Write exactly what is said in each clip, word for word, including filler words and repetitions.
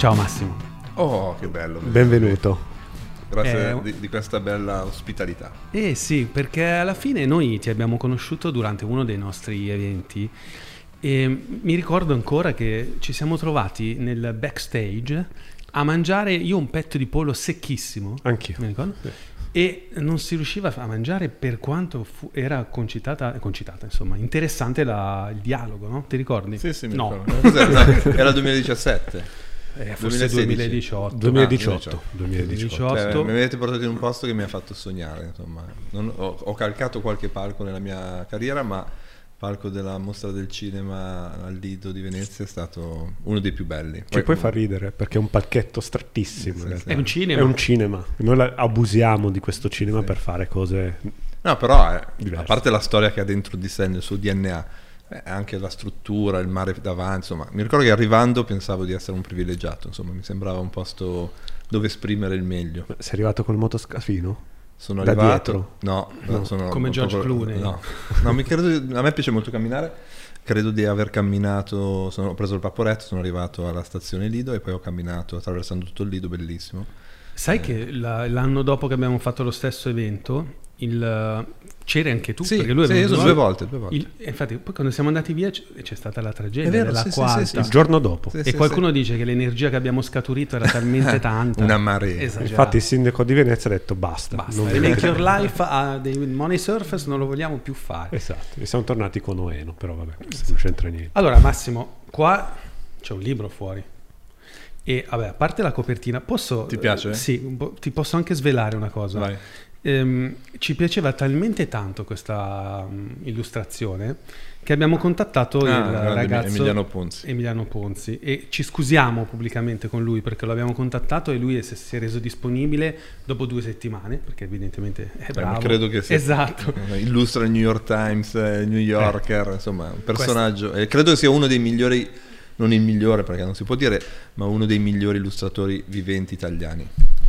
Ciao Massimo. Oh, che bello. Benvenuto. Grazie Eh, di, di questa bella ospitalità. Eh sì, perché alla fine noi ti abbiamo conosciuto durante uno dei nostri eventi e mi ricordo ancora che ci siamo trovati nel backstage a mangiare, io un petto di pollo secchissimo. Anch'io. Mi ricordo? Sì. E non si riusciva a mangiare per quanto fu- era concitata, concitata, insomma, interessante la- il dialogo, no? Ti ricordi? Sì, sì, mi no. ricordo. Cos'era? No, era il duemiladiciassette. Eh, forse duemiladiciotto. duemiladiciotto. duemiladiciotto. duemiladiciotto. duemiladiciotto. Cioè, mi avete portato in un posto che mi ha fatto sognare, insomma. Non- ho, ho calcato qualche palco nella mia carriera, ma il palco della Mostra del Cinema al Lido di Venezia è stato uno dei più belli. Ci puoi far ridere perché è un palchetto strettissimo. Sì, in realtà. È un cinema. È un cinema. Noi la- abusiamo di questo cinema Sì. per fare cose. No, però, eh, Diverso. a parte la storia che ha dentro di sé, nel suo D N A, eh, anche la struttura, il mare davanti, insomma, mi ricordo che arrivando pensavo di essere un privilegiato, insomma, mi sembrava un posto dove esprimere il meglio. Sei arrivato col motoscafino? Sono Da arrivato, dietro? no, No. sono Come George proprio- Clooney. No, no, mi credo, a me piace molto camminare, credo di aver camminato, sono, ho preso il vaporetto, sono arrivato alla stazione Lido e poi ho camminato attraversando tutto il Lido, bellissimo. Sai che la- l'anno dopo che abbiamo fatto lo stesso evento, il, c'eri anche tu? Sì, perché lui è sì, venuto io sono due due volte, due volte. Il- infatti, poi quando siamo andati via c- c'è stata la tragedia È vero, della sì, sì, quarta. sì, sì, Il giorno dopo. Sì, E sì, qualcuno sì. dice che l'energia che abbiamo scaturito era talmente tanta. Una marea. Esagerata. Infatti il sindaco di Venezia ha detto basta. Basta, non Remake vedete- Your Life a dei Money Surfers non lo vogliamo più fare. Esatto, e siamo tornati con Oeno, però vabbè, questo non c'entra niente. Allora Massimo, qua c'è un libro fuori. E vabbè, a parte la copertina, posso... Ti piace? eh, sì, un po', ti posso anche svelare una cosa. Vai. Ehm, ci piaceva talmente tanto questa um, illustrazione che abbiamo contattato Ah, il grande ragazzo Emiliano Ponzi. Emiliano Ponzi e ci scusiamo pubblicamente con lui perché lo abbiamo contattato e lui è- si è reso disponibile dopo due settimane perché evidentemente è Beh, ma bravo. credo che sia Esatto. illustra il New York Times, eh, il New Yorker, insomma, un personaggio. E credo sia uno dei migliori, non il migliore perché non si può dire, ma uno dei migliori illustratori viventi italiani.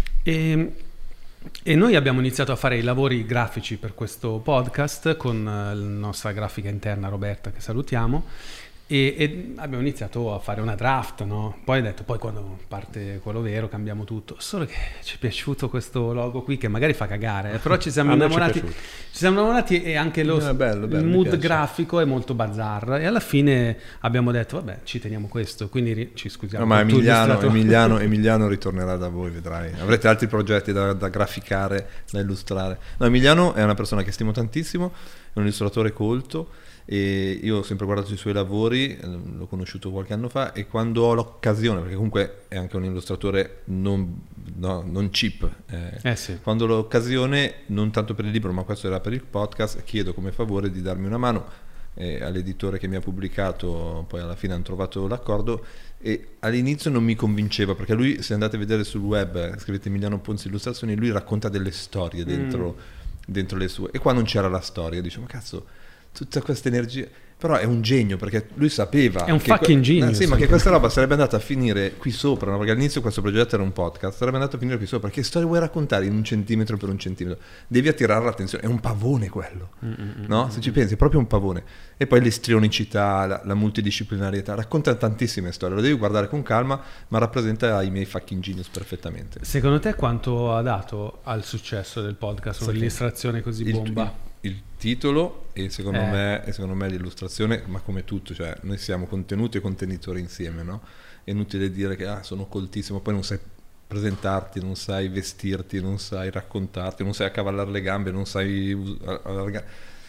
E, e noi abbiamo iniziato a fare i lavori grafici per questo podcast con eh, la nostra grafica interna Roberta che salutiamo e, e abbiamo iniziato a fare una draft, no? Poi ho detto, poi quando parte quello vero cambiamo tutto, solo che ci è piaciuto questo logo qui che magari fa cagare, eh, però ci siamo A noi ci è innamorati, piaciuto. ci siamo innamorati e anche lo, Eh, bello, bello, il mi mood piace. grafico è molto bizzarro e alla fine abbiamo detto vabbè ci teniamo questo, quindi ri- ci scusiamo. No, ma con tu Emiliano, illustratore. Emiliano, Emiliano ritornerà da voi, vedrai. Avrete altri progetti da, da graficare, da illustrare. No, Emiliano è una persona che stimo tantissimo, è un illustratore colto e io ho sempre guardato i suoi lavori, eh, l'ho conosciuto qualche anno fa e quando ho l'occasione, perché comunque è anche un illustratore non, no, non cheap, eh, Eh sì. quando ho l'occasione, non tanto per il libro ma questo era per il podcast, chiedo come favore di darmi una mano eh, all'editore che mi ha pubblicato, poi alla fine hanno trovato l'accordo e all'inizio non mi convinceva perché lui, se andate a vedere sul web, eh, scrivete Emiliano Ponzi Illustrazioni, lui racconta delle storie dentro, dentro le sue e qua non c'era la storia, dice ma cazzo tutta questa energia, però è un genio perché lui sapeva È un che fucking que- genius. eh, sì, ma che questa roba sarebbe andata a finire qui sopra, no? Perché all'inizio questo progetto era un podcast, sarebbe andato a finire qui sopra, che storie vuoi raccontare in un centimetro per un centimetro, devi attirare l'attenzione, è un pavone quello, no? Se ci pensi è proprio un pavone e poi l'istrionicità, la, la multidisciplinarietà, racconta tantissime storie, lo devi guardare con calma ma rappresenta i miei fucking genius perfettamente. Secondo te quanto ha dato al successo del podcast un'illustrazione così Il- bomba? Il, il titolo e secondo, Eh. me, e secondo me l'illustrazione, ma come tutto, cioè noi siamo contenuti e contenitori insieme, no? È inutile dire che ah, sono coltissimo, poi non sai presentarti, non sai vestirti, non sai raccontarti, non sai accavallare le gambe, non sai us- allargare.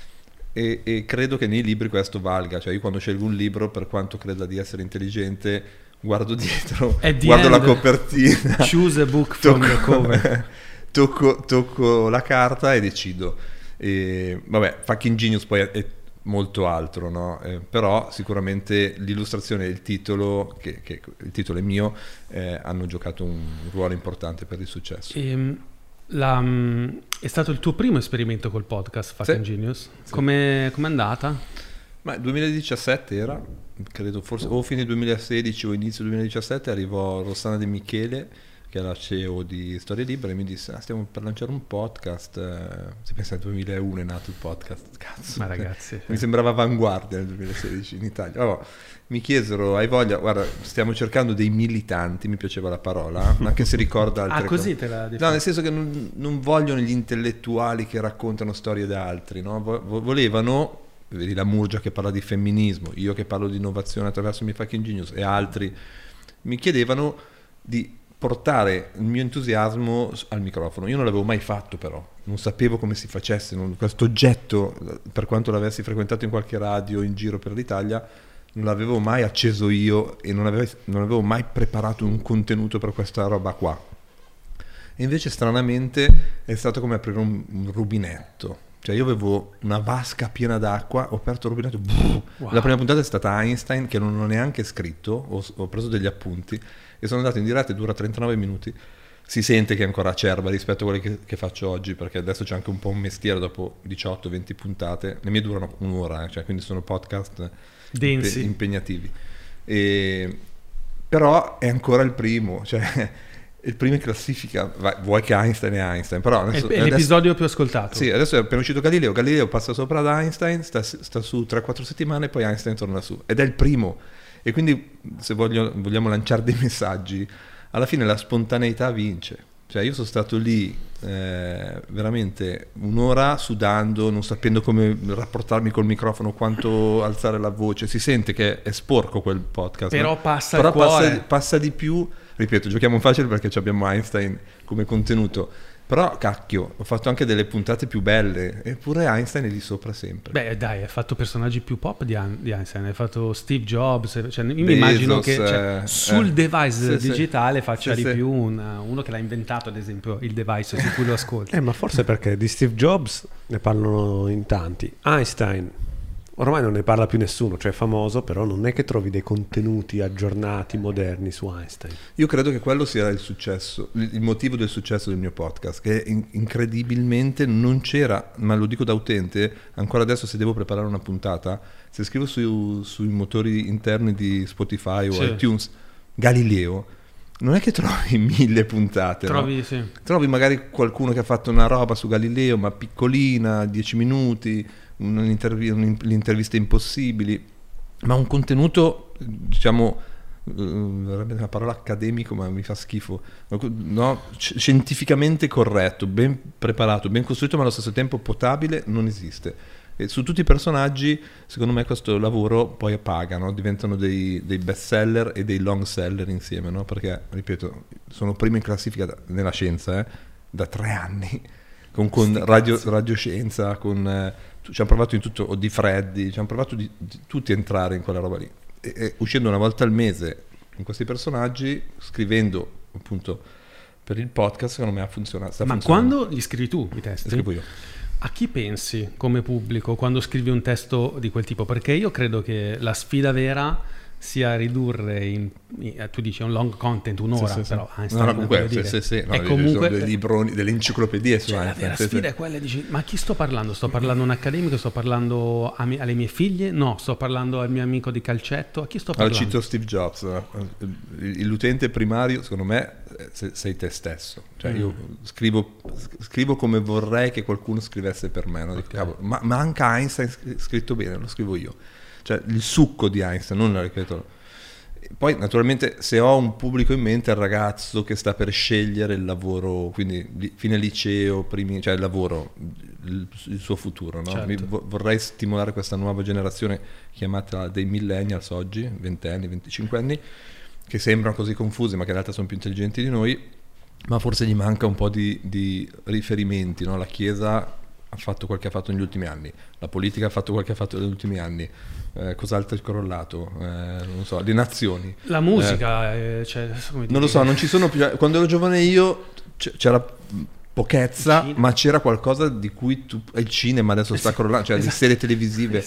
E, e credo che nei libri questo valga, cioè io quando scelgo un libro, per quanto creda di essere intelligente, guardo dietro, At the guardo la end, copertina, Choose a book from the cover. tocco, tocco la carta e decido. E, vabbè, fucking genius poi è, è molto altro, no? Eh, però sicuramente l'illustrazione e il titolo, che, che il titolo è mio, eh, hanno giocato un ruolo importante per il successo. Ehm, la, mm, è stato il tuo primo esperimento col podcast Fucking Sì. Genius? Sì. Come è andata? Ma il duemiladiciassette era, credo forse o fine duemilasedici o inizio duemiladiciassette, arrivò Rossana De Michele che è la C E O di Storie Libere, mi disse: ah, stiamo per lanciare un podcast. Eh, si pensa nel duemilauno è nato il podcast, cazzo. Ma ragazzi, mi sembrava avanguardia nel duemilasedici in Italia. Allora, mi chiesero: hai voglia? Guarda, stiamo cercando dei militanti, mi piaceva la parola, anche se ricorda altre ah, così cose. te la No, nel senso che non, non vogliono gli intellettuali che raccontano storie da altri, no? Volevano, vedi la Murgia che parla di femminismo, io che parlo di innovazione attraverso i miei fucking genius e altri, mi chiedevano di portare il mio entusiasmo al microfono. Io non l'avevo mai fatto, però non sapevo come si facesse, non, questo oggetto, per quanto l'avessi frequentato in qualche radio in giro per l'Italia, non l'avevo mai acceso io e non avevo, non avevo mai preparato un contenuto per questa roba qua. E invece stranamente è stato come aprire un, un rubinetto. Cioè io avevo una vasca piena d'acqua, ho aperto il rubinetto, brrr, wow. La prima puntata è stata Einstein, che non ho neanche scritto, ho, ho preso degli appunti e sono andato in diretta e dura trentanove minuti. Si sente che è ancora acerba rispetto a quelle che, che faccio oggi, perché adesso c'è anche un po' un mestiere dopo diciotto venti puntate. Le mie durano un'ora, eh, cioè quindi sono podcast densi, impe- impegnativi. E, però è ancora il primo, cioè il primo in classifica. Vai, vuoi che Einstein è Einstein, però adesso, è l'episodio adesso, più ascoltato. Sì, adesso è appena uscito Galileo. Galileo passa sopra ad Einstein, sta, sta su tre quattro settimane, poi Einstein torna su ed è il primo. E quindi se voglio, vogliamo lanciare dei messaggi, alla fine la spontaneità vince. Cioè io sono stato lì eh, veramente un'ora sudando, non sapendo come rapportarmi col microfono, quanto alzare la voce. Si sente che è sporco quel podcast, però no? passa però il cuore. Passa, passa di più. Ripeto, giochiamo facile perché abbiamo Einstein come contenuto. Però cacchio, ho fatto anche delle puntate più belle, eppure Einstein è lì sopra sempre. Beh dai, hai fatto personaggi più pop di, di Einstein, hai fatto Steve Jobs, cioè, io mi Bezos, immagino che cioè, eh, sul eh, device sì, digitale sì, faccia sì, di sì. più una, uno che l'ha inventato, ad esempio, il device su cui lo ascolti. Eh, ma forse perché di Steve Jobs ne parlano in tanti. Einstein ormai non ne parla più nessuno, cioè è famoso, però non è che trovi dei contenuti aggiornati, moderni su Einstein. Io credo che quello sia il successo, il motivo del successo del mio podcast, che in- incredibilmente non c'era, ma lo dico da utente, ancora adesso se devo preparare una puntata, se scrivo su, sui motori interni di Spotify o sì. iTunes, Galileo, non è che trovi mille puntate, Trovi, no? sì. Trovi magari qualcuno che ha fatto una roba su Galileo, ma piccolina, dieci minuti, un'interv- un'intervista impossibili, ma un contenuto, diciamo, verrebbe una parola accademico, ma mi fa schifo, no? C- scientificamente corretto, ben preparato, ben costruito, ma allo stesso tempo potabile, non esiste. E su tutti i personaggi, secondo me, questo lavoro poi paga, no? Diventano dei, dei best seller e dei long seller insieme, no? Perché, ripeto, sono primo in classifica da, nella scienza, eh, da tre anni, con, con radio, radioscienza, con, eh, ci hanno provato in tutto, o di Freddy, ci hanno provato di, di tutti a entrare in quella roba lì. E, e uscendo una volta al mese con questi personaggi, scrivendo appunto per il podcast, secondo me ha funzionato. Ma funzionando. quando li scrivi tu i testi? Li scrivo io. A chi pensi come pubblico quando scrivi un testo di quel tipo? Perché io credo che la sfida vera sia ridurre in, in, tu dici un long content, un'ora, sì, sì, però sì. Einstein, no, no, comunque, dire, sì, sì, sì. No, è comunque dei libroni, delle enciclopedie su cioè, Einstein. la vera sì, sfida sì. è quella, dici, ma a chi sto parlando? Sto parlando a un accademico, sto parlando a mie, alle mie figlie? No, sto parlando al mio amico di calcetto, a chi sto parlando? Allora, cito Steve Jobs, l'utente primario secondo me sei te stesso, cioè mm. io scrivo, scrivo come vorrei che qualcuno scrivesse per me, no? Dico, Okay. cavolo, ma, ma anche Einstein scritto bene, lo scrivo io, cioè il succo di Einstein, non lo ripeto. Poi naturalmente se ho un pubblico in mente, il ragazzo che sta per scegliere il lavoro, quindi fine liceo, primi, cioè il lavoro, il, il suo futuro, no? Certo. Mi, vorrei stimolare questa nuova generazione chiamata dei millennials oggi, venti anni, venticinque anni, che sembrano così confusi ma che in realtà sono più intelligenti di noi, ma forse gli manca un po' di, di riferimenti, no? La Chiesa ha fatto quel che ha fatto negli ultimi anni, la politica ha fatto quel che ha fatto negli ultimi anni, eh, cos'altro è correlato, eh, non so, le nazioni, la musica, eh, cioè, come non lo so, non ci sono più, quando ero giovane io c- c'era pochezza, ma c'era qualcosa di cui tu, il cinema adesso sta correlando, cioè esatto. le serie televisive,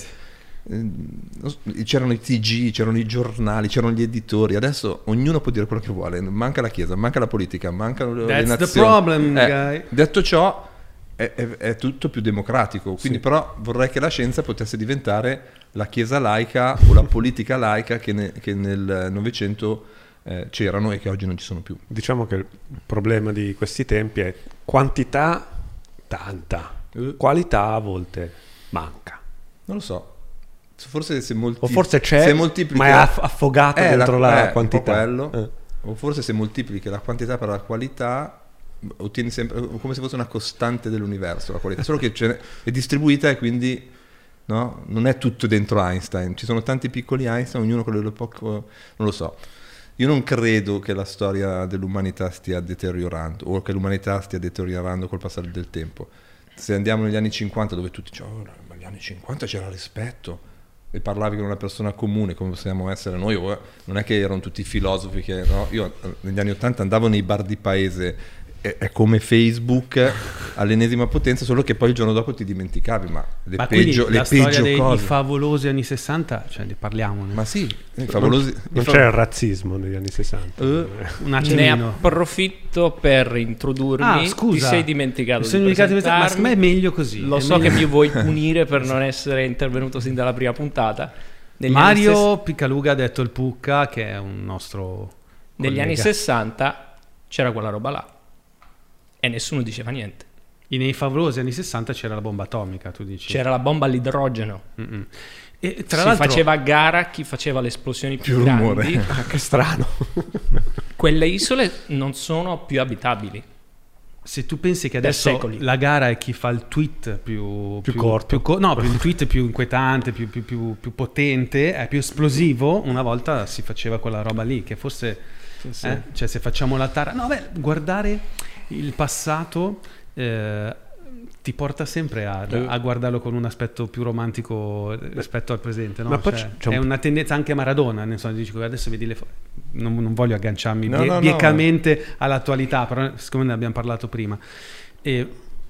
c'erano i T G, c'erano i giornali, c'erano gli editori, adesso ognuno può dire quello che vuole, manca la Chiesa, manca la politica, mancano le That's nazioni. the problem, eh, guy. Detto ciò è, è, è tutto più democratico, quindi Sì. però vorrei che la scienza potesse diventare la Chiesa laica o la politica laica che, ne, che nel Novecento eh, c'erano e che oggi non ci sono più. Diciamo che il problema di questi tempi è quantità tanta, Eh. qualità a volte manca. Non lo so. Forse se molti, O forse c'è, se moltiplichi ma è aff- affogato eh, dentro la, eh, un po' quantità. quello. Eh. O forse se moltiplichi la quantità per la qualità ottieni sempre come se fosse una costante dell'universo la qualità, solo che ce n'è- è distribuita e quindi no, non è tutto dentro Einstein, ci sono tanti piccoli Einstein, ognuno con le loro poco, non lo so. Io non credo che la storia dell'umanità stia deteriorando o che l'umanità stia deteriorando col passare del tempo. Se andiamo negli anni cinquanta dove tutti dicevano oh, ma negli anni cinquanta c'era rispetto e parlavi con una persona comune come possiamo essere noi, o, non è che erano tutti filosofi che no? Io negli anni ottanta andavo nei bar di paese, è, è come Facebook all'ennesima potenza, solo che poi il giorno dopo ti dimenticavi, ma le Ma peggio, quindi le la storia peggio dei cose. i favolosi anni sessanta, cioè ne parliamone. Ma sì, i favolosi, Non, i non fa- c'era il razzismo negli anni sessanta. Eh, Un Ne accennino. approfitto per introdurmi. Ah, scusa. Ti sei dimenticato Mi di sono dimenticato di presentarmi. ma secondo me è meglio così. Lo è so meglio- che mi vuoi punire per non essere intervenuto sin dalla prima puntata. Negli Mario anni, Piccaluga ha detto il Pucca, che è un nostro ses- negli collega. anni sessanta c'era quella roba là e nessuno diceva niente. E nei favolosi anni sessanta c'era la bomba atomica, tu dici. C'era la bomba all'idrogeno. Mm-mm. E tra si l'altro faceva a gara chi faceva le esplosioni più, Più rumore. grandi. Ah, che strano. Quelle isole non sono più abitabili. se tu pensi che Per adesso secoli. la gara è chi fa il tweet più, Più corto. più co- no, più il tweet più inquietante, più, più, più, più potente, è più esplosivo, una volta si faceva quella roba lì, che forse, sì. eh, cioè se facciamo la tara, no beh, guardare il passato eh, ti porta sempre a, a guardarlo con un aspetto più romantico rispetto al presente, no? Ma poi Cioè, c'è un- è una tendenza anche Maradona, ne so, dici, adesso vedi le fo- non, non voglio agganciarmi No, bie- no, no. biecamente all'attualità, però siccome ne abbiamo parlato prima, e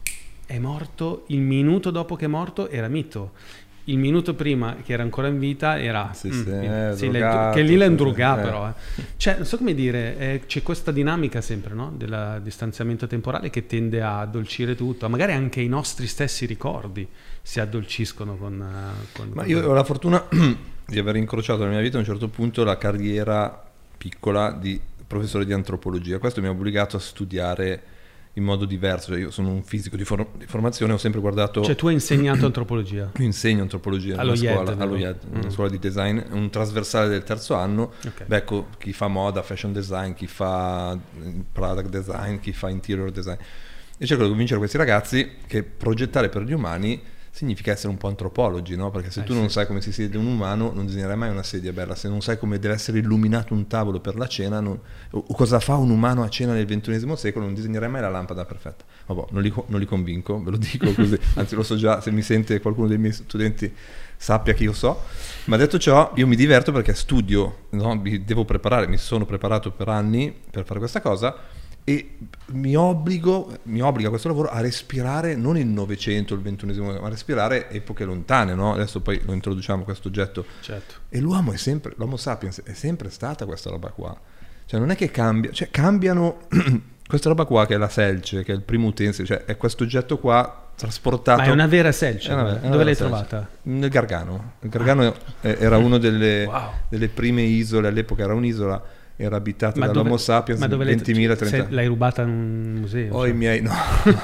è morto il minuto dopo che è morto, era mito. Il minuto prima che era ancora in vita era Sì, mm, sì, il- eh, sì, l'ha- drogato, che lì la sì, indruga sì, eh. però eh. Cioè non so come dire, eh, c'è questa dinamica sempre, no? Del distanziamento temporale che tende a addolcire tutto, magari anche i nostri stessi ricordi si addolciscono con, eh, con Ma con- io ho la fortuna di aver incrociato nella mia vita a un certo punto la carriera piccola di professore di antropologia. Questo mi ha obbligato a studiare in modo diverso. Cioè, io sono un fisico di, for- di formazione, ho sempre guardato... Cioè tu hai insegnato antropologia. Io insegno antropologia in Allo una I E D, scuola, allo vero? I E D, una Mm. scuola di design, un trasversale del terzo anno. Ok. Becco chi fa moda, fashion design, chi fa product design, chi fa interior design. E cerco di convincere questi ragazzi che progettare per gli umani significa essere un po' antropologi, no? Perché se Eh, tu non sì. sai come si siede un umano, non disegnerai mai una sedia bella. Se non sai come deve essere illuminato un tavolo per la cena, non- o o cosa fa un umano a cena nel ventunesimo secolo, non disegnerai mai la lampada perfetta. Vabbè, non li, co- non li convinco, ve lo dico così. Anzi, lo so già, se mi sente qualcuno dei miei studenti sappia che io so. Ma detto ciò, io mi diverto perché studio, no? Mi devo preparare, mi sono preparato per anni per fare questa cosa e mi obbligo, mi obbliga questo lavoro a respirare non il Novecento, il ventunesimo, ma a respirare epoche lontane, no? Adesso poi lo introduciamo questo oggetto. Certo. E l'uomo è sempre, l'Homo sapiens è sempre stata questa roba qua. Cioè non è che cambia, cioè cambiano questa roba qua che è la selce, che è il primo utensile, cioè è questo oggetto qua trasportato. Ma è una vera selce, È una vera- è una dove vera l'hai selce. trovata? Nel Gargano. Il Gargano eh, era una delle, Wow. delle prime isole, all'epoca era un'isola, era abitata Ma dall'Homo dove- sapiens ma dove l'hai- ventimila se- trenta l'hai rubata in un museo? Ho cioè. i miei, no.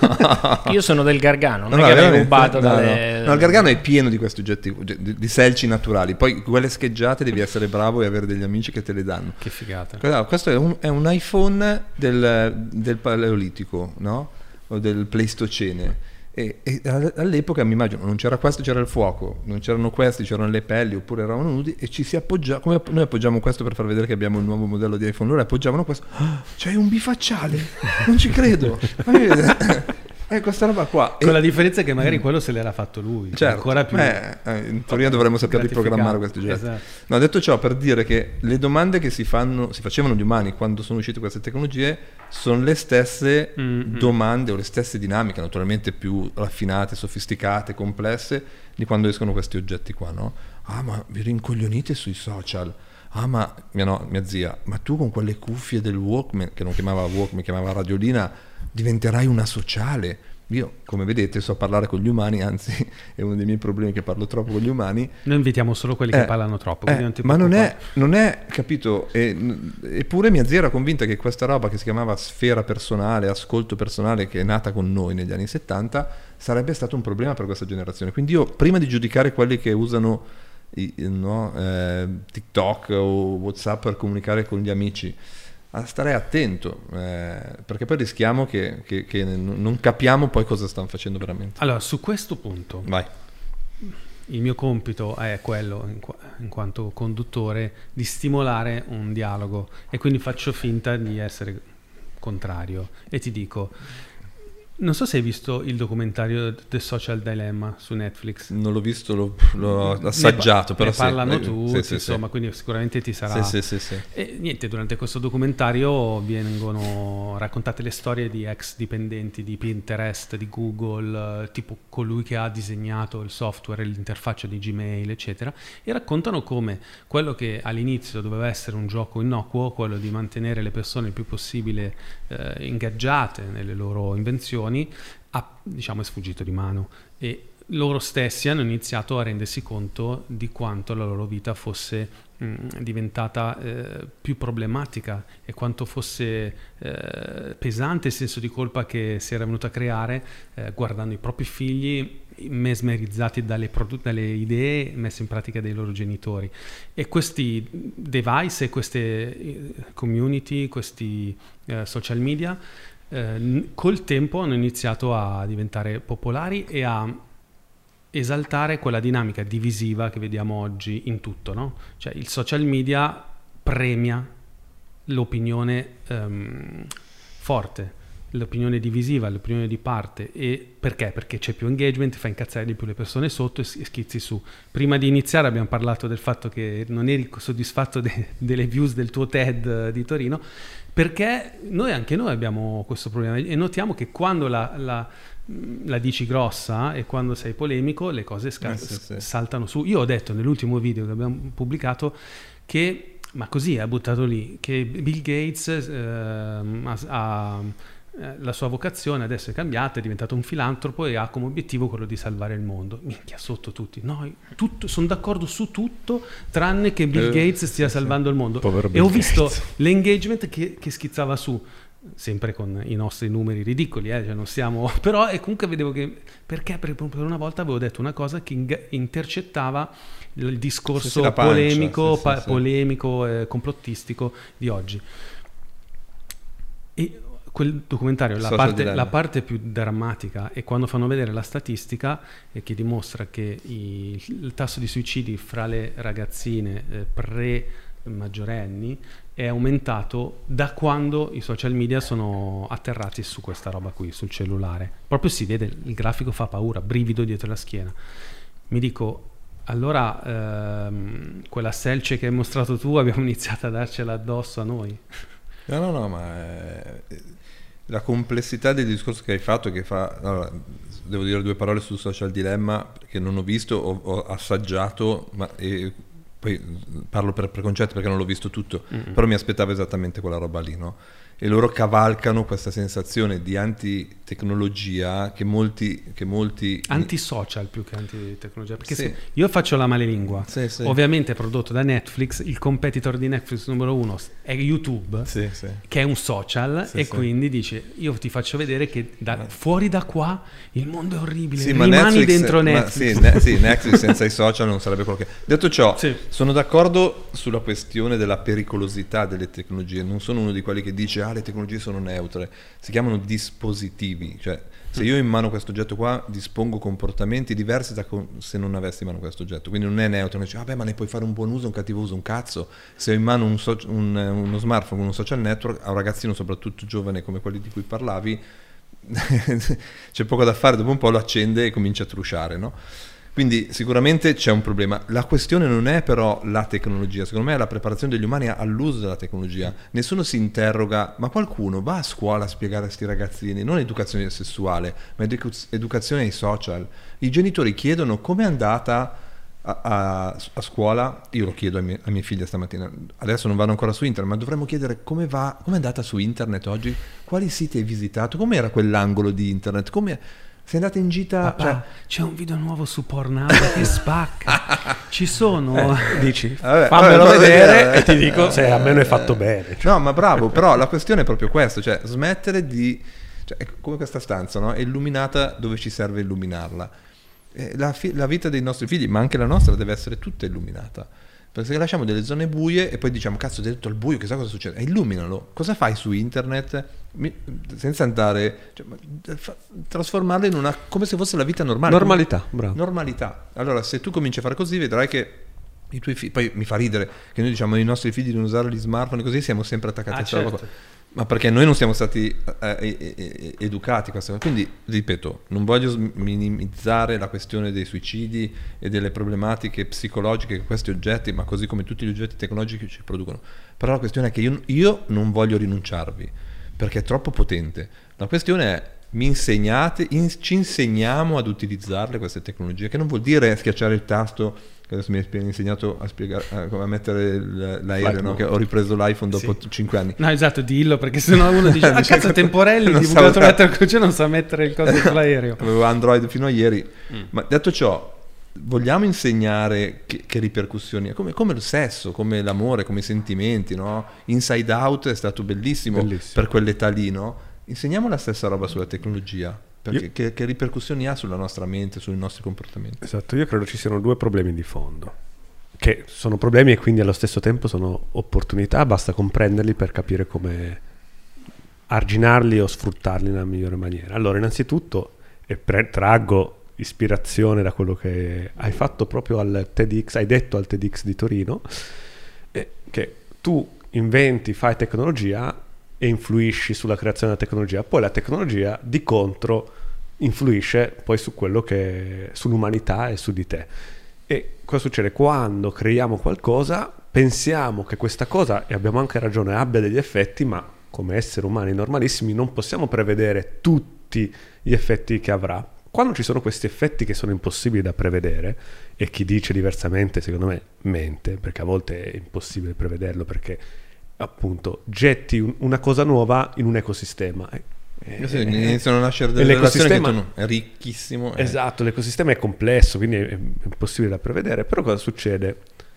Io sono del Gargano, non No, è no, che avevo veramente? rubato No, dalle... no. No, il Gargano è pieno di questi oggetti, di, di selci naturali. Poi quelle scheggiate devi essere bravo e avere degli amici che te le danno. Che figata. Guarda, questo è un, è un iPhone del, del Paleolitico, no? O del Pleistocene. E, e all'epoca mi immagino non c'era questo, c'era il fuoco, non c'erano questi, c'erano le pelli oppure eravamo nudi e ci si appoggia, come noi appoggiamo questo per far vedere che abbiamo il nuovo modello di iPhone, loro appoggiavano questo. Ah, c'hai un bifacciale, non ci credo. È questa roba qua. Con E- la differenza che magari quello se l'era fatto lui, Certo, ancora più beh, eh, in teoria dovremmo sapere di gratificante. programmare questi oggetti. Esatto. No, detto ciò, per dire che le domande che si fanno, si facevano gli umani quando sono uscite queste tecnologie sono le stesse Mm-hmm. domande o le stesse dinamiche, naturalmente più raffinate, sofisticate, complesse di quando escono questi oggetti qua, no? Ah, ma vi rincoglionite sui social. Ah, ma mia, no, mia zia, ma tu con quelle cuffie del Walkman, che non chiamava Walkman, chiamava radiolina, diventerai una sociale. io, come vedete, so parlare con gli umani, anzi è uno dei miei problemi che parlo troppo con gli umani. Noi invitiamo solo quelli che Eh, parlano troppo. eh, quindi non ti ma non è, preoccupare. non è, capito, e- eppure mia zia era convinta che questa roba che si chiamava sfera personale, ascolto personale, che è nata con noi negli anni settanta, sarebbe stato un problema per questa generazione. Quindi io, prima di giudicare quelli che usano i- no, eh, TikTok o WhatsApp per comunicare con gli amici, a stare attento, eh, perché poi rischiamo che, che- che n- non capiamo poi cosa stanno facendo veramente. Allora, su questo punto, Vai. il mio compito è quello, in, qua- in quanto conduttore, di stimolare un dialogo, e quindi faccio finta di essere contrario e ti dico, non so se hai visto il documentario The Social Dilemma su Netflix. Non l'ho visto, l'ho, l'ho assaggiato, ne, però ne parlano sì. tutti, Sì, sì, insomma, sì. quindi sicuramente ti sarà... Sì, sì, sì, sì. E niente, durante questo documentario vengono raccontate le storie di ex dipendenti di Pinterest, di Google, eh, tipo colui che ha disegnato il software, l'interfaccia di Gmail, eccetera, e raccontano come quello che all'inizio doveva essere un gioco innocuo, quello di mantenere le persone il più possibile eh, ingaggiate nelle loro invenzioni, ha, diciamo, è sfuggito di mano, e loro stessi hanno iniziato a rendersi conto di quanto la loro vita fosse mh, diventata eh, più problematica, e quanto fosse eh, pesante il senso di colpa che si era venuto a creare eh, guardando i propri figli mesmerizzati dalle, produ- dalle idee messe in pratica dai loro genitori. E questi device e queste eh, community, questi eh, social media eh, col tempo hanno iniziato a diventare popolari e a esaltare quella dinamica divisiva che vediamo oggi in tutto, no? Cioè il social media premia l'opinione ehm, forte, l'opinione divisiva, l'opinione di parte. E perché? Perché c'è più engagement, fa incazzare di più le persone sotto e schizzi su. Prima di iniziare abbiamo parlato del fatto che non eri soddisfatto de- delle views del tuo TED di Torino, perché noi, anche noi abbiamo questo problema, e notiamo che quando la, la, la dici grossa e quando sei polemico le cose sca- Eh, sì, sì. saltano su. Io ho detto nell'ultimo video che abbiamo pubblicato che, ma così è buttato lì, che Bill Gates ehm, ha, ha la sua vocazione adesso è cambiata, è diventato un filantropo e ha come obiettivo quello di salvare il mondo. Minchia, sotto tutti, no, tutto, sono d'accordo su tutto tranne che Bill Eh, Gates stia sì, salvando il mondo. Povero E Bill ho visto Gates. l'engagement che, che schizzava su, sempre con i nostri numeri ridicoli, eh, cioè non siamo, però e comunque vedevo che, perché per, per una volta avevo detto una cosa che in- intercettava il discorso Sì, sì, la pancia, polemico, sì, sì, pa- sì. polemico eh, complottistico di oggi. E quel documentario, la Social parte, dilemma. la parte più drammatica è quando fanno vedere la statistica e che dimostra che i- il tasso di suicidi fra le ragazzine eh, pre-maggiorenni è aumentato da quando i social media sono atterrati su questa roba qui, sul cellulare. Proprio si vede, il grafico fa paura, brivido dietro la schiena. Mi dico, allora ehm, quella selce che hai mostrato tu abbiamo iniziato a darcela addosso a noi. No, no, no, ma eh, la complessità del discorso che hai fatto, che fa, allora, devo dire due parole sul Social Dilemma, che non ho visto, ho, ho assaggiato, ma e poi parlo per preconcetti perché non l'ho visto tutto, Mm-mm. però mi aspettavo esattamente quella roba lì, no? E loro cavalcano questa sensazione di antitecnologia che molti... Che molti Antisocial più che antitecnologia, perché Sì. se io faccio la malelingua, Sì, sì. ovviamente prodotto da Netflix, il competitor di Netflix numero uno è YouTube, Sì, sì. che è un social, Sì, e sì. quindi dice, io ti faccio vedere che da, fuori da qua il mondo è orribile, Sì, ma rimani Netflix- dentro ma Netflix. sì, ne- sì, Netflix senza i social non sarebbe quello che... Detto ciò, Sì. sono d'accordo sulla questione della pericolosità delle tecnologie. Non sono uno di quelli che dice ah, le tecnologie sono neutre. Si chiamano dispositivi. Cioè, se io ho in mano questo oggetto qua, dispongo comportamenti diversi da co- se non avessi in mano questo oggetto. Quindi non è neutro. Non dice, vabbè, ma ne puoi fare un buon uso, un cattivo uso, un cazzo. Se ho in mano un so- un- uno smartphone, uno social network, a un ragazzino soprattutto giovane come quelli di cui parlavi, c'è poco da fare, dopo un po' lo accende e comincia a trusciare, no? Quindi sicuramente c'è un problema. La questione non è però la tecnologia, secondo me è la preparazione degli umani all'uso della tecnologia. Nessuno si interroga, ma qualcuno va a scuola a spiegare a questi ragazzini, non educazione sessuale, ma edu- educazione ai social. I genitori chiedono come è andata a, a, a scuola, io lo chiedo ai miei, ai miei figli stamattina, adesso non vanno ancora su internet, ma dovremmo chiedere come va, come è andata su internet oggi, quali siti hai visitato, com'era quell'angolo di internet, come sei andata in gita. Papà, cioè, c'è un video nuovo su Pornhub che spacca. Ci sono. Eh, dici, Vabbè, fammelo vabbè, vedere vabbè. e ti dico se a me è fatto bene. Cioè, No, ma bravo, però la questione è proprio questo, cioè smettere di, cioè, è come questa stanza, no? È illuminata dove ci serve illuminarla. Eh, La, fi- la vita dei nostri figli, ma anche la nostra, deve essere tutta illuminata. Perché se lasciamo delle zone buie e poi diciamo, cazzo, ho detto al buio, chissà cosa succede. E illuminalo. Cosa fai su internet? Mi- senza andare, cioè, ma- fa- trasformarla in una, come se fosse la vita normale. normalità, bravo. Normalità. Allora, se tu cominci a fare così, vedrai che i tuoi figli, poi mi fa ridere che noi diciamo ai nostri figli di non usare gli smartphone, così siamo sempre attaccati Ah, a questa roba certo. qua. Ma perché noi non siamo stati eh, eh, eh, educati a questa cosa. Quindi, ripeto, non voglio sm- minimizzare la questione dei suicidi e delle problematiche psicologiche che questi oggetti, ma così come tutti gli oggetti tecnologici ci producono. Però la questione è che io, io non voglio rinunciarvi, perché è troppo potente. La questione è, mi insegnate, in- ci insegniamo ad utilizzarle queste tecnologie, che non vuol dire schiacciare il tasto, che adesso mi hai insegnato a spiegare a, come a mettere il- l'aereo, no? Che ho ripreso l'iPhone dopo cinque anni. No, esatto, dillo, perché sennò uno dice, ah cazzo, Temporelli, Non di stavo- bucato mettere il cucino, non sa mettere il coso sull'aereo. Avevo Android fino a ieri. Mm. Ma detto ciò, vogliamo insegnare che, che ripercussioni ha? Come, come il sesso, come l'amore, come i sentimenti, no? Inside Out è stato bellissimo, Bellissimo. per quell'età lì, no? Insegniamo la stessa roba sulla tecnologia, perché Io- che, che ripercussioni ha sulla nostra mente, sui nostri comportamenti. Esatto, io credo ci siano due problemi di fondo, che sono problemi e quindi allo stesso tempo sono opportunità, basta comprenderli per capire come arginarli o sfruttarli nella migliore maniera. Allora, innanzitutto, e pre- traggo ispirazione da quello che hai fatto proprio al TEDx, hai detto al TEDx di Torino, eh, che tu inventi, fai tecnologia e influisci sulla creazione della tecnologia, poi la tecnologia di contro influisce poi su quello che sull'umanità e su di te. E cosa succede? Quando creiamo qualcosa pensiamo che questa cosa, e abbiamo anche ragione, abbia degli effetti, ma come esseri umani normalissimi non possiamo prevedere tutti gli effetti che avrà. Quando ci sono questi effetti che sono impossibili da prevedere, e chi dice diversamente secondo me mente, perché a volte è impossibile prevederlo, perché appunto getti un- una cosa nuova in un ecosistema. E- Eh sì, iniziano a nascere e delle relazioni che tu l'ecosistema- non- è ricchissimo. eh. Esatto, l'ecosistema è complesso, quindi è, è impossibile da prevedere. Però cosa succede?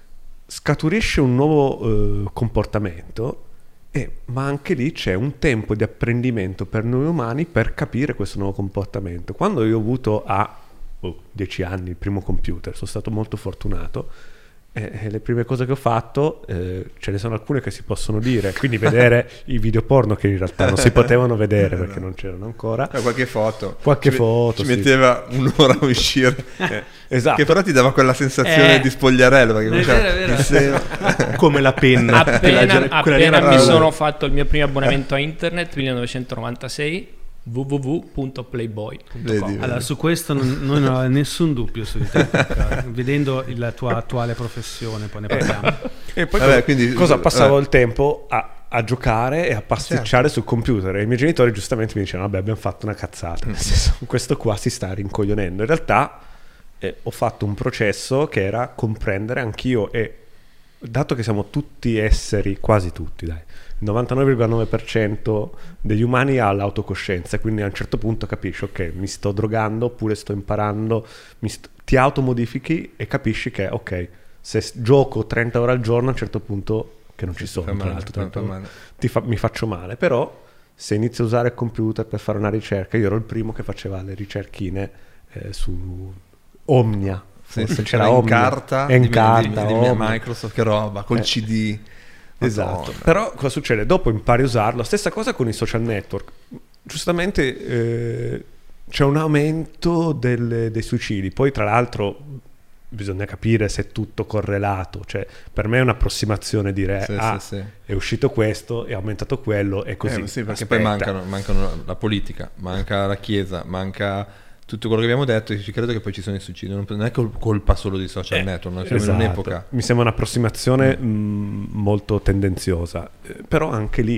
Scaturisce un nuovo eh, comportamento, e, ma anche lì c'è un tempo di apprendimento per noi umani per capire questo nuovo comportamento. Quando io ho avuto a oh, dieci anni il primo computer, sono stato molto fortunato. E, e le prime cose che ho fatto, eh, ce ne sono alcune che si possono dire, quindi vedere i video porno che in realtà non si potevano vedere perché non c'erano ancora. Eh, qualche foto. Qualche Ci- foto, Ci sì. metteva un'ora a uscire. Eh, esatto. Che però ti dava quella sensazione Eh. di spogliarello. Perché È c'era vero, è vero. il seno. Come la penna. Appena, Quella gen- quella lì appena era mi più- sono fatto il mio primo abbonamento a internet, millenovecentonovantasei, w w w punto playboy punto com. Vedi. Allora, su questo non, noi non avevamo nessun dubbio su di te, vedendo la tua attuale professione, poi ne parliamo. E poi Vabbè, cosa, quindi- cosa passavo vabbè. il tempo a, a giocare e a pasticciare sul computer, e i miei genitori giustamente mi dicevano vabbè, abbiamo fatto una cazzata, nel senso, questo qua si sta rincoglionendo. In realtà eh, ho fatto un processo che era comprendere anch'io, e dato che siamo tutti esseri, quasi tutti dai, il novantanove virgola nove per cento degli umani ha l'autocoscienza, quindi a un certo punto capisci, ok, mi sto drogando oppure sto imparando, mi st- ti automodifichi e capisci che ok, se s- gioco trenta ore al giorno a un certo punto, che non ci Ti sono fa tra male, l'altro fa- trenta fa ore, male. ti fa- mi faccio male. Però se inizio a usare il computer per fare una ricerca, io ero il primo che faceva le ricerchine eh, su Omnia, Sì, forse sì, c'era in Omnia, carta e in di, di- carta, di, di Omnia. Microsoft, che roba, col Eh. C D. Esatto. Madonna. Però cosa succede? Dopo impari a usarlo. Stessa cosa con i social network. Giustamente eh, c'è un aumento del- dei suicidi. Poi tra l'altro bisogna capire se è tutto correlato. Cioè, per me è un'approssimazione dire Sì, ah, sì, sì. è uscito questo, è aumentato quello e così. Eh, sì, perché Aspetta. poi mancano, mancano la politica, manca la Chiesa, manca tutto quello che abbiamo detto, e ci credo che poi ci sono i suicidi. Non non è col- colpa solo di social Eh, network, noi siamo Esatto. in un'epoca. Mi sembra un'approssimazione mh, molto tendenziosa. Eh, però anche lì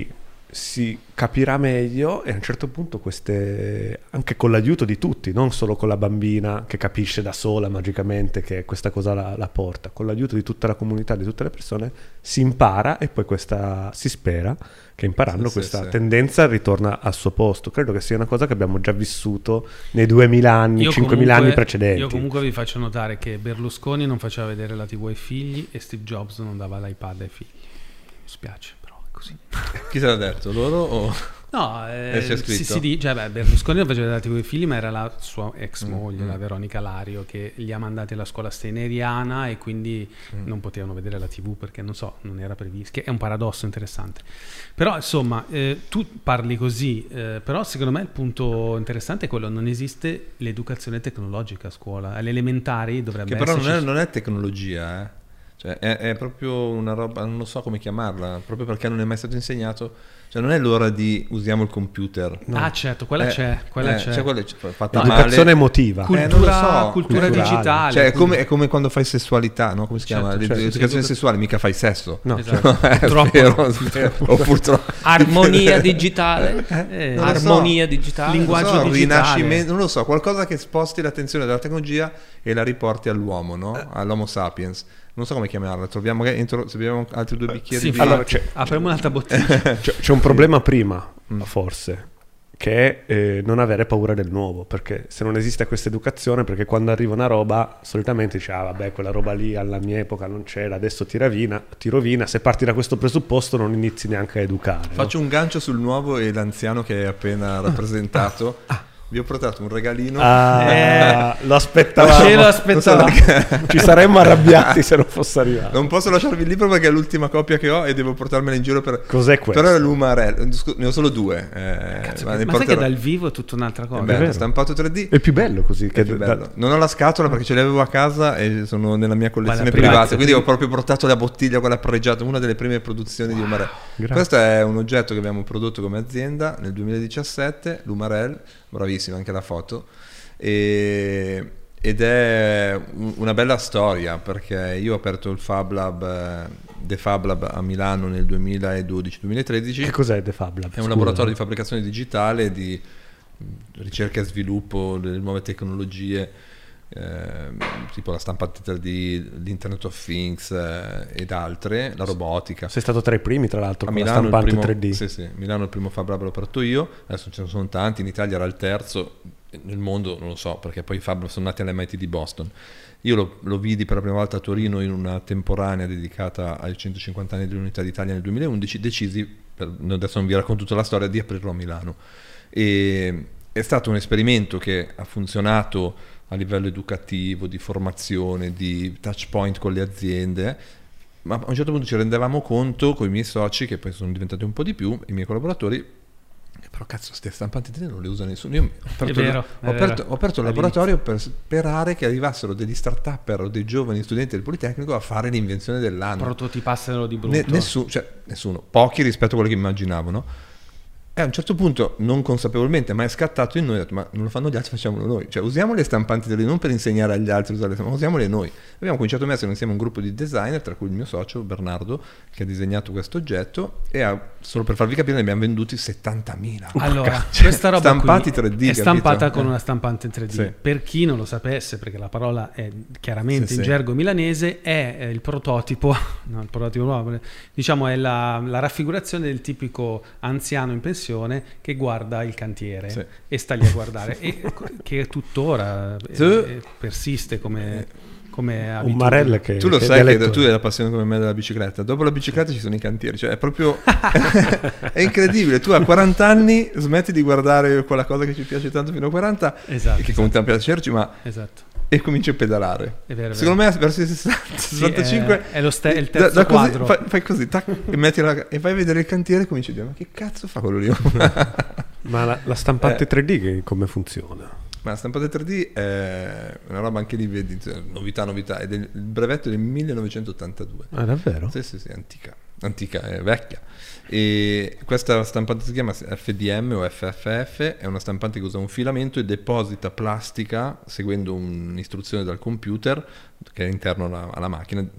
si capirà meglio e a un certo punto queste, anche con l'aiuto di tutti, non solo con la bambina che capisce da sola magicamente che questa cosa la, la porta, con l'aiuto di tutta la comunità, di tutte le persone, si impara e poi questa si spera che imparando sì, questa sì, sì. tendenza ritorna al suo posto. Credo che sia una cosa che abbiamo già vissuto nei duemila anni, Io cinquemila comunque- anni precedenti. Io comunque vi faccio notare che Berlusconi non faceva vedere la tivù ai figli e Steve Jobs non dava l'iPad ai figli. Mi spiace, però è così. Chi te l'ha detto? Loro o... No, eh, Eh, c'è si, scritto? si dice, cioè, beh, Berlusconi non faceva vedere la tivù ai figli, ma era la sua ex Mm, moglie, mm. la Veronica Lario, che li ha mandati alla scuola steineriana e quindi Mm. non potevano vedere la tivù perché, non so, non era previsto. Che è un paradosso interessante. Però, insomma, eh, tu parli così, eh, però secondo me il punto interessante è quello, non esiste l'educazione tecnologica a scuola. Alle elementari dovrebbe Che però non esserci... è, non è tecnologia, eh. Cioè, è, è proprio una roba, non so come chiamarla, proprio perché non è mai stato insegnato. Cioè, non è l'ora di usiamo il computer. No. Ah, certo, quella Eh, c'è, quella eh, c'è. cioè, quella è fatta L'educazione male. emotiva. Cul- Cultura, Eh, non lo so, cultura culturale. digitale. Cioè, è come, è come quando fai sessualità, no? Come si Certo, chiama? certo. L'educazione Sì, sessuale, mica fai sesso. No, Esatto. È Purtroppo vero, no. è vero. O purtroppo. Armonia digitale. Eh, non lo so. Armonia digitale. Linguaggio Non so, digitale. rinascimento, non lo so, qualcosa che sposti l'attenzione dalla tecnologia e la riporti all'uomo, no? All'Homo sapiens. Non so come chiamarla, troviamo che entro, se abbiamo altri due bicchieri Sì, di... Allora, infatti, c'è- apriamo un'altra bottiglia. C'è, c'è un problema prima, Mm. forse, che è eh, non avere paura del nuovo, perché se non esiste questa educazione, perché quando arriva una roba solitamente dice ah vabbè quella roba lì alla mia epoca non c'era, adesso ti rovina, ti rovina. Se parti da questo presupposto non inizi neanche a educare. Faccio un gancio sul nuovo e l'anziano che hai appena rappresentato. Vi ho portato un regalino. Ah, lo aspettavamo. Ce lo Non aspettavamo. so perché- Ci saremmo arrabbiati se non fosse arrivato. Non posso lasciarvi il libro perché è l'ultima copia che ho e devo portarmela in giro per... Cos'è questo? Però è l'Umarell, Scu- ne ho solo due. eh, Cazzo, ma che- ne ma sai che porterò- dal vivo è tutta un'altra È cosa. bello, vero. stampato tre D. È più bello così. È Che più da- bello. Non ho la scatola perché ce le avevo a casa e sono nella mia collezione Guarda, privata, grazie. quindi ho proprio portato la bottiglia, quella pregiata, una delle prime produzioni di Umarell. grazie. Questo è un oggetto che abbiamo prodotto come azienda nel duemiladiciassette, l'Umarell, bravissima anche la foto, e- ed è un- una bella storia perché io ho aperto il Fab Lab, eh, The Fab Lab a Milano nel duemiladodici duemilatredici. Che cos'è The Fab Lab? È un Scusa. laboratorio di fabbricazione digitale, di ricerca e sviluppo delle nuove tecnologie, ehm, tipo la stampante tre D, l'Internet of Things eh, ed altre, la robotica. Sei stato tra i primi, tra l'altro, A con la Milano, il stampante primo, tre D. sì, sì, Milano il primo Fab Lab l'ho aperto io, adesso ce ne sono tanti, in Italia era il terzo, nel mondo non lo so, perché poi i Fab sono nati all'M I T di Boston. Io lo, lo vidi per la prima volta a Torino in una temporanea dedicata ai centocinquanta anni dell'Unità d'Italia nel duemilaundici, decisi, per, adesso non vi racconto tutta la storia, di aprirlo a Milano. E è stato un esperimento che ha funzionato a livello educativo, di formazione, di touch point con le aziende, ma a un certo punto ci rendevamo conto con i miei soci, che poi sono diventati un po' di più, i miei collaboratori, però cazzo, queste stampanti tre D non le usa nessuno. Io ho aperto, vero, il, è ho aperto, vero. ho aperto il laboratorio per sperare che arrivassero degli start-upper o dei giovani studenti del Politecnico a fare l'invenzione dell'anno. Prototipassero di brutto. Ne- nessuno, cioè, nessuno, pochi rispetto a quelli che immaginavano. E a un certo punto, non consapevolmente, ma è scattato in noi, ho detto, ma non lo fanno gli altri, facciamolo noi. Cioè, usiamo le stampanti tre D non per insegnare agli altri a usarle, ma usiamole noi. Abbiamo cominciato a mettere insieme un gruppo di designer, tra cui il mio socio Bernardo, che ha disegnato questo oggetto, e ha, solo per farvi capire, ne abbiamo venduti settantamila. Allora, Cioè, questa roba stampati qui tre D, è capito? stampata con Eh. una stampante in tre D. Sì. Per chi non lo sapesse, perché la parola è chiaramente Sì, in sì. gergo milanese, è eh, il prototipo, no, il prototipo nuovo, diciamo è la, la raffigurazione del tipico anziano in pensione che guarda il cantiere Sì. e sta lì a guardare, e che tuttora eh, Sì. eh, persiste come, come Un abitudine. Marella che Tu lo che sai che dialetto tu è? hai la passione come me della bicicletta. Dopo la bicicletta ci sono i cantieri, cioè è proprio è incredibile. Tu a quaranta anni smetti di guardare quella cosa che ci piace tanto fino a quaranta, Esatto, e che comunque a piacerci, ma esatto. e cominci a pedalare. È vero, è Secondo me verso i sessanta Sì, sessantacinque è- è lo ste- è il da- terzo da così- quadro. fai, fai così tac, e, metti la- e vai a vedere il cantiere e cominci a dire ma che cazzo fa quello lì? Ma la, la stampante Eh. tre D che, come funziona? Ma la stampante tre D è una roba, anche lì vedi, cioè, novità, novità, ed è il brevetto del millenovecentottantadue. Ah, davvero? Sì, sì, sì, antica, antica, è vecchia. E questa stampante si chiama F D M o F F F, è una stampante che usa un filamento e deposita plastica seguendo un'istruzione dal computer che è interno alla, alla macchina. Tu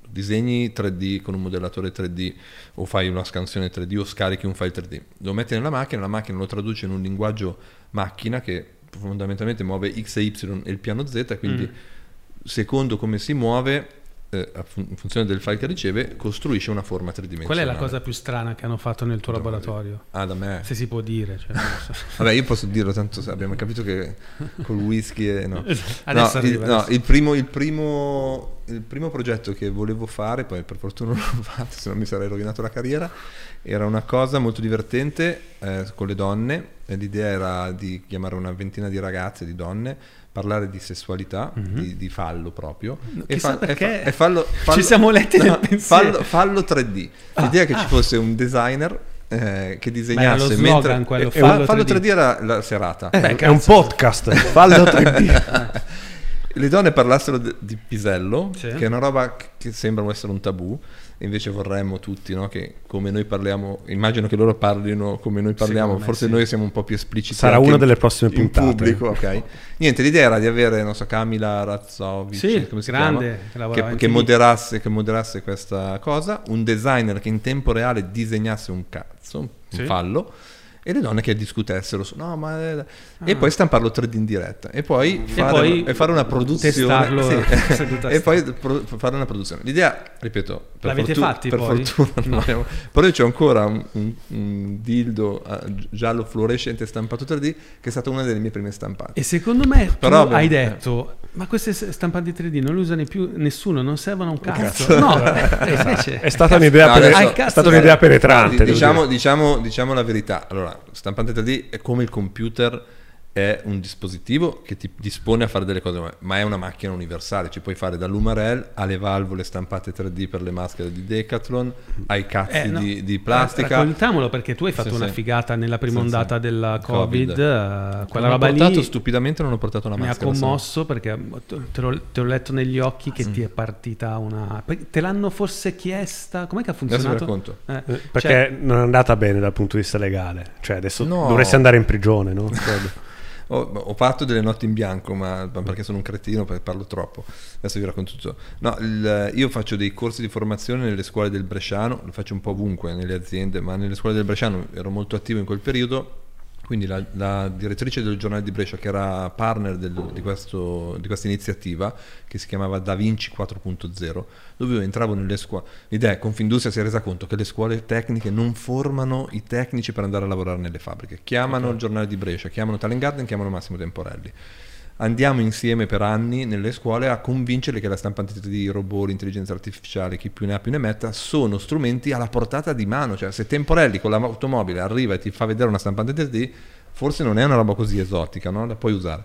disegni tre D con un modellatore tre D o fai una scansione tre D o scarichi un file tre D, lo metti nella macchina, la macchina lo traduce in un linguaggio macchina che fondamentalmente muove X e Y e il piano Z, quindi mm. secondo come si muove eh, in funzione del file che riceve costruisce una forma tridimensionale. Qual è la cosa più strana che hanno fatto nel tuo no, laboratorio? Ah, da me? Se si può dire, cioè, so. Vabbè, io posso dirlo, tanto abbiamo capito che col whisky e no. Adesso no, arriva, il, adesso. no il primo il primo il primo progetto che volevo fare, poi per fortuna non l'ho fatto, se no mi sarei rovinato la carriera, era una cosa molto divertente eh, con le donne. L'idea era di chiamare una ventina di ragazze, di donne, parlare di sessualità, mm-hmm. di, di fallo proprio. E, fa, perché e, fa, e fallo, fallo, ci siamo letti no, nel pensiero. Fallo, fallo tre D. L'idea ah, è che ah. ci fosse un designer eh, che disegnasse slogan, mentre quello, e, fallo, fallo tre D. tre D era la serata. Eh, Beh, è un podcast, fallo tre D. Le donne parlassero d- di pisello, sì. che è una roba che sembra essere un tabù, e invece vorremmo tutti, no, che come noi parliamo, immagino che loro parlino come noi parliamo, me, forse sì. noi siamo un po' più espliciti. Sarà una delle prossime in puntate. Pubblico, ok. Niente, l'idea era di avere, non so, Camila Razzovic, sì, come si grande, chiama, che, che, moderasse, che moderasse questa cosa, un designer che in tempo reale disegnasse un cazzo, un sì. fallo, e le donne che discutessero su no ma ah. e poi stamparlo tre D in diretta e poi, e fare, poi e fare una produzione sì. e poi pro, fare una produzione. L'idea, ripeto, per l'avete fortuna, fatti per poi? fortuna no. abbiamo, però io c'ho ancora un, un, un dildo uh, giallo fluorescente stampato tre D che è stata una delle mie prime stampate. E secondo me però, tu hai eh. detto ma queste stampanti tre D non le usano più nessuno, non servono a un cazzo, cazzo. No, eh, invece, è stata un'idea, no, pene- adesso, è stata un'idea penetrante. Diciamo, diciamo, diciamo la verità. Allora, stampante tre D è come il computer, è un dispositivo che ti dispone a fare delle cose, ma è una macchina universale. Ci puoi fare dall'Umarell alle valvole stampate tre D per le maschere di Decathlon, ai cazzi eh, no. di, di plastica. Raccontiamolo, perché tu hai fatto sì, una sì. figata nella prima sì, ondata sì. della Covid, COVID. Uh, quella non roba ho portato, lì stupidamente non ho portato la mi maschera. ha commosso, perché te l'ho, te l'ho letto negli occhi che mm. ti è partita una... Te l'hanno forse chiesta? Com'è che ha funzionato? Adesso vi racconto. Eh, perché cioè... non è andata bene dal punto di vista legale, cioè adesso no. dovresti andare in prigione, no? Ho, ho fatto delle notti in bianco, ma perché sono un cretino, perché parlo troppo. Adesso vi racconto tutto. No, il, io faccio dei corsi di formazione nelle scuole del Bresciano, lo faccio un po' ovunque nelle aziende, ma nelle scuole del Bresciano ero molto attivo in quel periodo. Quindi la, la direttrice del giornale di Brescia, che era partner del, di, questo, di questa iniziativa, che si chiamava Da Vinci quattro punto zero, dove io entravo nelle scuole. L'idea è: Confindustria si è resa conto che le scuole tecniche non formano i tecnici per andare a lavorare nelle fabbriche. Chiamano okay. il giornale di Brescia, chiamano Talent Garden, chiamano Massimo Temporelli. Andiamo insieme per anni nelle scuole a convincerle che la stampante tre D, robot, l'intelligenza artificiale, chi più ne ha più ne metta, sono strumenti alla portata di mano. Cioè, se Temporelli con l'automobile arriva e ti fa vedere una stampante tre D, forse non è una roba così esotica, no? La puoi usare.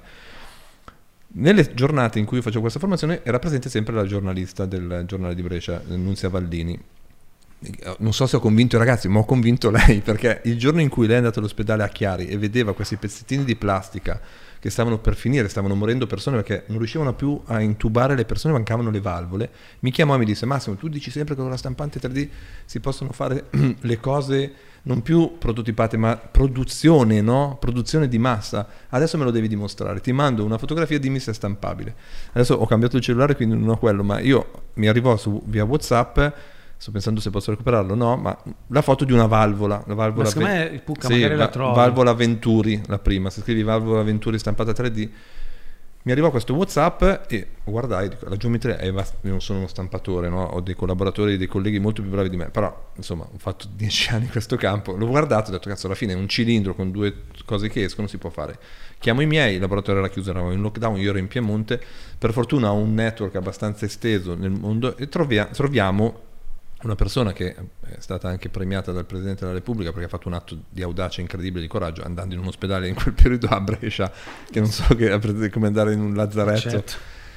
Nelle giornate in cui io facevo questa formazione era presente sempre la giornalista del giornale di Brescia, Nunzia Vallini. Non so se ho convinto i ragazzi, ma ho convinto lei, perché il giorno in cui lei è andata all'ospedale a Chiari e vedeva questi pezzettini di plastica che stavano per finire, stavano morendo persone perché non riuscivano più a intubare le persone, mancavano le valvole, mi chiamò e mi disse: Massimo, tu dici sempre che con la stampante tre D si possono fare le cose non più prototipate, ma produzione, no? Produzione di massa. Adesso me lo devi dimostrare, ti mando una fotografia, dimmi se è stampabile. Adesso ho cambiato il cellulare, quindi non ho quello, ma io mi arrivò su, via WhatsApp. Sto pensando se posso recuperarlo, no, ma la foto di una valvola, la valvola ma secondo me il Pucca sì, magari va, la trovi. Valvola Venturi, la prima, se scrivi valvola Venturi stampata tre D, mi arrivò questo WhatsApp e guardai, dico, la geometria è vast- io non sono uno stampatore, no? Ho dei collaboratori, dei colleghi molto più bravi di me, però insomma ho fatto dieci anni in questo campo, l'ho guardato e ho detto: cazzo, alla fine è un cilindro con due cose che escono, si può fare. Chiamo i miei, il laboratorio era chiuso, eravamo in lockdown, io ero in Piemonte, per fortuna ho un network abbastanza esteso nel mondo e trovia- troviamo una persona che è stata anche premiata dal Presidente della Repubblica perché ha fatto un atto di audacia incredibile, di coraggio, andando in un ospedale in quel periodo a Brescia, che non so che, come andare in un lazzaretto. Certo.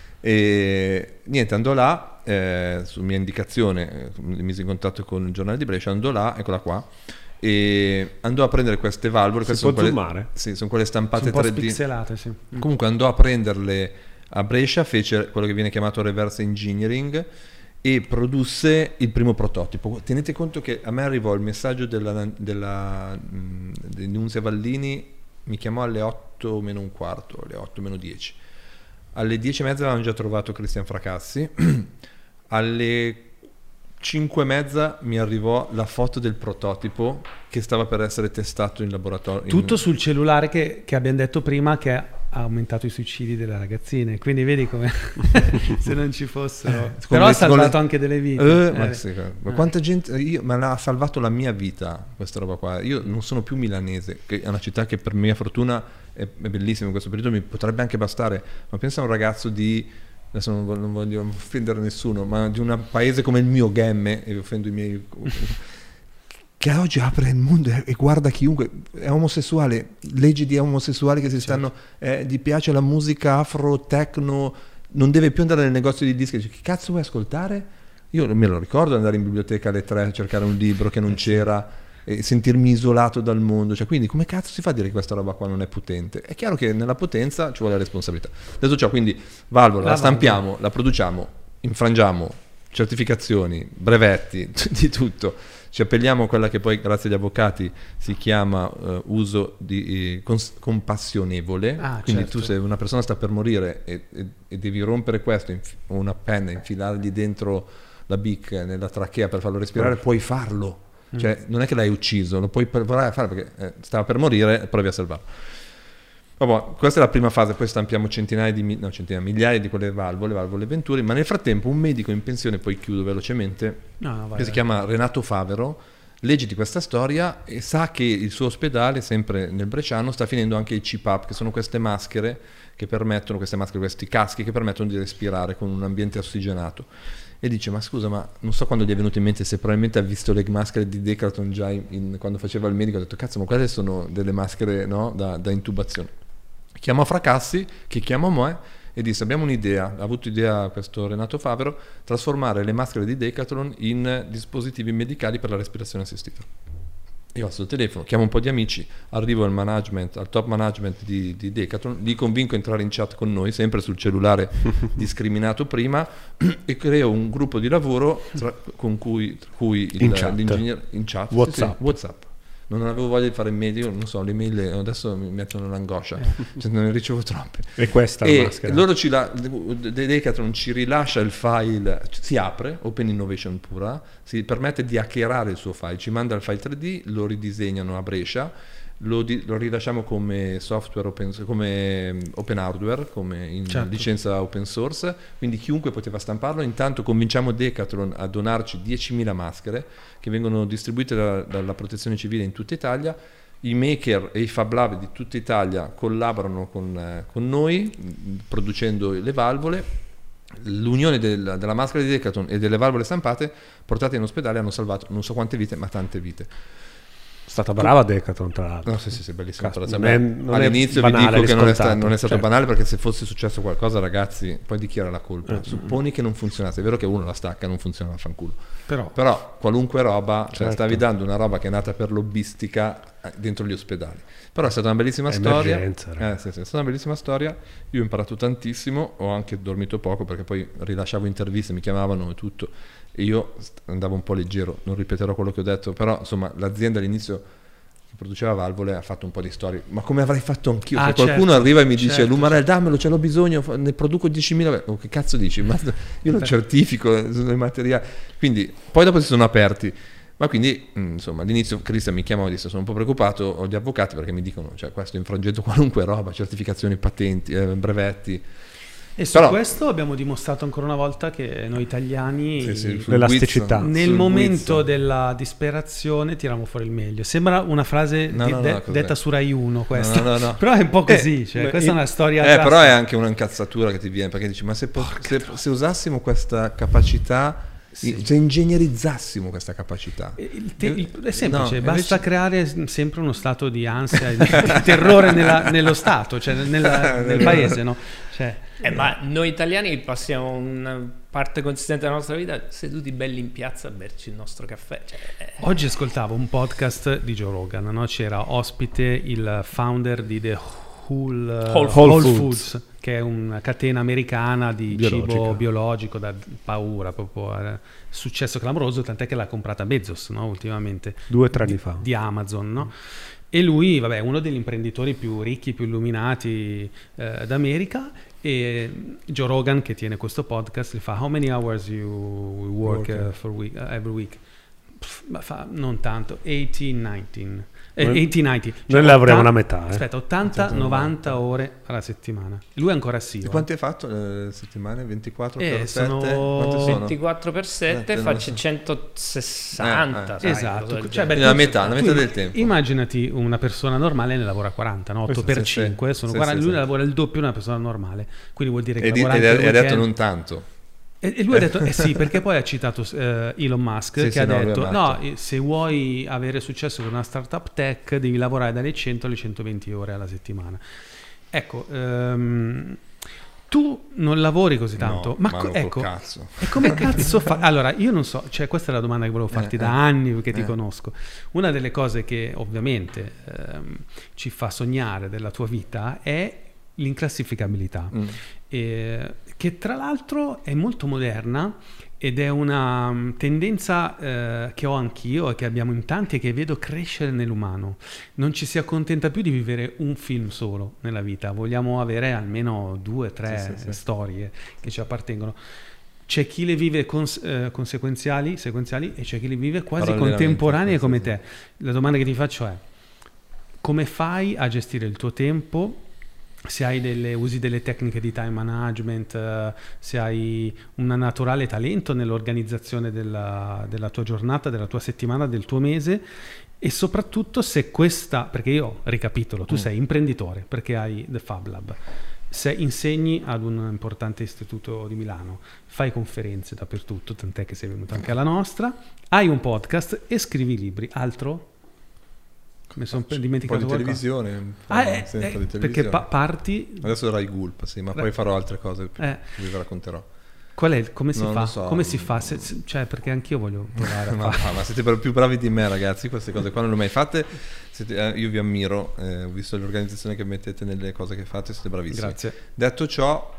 E niente, andò là, eh, su mia indicazione, mi mise in contatto con il giornale di Brescia, andò là, eccola qua, e andò a prendere queste valvole. Si queste può sono zoomare? Quelle, sì, sono quelle stampate sono un po' tre D. spixelate, sì. Comunque andò a prenderle a Brescia, fece quello che viene chiamato reverse engineering e produsse il primo prototipo. Tenete conto che a me arrivò il messaggio della, della di Nunzia Vallini, mi chiamò alle otto meno un quarto, alle otto meno dieci. Alle dieci e mezza avevamo già trovato Cristian Fracassi, alle cinque e mezza mi arrivò la foto del prototipo che stava per essere testato in laboratorio. Tutto in... sul cellulare che, che abbiamo detto prima, che ha aumentato i suicidi delle ragazzine, quindi vedi come se non ci fossero, Eh, però ha le- salvato le- anche delle vite. Eh, Eh, ma sì, ma eh. quanta gente, io, ma l'ha salvato la mia vita questa roba qua. Io non sono più milanese, che è una città che per mia fortuna è, è bellissima in questo periodo, mi potrebbe anche bastare, ma pensa a un ragazzo di, adesso non voglio, non voglio offendere nessuno, ma di un paese come il mio, Gemme, e offendo i miei, che oggi apre il mondo e, e guarda chiunque, è omosessuale, leggi di omosessuali che si stanno, eh, gli piace la musica afro, techno, non deve più andare nel negozio di dischi, dice, che cazzo vuoi ascoltare? Io me lo ricordo andare in biblioteca alle tre a cercare un libro che non c'era e sentirmi isolato dal mondo, cioè, quindi come cazzo si fa a dire che questa roba qua non è potente? È chiaro che nella potenza ci vuole la responsabilità. Detto ciò, quindi valvola, la, La stampiamo, valvola. la produciamo, infrangiamo certificazioni, brevetti, di tutto. Ci appelliamo a quella che poi grazie agli avvocati si chiama eh, uso di eh, cons- compassionevole. Ah, Quindi certo. tu, se una persona sta per morire e, e- e devi rompere questo, inf- o una penna, infilargli dentro la bic nella trachea per farlo respirare, puoi farlo. Cioè non è che l'hai ucciso, lo puoi provare a fare perché eh, stava per morire, provi a salvarlo. Vabbè, questa è la prima fase, poi stampiamo centinaia di mi- no, centinaia, migliaia di quelle valvole, valvole Venturi, ma nel frattempo un medico in pensione, poi chiudo velocemente, No, no, vai, che vai. si chiama Renato Favero, legge di questa storia e sa che il suo ospedale, sempre nel Bresciano, sta finendo anche i C PAP, che sono queste maschere che permettono, queste maschere, questi caschi che permettono di respirare con un ambiente ossigenato. E dice, ma scusa, ma non so quando gli è venuto in mente, se probabilmente ha visto le maschere di Decathlon già in, in- quando faceva il medico, ha detto, cazzo, ma quelle sono delle maschere, no, da, da intubazione. Chiamò Fracassi, che chiamò me e disse, abbiamo un'idea, ha avuto idea questo Renato Favero, trasformare le maschere di Decathlon in dispositivi medicali per la respirazione assistita. Io alzo il telefono, chiamo un po' di amici, arrivo al management, al top management di, di Decathlon, li convinco a entrare in chat con noi, sempre sul cellulare discriminato prima, e creo un gruppo di lavoro tra, con cui, tra cui il, In chat. l'ingegnere in chat, WhatsApp. sì, sì, WhatsApp. Non avevo voglia di fare medio, non so, le mail adesso mi mettono nell'angoscia, cioè, non ne ricevo troppe. E questa è la E maschera. loro ci la, De- Decathlon ci rilascia il file, si apre, Open Innovation pura, si permette di hackerare il suo file, ci manda il file tre D, lo ridisegnano a Brescia, lo, di- lo rilasciamo come software open, come mm, open hardware, come in Certo. licenza open source, quindi chiunque poteva stamparlo. Intanto convinciamo Decathlon a donarci diecimila maschere che vengono distribuite da- dalla protezione civile in tutta Italia. I maker e i Fab Lab di tutta Italia collaborano con, eh, con noi mh, producendo le valvole. L'unione del- della maschera di Decathlon e delle valvole stampate portate in ospedale hanno salvato non so quante vite, ma tante vite. È stata brava Decathlon, tra l'altro. No, sì, sì, sì, bellissima Cazzo, operazione. non è- non è All'inizio vi banale, dico che non è, sta- scontato. non è stato Certo. banale, perché se fosse successo qualcosa, ragazzi, poi di chi era la colpa? Eh. Supponi che non funzionasse, è vero che uno la stacca, non funziona, fanculo. Però Però qualunque roba, cioè Certo. stavi dando una roba che è nata per lobbistica eh, dentro gli ospedali. Però è stata una bellissima storia. Emergenza, Eh, ragazzi. sì, sì, è stata una bellissima storia. Io ho imparato tantissimo, ho anche dormito poco perché poi rilasciavo interviste, mi chiamavano e tutto. E io st- andavo un po' leggero, non ripeterò quello che ho detto, però insomma l'azienda all'inizio che produceva valvole ha fatto un po' di storie, ma come avrei fatto anch'io? Ah, Se qualcuno certo, arriva e mi dice certo. Lumarel dammelo, ce l'ho bisogno, fa- ne produco diecimila, oh, che cazzo dici? Ma io lo Beh. certifico, eh, sono i materiali, quindi poi dopo si sono aperti, ma quindi mh, insomma all'inizio Cristian mi chiamava e disse sono un po' preoccupato, ho gli avvocati perché mi dicono cioè questo infrangendo qualunque roba, certificazioni, patenti, eh, brevetti. e su Però- questo abbiamo dimostrato ancora una volta che noi italiani Sì, sì, sul L'elasticità. guizzo, nel sul momento guizzo. della disperazione tiriamo fuori il meglio. Sembra una frase No, di- no, no, de- cos'è? detta su Rai uno questa. No, no, no. Però è un po' così, Eh, cioè, beh, questa è io- una storia Eh, però è classica. anche un'incazzatura che ti viene, perché dici, ma se, po- se, se usassimo questa capacità, Sì. se ingegnerizzassimo questa capacità. Il te- il- è semplice, No, basta invece- creare sempre uno stato di ansia e di terrore nella- nello Stato, cioè nella- nel paese, no? Cioè, Eh, ma noi italiani passiamo una parte consistente della nostra vita seduti belli in piazza a berci il nostro caffè. Cioè, eh, oggi ascoltavo un podcast di Joe Rogan, no? C'era ospite il founder di The Whole, uh, Whole Whole Foods. Foods, che è una catena americana di Biologica. cibo biologico da paura, proprio eh, successo clamoroso, tant'è che l'ha comprata Bezos, no? Ultimamente. Due o tre anni fa. Di Amazon, no? E lui, vabbè, è uno degli imprenditori più ricchi, più illuminati eh, d'America, E Joe Rogan, che tiene questo podcast, gli fa: how many hours you work uh, for week, uh, every week? Pff, ma fa non tanto, eighteen nineteen eh, Noi- eighteen ninety. Noi lavoriamo una metà, eh. Aspetta, ottanta novanta ore alla settimana. Lui è ancora E attivo. quante hai fatto le settimane? ventiquattro Eh, per sette? sono- Quante sono? ventiquattro per sette Eh, faccio non so. centosessanta. Eh, eh. sai, Esatto, cosa del cioè, genere. beh, La tu- metà, la tu metà del tempo. Immaginati una persona normale ne lavora quaranta, no? otto Questo per sì, sì. cinque sono Sì, quaranta, sì, lui sì. lavora il doppio di una persona normale, quindi vuol dire che E, di- lavora ed anche è- il ed ha detto weekend. non tanto. E e lui ha detto, eh sì, perché poi ha citato eh, Elon Musk, Sì, che sì, ha no, lui è detto, matto. no, eh, se vuoi avere successo con una startup tech devi lavorare dalle cento alle centoventi ore alla settimana. Ecco, ehm, tu non lavori così tanto, No, ma ma co- non ecco, col cazzo. e come cazzo fa? Allora, io non so, cioè questa è la domanda che volevo farti Eh, da eh. anni perché ti Eh. conosco. Una delle cose che ovviamente ehm, ci fa sognare della tua vita è l'inclassificabilità. Mm. Eh, che tra l'altro è molto moderna ed è una mm, tendenza eh, che ho anch'io e che abbiamo in tanti e che vedo crescere nell'umano. Non ci si accontenta più di vivere un film solo nella vita, vogliamo avere almeno due, tre Sì, sì, sì. storie che ci appartengono. C'è chi le vive cons- eh, conseguenziali, sequenziali e c'è chi le vive quasi Parallelamente, contemporanee sì, come sì. te. La domanda che ti faccio è: come fai a gestire il tuo tempo? Se hai delle, usi delle tecniche di time management, eh, se hai un naturale talento nell'organizzazione della, della tua giornata, della tua settimana, del tuo mese, e soprattutto se questa, perché io ricapitolo, tu Mm. sei imprenditore perché hai The Fab Lab, se insegni ad un importante istituto di Milano, fai conferenze dappertutto, tant'è che sei venuto anche alla nostra, hai un podcast e scrivi libri, altro? Mi sono Un dimenticato po' di qualcosa. televisione. un po', Ah, eh, sì, un po' eh, di perché televisione. pa- parti. Adesso Rai Gulp, sì, ma Ra- poi farò altre cose Eh. che vi racconterò. Qual è? Come si Non fa? lo so. Come si fa? Se- se- cioè, perché anch'io voglio provare a Ma, fare. ma siete più bravi di me, ragazzi. Queste cose qua non le ho mai fatte. Siete- eh, io vi ammiro. eh, ho visto l'organizzazione che mettete nelle cose che fate. Siete bravissimi. Grazie. Detto ciò,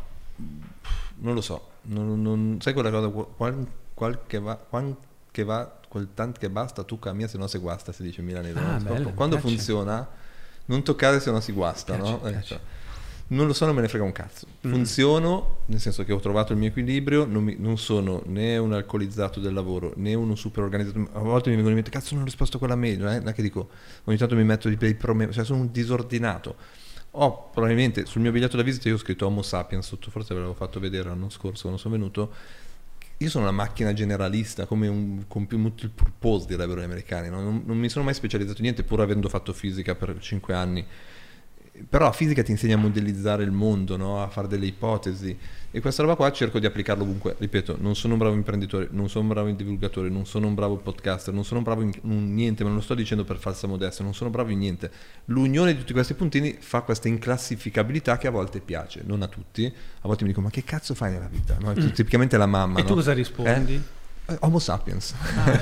non lo so. Non, non- sai quella cosa? Qual, qual che va, qual che va, quel tanto che basta, tu cammina, se no si guasta, si dice in milanese. Ah, no? bello, mi Quando piace. funziona, non toccare se no si guasta, Piace, no? piace. Ecco. Non lo so, non me ne frega un cazzo. Mm. Funziono, nel senso che ho trovato il mio equilibrio, non, mi- non sono né un alcolizzato del lavoro, né uno super organizzato. A volte mi vengono in mente, cazzo, non ho risposto a quella mail, non è, non è che dico, ogni tanto mi metto dei problemi, cioè sono un disordinato. Ho probabilmente, sul mio biglietto da visita io ho scritto Homo sapiens sotto, forse ve l'avevo fatto vedere l'anno scorso quando sono venuto. Io sono una macchina generalista, come un computer multipurpose, direbbero gli americani, no? non, non mi sono mai specializzato in niente, pur avendo fatto fisica per cinque anni. Però la fisica ti insegna a modellizzare il mondo, no? A fare delle ipotesi, e questa roba qua cerco di applicarlo ovunque. Ripeto, non sono un bravo imprenditore, non sono un bravo divulgatore, non sono un bravo podcaster, non sono un bravo in in niente, ma non lo sto dicendo per falsa modestia, non sono bravo in niente. L'unione di tutti questi puntini fa questa inclassificabilità che a volte piace, non a tutti. A volte mi dicono, ma che cazzo fai nella vita? No? Mm. Tipicamente la mamma, E no? tu cosa rispondi? Eh, Homo sapiens.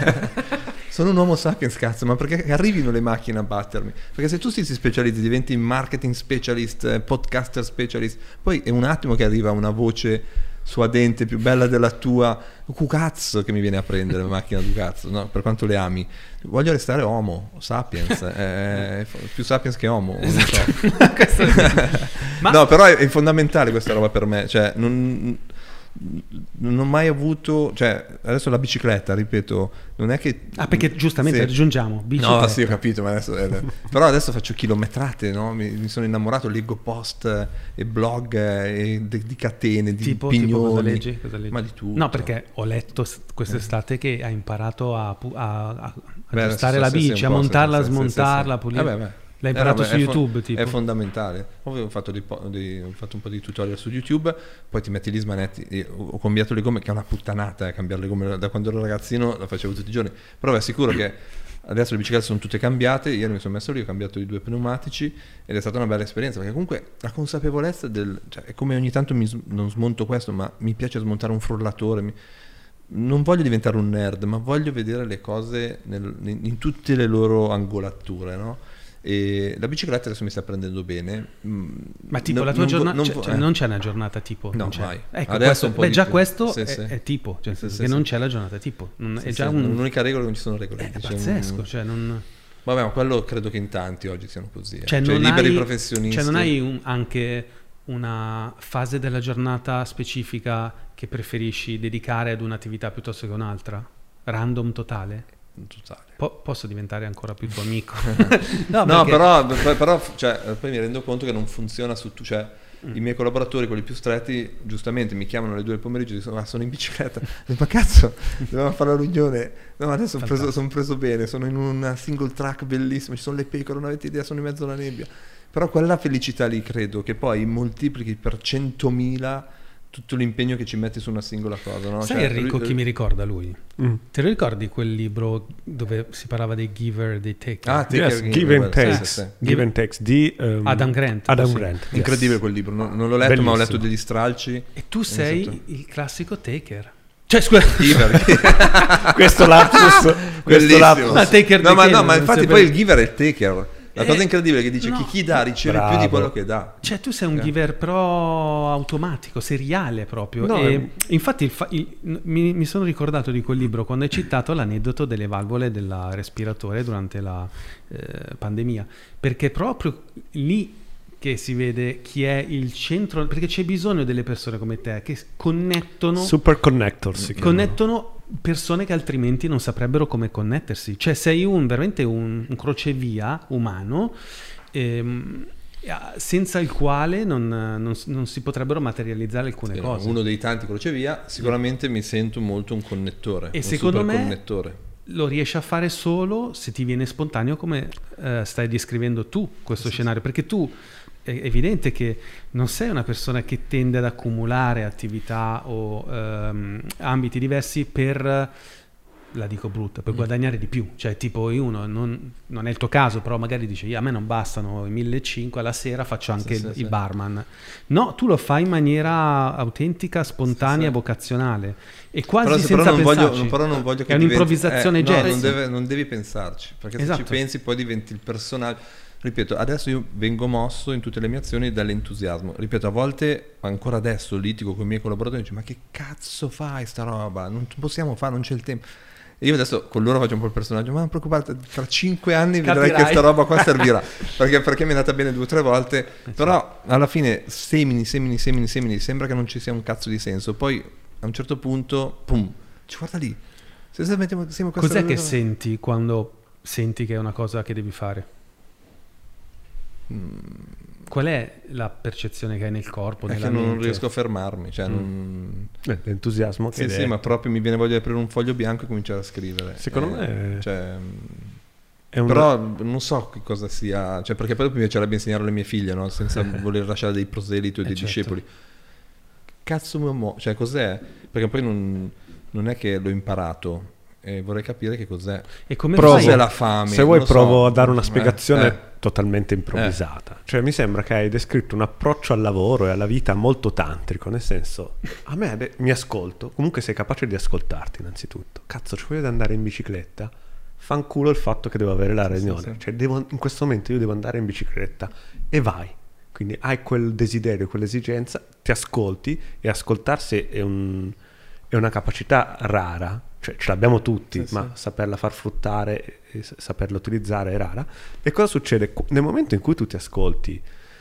Sono un Homo sapiens, cazzo, ma perché arrivino le macchine a battermi? Perché se tu si specializzi, diventi marketing specialist, eh, podcaster specialist, poi è un attimo che arriva una voce suadente, più bella della tua, cucazzo che mi viene a prendere la macchina du cazzo, no? Per quanto le ami. Voglio restare Homo sapiens, eh, più sapiens che Homo, non so. Questo è- Ma- No, però è, è fondamentale questa roba per me, cioè non, non ho mai avuto, cioè adesso la bicicletta, ripeto, non è che... Ah, perché giustamente Sì. aggiungiamo bicicletta. No, sì, ho capito, ma adesso, eh, però adesso faccio chilometrate, no? Mi, mi sono innamorato, leggo post eh, e blog eh, e di, di catene, di Tipo, pignoni. tipo cosa leggi? Cosa leggi? Ma di tutto. No, perché ho letto s- quest'estate che hai imparato a, pu- a, a Beh, aggiustare adesso la sì, sì, bici, un a po', montarla, sì, a sì, sì, smontarla, a sì. pulire. Eh, beh, beh. L'hai Eh, imparato no, su è fo- YouTube, tipo? È fondamentale. Poi ho fatto, dei po- dei- ho fatto un po' di tutorial su YouTube, poi ti metti gli smanetti. E ho ho cambiato le gomme, che è una puttanata eh, cambiare le gomme. Da quando ero ragazzino la facevo tutti i giorni. Però vi assicuro che adesso le biciclette sono tutte cambiate. Ieri mi sono messo lì, ho cambiato i due pneumatici ed è stata una bella esperienza, perché comunque la consapevolezza del... Cioè, è come ogni tanto mi, s- non smonto questo, ma mi piace smontare un frullatore. mi- Non voglio diventare un nerd, ma voglio vedere le cose nel- in, in tutte le loro angolature, no? E la bicicletta adesso mi sta prendendo bene. Mm, Ma tipo no- la tua non vo- giornata, non cioè, vo- cioè, eh. non c'è una giornata tipo? No, non c'è. mai. Ecco, Adesso questo- un po' beh, di già più. questo Sì, è, sì. è tipo, cioè, nel Sì, senso sì, che sì. non c'è la giornata tipo. Non, Sì, è sì, già un... l'unica regola è che non ci sono regole. È Dice, pazzesco, un- cioè non... Vabbè, ma quello credo che in tanti oggi siano così. eh. Cioè, Cioè, non liberi hai, professionisti. cioè non hai un- anche una fase della giornata specifica che preferisci dedicare ad un'attività piuttosto che un'altra? Random totale? Totale. Po- posso diventare ancora più tuo amico? No, perché- però, però cioè, poi mi rendo conto che non funziona su tu, cioè Mm. i miei collaboratori, quelli più stretti, giustamente mi chiamano alle due del pomeriggio e dicono: ah, sono in bicicletta. Ma cazzo, dovevamo fare la riunione. No, adesso sono preso, son preso bene, sono in una single track bellissima, ci sono le pecore, non avete idea, sono in mezzo alla nebbia. Però quella felicità lì credo che poi moltiplichi per centomila tutto l'impegno che ci metti su una singola cosa, no? Sai Cioè, Enrico lui- chi mi ricorda lui? Mm. Te lo ricordi quel libro dove si parlava dei giver e dei taker? Ah, Taker Yes, Giver, give and sì, takes, sì, sì. give and takes di ehm, Adam Grant, Adam sì. Grant, yes. Incredibile quel libro, non, non l'ho letto, ma ho letto Bellissimo. degli stralci. E tu sei Esatto. il classico taker. Cioè, scusa, Giver. Questo lapsus, questo Bellissimo. lapsus. Ma taker No, di ma che? no, ma Non infatti sapevo. poi il giver è il taker. La Eh, cosa incredibile è che dice no. chi chi dà riceve più di Bravo. quello che dà. Cioè, tu sei un Eh. giver però automatico, seriale proprio. No, e è- infatti il fa- il- mi, mi sono ricordato di quel libro quando hai citato l'aneddoto delle valvole del respiratore durante la eh, pandemia, perché è proprio lì che si vede chi è il centro, perché c'è bisogno delle persone come te che connettono Super connector si chiama. connettono persone che altrimenti non saprebbero come connettersi. Cioè sei un veramente un, un crocevia umano ehm, senza il quale non, non, non si potrebbero materializzare alcune Sì, no, cose. uno dei tanti crocevia, sicuramente mi sento molto un connettore. E un secondo super me connettore. lo riesci a fare solo se ti viene spontaneo, come eh, stai descrivendo tu questo scenario, perché tu è evidente che non sei una persona che tende ad accumulare attività o ehm, ambiti diversi per, la dico brutta, per Mm. guadagnare di più. Cioè tipo io uno, non, non è il tuo caso, però magari dici a me non bastano i millecinquecento, alla sera faccio anche Sì, il, sì, il sì. barman. No, tu lo fai in maniera autentica, spontanea, Sì, sì. vocazionale e quasi Però, se- senza però non voglio, pensarci. non- però non voglio che è diventi- un'improvvisazione eh, no, jazz. non, deve- non devi pensarci, perché se Esatto. ci pensi poi diventi il personaggio. Ripeto, adesso io vengo mosso in tutte le mie azioni dall'entusiasmo. Ripeto, a volte, ancora adesso, litigo con i miei collaboratori e dico: ma che cazzo fai sta roba? Non possiamo fare, non c'è il tempo. E io adesso con loro faccio un po' il personaggio, ma non preoccupate, tra cinque anni vedrai Capirai. che sta roba qua servirà. perché, perché mi è andata bene due o tre volte. Però alla fine semini, semini, semini, semini, sembra che non ci sia un cazzo di senso. Poi a un certo punto, pum, ci guarda lì. Se se mettiamo insieme questa Cos'è che roba- senti quando senti che è una cosa che devi fare? Mm, Qual è la percezione che hai nel corpo, è nella che non mente? riesco a fermarmi. Cioè, Mm. non... Eh, l'entusiasmo che Sì, hai sì, detto. ma proprio mi viene voglia di aprire un foglio bianco e cominciare a scrivere. Secondo Eh, me- cioè, È un- però non so che cosa sia, cioè perché poi mi piacerebbe insegnare alle mie figlie, no? Senza voler lasciare dei proseliti o Eh, dei certo. discepoli. Cazzo mio mo, cioè cos'è? Perché poi non, non è che l'ho imparato e vorrei capire che cos'è. E come Provo. fai? Cos'è la fame? Se vuoi Non lo so. provo a dare una Eh, spiegazione eh. totalmente improvvisata. Cioè mi sembra che hai descritto un approccio al lavoro e alla vita molto tantrico, nel senso, a me ade- mi ascolto, comunque sei capace di ascoltarti innanzitutto. Cazzo, ci voglio di andare in bicicletta? Fanculo il fatto che devo avere la riunione. sì. Cioè devo- in questo momento io devo andare in bicicletta e vai. Quindi hai quel desiderio, quell'esigenza, ti ascolti e ascoltarsi è, un- è una capacità rara. Cioè ce l'abbiamo tutti, Sì, ma sì. saperla far fruttare e s- saperla utilizzare è rara. E cosa succede? Qu- Nel momento in cui tu ti ascolti,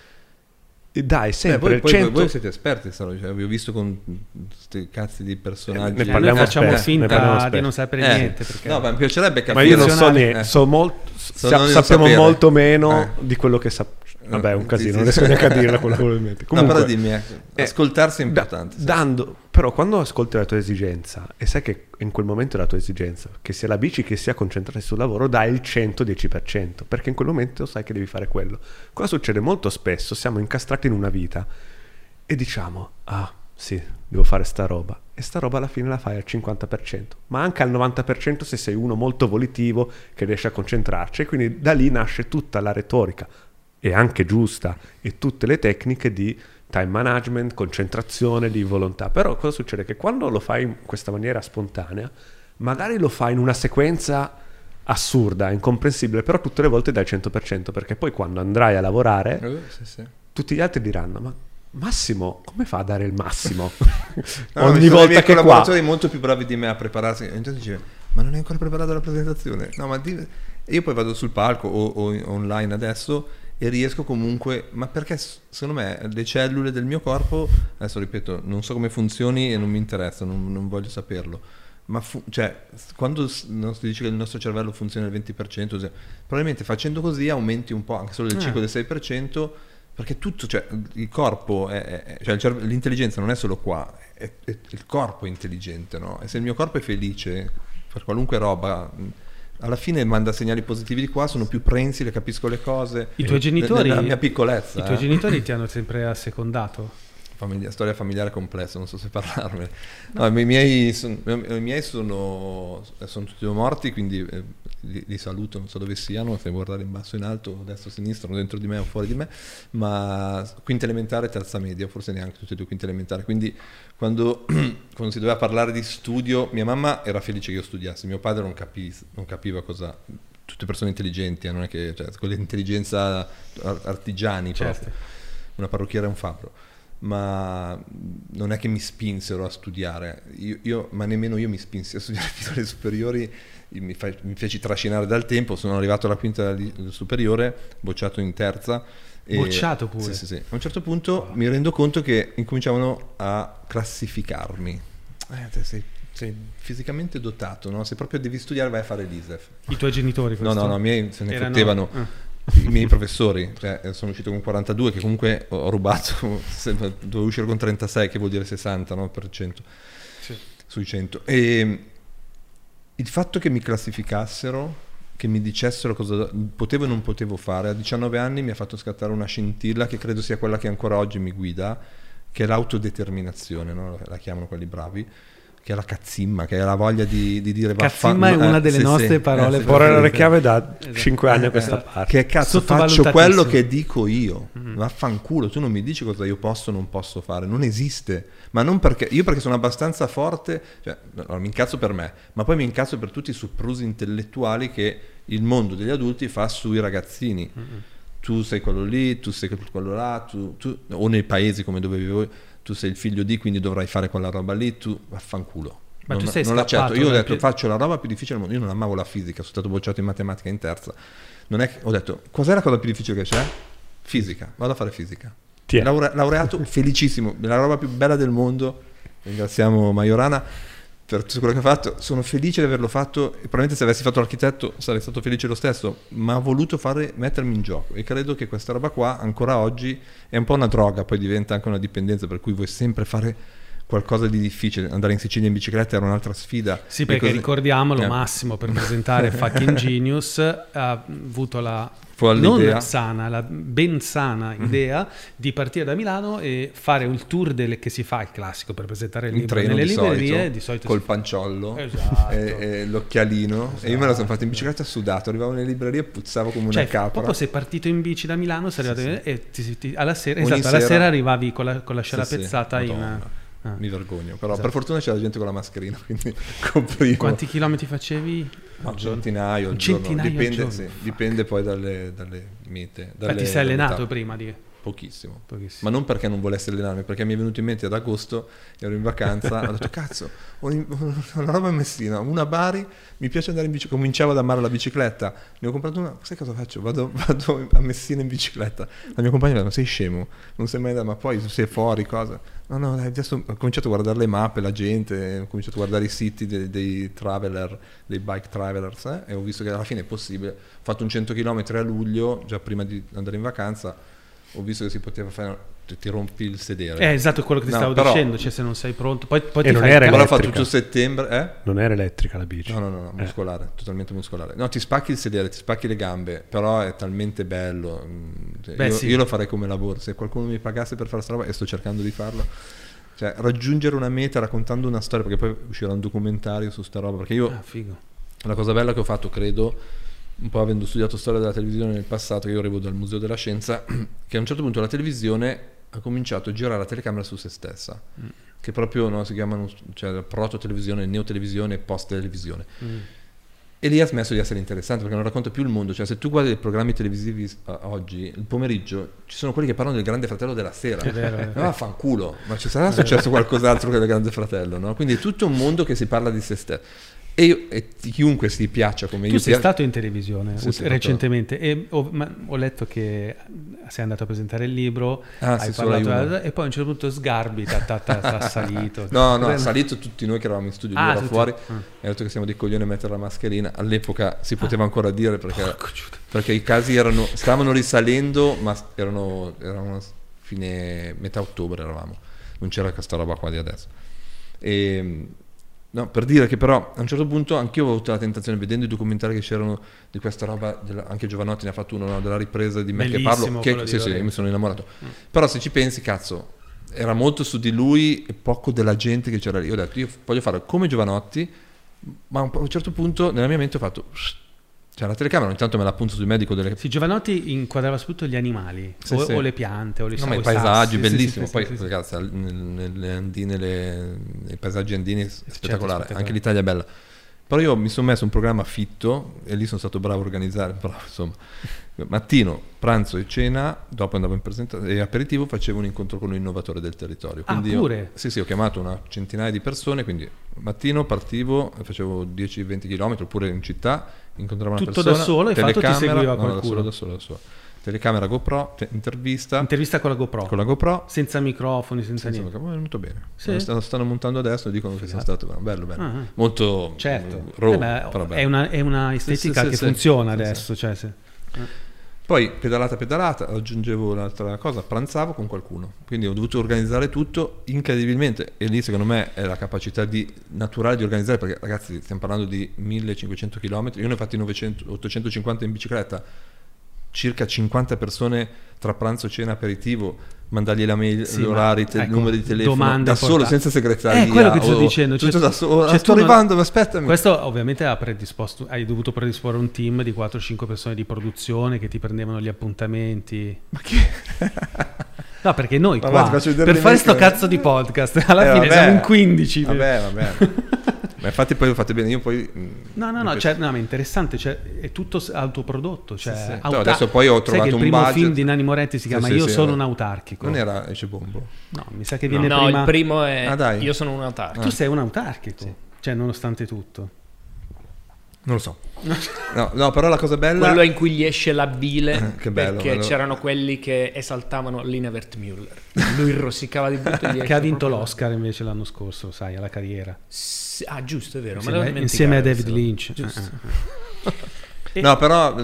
e dai Beh, sempre voi, il poi- cento... voi siete esperti, sarò, cioè, vi ho visto con questi cazzi di personaggi. Ne Eh, parliamo noi facciamo spesso, ne parliamo finta spesso. di non sapere Eh, niente. Perché... No, ma mi piacerebbe capire. Ma io non so funzionare. niente, Eh. so molto, So sa- non sappiamo sapere. molto meno Eh. di quello che sappiamo. Vabbè, è un Sì, casino, sì, non riesco sì. neanche a dirla quello che volevo mettere. No, però Comunque, dimmi, eh, eh, ascoltarsi è da- importante. sì. dando, però quando ascolti la tua esigenza e sai che in quel momento è la tua esigenza, che sia la bici che sia concentrarsi sul lavoro, dai il centodieci per cento, perché in quel momento sai che devi fare quello. Cosa succede? Molto spesso siamo incastrati in una vita e diciamo, ah sì, devo fare sta roba, e sta roba alla fine la fai al cinquanta per cento, ma anche al novanta per cento se sei uno molto volitivo che riesce a concentrarci, e quindi da lì nasce tutta la retorica, e anche giusta, e tutte le tecniche di time management, concentrazione, di volontà. Però cosa succede? Che quando lo fai in questa maniera spontanea, magari lo fai in una sequenza assurda, incomprensibile, però tutte le volte dai il cento per cento, perché poi quando andrai a lavorare Eh, sì, sì. tutti gli altri diranno, ma Massimo, come fa a dare il massimo? No, Ogni mi sono i volta miei che qua... collaboratori molto più bravi di me a prepararsi. E intanto dice, ma non hai ancora preparato la presentazione? No, ma di... e io poi vado sul palco o, o online adesso e riesco comunque, ma perché secondo me le cellule del mio corpo, adesso ripeto, non so come funzioni e non mi interessa, non, non voglio saperlo, ma fu- cioè, quando s- non si dice che il nostro cervello funziona al venti per cento, cioè, probabilmente facendo così aumenti un po' anche solo del Eh. cinque del sei per cento, perché tutto, cioè il corpo è, è- cioè il cerve- l'intelligenza non è solo qua, è, è- il corpo è intelligente, no? E se il mio corpo è felice per qualunque roba, mh, alla fine manda segnali positivi di qua, sono più prensile, capisco le cose. I tuoi Eh, genitori, nella mia piccolezza, i tuoi eh. genitori ti hanno sempre assecondato? Famiglia, storia familiare complessa, non so se parlarmene. No, i miei, son- i miei sono, sono tutti morti, quindi eh, li, li saluto, non so dove siano, se guardare in basso, in alto, destra, sinistra, dentro di me o fuori di me, ma quinta elementare, terza media, forse neanche tutti e due quinta elementare. Quindi quando, quando si doveva parlare di studio, mia mamma era felice che io studiassi, mio padre non, capì, non capiva cosa... Tutte persone intelligenti, eh, non è che, cioè, con l'intelligenza ar- artigiani, Certo. proprio. Una parrucchiera e un fabbro. Ma non è che mi spinsero a studiare, io, io- ma nemmeno io mi spinsi a studiare fino alle superiori, mi, fa- mi feci trascinare dal tempo, sono arrivato alla quinta li- superiore, bocciato in terza. e- Bocciato pure? Sì, sì, sì. A un certo punto mi rendo conto che incominciavano a classificarmi. Eh, te sei, sei fisicamente dotato, no? Se proprio devi studiare vai a fare l'I S E F. I tuoi genitori No, questo? no, no, i miei se ne Erano- fottevano. ah. I miei professori, cioè, sono uscito con quarantadue, che comunque ho rubato, se- dovevo uscire con trentasei, che vuol dire sessanta, no, per cento Sì. sui cento. E il fatto che mi classificassero, che mi dicessero cosa potevo e non potevo fare, a diciannove anni mi ha fatto scattare una scintilla che credo sia quella che ancora oggi mi guida, che è l'autodeterminazione, no? La chiamano quelli bravi, che è la cazzimma, che è la voglia di, di dire Cazzimma è vaffanculo. una Eh, delle sì, nostre sì, parole eh, sì, Ora sì, le sì. chiave da Esatto. cinque anni a questa Esatto. parte. Che cazzo faccio Sottovalutatissimo. quello che dico io, vaffanculo, tu non mi dici cosa io posso o non posso fare, non esiste, ma non perché, io perché sono abbastanza forte, cioè, allora, mi incazzo per me, ma poi mi incazzo per tutti i soprusi intellettuali che il mondo degli adulti fa sui ragazzini. Tu sei quello lì, tu sei quello là, tu, tu, o nei paesi come dove vivo, tu sei il figlio di, quindi dovrai fare quella roba lì, tu vaffanculo. Ma non, tu sei non l'accetto. scappato Io ho dal detto pi- faccio la roba più difficile del mondo. Io non amavo la fisica, sono stato bocciato in matematica in terza. Non è che, ho detto cos'è la cosa più difficile che c'è? Fisica, vado a fare fisica. Ti è. Laure- laureato, felicissimo, la roba più bella del mondo. Ringraziamo Majorana per tutto quello che ha fatto. Sono felice di averlo fatto e probabilmente se avessi fatto l'architetto sarei stato felice lo stesso, ma ho voluto fare, mettermi in gioco e credo che questa roba qua ancora oggi è un po' una droga, poi diventa anche una dipendenza per cui vuoi sempre fare qualcosa di difficile. Andare in Sicilia in bicicletta era un'altra sfida. Sì, E perché così- ricordiamolo, Eh. Massimo per presentare Fucking Genius ha avuto la Fu all'idea. non sana, la ben sana idea di partire da Milano e fare il tour delle, che si fa, il classico per presentare il in libro treno nelle di librerie, solito, di solito col si- panciollo Esatto. e, e l'occhialino e io me la sono fatta in bicicletta sudato, arrivavo nelle librerie e puzzavo come Cioè, una capra. proprio sei partito in bici da Milano, sei Sì, arrivato sì. e ti, ti- alla sera, Ogni esatto, alla sera- sera arrivavi con la, con la Sì, scella sì, pezzata in... Madonna. Ah. Mi vergogno, però Esatto. per fortuna c'era gente con la mascherina, quindi coprivo. Quanti chilometri facevi? No, al giorno? centinaio al Un giorno. centinaio al Dipende, giorno. sì, dipende poi dalle, dalle mete. Ma Dalle, ti sei allenato dalle prima di... Pochissimo. Pochissimo. Ma non perché non volessi allenarmi, perché mi è venuto in mente ad agosto, ero in vacanza, ho detto cazzo, ho in- ho una roba a Messina, una a Bari, mi piace andare in bicicletta, cominciavo ad amare la bicicletta, ne ho comprato una, sai cosa faccio? Vado, vado a Messina in bicicletta. La mia compagna mi ha detto, ma sei scemo, non sei mai andato, ma poi sei fuori, cosa? No, no, dai, adesso ho cominciato a guardare le mappe, la gente, ho cominciato a guardare i siti dei, dei traveler, dei bike travelers, eh, e ho visto che alla fine è possibile. Ho fatto un cento chilometri a luglio, già prima di andare in vacanza, ho visto che si poteva fare, ti, ti rompi il sedere. Eh, esatto, è quello che ti No, stavo però- dicendo, cioè se non sei pronto, poi, poi E ti non fai era il Però ho cazzo. fatto elettrica. tutto settembre, eh? Non era elettrica la bici. No, no, no, no, Eh. muscolare, totalmente muscolare. No, ti spacchi il sedere, ti spacchi le gambe, però è talmente bello. mm, cioè, Beh, io, sì. io lo farei come lavoro, se qualcuno mi pagasse per fare sta roba, e sto cercando di farlo, cioè raggiungere una meta raccontando una storia, perché poi uscirà un documentario su sta roba, perché io Ah, figo. la cosa bella che ho fatto, credo, un po' avendo studiato storia della televisione nel passato, che io arrivo dal Museo della Scienza, che a un certo punto la televisione ha cominciato a girare la telecamera su se stessa, Mm. che proprio no, si chiamano, cioè, proto-televisione, neotelevisione e post-televisione. Mm. E lì ha smesso di essere interessante perché non racconta più il mondo. Cioè, se tu guardi i programmi televisivi eh, oggi, il pomeriggio ci sono quelli che parlano del Grande Fratello della sera. È vero, è vero. Ma fanculo, ma ci sarà successo qualcos'altro che del Grande Fratello, no? Quindi è tutto un mondo che si parla di se stesso. E, io, e chiunque si piaccia come tu io sei pia- stato in televisione Sì, ut- sì, recentemente e ho, ma- ho letto che sei andato a presentare il libro, Ah, hai sì, su Rai parlato uno. e poi a un certo punto sgarbi, t'ha, t'ha, t'ha, t'ha salito. No, no, Cos'è? ha salito tutti noi che eravamo in studio, Ah, lui era tutti. fuori, Ah. e ha detto che siamo dei coglioni a mettere la mascherina. All'epoca si poteva Ah. ancora dire perché, Porco Giuda. perché i casi erano, stavano risalendo, ma erano, erano fine metà ottobre eravamo, non c'era questa roba qua di adesso. E, no, per dire che però a un certo punto anch'io ho avuto la tentazione, vedendo i documentari che c'erano di questa roba, della, anche Giovanotti ne ha fatto uno, no, della ripresa di me che Bellissimo parlo, quello che di sì, sì, Lorenzo. io mi sono innamorato. Mm. Però se ci pensi, cazzo, era molto su di lui e poco della gente che c'era lì. Io ho detto, io voglio fare come Giovanotti, ma a un, a un certo punto nella mia mente ho fatto, cioè la telecamera ogni tanto me la appunto sul medico delle... Sì, Giovanotti inquadrava soprattutto gli animali, Sì, o, sì. o le piante, o le No, o ma i i paesaggi, sassi. bellissimo. Sì, sì, Poi, sì, sì, sì. ragazzi, nel- nelle andine, le- nei paesaggi andini è spettacolare. spettacolare. Anche l'Italia è bella. Però io mi sono messo un programma fitto e lì sono stato bravo a organizzare. Bravo, insomma. Mattino, pranzo e cena, dopo andavo in presentazione e aperitivo facevo un incontro con un innovatore del territorio. Ah, Quindi io- pure? sì, sì, ho chiamato una centinaia di persone, quindi mattino partivo, facevo dieci venti chilometri oppure in città, incontravo una Tutto persona. da solo, hai fatto, ti telecamera- seguiva no, da qualcuno? solo, da solo, da solo. Telecamera GoPro, te- intervista Intervista con la GoPro, con la GoPro. senza microfoni, senza Senza niente. microfono, è venuto bene. Sì? Lo stanno, stanno montando adesso e dicono che sia stato bello, bello. Ah, ah. Molto Certo, mm, raw, Eh beh, però bello. è, una, è una estetica sì, che sì, funziona sì, adesso. Cioè, se- Poi pedalata pedalata, aggiungevo l'altra cosa, pranzavo con qualcuno. Quindi ho dovuto organizzare tutto incredibilmente e lì secondo me è la capacità di, naturale di organizzare, perché ragazzi stiamo parlando di millecinquecento chilometri, io ne ho fatti novecento, ottocentocinquanta in bicicletta, circa cinquanta persone tra pranzo, cena, aperitivo, mandargli la mail, Sì, gli orari, ma, te- ecco, numeri di telefono, domande da solo, portate. senza segreteria. È quello che ti sto o- dicendo, tutto cioè- da solo. cioè Ah, sto tu non- arrivando, ma aspettami. Questo ovviamente ha predisposto, hai dovuto predisporre un team di quattro cinque persone di produzione che ti prendevano gli appuntamenti. Ma che... No, perché noi Vabbè, qua, ti faccio vedere per le fare mail sto che- cazzo di podcast, alla Eh, fine vabbè. siamo in quindici. Vabbè, vabbè. Ma infatti poi lo fate bene, io poi... mm, No, no, mi no, piace- cioè, no, ma è interessante, cioè, è tutto s- autoprodotto. Cioè, Sì, sì. No, auta- adesso poi ho Sai trovato che il un primo budget. film di Nanni Moretti si Sì, chiama sì, Io sì, sono era- un autarchico. Non era Esce Bombo. No, mi sa che viene No, prima... il primo è Ah, dai. Io sono un autarco. Tu sei un autarchico, cioè nonostante tutto. Non lo so. No, no, però la cosa bella... Quello in cui gli esce la bile Che bello, perché bello. c'erano quelli che esaltavano Lina Wertmüller. Lui rosicava di brutto e gli Che esce ha vinto proprio- l'Oscar invece l'anno scorso, sai, alla carriera. Sì, ah, giusto, è vero. Insieme, me l'avevo insieme a dimenticato David questo. Lynch. Giusto. Eh, eh. No, però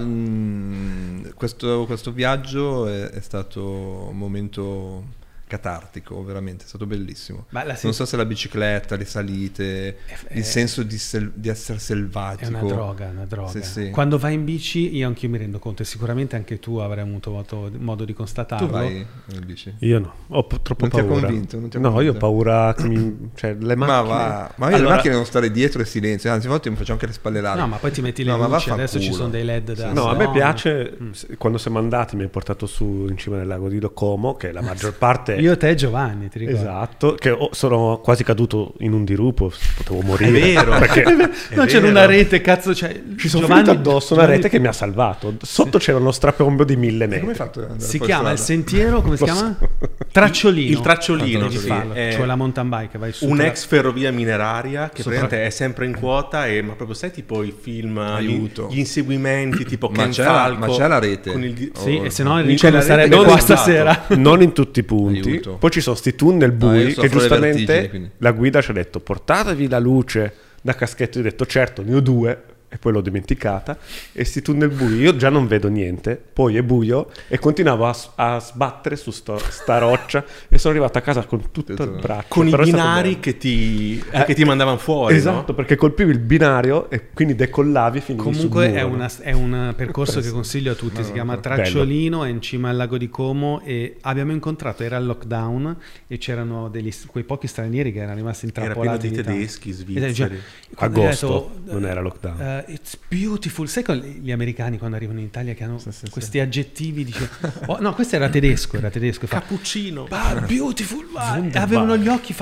mm, questo, questo viaggio è, è stato un momento catartico, veramente, è stato bellissimo. Ma la Non so se la bicicletta, le salite, È- il è- senso di, sel- di essere selvatico. È una droga, una droga. Sì, sì. Quando vai in bici, io anche mi rendo conto, e sicuramente anche tu avrai avuto modo, modo di constatarlo. Tu vai in bici? Io no, ho po- troppo Non ti ha paura. convinto, non ti ha no, convinto? io ho paura che mi... cioè, le Ma macchine... va, ma io Allora, le macchine devono stare dietro e silenzio, anzi a volte mi faccio anche le spalle larghe. No, ma poi ti metti le No, ma luci, vaffanculo. adesso ci sono dei led da... No, a me no. piace, Mm. se- quando siamo andati mi hai portato su in cima del lago di Como, che la maggior parte... Io, te e Giovanni, ti ricordo. Esatto, che ho- sono quasi caduto in un dirupo, potevo morire. È vero. Perché No, c'era vero. una rete, cazzo, cioè... ci sono Giovanni- finito addosso una Giovanni- rete che mi ha salvato. Sotto c'era uno strapiombo di mille E metri. come hai fatto ad andare Si fuori chiama il strada? sentiero, come si Lo chiama? so. Tracciolino. Il tracciolino, Devi sì, farlo. è Cioè la mountain bike che vai su. un'ex ferrovia mineraria che Sopra- praticamente è sempre in quota e ma proprio sai tipo i film Aiuto. gli, gli inseguimenti tipo Ma Ken c'è la- Falco ma c'è la rete? con il di- Sì, Oh, e se no in Enrico non quella sarebbe rete qua che ho stasera. Non in tutti i punti. Aiuto. Poi ci sono sti tunnel No, io bui soffro che le giustamente vertigini, quindi. la guida ci ha detto portatevi la luce da caschetto. Io ho detto certo, ne ho due e poi l'ho dimenticata. E sti tunnel bui io già non vedo niente, poi è buio e continuavo a, a sbattere su sto- sta roccia e sono arrivato a casa con tutto il braccio. con i Però è stato binari bello. che ti, Eh, che ti mandavano fuori, Esatto, no? perché colpivi il binario e quindi decollavi e finivi Comunque sul è, muro, una- no? è un percorso che consiglio a tutti, si chiama bello. Tracciolino, è in cima al lago di Como e abbiamo incontrato, era il lockdown e c'erano degli, quei pochi stranieri che erano rimasti Era pieno intrappolati di in Italia. tedeschi, Ed è già- svizzeri. quando gli ho Agosto, detto, non era lockdown. eh, it's beautiful, sai con gli americani quando arrivano in Italia che hanno Sì, sì, questi aggettivi, dice, oh, no questo era tedesco, era tedesco, fa, Cappuccino. "Ah, beautiful, ah", e avevano gli occhi, fa,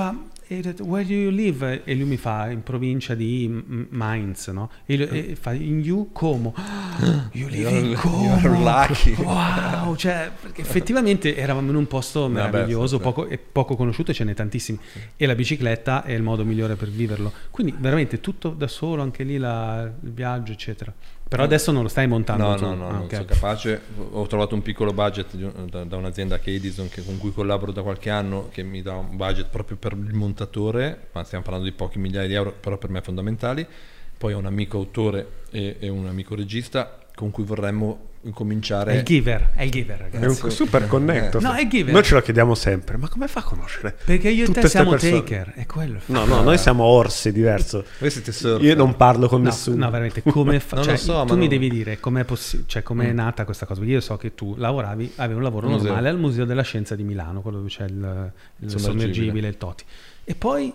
e ho detto, where do you live? E lui mi fa, in provincia di M- Mainz, no? E, lui- e fa, in you Como. You live in You're- Como. you're lucky. Wow, cioè, perché effettivamente eravamo in un posto Vabbè, meraviglioso, sì, sì. poco, e poco conosciuto, e ce n'è tantissimi. E la bicicletta è il modo migliore per viverlo. Quindi veramente tutto da solo, anche lì la- il viaggio, eccetera. Però adesso non lo stai montando No, tu. no, no, Ah, non ok. sono capace. Ho trovato un piccolo budget di un- da, da un'azienda che è Edison, che- con cui collaboro da qualche anno, che mi dà un budget proprio per il montatore, ma stiamo parlando di pochi migliaia di euro, però per me fondamentali. Poi ho un amico autore e, e un amico regista con cui vorremmo incominciare. È il giver, è il giver, È ragazzi. un super connector. No, è giver. Noi ce lo chiediamo sempre, ma come fa a conoscere? Perché io e tutte te ste siamo persone? taker, è quello. il No, fatto. no, noi siamo orsi, è diverso. Voi siete surfer. Io non parlo con No, nessuno. no, veramente, come fa- Non cioè, lo so, tu ma mi non- devi dire com'è, possi- cioè, com'è Mm. nata questa cosa, perché io so che tu lavoravi, avevi un lavoro Un museo. normale al Museo della Scienza di Milano, quello dove c'è il, il Sommergibile. sommergibile, il Toti. E poi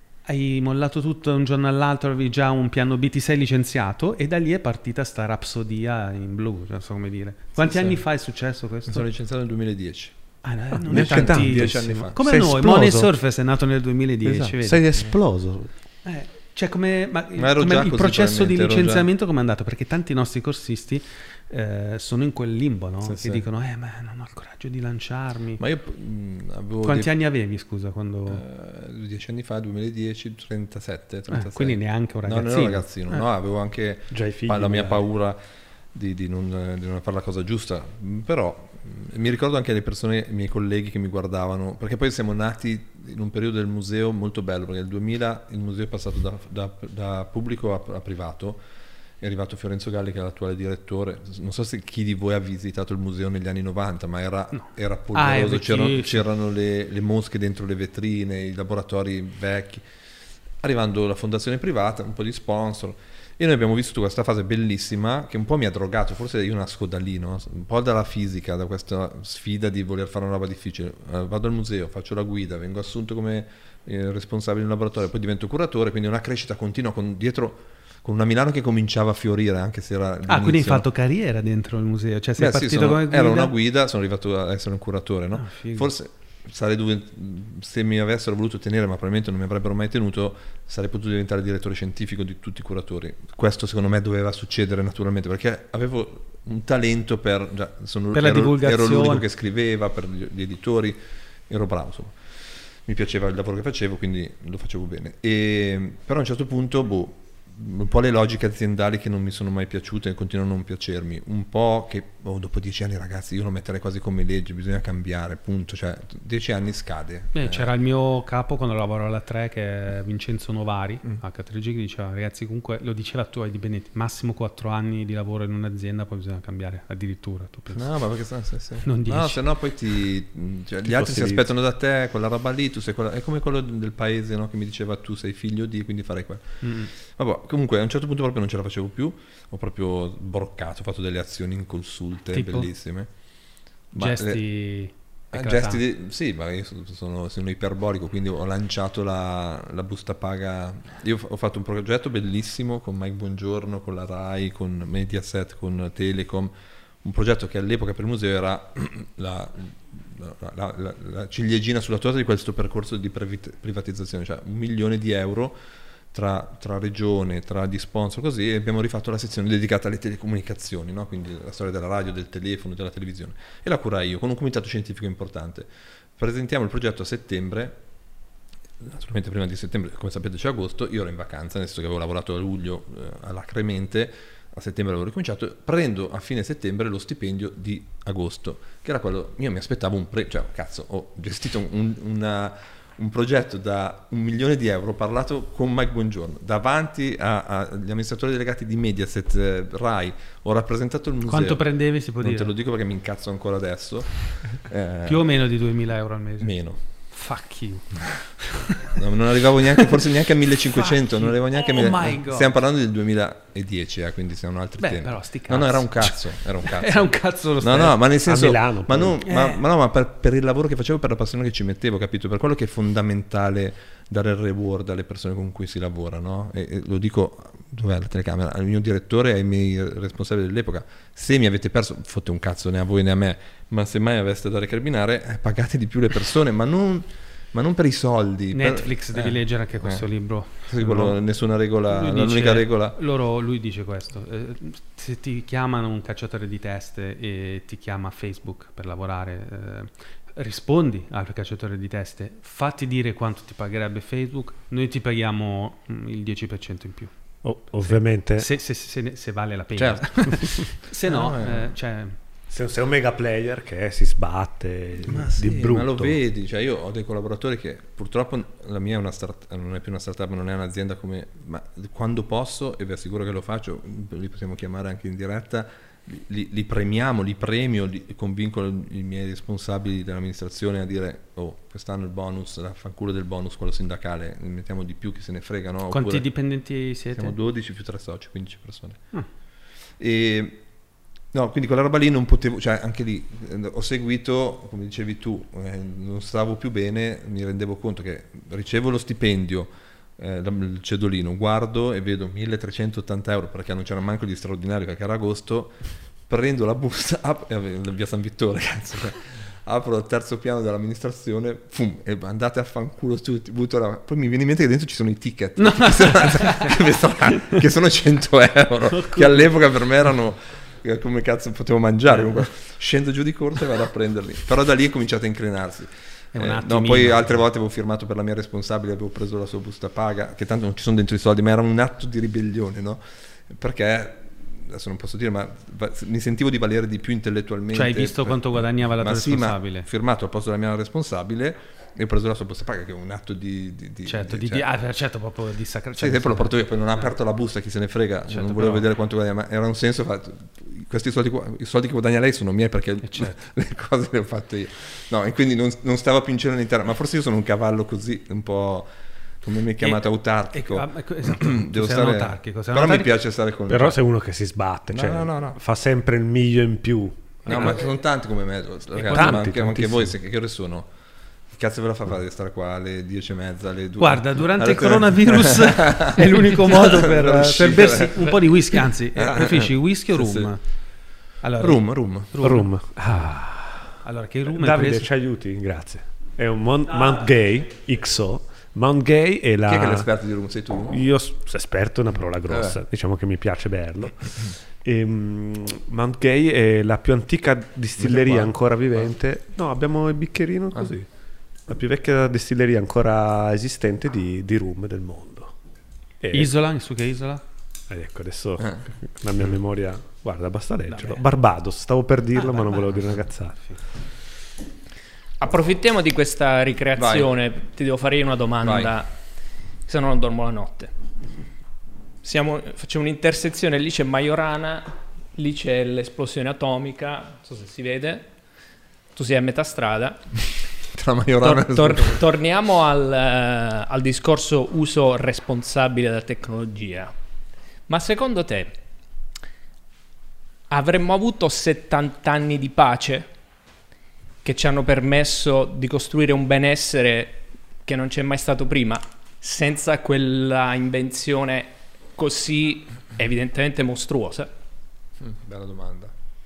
hai mollato tutto da un giorno all'altro, avevi già un piano B, ti sei licenziato e da lì è partita sta rapsodia in blu, non so come dire. Quanti Sì, anni sì. fa è successo questo? Mi sono licenziato nel duemiladieci. Ah, no, non è Neanche tanto, tantissimo. dieci anni fa. Come Sei noi, esploso. Money Surface è nato nel duemiladieci, Esatto. vedi? Sei esploso. Eh, cioè come, ma, Ma ero come già il così, processo di probabilmente, ero già- licenziamento come è andato? Perché tanti nostri corsisti eh, sono in quel limbo, no? Sì, che sì. dicono, eh ma non ho il coraggio di lanciarmi. Ma io mh, avevo Quanti dei- anni avevi, scusa, quando... eh, dieci anni fa, duemiladieci, trentasette, trentasei. Ah, quindi neanche un No, non ero ragazzino. un ragazzino, Eh. no, avevo anche Già i figli. pa- la mia magari. paura di, di non, di non fare la cosa giusta, Mm, però mm, mi ricordo anche le persone, i miei colleghi che mi guardavano, perché poi siamo nati in un periodo del museo molto bello, perché nel duemila il museo è passato da, da- da pubblico a, a privato, è arrivato Fiorenzo Galli che è l'attuale direttore, non so se chi di voi ha visitato il museo negli anni novanta, ma era, No. era Ah, è polveroso, c'erano, vecchissimo. c'erano le, le mosche dentro le vetrine, i laboratori vecchi, arrivando la fondazione privata, un po' di sponsor, e noi abbiamo vissuto questa fase bellissima che un po' mi ha drogato, forse io nasco da lì, no? Un po' dalla fisica, da questa sfida di voler fare una roba difficile. Eh, vado al museo, faccio la guida, vengo assunto come eh, responsabile in laboratorio, poi divento curatore, quindi una crescita continua con dietro con una Milano che cominciava a fiorire, anche se era Ah, quindi hai l'inizio. fatto carriera dentro il museo? Cioè sei Beh, sì, partito sono- come guida? Era una guida, sono arrivato ad essere un curatore, no? Ah, figo. Forse sarei dovuto, se mi avessero voluto tenere, ma probabilmente non mi avrebbero mai tenuto, sarei potuto diventare direttore scientifico di tutti i curatori. Questo secondo me doveva succedere naturalmente, perché avevo un talento per, già, sono, Per la ero, divulgazione. ero l'unico che scriveva, per gli, gli editori, ero bravo, insomma. Mi piaceva il lavoro che facevo, quindi lo facevo bene. E, però a un certo punto, boh, un po' le logiche aziendali che non mi sono mai piaciute e continuano a non piacermi, un po' che oh, dopo dieci anni ragazzi io lo metterei quasi come legge, bisogna cambiare, punto, cioè dieci anni scade. Eh, Eh, C'era il mio capo quando lavorò alla tre, che è Vincenzo Novari, Mm. a H tre G, che diceva, ragazzi, comunque lo diceva tu ai dipendenti, massimo quattro anni di lavoro in un'azienda, poi bisogna cambiare, addirittura. Tu pensi? No, ma perché se no, se, se- Non no, dieci. se no poi ti, cioè, Ti gli altri si fossilizzi. aspettano da te quella roba lì, tu sei quella, è come quello del paese, no, che mi diceva tu sei figlio di, quindi farei quello. Mm. Vabbè, comunque a un certo punto proprio non ce la facevo più, ho proprio broccato, ho fatto delle azioni inconsulte, Tipo? bellissime. Ma le- Gesti... Ah, eclatanti. gesti di- sì, ma io sono, sono, sono iperbolico, quindi ho lanciato la, la busta paga. Io ho fatto un progetto bellissimo con Mike Buongiorno, con la Rai, con Mediaset, con Telecom, un progetto che all'epoca per il museo era la, la, la- la- la ciliegina sulla torta di questo percorso di privit- privatizzazione, cioè un milione di euro tra, tra regione, tra di sponsor, così, e abbiamo rifatto la sezione dedicata alle telecomunicazioni, no? Quindi la storia della radio, del telefono, della televisione, e la curai io con un comitato scientifico importante. Presentiamo il progetto a settembre, naturalmente prima di settembre, come sapete c'è agosto, io ero in vacanza, nel senso che avevo lavorato a luglio eh, alacremente, a settembre avevo ricominciato, prendo a fine settembre lo stipendio di agosto, che era quello, io mi aspettavo un pre, cioè cazzo, ho gestito un, una... un progetto da un milione di euro, ho parlato con Mike Buongiorno davanti a- a- agli amministratori delegati di Mediaset, eh, Rai, ho rappresentato il museo. Quanto prendevi, si può Non dire? te lo dico perché mi incazzo ancora adesso. Eh, Più o meno di duemila euro al mese? meno. Fuck you. No, non arrivavo neanche, forse neanche a millecinquecento, Fuck non arrivavo neanche a you. mille. Oh my God. Stiamo parlando del duemiladieci, eh, quindi siamo altri Beh, tempi. però sti no, no, era un cazzi. cazzo, era un cazzo. Era un cazzo lo No, stesso. no, ma nel senso, Milano, ma, poi. non, ma, Eh. ma no, ma per, per il lavoro che facevo, per la passione che ci mettevo, capito? Per quello che è fondamentale dare il reward alle persone con cui si lavora, no? E, e lo dico, dov'è la telecamera? Al mio direttore e ai miei responsabili dell'epoca: se mi avete perso, fotte un cazzo né a voi né a me, ma se mai aveste da recriminare, eh, pagate di più le persone, ma non, ma non per i soldi. Netflix, per... devi eh. leggere anche questo eh. libro. Sì, quello, No. nessuna regola, Lui l'unica dice- regola. Loro, lui dice questo: eh, se ti chiamano un cacciatore di teste e ti chiama Facebook per lavorare, eh, rispondi al cacciatore di teste, fatti dire quanto ti pagherebbe Facebook, noi ti paghiamo mm, il dieci per cento in più. O- ovviamente, Se, se- se- se vale la pena. Certo. Se no, No, eh. eh, cioè, se sei un mega player che si sbatte Ma di sì, brutto. ma lo vedi, cioè io ho dei collaboratori che purtroppo la mia è una start, non è più una startup, non è un'azienda come, ma quando posso, e vi assicuro che lo faccio, li possiamo chiamare anche in diretta, li, li premiamo, li premio, li convinco i miei responsabili dell'amministrazione a dire oh, quest'anno il bonus, la fanculo del bonus, quello sindacale, ne mettiamo di più che se ne frega, no? quanti Oppure dipendenti siete? siamo dodici più tre soci, quindici persone. Ah. E no, quindi quella roba lì non potevo, cioè anche lì eh, ho seguito, come dicevi tu, eh, non stavo più bene, mi rendevo conto che ricevo lo stipendio, eh, il cedolino, guardo e vedo milletrecentottanta euro perché non c'era manco di straordinario perché era agosto, prendo la busta, ap- eh, via San Vittore, cazzo, cioè, apro il terzo piano dell'amministrazione, fum, e andate a fanculo tutti, butto la... poi mi viene in mente che dentro ci sono i ticket, che sono cento euro, che all'epoca per me erano... come cazzo potevo mangiare, comunque scendo giù di corsa e vado a prenderli, però da lì è cominciato a incrinarsi. È un Eh, no, attimino. poi altre volte avevo firmato per la mia responsabile, avevo preso la sua busta paga, che tanto non ci sono dentro i soldi, ma era un atto di ribellione, no? Perché adesso non posso dire, ma va- mi sentivo di valere di più intellettualmente. Cioè, hai visto quanto guadagnava la Ma tua sì, ma responsabile? firmato al posto della mia responsabile e ho preso la sua busta paga, che è un atto di, di, di- Certo, di- di, cioè- di- ah, certo, proprio di sacra. sì, sempre lo porto io, poi non ha aperto la busta, chi se ne frega, Certo, non volevo però- vedere quanto guadagna, ma era un senso fatto, questi soldi qua, i soldi che guadagna lei sono miei perché certo. le cose le ho fatte io. No, e quindi non, non stava più in cielo né in terra, ma forse io sono un cavallo così, un po' come mi chiamate, E- autarchico. e- ah, ecco, esatto, tu Devo sei stare, un autarchico, sei un però mi autarchico. piace stare con Però sei uno che si sbatte, No, cioè no, no, no. fa sempre il miglio in più. No, ma sono tanti come me, ragazzi, tanti, ma anche, anche tantissimi. voi, se, che ore sono? Che cazzo ve la fa fare di stare qua alle dieci e mezza, alle due? Guarda, durante il Alle tre? coronavirus è l'unico modo per, per uscire. bersi un po' di whisky, anzi, eh, preferisci whisky o rum? Sì, sì. Allora, Rum, rum. Rum. Ah. Allora, che rum hai Davide, preso? ci aiuti? Grazie. È un Mount, Mount Gay X O. Mount Gay è la... Chi è che è l'esperto di rum? Sei tu? Io s- esperto è una parola grossa, Eh. diciamo che mi piace berlo. Ehm, Mount Gay è la più antica distilleria qua? ancora vivente. No, abbiamo il bicchierino così. La più vecchia distilleria ancora esistente di, di rum del mondo. E- Isola, su che isola? ed ecco, adesso Eh. la mia memoria... Guarda, basta leggerlo. Vabbè. Barbados, stavo per dirlo Ah, ma non volevo Barbados. dire una cazzata. Approfittiamo di questa ricreazione. Ti devo fare io una domanda. Vai. Se no non dormo la notte. Siamo, facciamo un'intersezione, lì c'è Majorana, lì c'è l'esplosione atomica, non so se si vede. Tu sei a metà strada. Tra Majorana Tor- tor- torniamo al, eh, al discorso uso responsabile della tecnologia. Ma secondo te avremmo avuto settanta anni di pace che ci hanno permesso di costruire un benessere che non c'è mai stato prima, senza quella invenzione così evidentemente mostruosa? Mm, bella domanda.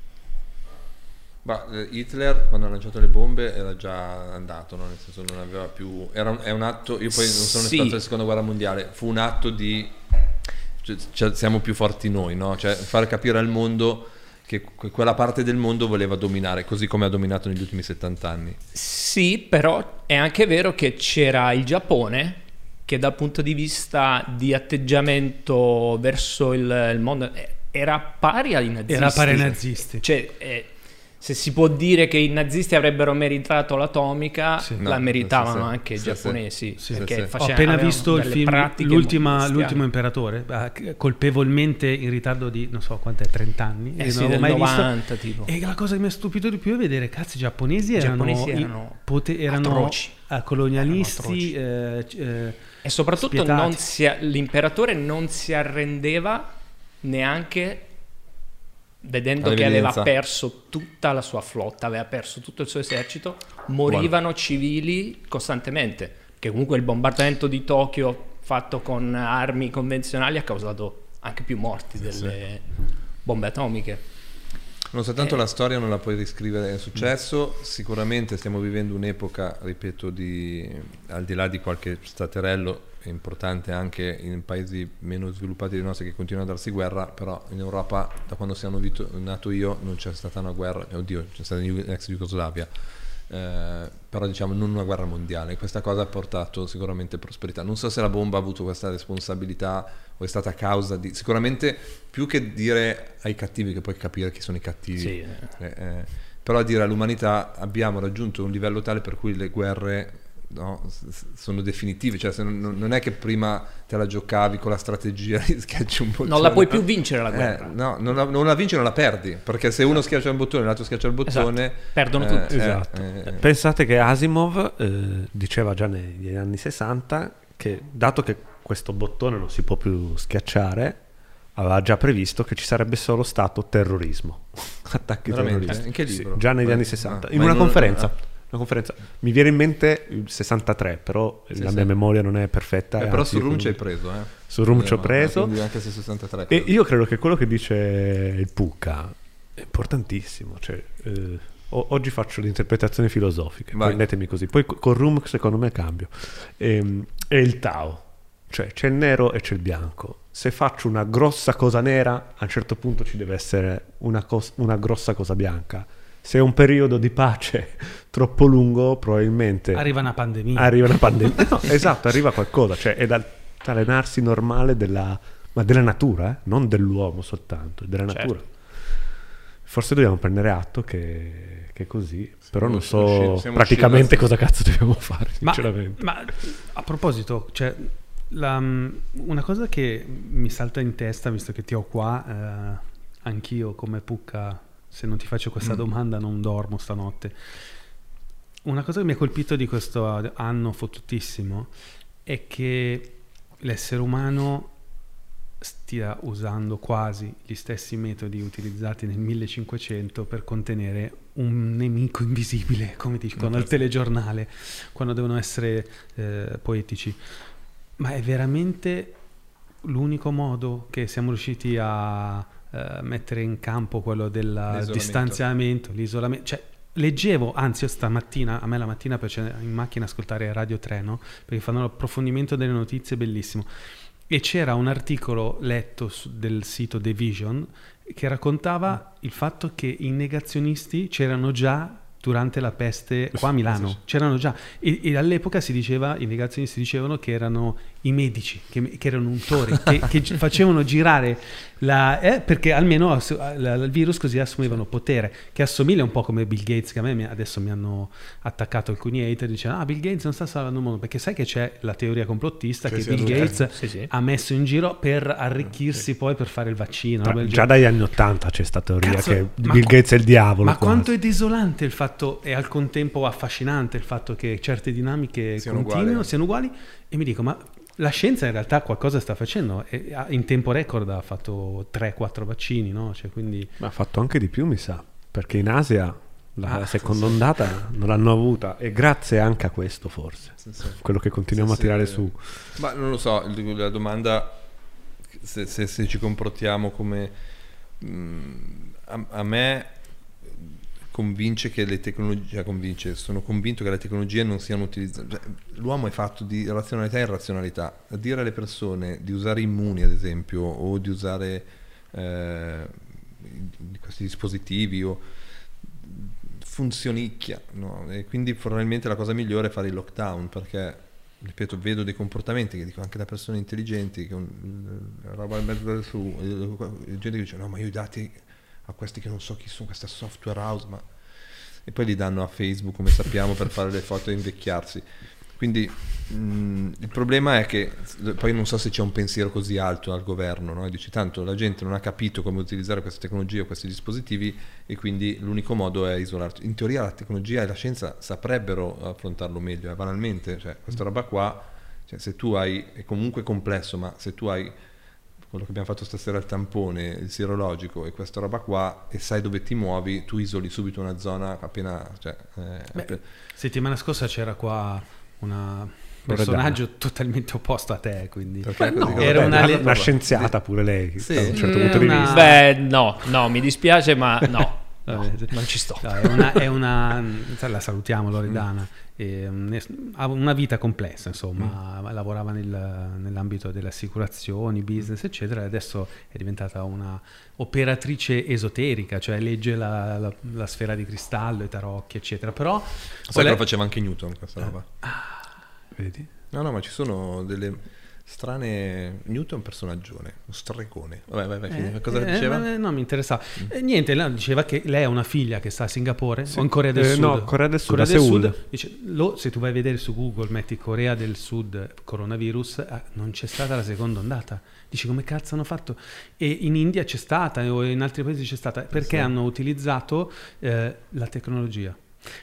Ma eh, Hitler quando ha lanciato le bombe era già andato, no? Nel senso non aveva più... Era un, è un atto, io poi non sono Sì. stato della seconda guerra mondiale, fu un atto di... Cioè, cioè, siamo più forti noi, no? Cioè fare capire al mondo che que- quella parte del mondo voleva dominare, così come ha dominato negli ultimi settanta anni. Sì, però è anche vero che c'era il Giappone che dal punto di vista di atteggiamento verso il, il mondo eh, era pari ai nazisti. Era pari ai nazisti. Cioè, eh, se si può dire che i nazisti avrebbero meritato l'atomica, Sì. la No, meritavano sì, sì. anche i Sì, giapponesi. sì. Perché Sì, sì. Ho facevano- appena avevano visto il delle film pratiche l'ultima, bestiali. l'ultimo imperatore, eh, colpevolmente in ritardo di non so quant'è, trenta anni. Eh e sì, non l'avevo del mai visto. novanta tipo. E la cosa che mi ha stupito di più è vedere, cazzo, i giapponesi I erano, giapponesi i- erano pote- erano atroci. eh, colonialisti. Erano eh, c- eh, E soprattutto spietati. non si a- l'imperatore non si arrendeva neanche vedendo che aveva All'evidenza. perso tutta la sua flotta, aveva perso tutto il suo esercito, morivano civili costantemente, perché comunque il bombardamento di Tokyo fatto con armi convenzionali ha causato anche più morti delle bombe atomiche. Non soltanto Eh. la storia non la puoi riscrivere, è successo, sicuramente stiamo vivendo un'epoca, ripeto, di al di là di qualche staterello importante anche in paesi meno sviluppati dei nostri che continuano a darsi guerra, però in Europa da quando sono vito- nato io non c'è stata una guerra, oddio c'è stata in ex Jugoslavia, eh, però diciamo non una guerra mondiale. Questa cosa ha portato sicuramente prosperità. Non so se la bomba ha avuto questa responsabilità o è stata causa di, sicuramente più che dire ai cattivi, che puoi capire chi sono i cattivi, Sì, eh. eh, eh, però a dire all'umanità abbiamo raggiunto un livello tale per cui le guerre, no, s- s- sono definitive, cioè se non, non è che prima te la giocavi con la strategia di schiacci un bottone, Non la puoi più vincere la eh, guerra. no, non la, non la vinci, non la perdi, perché se uno schiaccia il bottone e l'altro schiaccia il bottone, Esatto. Perdono eh, tutti. eh, Esatto. eh, Pensate che Asimov eh, diceva già negli anni sessanta che dato che questo bottone non si può più schiacciare, aveva già previsto che ci sarebbe solo stato terrorismo, attacchi Veramente? terroristi. In che Sì, libro? già negli Ma- anni sessanta, ah, in ma una in conferenza. ah. Una conferenza. Mi viene in mente il sessantatré, però Sì, la sì. mia memoria non è perfetta. Eh, e però anzi, su Rum io ci hai comunque- preso, eh. Su Rum Eh, ci ho ma- preso. quindi anche se sessantatré. E credo. io credo che quello che dice il Pucca è importantissimo. Cioè, eh, o- oggi faccio le interpretazioni filosofiche, Vai. prendetemi così. Poi co- con Rum secondo me cambio. Ehm, è il Tao. Cioè c'è il nero e c'è il bianco. Se faccio una grossa cosa nera, a un certo punto ci deve essere una, cos- una grossa cosa bianca. Se è un periodo di pace troppo lungo, probabilmente Arriva una pandemia. arriva una pandemia. No, esatto, arriva qualcosa. Cioè è l'allenarsi normale della, ma della natura, eh? Non dell'uomo soltanto, della Certo. natura. Forse dobbiamo prendere atto che, che è così, però non siamo so usciti- siamo praticamente usciti cosa cazzo dobbiamo fare, Ma, sinceramente. ma a proposito, cioè, la- una cosa che mi salta in testa, visto che ti ho qua, eh, anch'io come Pucca, se non ti faccio questa Mm. domanda non dormo stanotte. Una cosa che mi ha colpito di questo anno fottutissimo è che l'essere umano stia usando quasi gli stessi metodi utilizzati nel millecinquecento per contenere un nemico invisibile, come dicono al telegiornale, quando devono essere eh, poetici. Ma è veramente l'unico modo che siamo riusciti a eh, mettere in campo, quello del L'isolamento. distanziamento, l'isolamento. Cioè, leggevo, anzi io stamattina, a me la mattina piace in macchina ascoltare Radio tre, no? Perché fanno l'approfondimento delle notizie, bellissimo. E c'era un articolo letto su, del sito The Vision che raccontava il fatto che i negazionisti c'erano già durante la peste qua a Milano, c'erano già, e, e all'epoca si diceva, i negazionisti dicevano che erano i medici, che, che erano untori, che, che gi- facevano girare la, eh, perché almeno ass- la- il virus così assumevano potere, che assomiglia un po' come Bill Gates, che a me mi- adesso mi hanno attaccato alcuni hater dicendo ah, Bill Gates non sta salvando il mondo, perché sai che c'è la teoria complottista Sì, che sì, Bill sì. Gates Sì, sì. ha messo in giro per arricchirsi poi per fare il vaccino, Tra- roba del già genere. dagli anni ottanta c'è stata teoria Cazzo, che ma Bill qu- Gates è il diavolo. Ma quasi. quanto è desolante il fatto e al contempo affascinante il fatto che certe dinamiche Siano continuino, uguali. siano uguali, e mi dico ma la scienza in realtà qualcosa sta facendo e ha- in tempo record ha fatto tre quattro vaccini, no? Cioè, quindi Ma ha fatto anche di più, mi sa, perché in Asia la Ah, seconda sì. ondata non l'hanno avuta e grazie anche a questo forse, Sì, sì. quello che continuiamo Sì, a tirare sì. su. Ma non lo so, il- la domanda se, se- se ci comportiamo come mm, a, a me convince che le tecnologie convince, sono convinto che le tecnologie non siano utilizzate, cioè, l'uomo è fatto di razionalità e irrazionalità. A dire alle persone di usare Immuni ad esempio o di usare eh, questi dispositivi o funzionicchia, no? E quindi probabilmente la cosa migliore è fare il lockdown, perché ripeto, vedo dei comportamenti che dico anche da persone intelligenti che un, roba in mezzo su, gente che dice no ma io i dati a questi che non so chi sono, questa software house, ma e poi li danno a Facebook come sappiamo per fare le foto e invecchiarsi. Quindi mh, il problema è che poi non so se c'è un pensiero così alto al governo, no? E dici tanto la gente non ha capito come utilizzare queste tecnologie o questi dispositivi e quindi l'unico modo è isolarci. In teoria la tecnologia e la scienza saprebbero affrontarlo meglio, eh, banalmente, cioè questa roba qua, cioè, se tu hai, è comunque complesso, ma se tu hai quello che abbiamo fatto stasera al tampone, il sierologico e questa roba qua e sai dove ti muovi, tu isoli subito una zona appena... Cioè, eh, Beh, appena- settimana scorsa c'era qua una personaggio totalmente opposto a te, quindi Perché no, così- era Vabbè, una, no, le- Una scienziata pure lei, Sì. da un certo Mm, punto di una- vista. Beh, no, no, mi dispiace, ma no. Vabbè, No, non ci sto. no, è una, è una la salutiamo Loredana, è un- ha una vita complessa, insomma, lavorava nel- nell'ambito delle assicurazioni, business eccetera, e adesso è diventata una operatrice esoterica, cioè legge la, la- la sfera di cristallo, i tarocchi eccetera, però Sai qual che è- lo faceva anche Newton questa roba. Vedi? No, no, ma ci sono delle strane... Newton è un personaggione, un stregone. Vabbè, vai, vai, fine. Cosa Eh, diceva? eh, no, mi interessava. Eh, niente, lei diceva che lei ha una figlia che sta a Singapore o in Corea del Eh, Sud. no, Corea del Sud, Corea a del Seul. Sud, dice, lo- se tu vai a vedere su Google, metti Corea del Sud coronavirus, eh, non c'è stata la seconda ondata. Dici come cazzo hanno fatto? E in India c'è stata, o in altri paesi c'è stata, perché Sì. hanno utilizzato eh, la tecnologia.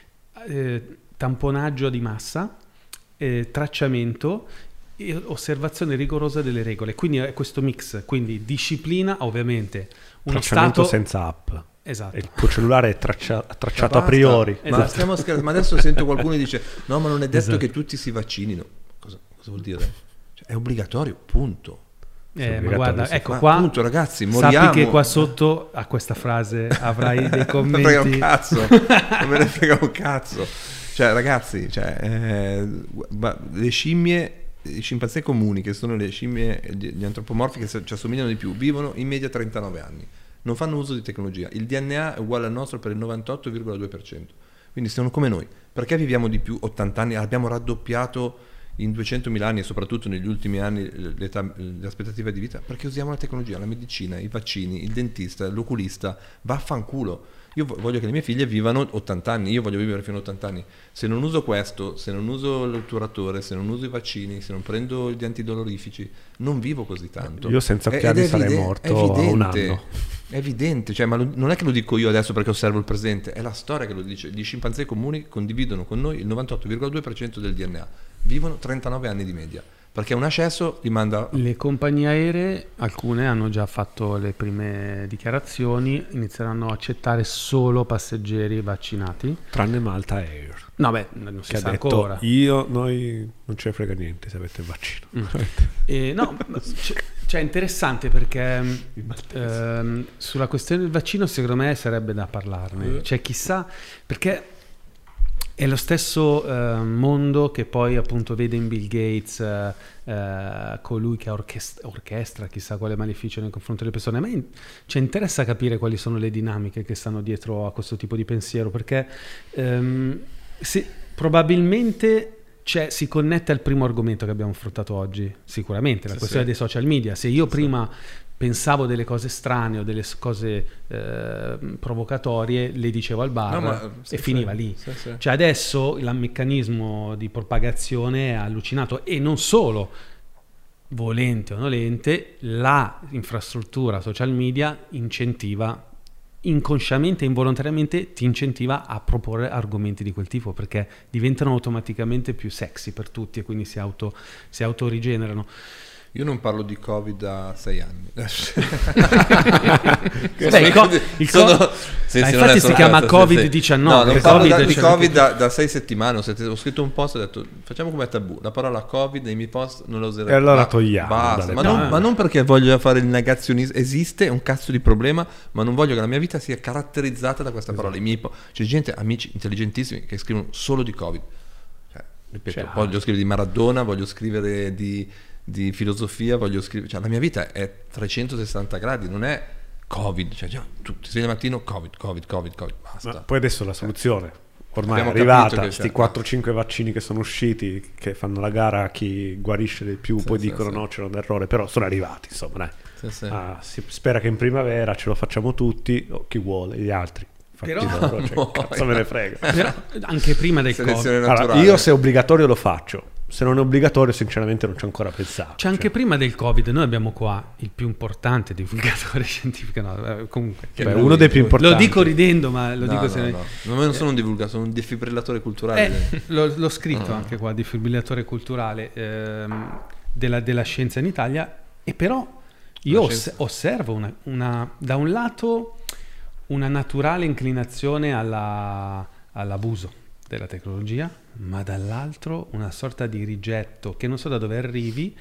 Eh, tamponaggio di massa, eh, tracciamento e osservazione rigorosa delle regole. Quindi è questo mix, quindi disciplina, ovviamente, uno Tracciamento stato senza app. esatto. E il tuo cellulare è traccia- tracciato a Basta. priori. Ma, Esatto. stiamo scherzando, ma adesso sento qualcuno che dice no, ma non è detto Esatto. che tutti si vaccinino. Cosa, cosa vuol dire? Cioè, è obbligatorio, punto. Eh, ma obbligatorio, guarda, sì. ecco Ma qua, appunto, ragazzi, moriamo. sappi che qua sotto a questa frase avrai dei Non me ne frega un commenti. cazzo, non me ne frega un cazzo. Cioè, ragazzi, cioè, eh, ma le scimmie, i scimpanzé comuni, che sono le scimmie, gli gli antropomorfi che ci assomigliano di più, vivono in media trentanove anni. Non fanno uso di tecnologia. Il D N A è uguale al nostro per il novantotto virgola due per cento. Quindi sono come noi. Perché viviamo di più ottanta anni? Abbiamo raddoppiato in duecentomila anni e soprattutto negli ultimi anni l'età, l'aspettativa di vita, perché usiamo la tecnologia, la medicina, i vaccini, il dentista, l'oculista. Vaffanculo. Io vo- voglio che le mie figlie vivano ottanta anni, io voglio vivere fino a ottanta anni. Se non uso questo, se non uso l'otturatore, se non uso i vaccini, se non prendo gli antidolorifici, non vivo così tanto. Io senza Ed è occhiali sarei evide- morto è a un evidente. anno. È evidente, cioè, ma lo- non è che lo dico io adesso perché osservo il presente, è la storia che lo dice. Gli scimpanzé comuni condividono con noi il novantotto virgola due per cento del D N A, vivono trentanove anni di media, perché un ascesso li manda... Le compagnie aeree, alcune hanno già fatto le prime dichiarazioni, inizieranno a accettare solo passeggeri vaccinati. Tranne Malta Air, No, beh, non si che ha sa detto ancora. io, noi non ce ne frega niente se avete il vaccino. Mm. E, no, c- cioè è interessante perché ehm, sulla questione del vaccino secondo me sarebbe da parlarne. Cioè chissà, perché è lo stesso eh, mondo che poi appunto vede in Bill Gates eh, eh, colui che orchestra, orchestra chissà quale maleficio nei confronti delle persone. A me in- cioè, interessa capire quali sono le dinamiche che stanno dietro a questo tipo di pensiero, perché ehm, se, probabilmente cioè, si connette al primo argomento che abbiamo affrontato oggi, sicuramente, la Sì, questione sì. dei social media. Se io prima pensavo delle cose strane o delle s- cose eh, provocatorie, le dicevo al bar No, ma- sì, e sì. finiva lì. Sì, sì. Cioè adesso il meccanismo di propagazione è allucinato, e non solo, volente o nolente, la infrastruttura social media incentiva, inconsciamente e involontariamente ti incentiva a proporre argomenti di quel tipo, perché diventano automaticamente più sexy per tutti e quindi si auto si autorigenerano. Io non parlo di Covid da sei anni. Beh, il co- il co- Sono- Ah, sì, sì, infatti non è si solo chiama questo, covid sì, sì. diciannove, No, non il parlo Covid da- di c'è Covid anche- da, da sei settimane. Ho, sentito- ho scritto un post e ho detto facciamo come tabù. La parola Covid nei miei post non la userei. E allora Ba- togliamo Basta. dalle Ma, parole. non, ma non perché voglio fare il negazionista. Esiste un cazzo di problema, ma non voglio che la mia vita sia caratterizzata da questa parola. I miei po- C'è gente, amici intelligentissimi, che scrivono solo di Covid. Cioè, ripeto, Cioè, voglio scrivere di Maradona, voglio scrivere di, di filosofia, voglio scrivere... Cioè, la mia vita è trecentosessanta gradi, non è Covid. Cioè, già, tu ti svegli al mattino, Covid, Covid, Covid, Covid, basta. Ma poi adesso la soluzione ormai è Abbiamo capito arrivata, che questi c'è. quattro cinque vaccini che sono usciti, che fanno la gara a chi guarisce di più, Sì, poi sì, dicono sì. no, c'era un errore, però sono arrivati, insomma, dai. Sì, sì. Ah, si spera che in primavera ce lo facciamo tutti, o chi vuole, gli altri. Fatti Però- loro, cioè, No, cazzo me ne frega. Però anche prima del Selezione Covid, naturale. Allora, io se è obbligatorio lo faccio, se non è obbligatorio sinceramente non ci ho ancora pensato. c'è anche Cioè, prima del Covid, noi abbiamo qua il più importante divulgatore scientifico, no, eh, comunque. Che beh, lui- uno dei più lui- importanti. Lo dico ridendo, ma lo No, dico no, se no. No, non sono un divulgatore, sono un defibrillatore culturale. Eh, l'ho, l'ho scritto Ah. anche qua, defibrillatore culturale ehm, della, della scienza in Italia, e però io La oss- scienza. osservo una, una- da un lato una naturale inclinazione alla- all'abuso, della tecnologia, ma dall'altro una sorta di rigetto che non so da dove arrivi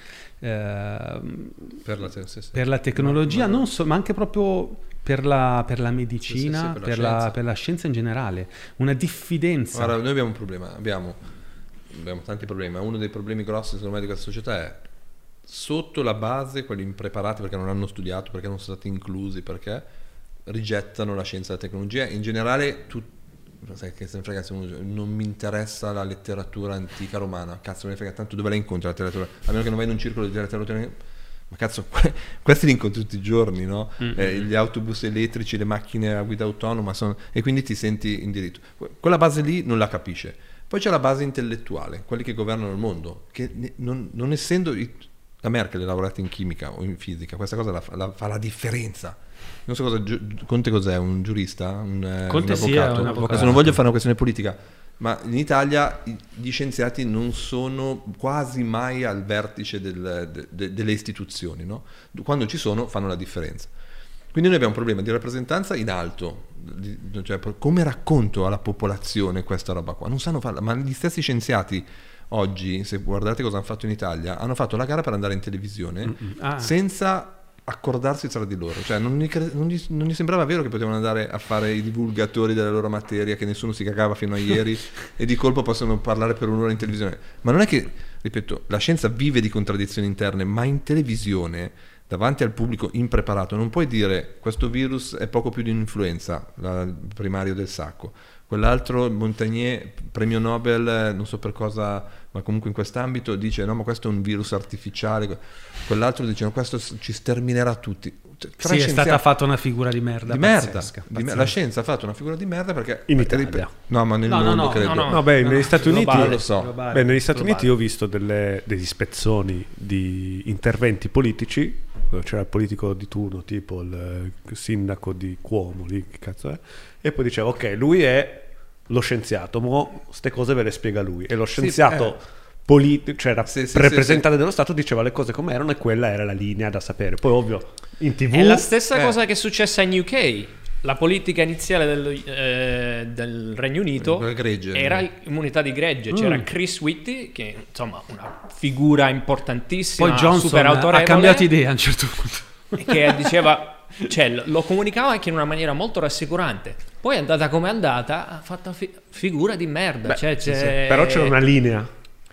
eh, Per la, te- sì, sì. per la tecnologia, Ma- ma- non so, ma anche proprio per la, per la medicina, Sì, sì, sì, per la per, la, scienza. per la scienza in generale, una diffidenza. Guarda, noi abbiamo un problema, abbiamo, abbiamo tanti problemi, ma uno dei problemi grossi secondo me di questa società è sotto la base, quelli impreparati perché non hanno studiato, perché non sono stati inclusi, perché rigettano la scienza e la tecnologia. In generale, tu, sai che se ne frega se uno dice, non mi interessa la letteratura antica romana, cazzo me ne frega tanto dove la incontri la letteratura, a meno che non vai in un circolo di letteratura, ma cazzo, que- questi li incontri tutti i giorni, no? Mm-hmm. Eh, gli autobus elettrici, le macchine a guida autonoma, sono- e quindi ti senti in diritto. Que- Quella base lì non la capisce. Poi c'è la base intellettuale, quelli che governano il mondo, che ne- non, non essendo... i- la Merkel è laureata in chimica o in fisica, questa cosa la fa la, fa la differenza. Non so cosa, Giu- Conte cos'è, un giurista? Un, eh, Conte un sì, è avvocato? un avvocato. Adesso non voglio fare una questione politica, ma in Italia i- gli scienziati non sono quasi mai al vertice del- de- de- delle istituzioni, no? Quando ci sono fanno la differenza. Quindi noi abbiamo un problema di rappresentanza in alto, di- cioè come racconto alla popolazione questa roba qua? Non sanno farla, ma gli stessi scienziati oggi, se guardate cosa hanno fatto in Italia, hanno fatto la gara per andare in televisione Ah. senza accordarsi tra di loro, cioè non gli, cre- non gli- non gli sembrava vero che potevano andare a fare i divulgatori della loro materia, che nessuno si cagava fino a ieri e di colpo possono parlare per un'ora in televisione. Ma non è che, ripeto, la scienza vive di contraddizioni interne, ma in televisione davanti al pubblico impreparato non puoi dire questo virus è poco più di un'influenza, la- il primario del sacco, quell'altro Montagnier, premio Nobel, non so per cosa, ma comunque in quest'ambito dice no, ma questo è un virus artificiale, quell'altro dice no, questo s- ci sterminerà tutti. Cioè, tra Sì, è scienziati- stata fatta una figura di merda di merda, pazzesca, di me- pazzesca. la scienza ha fatto una figura di merda perché In perché, Italia. ripeto, no, ma nel No, no, mondo no, credo. no, no. No, beh, No, negli no, Stati Uniti, globale, lo so. Globale. beh, negli Stati Globale. Uniti ho visto delle- degli spezzoni di interventi politici, dove c'era il politico di turno, tipo il eh, sindaco di Cuomo, lì, che cazzo è, e poi diceva, ok, lui è lo scienziato, mo ste cose ve le spiega lui, e lo scienziato eh. politi- cioè era Sì, sì, rappresentante sì, dello Stato, diceva le cose come erano e quella era la linea da sapere. Poi ovvio, in tv... È la stessa eh. cosa che è successa in U K. La politica iniziale del, eh, del Regno Unito Quel gregge. era immunità di gregge. C'era Mm. Chris Whitty, che insomma una figura importantissima, Poi Johnson super autorevole, ha cambiato idea a un certo punto. che diceva, cioè lo- lo comunicava anche in una maniera molto rassicurante. Poi è andata come è andata, ha fatto fi- figura di merda. Beh, cioè, sì, sì. c'è- Però c'era una linea.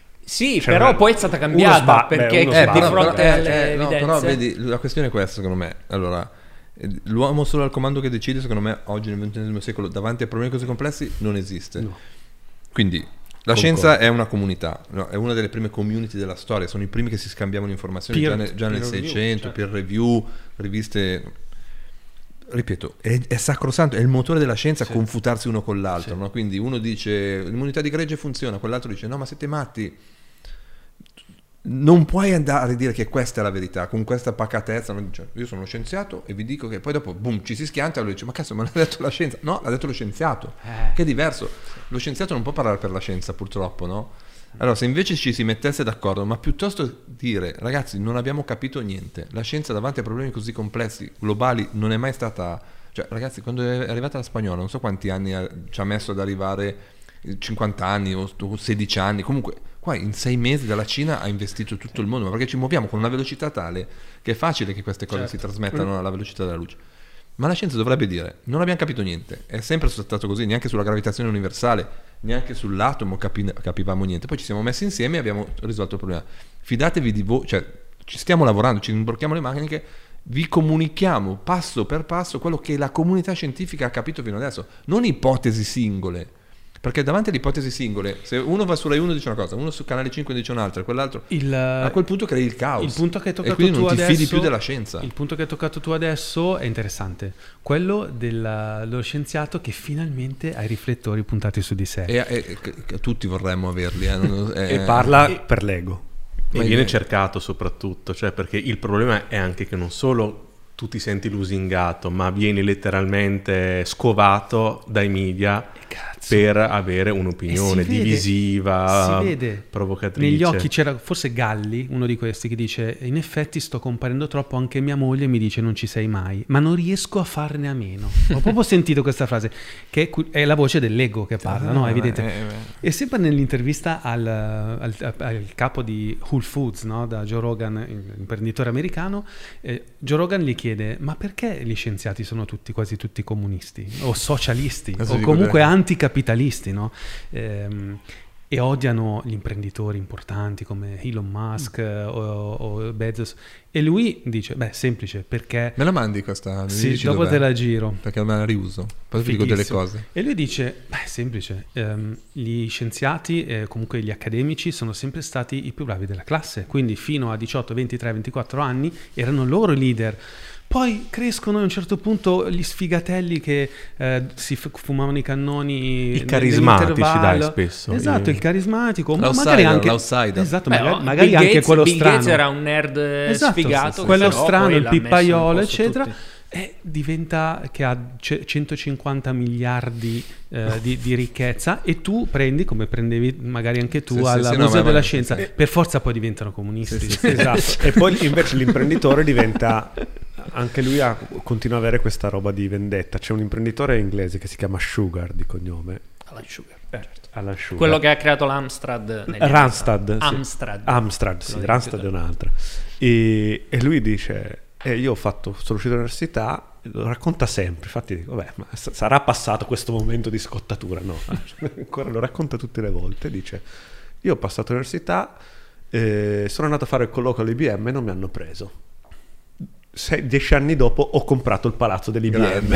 Sì, c'era però una- poi è stata uno cambiata sba- perché beh, uno di sbaglio. però- fronte però- alle eh, eh, no, evidenze. però vedi, la questione è questa secondo me. Allora, eh, l'uomo solo al comando che decide, secondo me, oggi nel ventunesimo secolo, davanti a problemi così complessi, non esiste. No. Quindi la Concordo. scienza è una comunità, no? È una delle prime community della storia, sono i primi che si scambiavano informazioni Peer- già, nel- già nel peer review, Seicento, certo. peer review, riviste. Ripeto, è, è sacrosanto, è il motore della scienza Sì. confutarsi uno con l'altro, Sì. no? Quindi uno dice l'immunità di gregge funziona, quell'altro dice no, ma siete matti. Non puoi andare a dire che questa è la verità con questa pacatezza, no? Dice, io sono scienziato e vi dico che poi dopo boom, ci si schianta e lui dice ma cazzo, ma l'ha detto la scienza? No, l'ha detto lo scienziato, Eh. che è diverso. Lo scienziato non può parlare per la scienza, purtroppo, no? Allora, se invece ci si mettesse d'accordo, ma piuttosto dire ragazzi, non abbiamo capito niente, la scienza davanti a problemi così complessi, globali, non è mai stata, cioè ragazzi, quando è arrivata la spagnola, non so quanti anni ha- ci ha messo ad arrivare, cinquanta anni o sedici anni, comunque qua in sei mesi dalla Cina ha investito tutto il mondo, ma perché ci muoviamo con una velocità tale che è facile che queste cose Certo. si trasmettano alla velocità della luce. Ma la scienza dovrebbe dire non abbiamo capito niente, è sempre stato così, neanche sulla gravitazione universale, neanche sull'atomo capi- capivamo niente, poi ci siamo messi insieme e abbiamo risolto il problema. Fidatevi di voi, cioè ci stiamo lavorando, ci imbrocchiamo le maniche, vi comunichiamo passo per passo quello che la comunità scientifica ha capito fino adesso, non ipotesi singole. Perché davanti alle ipotesi singole, se uno va su Rai uno dice una cosa, uno su Canale cinque dice un'altra, quell'altro, Il, a quel punto crei il caos. il punto che hai toccato e quindi tu non ti adesso, fidi più della scienza. Il punto che hai toccato tu adesso è interessante, quello della- dello scienziato che finalmente ha i riflettori puntati su di sé. E, e- e- tutti vorremmo averli. Eh, non- eh, E parla per l'ego. E Ma viene è- cercato soprattutto, cioè perché il problema è anche che non solo tu ti senti lusingato, ma vieni letteralmente scovato dai media per avere un'opinione E si vede- divisiva, si vede. provocatrice. Negli occhi c'era forse Galli, uno di questi, che dice: in effetti sto comparendo troppo, anche mia moglie mi dice non ci sei mai, ma non riesco a farne a meno. Ho proprio sentito questa frase, che è, cu- è la voce dell'ego che parla, no? È evidente. Eh, eh. E sempre nell'intervista al, al- al capo di Whole Foods, no? Da Joe Rogan, imprenditore americano, eh, Joe Rogan gli chiede: ma perché gli scienziati sono tutti, quasi tutti comunisti o socialisti Adesso o dico comunque bene. anticapitalisti, no? Ehm, e odiano gli imprenditori importanti come Elon Musk eh, o, o Bezos, e lui dice: beh, semplice, perché Me la mandi questa? Mi sì, dici dopo dov'è? te la giro. Perché me la riuso. Poi ti dico delle Fighissimo. cose. E lui dice: beh, semplice, ehm, gli scienziati e comunque gli accademici sono sempre stati i più bravi della classe, quindi fino a diciotto, ventitré, ventiquattro anni erano loro i leader. Poi crescono a un certo punto gli sfigatelli che eh, si f- fumavano i cannoni, I nel- carismatici, nell'intervallo. dai, spesso. Esatto, I- il carismatico, ma L'outsider, magari anche l'outsider. esatto, Beh, magari, oh, magari Bill anche Gates- quello Bill strano. Gates era un nerd Esatto, sfigato, sì, sì, quello però strano, poi il l'ha messo in pippaiolo, posto eccetera. tutti. E diventa che ha ce- centocinquanta miliardi eh, di, di ricchezza, e tu prendi, come prendevi magari anche tu Sì, sì, al sì, no, Museo ma- della ma- Scienza, sì. per forza poi diventano comunisti. Sì, sì, Esatto. E poi invece l'imprenditore diventa, anche lui ha, continua ad avere questa roba di vendetta. C'è un imprenditore inglese che si chiama Sugar di cognome, Alan Sugar. Alan Sugar. Quello che ha creato l'Amstrad. negli anni Randstad, ottanta. sì. Amstrad. Amstrad, sì, Quello di Randstad è computer. un'altra. E, e lui dice: eh, io ho fatto, sono uscito dall'università, lo racconta sempre, infatti dico, vabbè, ma s- sarà passato questo momento di scottatura, no? Ancora lo racconta tutte le volte, dice: io ho passato l'università, eh, sono andato a fare il colloquio all'I B M e non mi hanno preso. Sei, dieci anni dopo ho comprato il palazzo dell'I B M.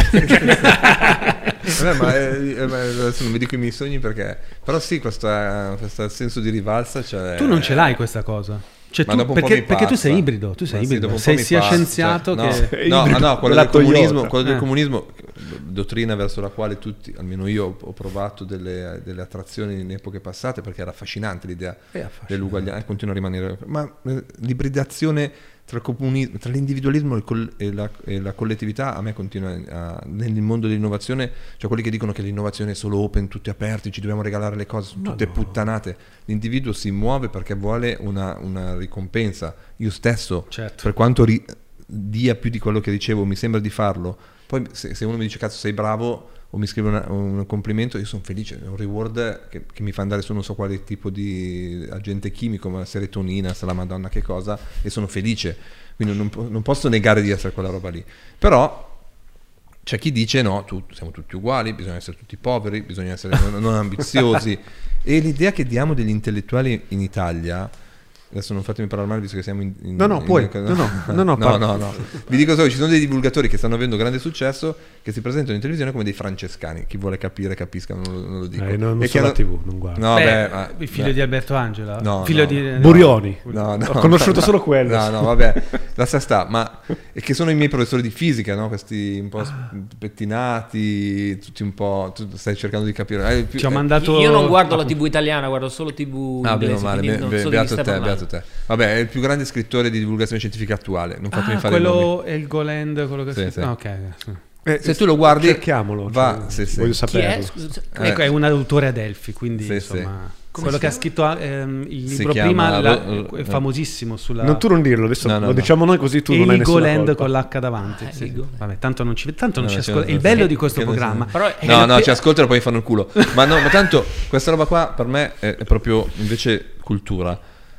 Vabbè, ma eh, eh, ma adesso non vi dico i miei sogni perché. Però sì, questo, questo senso di rivalsa c'è. Tu non ce l'hai questa cosa. Cioè, Ma tu- dopo un po' perché, mi perché tu passa. sei ibrido, tu sei Ma sì, ibrido, dopo un po' sei mi sia passa, scienziato cioè, che... no, no, ibrido no, quello della del comunismo, Toyota. quello del Eh. comunismo, dottrina verso la quale tutti, almeno io ho provato delle, delle attrazioni in epoche passate, perché era affascinante l'idea dell'uguaglianza, e continua a rimanere, ma eh, l'ibridazione tra il comunismo, tra l'individualismo e, il col- e la, e la collettività a me continua a, nel mondo dell'innovazione, cioè quelli che dicono che l'innovazione è solo open, tutti aperti, ci dobbiamo regalare le cose, sono tutte puttanate. L'individuo si muove perché vuole una, una ricompensa. Io stesso, Certo. per quanto ri- dia più di quello che dicevo, mi sembra di farlo, poi se, se uno mi dice cazzo sei bravo o mi scrive una- un complimento, io sono felice, è un reward che, che mi fa andare su non so quale tipo di agente chimico, ma serotonina, sa la madonna che cosa, e sono felice, quindi non, po- non posso negare di essere quella roba lì. Però c'è chi dice no, tu, siamo tutti uguali, bisogna essere tutti poveri, bisogna essere non, non ambiziosi, e l'idea che diamo degli intellettuali in Italia, adesso non fatemi parlare male visto che siamo in... in No, no, in- puoi. in- No, no, no, no, no, parla. no, no. Vi dico solo, ci sono dei divulgatori che stanno avendo grande successo, che si presentano in televisione come dei francescani, chi vuole capire capisca, non lo, non lo dico. Eh, non, non E so che la hanno- tivù, non guardo. No, Beh, beh, ma- il figlio beh. di Alberto Angela? No, figlio no. di... Burioni. No, no, Ho conosciuto no, solo quello. No, no, vabbè, lascia sta, ma è che sono i miei professori di fisica, no? Questi un po' Ah. pettinati, tutti un po', tu stai cercando di capire. Eh, più- Ci ho eh, mandato... Io non guardo la tivù italiana, guardo solo tivù Ah, bene o inglese, male, quindi be- non be- so di chi beato stai te, parlando. beato te. Vabbè, è il più grande scrittore di divulgazione scientifica attuale. Non fatemi Ah, fare i nomi. quello è il Goland, quello che... Sì, si... sì. Ah, ok. sì. Eh, Se tu lo guardi, cerchiamolo. va, cioè, sì, sì. Voglio Chi è? saperlo. Scusa, Eh. Ecco, è un autore ad Elfi, quindi Sì, insomma... Come Quello si che ha scritto ehm, il Si libro chiama prima, la- Ro- è famosissimo sulla... Non tu non dirlo, adesso No, no, lo no. diciamo noi così tu non hai nessuna Heligoland colpa. con l'H davanti. Ah, sì. Heligoland. Vabbè, tanto non ci, tanto non No, ci c'è- ascolta. Il c'è- bello c'è- di questo che ne so. programma... Però è No, no, pe- ci ascoltano e poi fanno il culo. Ma no, ma tanto questa roba qua per me è, è proprio invece cultura.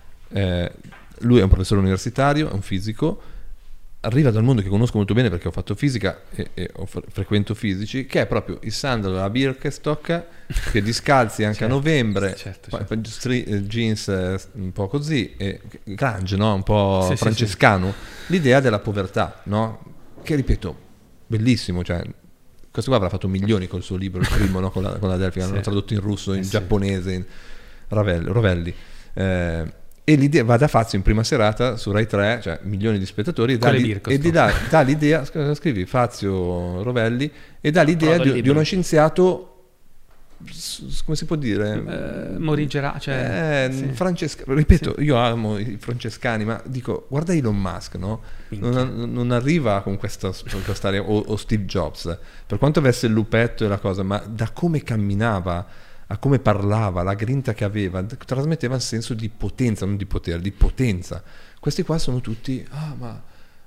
Eh, lui è un professore universitario, è un fisico, arriva dal mondo che conosco molto bene perché ho fatto fisica e, e ho fre- frequento fisici, che è proprio il sandalo della Birkenstock, che discalzi anche Certo, a novembre, certo, poi- certo. poi stri- eh, jeans eh, un po' così, e grunge, no? Un po' Sì, sì, francescano. L'idea della povertà, no? Che ripeto, bellissimo, cioè questo qua avrà fatto milioni col suo libro, il primo, no? Con la, con la Delphi, Sì. l'hanno tradotto in russo, in Eh sì. giapponese, in Ravelli, Rovelli. Eh, e l'idea va da Fazio in prima serata su Rai tre, cioè milioni di spettatori, e dà, Con le l'i- Birkenstock. e di dà, dà l'idea, sc- scrivi Fazio Rovelli, e dà l'idea Trovo il di, di libro. uno scienziato s- come si può dire? Eh, morigerà, cioè, Eh, sì. Francesca- ripeto, io amo i francescani, ma dico, guarda Elon Musk, no? Non, non arriva con questa, con questa area, o, o Steve Jobs, per quanto avesse il lupetto e la cosa, ma da come camminava, a come parlava, la grinta che aveva, trasmetteva il senso di potenza, non di potere, di potenza. Questi qua sono tutti, ah ma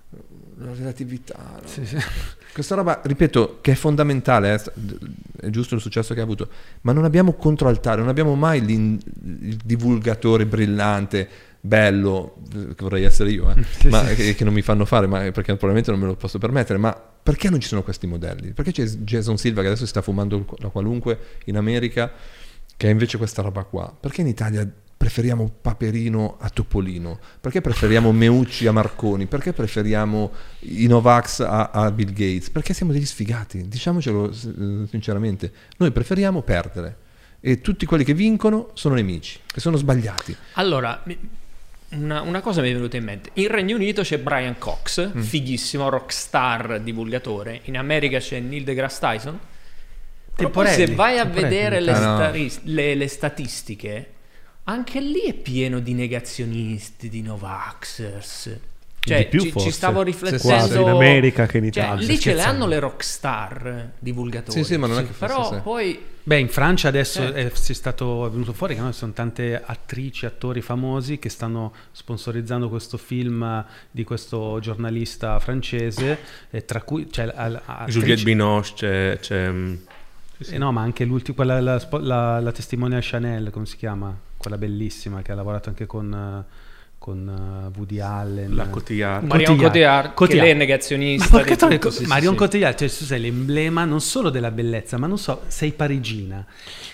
la relatività, no? Sì, sì. Questa roba, ripeto, che è fondamentale, eh, è giusto il successo che ha avuto, ma non abbiamo controaltare, non abbiamo mai l'in- il divulgatore brillante, bello, che vorrei essere io, eh, Sì, ma sì, che, sì. che non mi fanno fare, ma perché probabilmente non me lo posso permettere, ma perché non ci sono questi modelli? Perché c'è Jason Silva che adesso si sta fumando la qualunque in America, che ha invece questa roba qua? Perché in Italia preferiamo Paperino a Topolino? Perché preferiamo Meucci a Marconi? Perché preferiamo i Novax a, a Bill Gates? Perché siamo degli sfigati, diciamocelo eh, sinceramente. Noi preferiamo perdere e tutti quelli che vincono sono nemici, che sono sbagliati. Allora, mi- una, una cosa mi è venuta in mente. In Regno Unito c'è Brian Cox, Mm. fighissimo, rockstar, divulgatore. In America c'è Neil deGrasse Tyson. Però poi Temporelli, se vai a Temporelli. vedere le, Ah, no. stari- le- le statistiche, anche lì è pieno di negazionisti, di Novaxers. Cioè, Di più, ci, ci forse. stavo Sì, sì, riflettendo. sì. in America che in Cioè, Italia. lì ce le scherzando. hanno le rockstar divulgatori. Sì, sì, ma non è che fosse- Però sì. poi Beh, in Francia adesso Eh. è, si è stato è venuto fuori che no, ci sono tante attrici, attori famosi che stanno sponsorizzando questo film di questo giornalista francese, eh, tra cui c'è la- la- Juliette attrice- Binoche, c'è... c'è mm, Eh no, ma anche l'ultima, quella, la, spo- la, la testimonial Chanel, come si chiama? Quella bellissima che ha lavorato anche con, eh, con eh, Woody Allen. la Cotillard. Marion Cotillard, che lei è negazionista. Ma porca di troia, tutto, co- sì, sì, Marion sì. Cotillard, cioè tu sei l'emblema non solo della bellezza, ma non so, sei parigina,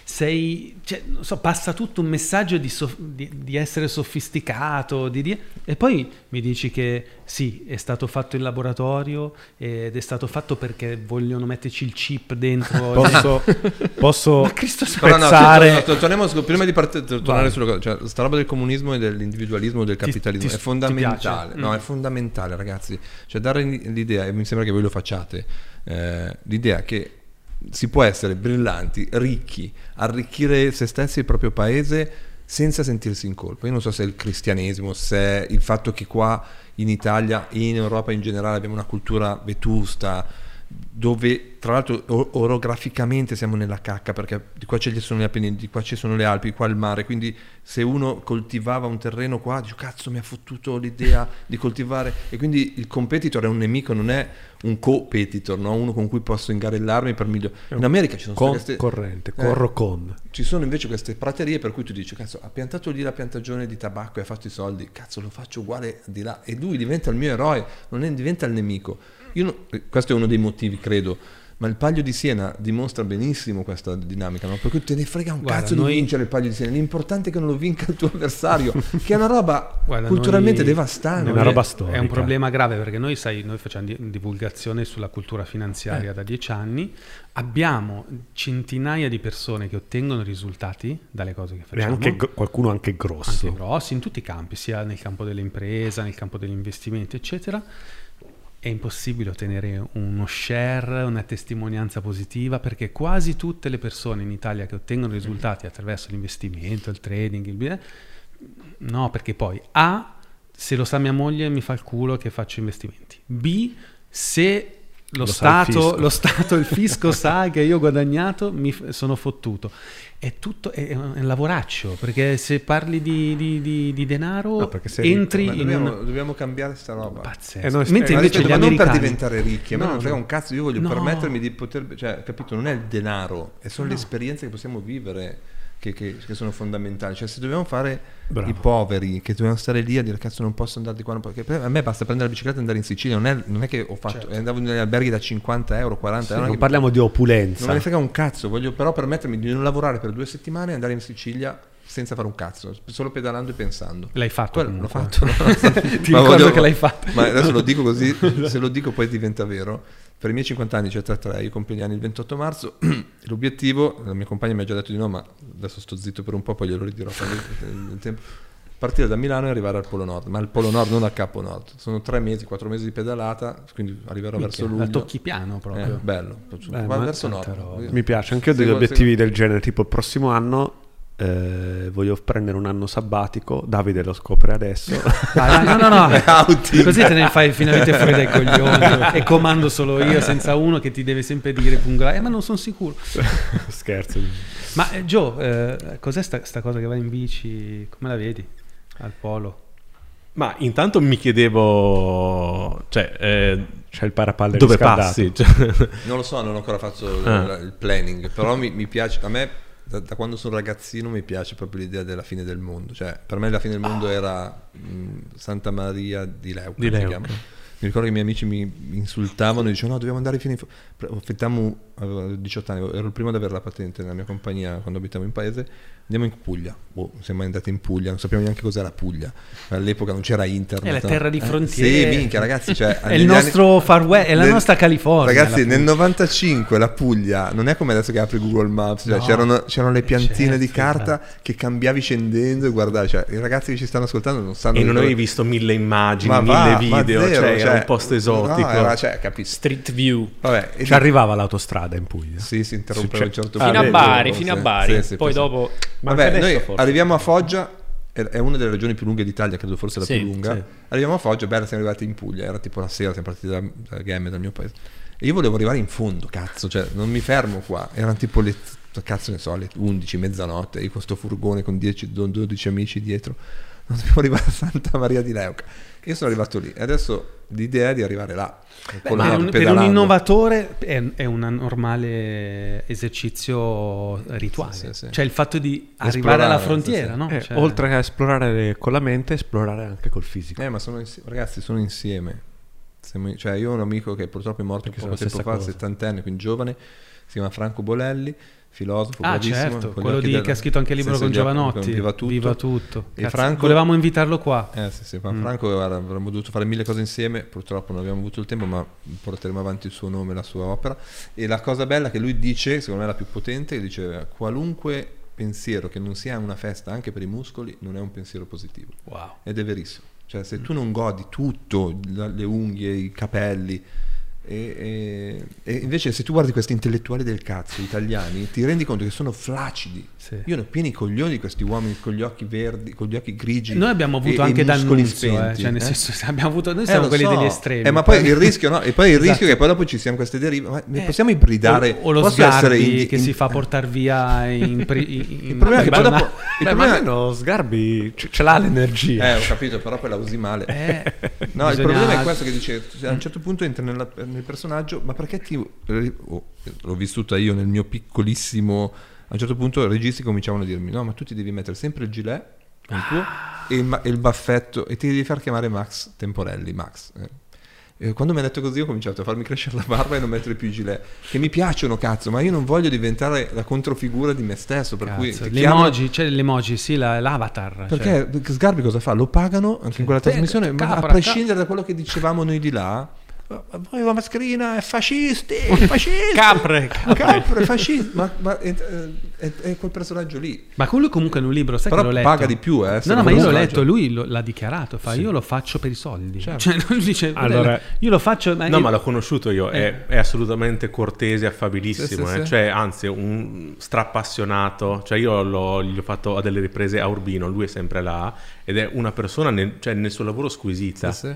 sei, cioè, non so, passa tutto un messaggio di, sof- di- di essere sofisticato, di, di- e poi mi dici che sì, è stato fatto in laboratorio ed è stato fatto perché vogliono metterci il chip dentro. Posso, posso Ma Cristo santo. Però no, spezzare... to- to- to- torniamo su- prima di part- to- tornare Vai. sulla cosa, cioè sta roba del comunismo e dell'individualismo del Ti- capitalismo ti- è ti fondamentale, piace? no, Mm. è fondamentale, ragazzi, cioè dare l'idea, e mi sembra che voi lo facciate, eh, l'idea che si può essere brillanti, ricchi, arricchire se stessi e il proprio paese senza sentirsi in colpa. Io non so se è il cristianesimo, se è il fatto che qua in Italia e in Europa in generale abbiamo una cultura vetusta, dove tra l'altro o- orograficamente siamo nella cacca, perché di qua ci sono le Appennini, di qua ci sono le Alpi, qua il mare, quindi se uno coltivava un terreno qua, dice cazzo mi ha fottuto l'idea di coltivare, e quindi il competitor è un nemico, non è un co-petitor, no? Uno con cui posso ingarellarmi per migliorare. In America ci sono con queste corrente, Eh. corro con. ci sono invece queste praterie per cui tu dici cazzo ha piantato lì la piantagione di tabacco e ha fatto i soldi, cazzo lo faccio uguale di là, e lui diventa il mio eroe, non è, diventa il nemico. Io no- eh, questo è uno dei motivi, credo, ma il Palio di Siena dimostra benissimo questa dinamica, no? Per cui te ne frega un Guarda, cazzo noi- di vincere il Palio di Siena, l'importante è che non lo vinca il tuo avversario, che è una roba Guarda, culturalmente noi- devastante. È una roba È storica. un problema grave perché noi, sai, noi facciamo di- divulgazione sulla cultura finanziaria da dieci anni, abbiamo centinaia di persone che ottengono risultati dalle cose che E facciamo. anche gro- qualcuno anche grosso. Anche grossi, in tutti i campi, sia nel campo dell'impresa, nel campo degli investimenti, eccetera. È impossibile ottenere uno share, una testimonianza positiva, perché quasi tutte le persone in Italia che ottengono risultati attraverso l'investimento, il trading, il business, no, perché poi A, se lo sa mia moglie mi fa il culo che faccio investimenti. B, se lo, Lo sa il Stato, fisco. lo Stato, il fisco sa che io ho guadagnato, mi f- sono fottuto. È tutto è un è un lavoraccio, perché se parli di, di- di- di denaro No, perché sei entri Ma in dobbiamo, un... dobbiamo cambiare sta roba. Pazzesco. E noi- Mentre eh, Ma, invece ripeto, gli ma non per americani... diventare ricchi, a me No, non frega no. un cazzo, io voglio No. permettermi di poter, cioè, capito, non è il denaro, e sono No. le esperienze che possiamo vivere che, che- che sono fondamentali. Cioè, se dobbiamo fare Bravo. i poveri, che dobbiamo stare lì a dire cazzo non posso andare di qua, non posso-" che a me basta prendere la bicicletta e andare in Sicilia, non è, non è che ho fatto, Certo. andavo negli alberghi da cinquanta euro, quaranta Sì, euro, non che- parliamo di non opulenza. me ne frega un cazzo, voglio però permettermi di non lavorare per due settimane e andare in Sicilia senza fare un cazzo, solo pedalando e pensando. L'hai fatto Quello l'ho comunque. fatto. Ti Ma ricordo voglio- che l'hai fatto. Ma adesso lo dico così, se lo dico poi diventa vero. Per i miei cinquanta anni, cioè tre tre, io compio gli anni il ventotto marzo, l'obiettivo, la mia compagna mi ha già detto di no, ma adesso sto zitto per un po', poi glielo ridirò quando il tempo. partire da Milano e arrivare al Polo Nord, ma al Polo Nord, non al Capo Nord. Sono tre mesi, quattro mesi di pedalata, quindi arriverò Minchia, verso luglio. la tocchi piano proprio. Eh, bello. Eh, Va ma verso tanta nord. roba. Mi piace, anche io ho degli Seguo- obiettivi seguo- del genere, tipo il prossimo anno eh, voglio prendere un anno sabbatico, Davide lo scopre adesso. Dai, dai, no, no, no. Outing. Così te ne fai finalmente fuori dai coglioni e comando solo io senza uno che ti deve sempre dire pungra, eh, ma non sono sicuro. Scherzo. Ma eh, Joe, eh, cos'è sta, sta cosa che va in bici? Come la vedi al polo? Ma intanto mi chiedevo, cioè, eh, C'è il parapalle dove riscaldato. passi? Cioè, Non lo so, non ho ancora fatto Ah. il planning, però mi, mi piace, a me da, da quando sono ragazzino mi piace proprio l'idea della fine del mondo, cioè per me la fine del mondo era mh, Santa Maria di Leuca, Di si Leuca. chiama. Mi ricordo che i miei amici mi insultavano e dicevano no, dobbiamo andare fino in fondo. Affittammo, avevo diciotto anni, ero il primo ad avere la patente nella mia compagnia quando abitavo in paese. Andiamo in Puglia, boh, siamo mai andati in Puglia, non sappiamo neanche cos'era la Puglia, all'epoca non c'era internet. È la no? terra di Eh, frontiere. Sì, minchia ragazzi, cioè, È il negli nostro anni- Far West, è la nel- nostra California. Ragazzi, la nel Puglia. novantacinque la Puglia non è come adesso che apri Google Maps, cioè No, c'erano, c'erano le piantine certo, di carta che cambiavi scendendo e guardavi, cioè i ragazzi che ci stanno ascoltando non sanno e non dove- avevi visto mille immagini, Ma mille va, video, ma zero, cioè, era cioè, un posto esotico. No, era, cioè, capisci? Street View. Vabbè, e Ci arrivava l'autostrada in Puglia. Sì, si interrompeva Sì, a un certo Ah, Fino a vedi, Bari, sì, fino a sì, Bari. sì, sì, Poi sì. dopo... Ma Vabbè, anche adesso noi forse. arriviamo a Foggia, è è una delle regioni più lunghe d'Italia, credo forse la Sì, più lunga. sì. Arriviamo a Foggia, bella, siamo arrivati in Puglia, era tipo la sera, siamo partiti da, da Gemme, dal mio paese. E io volevo arrivare in fondo, cazzo, cioè non mi fermo qua. Erano tipo le, cazzo ne so, le undici, mezzanotte, io con sto furgone con dieci, dodici amici dietro. Non dobbiamo arrivare a Santa Maria di Leuca. Io sono arrivato lì e adesso l'idea è di arrivare là. Beh, Con ma la- un- per pedalando. un innovatore è, è un normale esercizio rituale. Sì, sì, sì. Cioè il fatto di Esplorare, arrivare alla sì, frontiera, sì. no? Eh, Cioè- Oltre a esplorare con la mente, esplorare anche col fisico. Eh, ma sono insi- ragazzi, sono insieme. Siamo- cioè, io ho un amico che purtroppo è morto Perché poco sono la tempo stessa fa, cosa. settantenne, quindi giovane. Si chiama Franco Bolelli, filosofo, Ah, bravissimo. certo, con gli quello occhi di, del- che ha scritto anche il libro sì, con sì, gli occhi- Giovanotti. con Viva tutto. Viva tutto. E Cazzo, Franco- volevamo invitarlo qua. Eh sì, sì, ma Mm. Franco guarda, avremmo dovuto fare mille cose insieme, purtroppo non abbiamo avuto il tempo, ma porteremo avanti il suo nome e la sua opera. E la cosa bella che lui dice, secondo me è la più potente, che dice qualunque pensiero che non sia una festa anche per i muscoli non è un pensiero positivo. Wow. Ed è verissimo. Cioè se tu non godi tutto, la- le unghie, i capelli, e, e- e invece se tu guardi questi intellettuali del cazzo italiani ti rendi conto che sono flacidi. Sì. Io ne ho pieni i coglioni di questi uomini con gli occhi verdi, con gli occhi grigi. Noi abbiamo avuto e- e anche i muscoli D'Annunzio, eh, spenti, cioè nel eh. senso abbiamo avuto, noi Eh, siamo lo quelli so. degli estremi. Eh, ma poi il rischio, no? E poi il Esatto. rischio che poi dopo ci siano queste derive. Ma ne Eh, possiamo ibridare? o, o lo Posso essere Sgarbi in- che in- si fa portare via in, pri- in, Il problema è che poi giornata. dopo. Il Beh, problema ma è- almeno Sgarbi ce, ce l'ha l'energia. Eh, ho capito, però poi la usi male. Eh, No, il bisogna- problema è questo che dice, cioè, a un certo punto entri nella- nel personaggio, ma perché ti... oh, l'ho vissuta io nel mio piccolissimo... A un certo punto i registi cominciavano a dirmi, no, ma tu ti devi mettere sempre il gilet, il tuo, e, il, ma- e il baffetto, e ti devi far chiamare Max Temporelli, Max. eh. E quando mi ha detto così ho cominciato a farmi crescere la barba e non mettere più i gilet, che mi piacciono, cazzo, ma io non voglio diventare la controfigura di me stesso, per cui... Cazzo, ti chiamo- l'emoji, c'è l'emoji, sì, la- l'avatar. cioè. perché Sgarbi cosa fa? Lo pagano anche in quella Sì, trasmissione, ma capra, a prescindere da quello che dicevamo noi di là, voi la mascherina è fascisti, fascisti, Capre, capre, fascisti, ma, ma è, è- è quel personaggio lì. Ma con lui comunque in un libro, sai Però che l'ho letto? paga di più, eh, se No, no, lo ma io l'ho conosco, letto, cioè. lui lo- l'ha dichiarato, fa io lo faccio per i soldi. Certo. Cioè, lui dice, Allora- io lo faccio... No, io- ma l'ho conosciuto io, è, è assolutamente cortese, affabilissimo, Sì, sì, eh. sì. Cioè, anzi, un strappassionato. Cioè, io l'ho, gli ho fatto a delle riprese a Urbino, lui è sempre là, ed è una persona nel, cioè, nel suo lavoro squisita. Sì, sì.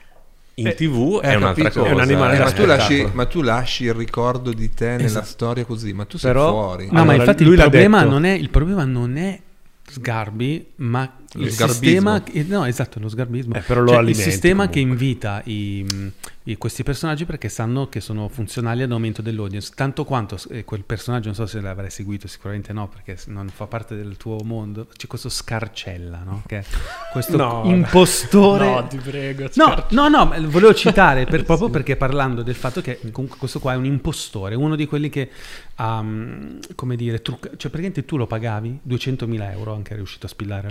In tv è Eh, un'altra capito? cosa. È un animale Eh, da ma, tu lasci, spettacolo. ma tu lasci il ricordo di te nella Esatto. storia così, ma tu sei Però- fuori. No, ma Allora, infatti lui il l'ha problema, detto. non è, il problema non è Sgarbi, ma Lo il sgarbismo. sistema... che- No, esatto, lo sgarbismo. Eh, però lo Cioè, il alimenti sistema che comunque. invita i, i- questi personaggi perché sanno che sono funzionali all'aumento dell'audience, tanto quanto eh, quel personaggio, non so se l'avrai seguito, sicuramente no, perché non fa parte del tuo mondo, c'è questo Scarcella, no? Che è questo No, impostore... No, ti prego. No, scherzo. no, no, ma volevo citare per- proprio perché parlando del fatto che comunque questo qua è un impostore, uno di quelli che, um, come dire, trucca- cioè praticamente tu lo pagavi duecentomila euro, anche è riuscito a spillare alla gente,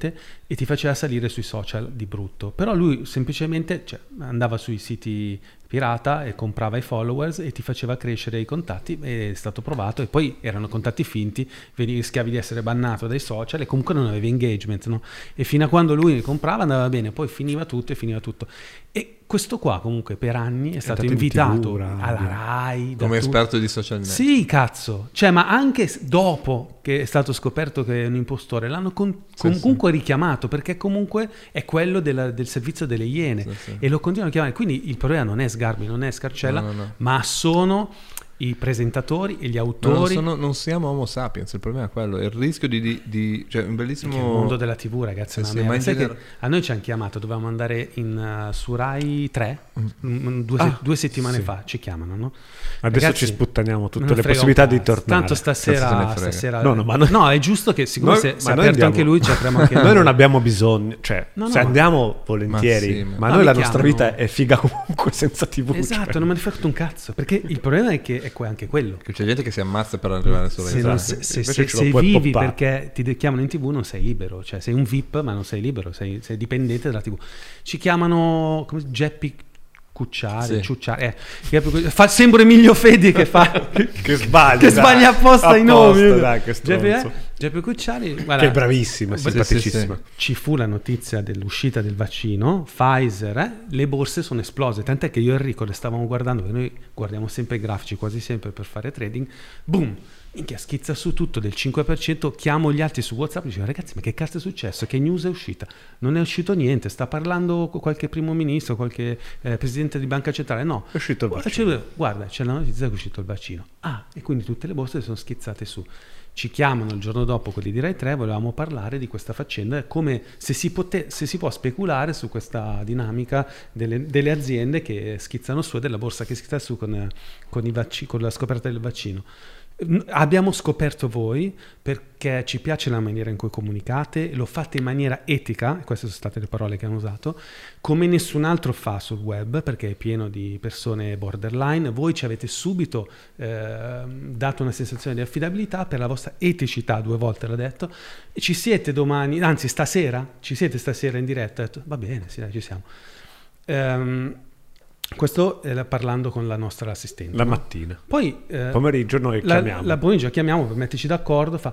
gente e ti faceva salire sui social di brutto. Però lui semplicemente, cioè, andava sui siti pirata e comprava i followers e ti faceva crescere i contatti, è stato provato, e poi erano contatti finti, venivi, rischiavi di essere bannato dai social e comunque non avevi engagement, no? E fino a quando lui ne comprava andava bene, poi finiva tutto e finiva tutto. E questo qua comunque per anni è stato invitato alla Rai come tu- esperto di social network. Sì, cazzo, cioè, ma anche dopo che è stato scoperto che è un impostore l'hanno con- Sì, comunque richiamato, perché comunque è quello della- del servizio delle Iene, Sì, sì. e lo continuano a chiamare. Quindi il problema non è Sgarbi, non è Scarcella, No, no, no. ma sono i presentatori e gli Ma non, autori. sono- non siamo Homo sapiens, il problema è quello, è il rischio di, di, di- cioè un bellissimo Che il mondo della tivù, ragazzi, è Sì, una sì, ma merda. in Sai genere- che a noi ci hanno chiamato, dovevamo andare in, uh, su Rai tre mm, due, se- Ah, due settimane sì. fa, ci chiamano, no? Adesso Ragazzi, ci sputtaniamo tutte non le frega possibilità un di cazzo. tornare. Tanto Cazzo se ne stasera, frega. stasera No, no, ma noi- no, è giusto che siccome Noi- si è, ma si è noi aperto andiamo- anche lui, ci apriamo anche Noi non abbiamo bisogno, cioè No, se no. andiamo volentieri, Ma sì, ma, ma- No, noi mi la nostra chiamano- vita è figa comunque senza tivù. Esatto, cioè. non me ne frega un cazzo, perché il problema è che è que- anche quello. Che c'è gente che si ammazza per arrivare solo Se, in non- Italia. se- se- Invece se- ce lo se puoi vivi poppare. perché ti de- chiamano in tivù non sei libero, cioè sei un V I P ma non sei libero, sei, sei dipendente dalla tivù. Ci chiamano come Geppi Cucciari, Sì. Ciucciari, eh, Geppi- fa, sembra Emilio Fedi che fa Che sbaglia, che dai. sbaglia apposta i Apposta, nomi. dai, che Geppi, stronzo. eh? Geppi Cucciari, guarda, Che è bravissima, Sì, simpaticissima. sì, ci fu la notizia dell'uscita del vaccino Pfizer, eh, le borse sono esplose, tant'è che io e Enrico le stavamo guardando, perché noi guardiamo sempre i grafici quasi sempre per fare trading, boom, minchia, schizza su tutto del cinque per cento, chiamo gli altri su WhatsApp e dicevo ragazzi ma che cazzo è successo, che news è uscita? Non è uscito niente, sta parlando con qualche primo ministro, qualche eh, presidente di banca centrale, no, È uscito il Guarda, vaccino. c'è- guarda c'è la notizia che è uscito il vaccino, ah, e quindi tutte le borse sono schizzate su. Ci chiamano il giorno dopo quelli di Rai tre, volevamo parlare di questa faccenda, come se si, pote- se si può speculare su questa dinamica delle, delle aziende che schizzano su e della borsa che schizza su con, eh, con, i vacci- con la scoperta del vaccino. N- Abbiamo scoperto voi perché ci piace la maniera in cui comunicate, lo fate in maniera etica, queste sono state le parole che hanno usato, come nessun altro fa sul web, perché è pieno di persone borderline. Voi ci avete subito eh, dato una sensazione di affidabilità per la vostra eticità, due volte l'ho detto, e ci siete domani, anzi stasera, ci siete stasera in diretta, ho detto, va bene, sì, dai, ci siamo. Ehm, questo eh, parlando con la nostra assistente. La no? mattina. Poi eh, Pomeriggio noi la, chiamiamo. la pomeriggio chiamiamo per metterci d'accordo, fa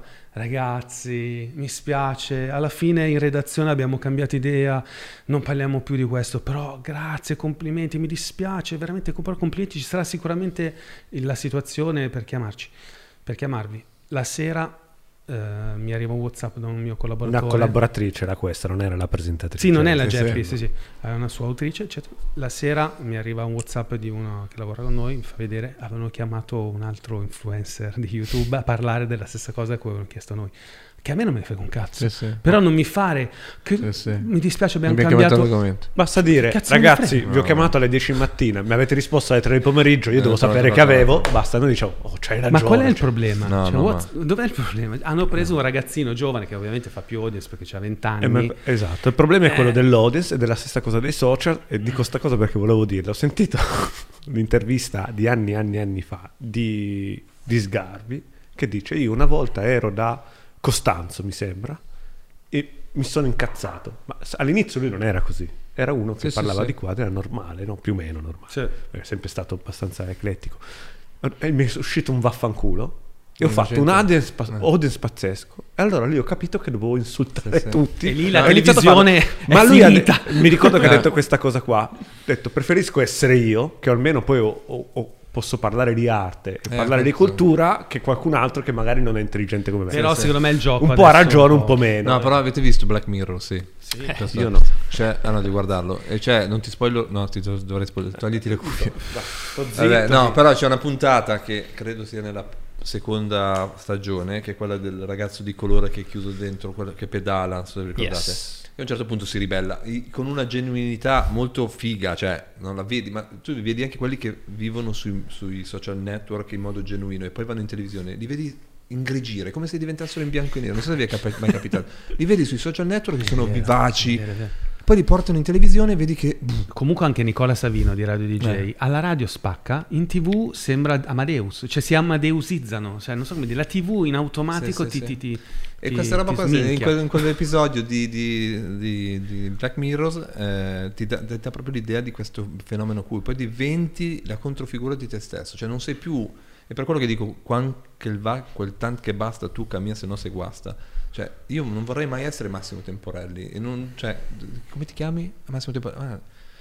ragazzi mi spiace, alla fine in redazione abbiamo cambiato idea, non parliamo più di questo, però grazie, complimenti, mi dispiace veramente, però complimenti, ci sarà sicuramente la situazione per chiamarci, per chiamarvi. La sera eh, mi arriva un WhatsApp da un mio collaboratore. Una collaboratrice era questa, non era la presentatrice. Sì, non è la Sì, Jeffrey, sì. sì, sì, è una sua autrice, eccetera. La sera mi arriva un WhatsApp di uno che lavora con noi, mi fa vedere, avevano chiamato un altro influencer di YouTube a parlare della stessa cosa che avevano chiesto a noi. Che a me non me ne frega un cazzo. Sì, sì. Però non mi fare che Sì, sì. mi dispiace, abbiamo, Abbiamo cambiato. cambiato argomento. Basta dire, Cazzo me ne ragazzi, frega. vi ho No, chiamato alle dieci di mattina, mi avete risposto alle tre di pomeriggio, io Eh, devo sono sapere che tornato avevo, avanti. basta, noi diciamo, oh, c'hai ragione. Ma qual è il cioè. problema? No, Cioè, no, what's- dov'è il problema? Hanno preso un ragazzino giovane che ovviamente fa più audience perché ha venti anni. Eh, ma- esatto, il problema è quello Eh. dell'audience e della stessa cosa dei social, e dico sta cosa perché volevo dirla. Ho sentito un'intervista di anni e anni e anni fa di, di Sgarbi che dice io una volta ero da Costanzo, mi sembra, e mi sono incazzato. Ma s- all'inizio lui non era così, era uno che Sì, sì, parlava sì. di qua ed era normale, no? Più o meno normale. Sì. È sempre stato abbastanza eclettico. E mi è uscito un vaffanculo e ho Una fatto gente- un audience, pa- eh. audience pazzesco, e allora lì ho capito che dovevo insultare Sì, sì. tutti. E lì la Ho iniziato a farlo. televisione è Ma lui ha de- finita. mi ricordo che ha Eh. detto questa cosa qua, ha detto preferisco essere io, che almeno poi ho- ho- ho- posso parlare di arte e Eh, parlare di questo- cultura, che qualcun altro che magari non è intelligente come me. Però sì. secondo me il gioco un po' ha adesso ragione, un po' meno. No, però avete visto Black Mirror, sì. Questo- io no. C'è, ah no, di guardarlo. E c'è, non ti spoilo, no, ti dov- dovrei spoiler, togliti le cuffie. Sto zitto, Vabbè, no, zitto. però c'è una puntata che credo sia nella seconda stagione, che è quella del ragazzo di colore che è chiuso dentro, quello che pedala, non so se vi ricordate. Yes. E a un certo punto si ribella i- con una genuinità molto figa, cioè non la vedi, ma tu vedi anche quelli che vivono sui, sui social network in modo genuino e poi vanno in televisione, li vedi ingrigire come se diventassero in bianco e nero, non so se vi è capi- mai capitato, li vedi sui social network che sono È vero, vivaci, è vero, è vero. poi li portano in televisione e vedi che... Comunque anche Nicola Savino di Radio D J Eh. alla radio spacca, in tv sembra Amadeus, cioè si amadeusizzano, cioè non so come dire, la tv in automatico Sì, sì, ti, sì. ti, ti E ti- questa roba ti qua, in, sminchia. quel- in quell'episodio di, di- di- di Black Mirror eh, ti, dà, ti dà proprio l'idea di questo fenomeno qui, poi diventi la controfigura di te stesso, cioè non sei più, è per quello che dico, quan che il va, quel tant che basta, tu cammina se no se guasta, cioè io non vorrei mai essere Massimo Temporelli, e non, cioè, come ti chiami? Massimo Temporelli? Ah,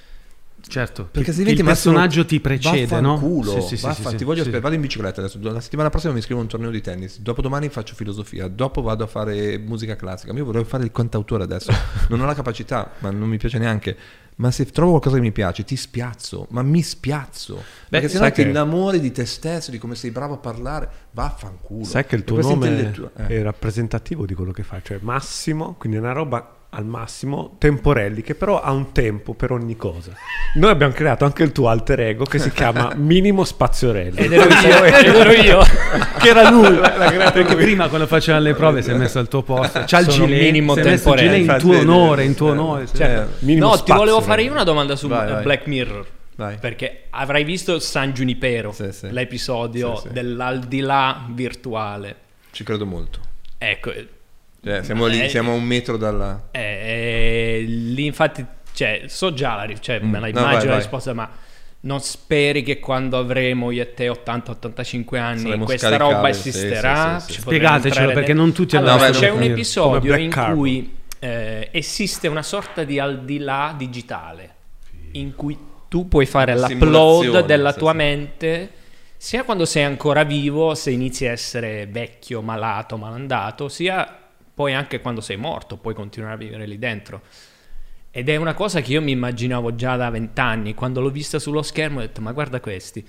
Certo, perché che- se che diventi il Massimo- personaggio ti precede, no? Vaffanculo, Sì, sì, sì, vaffa- sì, ti voglio sì. spiegare, vado in bicicletta adesso, la settimana prossima mi iscrivo a un torneo di tennis, dopodomani faccio filosofia, dopo vado a fare musica classica, io vorrei fare il cantautore adesso, non ho la capacità, ma non mi piace neanche, ma se trovo qualcosa che mi piace ti spiazzo, ma mi spiazzo, perché se no sai ti che- innamori di te stesso, di come sei bravo a parlare, vaffanculo. Sai che il E tuo questo nome intellettu- eh. è rappresentativo di quello che fai, cioè Massimo, quindi è una roba al massimo, Temporelli, che però ha un tempo per ogni cosa. Noi abbiamo creato anche il tuo alter ego che si chiama Minimo Spaziorelli. Ed ero io, ed ero io. Che era lui, perché prima quando facevano le prove si è messo al tuo posto, c'ha il Sono gilet, Minimo si è messo il Temporelli. gilet in Infatti, tuo vedi, onore, in tuo eh, onore, cioè, cioè, Minimo No, ti volevo Spaziorelli. fare io una domanda su Vai, vai. Black Mirror. Vai. Perché avrai visto San Giunipero, Sì, sì. l'episodio Sì, sì. dell'aldilà virtuale. Ci credo molto. Ecco, Cioè, siamo lì, Eh, siamo a un metro dalla... eh, lì infatti, cioè, so già la, ri- cioè, Mm. me la No, immagino vai, la vai. risposta, ma non speri che quando avremo io e te ottanta ottantacinque anni Saremo questa scaricabili, roba sì, esisterà? sì, sì, sì. Ci potremo Spiegatecelo, entrare perché dentro? non tutti hanno Allora, visto c'è Black un Mirror. episodio Come Black in Carbon. cui eh, esiste una sorta di al di là digitale in cui tu puoi fare Una l'upload simulazione, della sì, tua sì. mente sia quando sei ancora vivo, se inizi a essere vecchio, malato, malandato, sia poi anche quando sei morto, puoi continuare a vivere lì dentro. Ed è una cosa che io mi immaginavo già da vent'anni, quando l'ho vista sullo schermo ho detto ma guarda questi.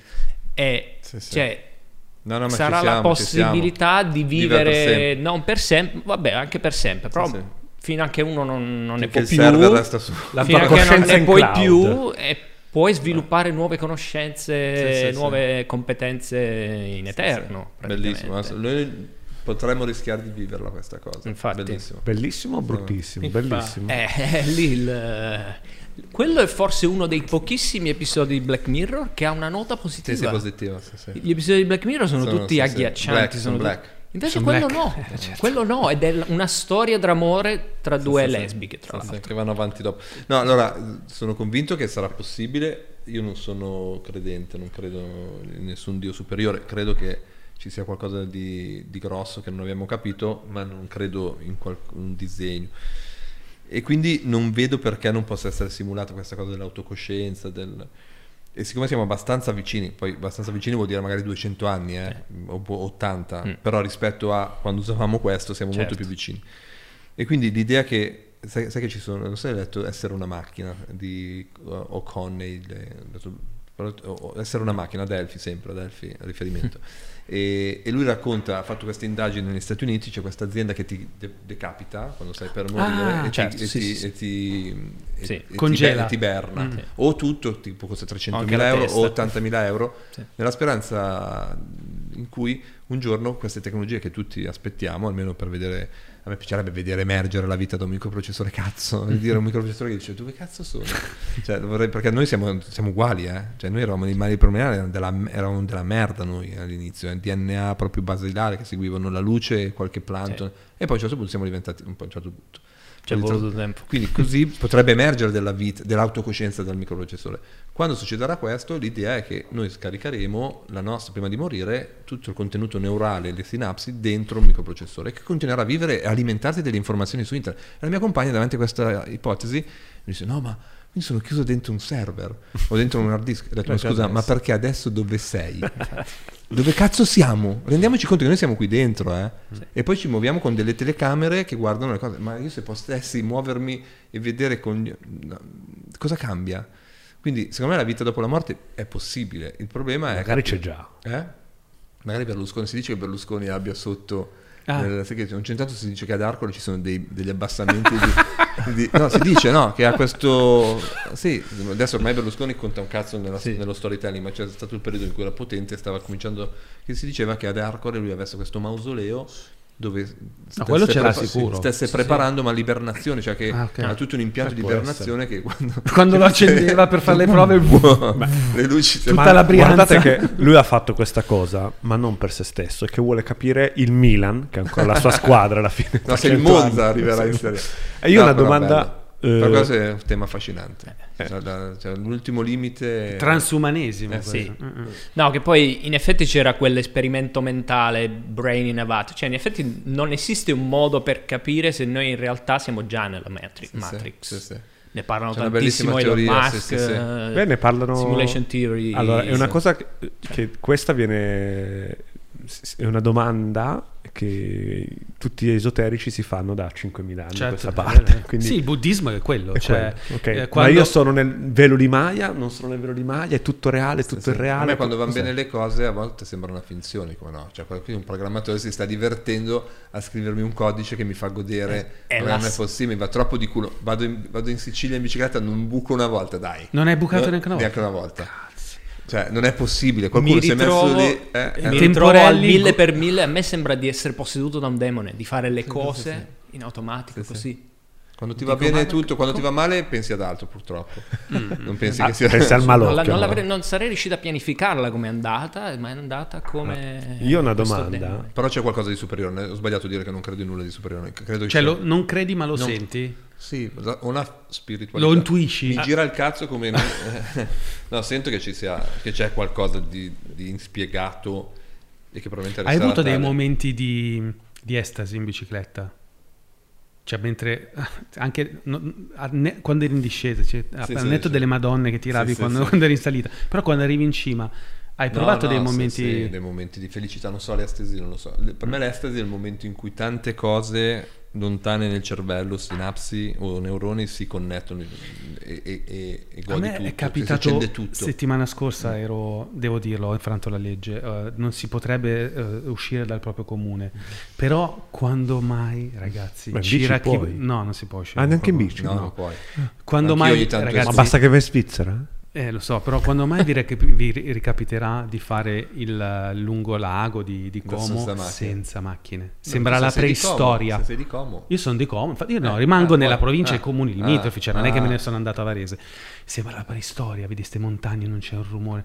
E Sì, sì. cioè No, no, ma sarà ci la siamo, ci siamo. possibilità di Vivere per vivere sempre. non per sempre, vabbè anche per sempre, però sì. fino a che uno non, non ne Finché può il più, server resta su. La fino tua a che non coscienza ne in puoi cloud. più e puoi sviluppare nuove conoscenze, Sì, sì, sì. nuove competenze in eterno. Bellissimo. praticamente. Noi potremmo rischiare di viverla questa cosa. Infatti. Bellissimo. Bellissimo o bruttissimo? Infatti, Bellissimo. eh, eh, lì il- quello è forse uno dei pochissimi episodi di Black Mirror che ha una nota Sì, positiva. sì, positiva. Sì, sì. Gli episodi di Black Mirror sono, Sono- tutti sì, sì. agghiaccianti. Black, sono sono tutti- black. Invece Sono quello black. no, Eh, certo. quello no, ed è l- una storia d'amore tra due Sì, sì, sì. lesbiche, tra Sì, sì, l'altro. che vanno avanti dopo. No, allora sono convinto che sarà possibile. Io non sono credente, non credo in nessun dio superiore. Credo che ci sia qualcosa di, di grosso che non abbiamo capito, ma non credo in qualc- un disegno. E quindi non vedo perché non possa essere simulata questa cosa dell'autocoscienza. Del... E siccome siamo abbastanza vicini, poi abbastanza vicini vuol dire magari duecento anni, eh, o o ottanta, Mm. però rispetto a quando usavamo questo siamo Certo. molto più vicini. E quindi l'idea che, sai, sai che ci sono, non so se hai letto Essere una macchina di uh, O'Connell, eh, però- o- Essere una macchina, Adelphi sempre, Adelphi riferimento. e, e lui racconta, ha fatto questa indagine negli Stati Uniti, c'è questa azienda che ti de- decapita quando stai per morire Ah, e, certo, ti, e sì, ti- sì, sì. e ti- e- Sì. e ti Congela. be- ti berna. Mm. O tutto, tipo costa Anche trecentomila la euro testa. o ottantamila euro, Sì. nella speranza in cui un giorno queste tecnologie che tutti aspettiamo, almeno per vedere, a me piacerebbe vedere emergere la vita da un microprocessore, cazzo, e dire a un microprocessore che dice dove cazzo sono? Cioè, vorrei- perché noi siamo, siamo uguali, eh? Cioè noi eravamo animali promenari, eravamo della, eravamo della merda noi all'inizio, eh? D N A proprio basilare che seguivano la luce e qualche plankton, e poi a un certo punto siamo diventati un po' a un certo punto. Ci è voluto tempo. Quindi così potrebbe emergere della vita, dell'autocoscienza del microprocessore. Quando succederà questo, l'idea è che noi scaricheremo la nostra, prima di morire, tutto il contenuto neurale e le sinapsi dentro un microprocessore che continuerà a vivere e alimentarsi delle informazioni su internet. E la mia compagna davanti a questa ipotesi mi dice no ma quindi sono chiuso dentro un server o dentro un hard disk. Ho detto ma Perché scusa adesso? ma perché adesso dove sei? Dove cazzo siamo? Rendiamoci conto che noi siamo qui dentro, eh? E poi ci muoviamo con delle telecamere che guardano le cose. Ma io se potessi muovermi e vedere con gli- no, cosa cambia? Quindi secondo me la vita dopo la morte è possibile. Il problema è Magari capire- c'è già. eh? Magari Berlusconi, si dice che Berlusconi abbia sotto Ah. nel- sai che non c'è tanto, si dice che ad Arcole ci sono dei- degli abbassamenti di, di- no, si dice no, che ha questo sì, adesso ormai Berlusconi conta un cazzo nella- Sì. nello storytelling, ma c'è stato il periodo in cui era potente, stava cominciando, che si diceva che ad Arcore lui avesse questo mausoleo dove No, quello ce l'ha prepa- sicuro. stesse Sì, preparando ma l'ibernazione, cioè che Ah, ok. ha tutto un impianto Eh, di può ibernazione che quando, Quando lo accendeva per fare le prove, le luci si- Tutta la Brianza. Guardate che lui ha fatto questa cosa, ma non per se stesso, è che vuole capire il Milan, che è ancora la sua squadra alla fine. no, se il trecento Monza anni. arriverà Sì. in Serie A. E io No, una però domanda... bello. eh, Per questo è un tema affascinante. Eh. Cioè, la- cioè, l'ultimo limite transumanesimo. Eh, questo. sì. Mm-mm. No, che poi in effetti c'era quell'esperimento mentale, brain in a vat, cioè in effetti non esiste un modo per capire se noi in realtà siamo già nella Matri- Sì, Matrix. sì, sì, sì. Ne parlano C'è una tantissimo bellissima Elon teoria, Musk, sì, sì, sì. eh, Beh, ne parlano... simulation theory. Allora, è una sì. cosa che, che questa viene... è una domanda che tutti gli esoterici si fanno da cinquemila anni a questa Certo, parte. eh, Quindi sì, il buddismo è quello. è cioè, quello, ok. eh, Ma quando- io sono nel velo di Maya, non sono nel velo di Maya, è tutto reale, è tutto Sì, sì. irreale. A me quando tutto- vanno bene cos'è? le cose a volte sembrano finzioni, come no? Cioè, qui un programmatore si sta divertendo a scrivermi un codice che mi fa godere, È ma la non è s- possibile, mi va troppo di culo. Vado in, vado in Sicilia in bicicletta, non buco una volta, dai. Non hai bucato No, neanche una volta? Neanche una volta. Cioè, non è possibile. Qualcuno mi si è ritrovo, messo lì. eh, eh. mi I ritrovo al temporelli- mille per mille. A me sembra di essere posseduto da un demone, di fare le cose in automatico, Sì, così. Quando ti Dico, va bene ma- tutto, quando ti va male, pensi ad altro, purtroppo. Non pensi Ah, che sia. pensi al Non, malocchio. la- non no? l'avrei- non sarei riuscito a pianificarla come è andata, ma è andata come. Io ho una questo domanda. demone. Però c'è qualcosa di superiore. Ho sbagliato a dire che non credo in nulla di superiore. Credo che Cioè, sia- lo- non credi ma lo Non- senti? Sì, ho una spiritualità. Lo intuisci? Mi Ah. gira il cazzo come... no, sento che ci sia, che c'è qualcosa di, di inspiegato e che probabilmente Hai resterà avuto dei tale. momenti di, di estasi in bicicletta? Cioè, mentre anche no, a ne- quando eri in discesa, cioè, Sì, al sì, netto sì. delle Madonne che tiravi Sì, sì, quando, sì. quando eri in salita, però quando arrivi in cima, hai No, provato no, dei sì, momenti. sì, dei momenti di felicità, non so, l'estasi non lo so. Per me l'estasi è il momento in cui tante cose lontane nel cervello, sinapsi o neuroni si connettono e, e, e, e A godi me tutto, è si capitato accende tutto. settimana scorsa, ero, devo dirlo, ho infranto la legge, eh, non si potrebbe eh, uscire dal proprio comune, però quando mai, ragazzi, Ma in gira bici chi... puoi? No, non si può uscire. Ah, neanche in proprio. bici? No, No. non puoi. Quando Anch'io mai, ogni tanto ragazzi, Ma basta che vai in Svizzera? Eh, lo so, però quando mai direi che vi ri- ricapiterà di fare il eh, lungo lago di, di Da Como senza macchine. senza macchine? No, Sembra se la sei di Como, preistoria. se sei di Como. Io sono di Como, infatti io no, Eh, rimango ah, nella poi- provincia e ah, comuni limitrofi, cioè non è che me ah. ne sono andato a Varese. Sembra la preistoria, vedi queste montagne, non c'è un rumore.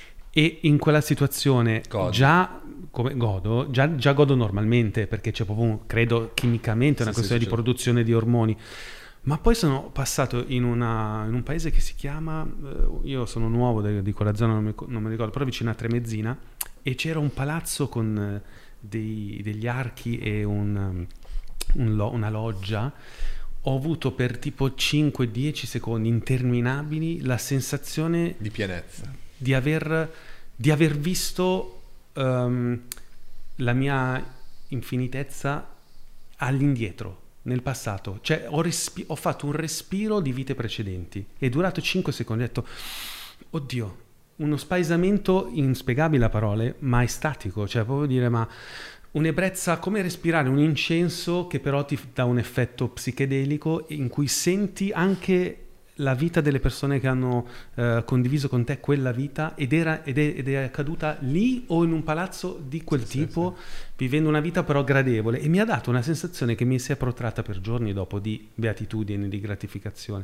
E in quella situazione Godi. già come godo, già, già godo normalmente perché c'è proprio, un- credo, chimicamente una Sì, questione sì, di sì. produzione di ormoni. Ma poi sono passato in, una, in un paese che si chiama, eh, io sono nuovo de- di quella zona, non mi, non mi ricordo, però vicino a Tremezzina, e c'era un palazzo con eh, dei- degli archi e un, um, un lo- una loggia. Ho avuto per tipo cinque dieci secondi interminabili la sensazione Di pienezza. di aver, di aver visto ehm, la mia infinitezza all'indietro, nel passato. Cioè ho, respi- ho fatto un respiro di vite precedenti. È durato cinque secondi. Ho detto, oddio, uno spaesamento inspiegabile a parole, ma estatico. Cioè proprio dire, ma un'ebbrezza, come respirare un incenso che però ti dà un effetto psichedelico in cui senti anche la vita delle persone che hanno eh, condiviso con te quella vita ed, era, ed, è, ed è accaduta lì o in un palazzo di quel Sì, tipo, vivendo una vita però gradevole, e mi ha dato una sensazione che mi si è protratta per giorni dopo di beatitudine, di gratificazione.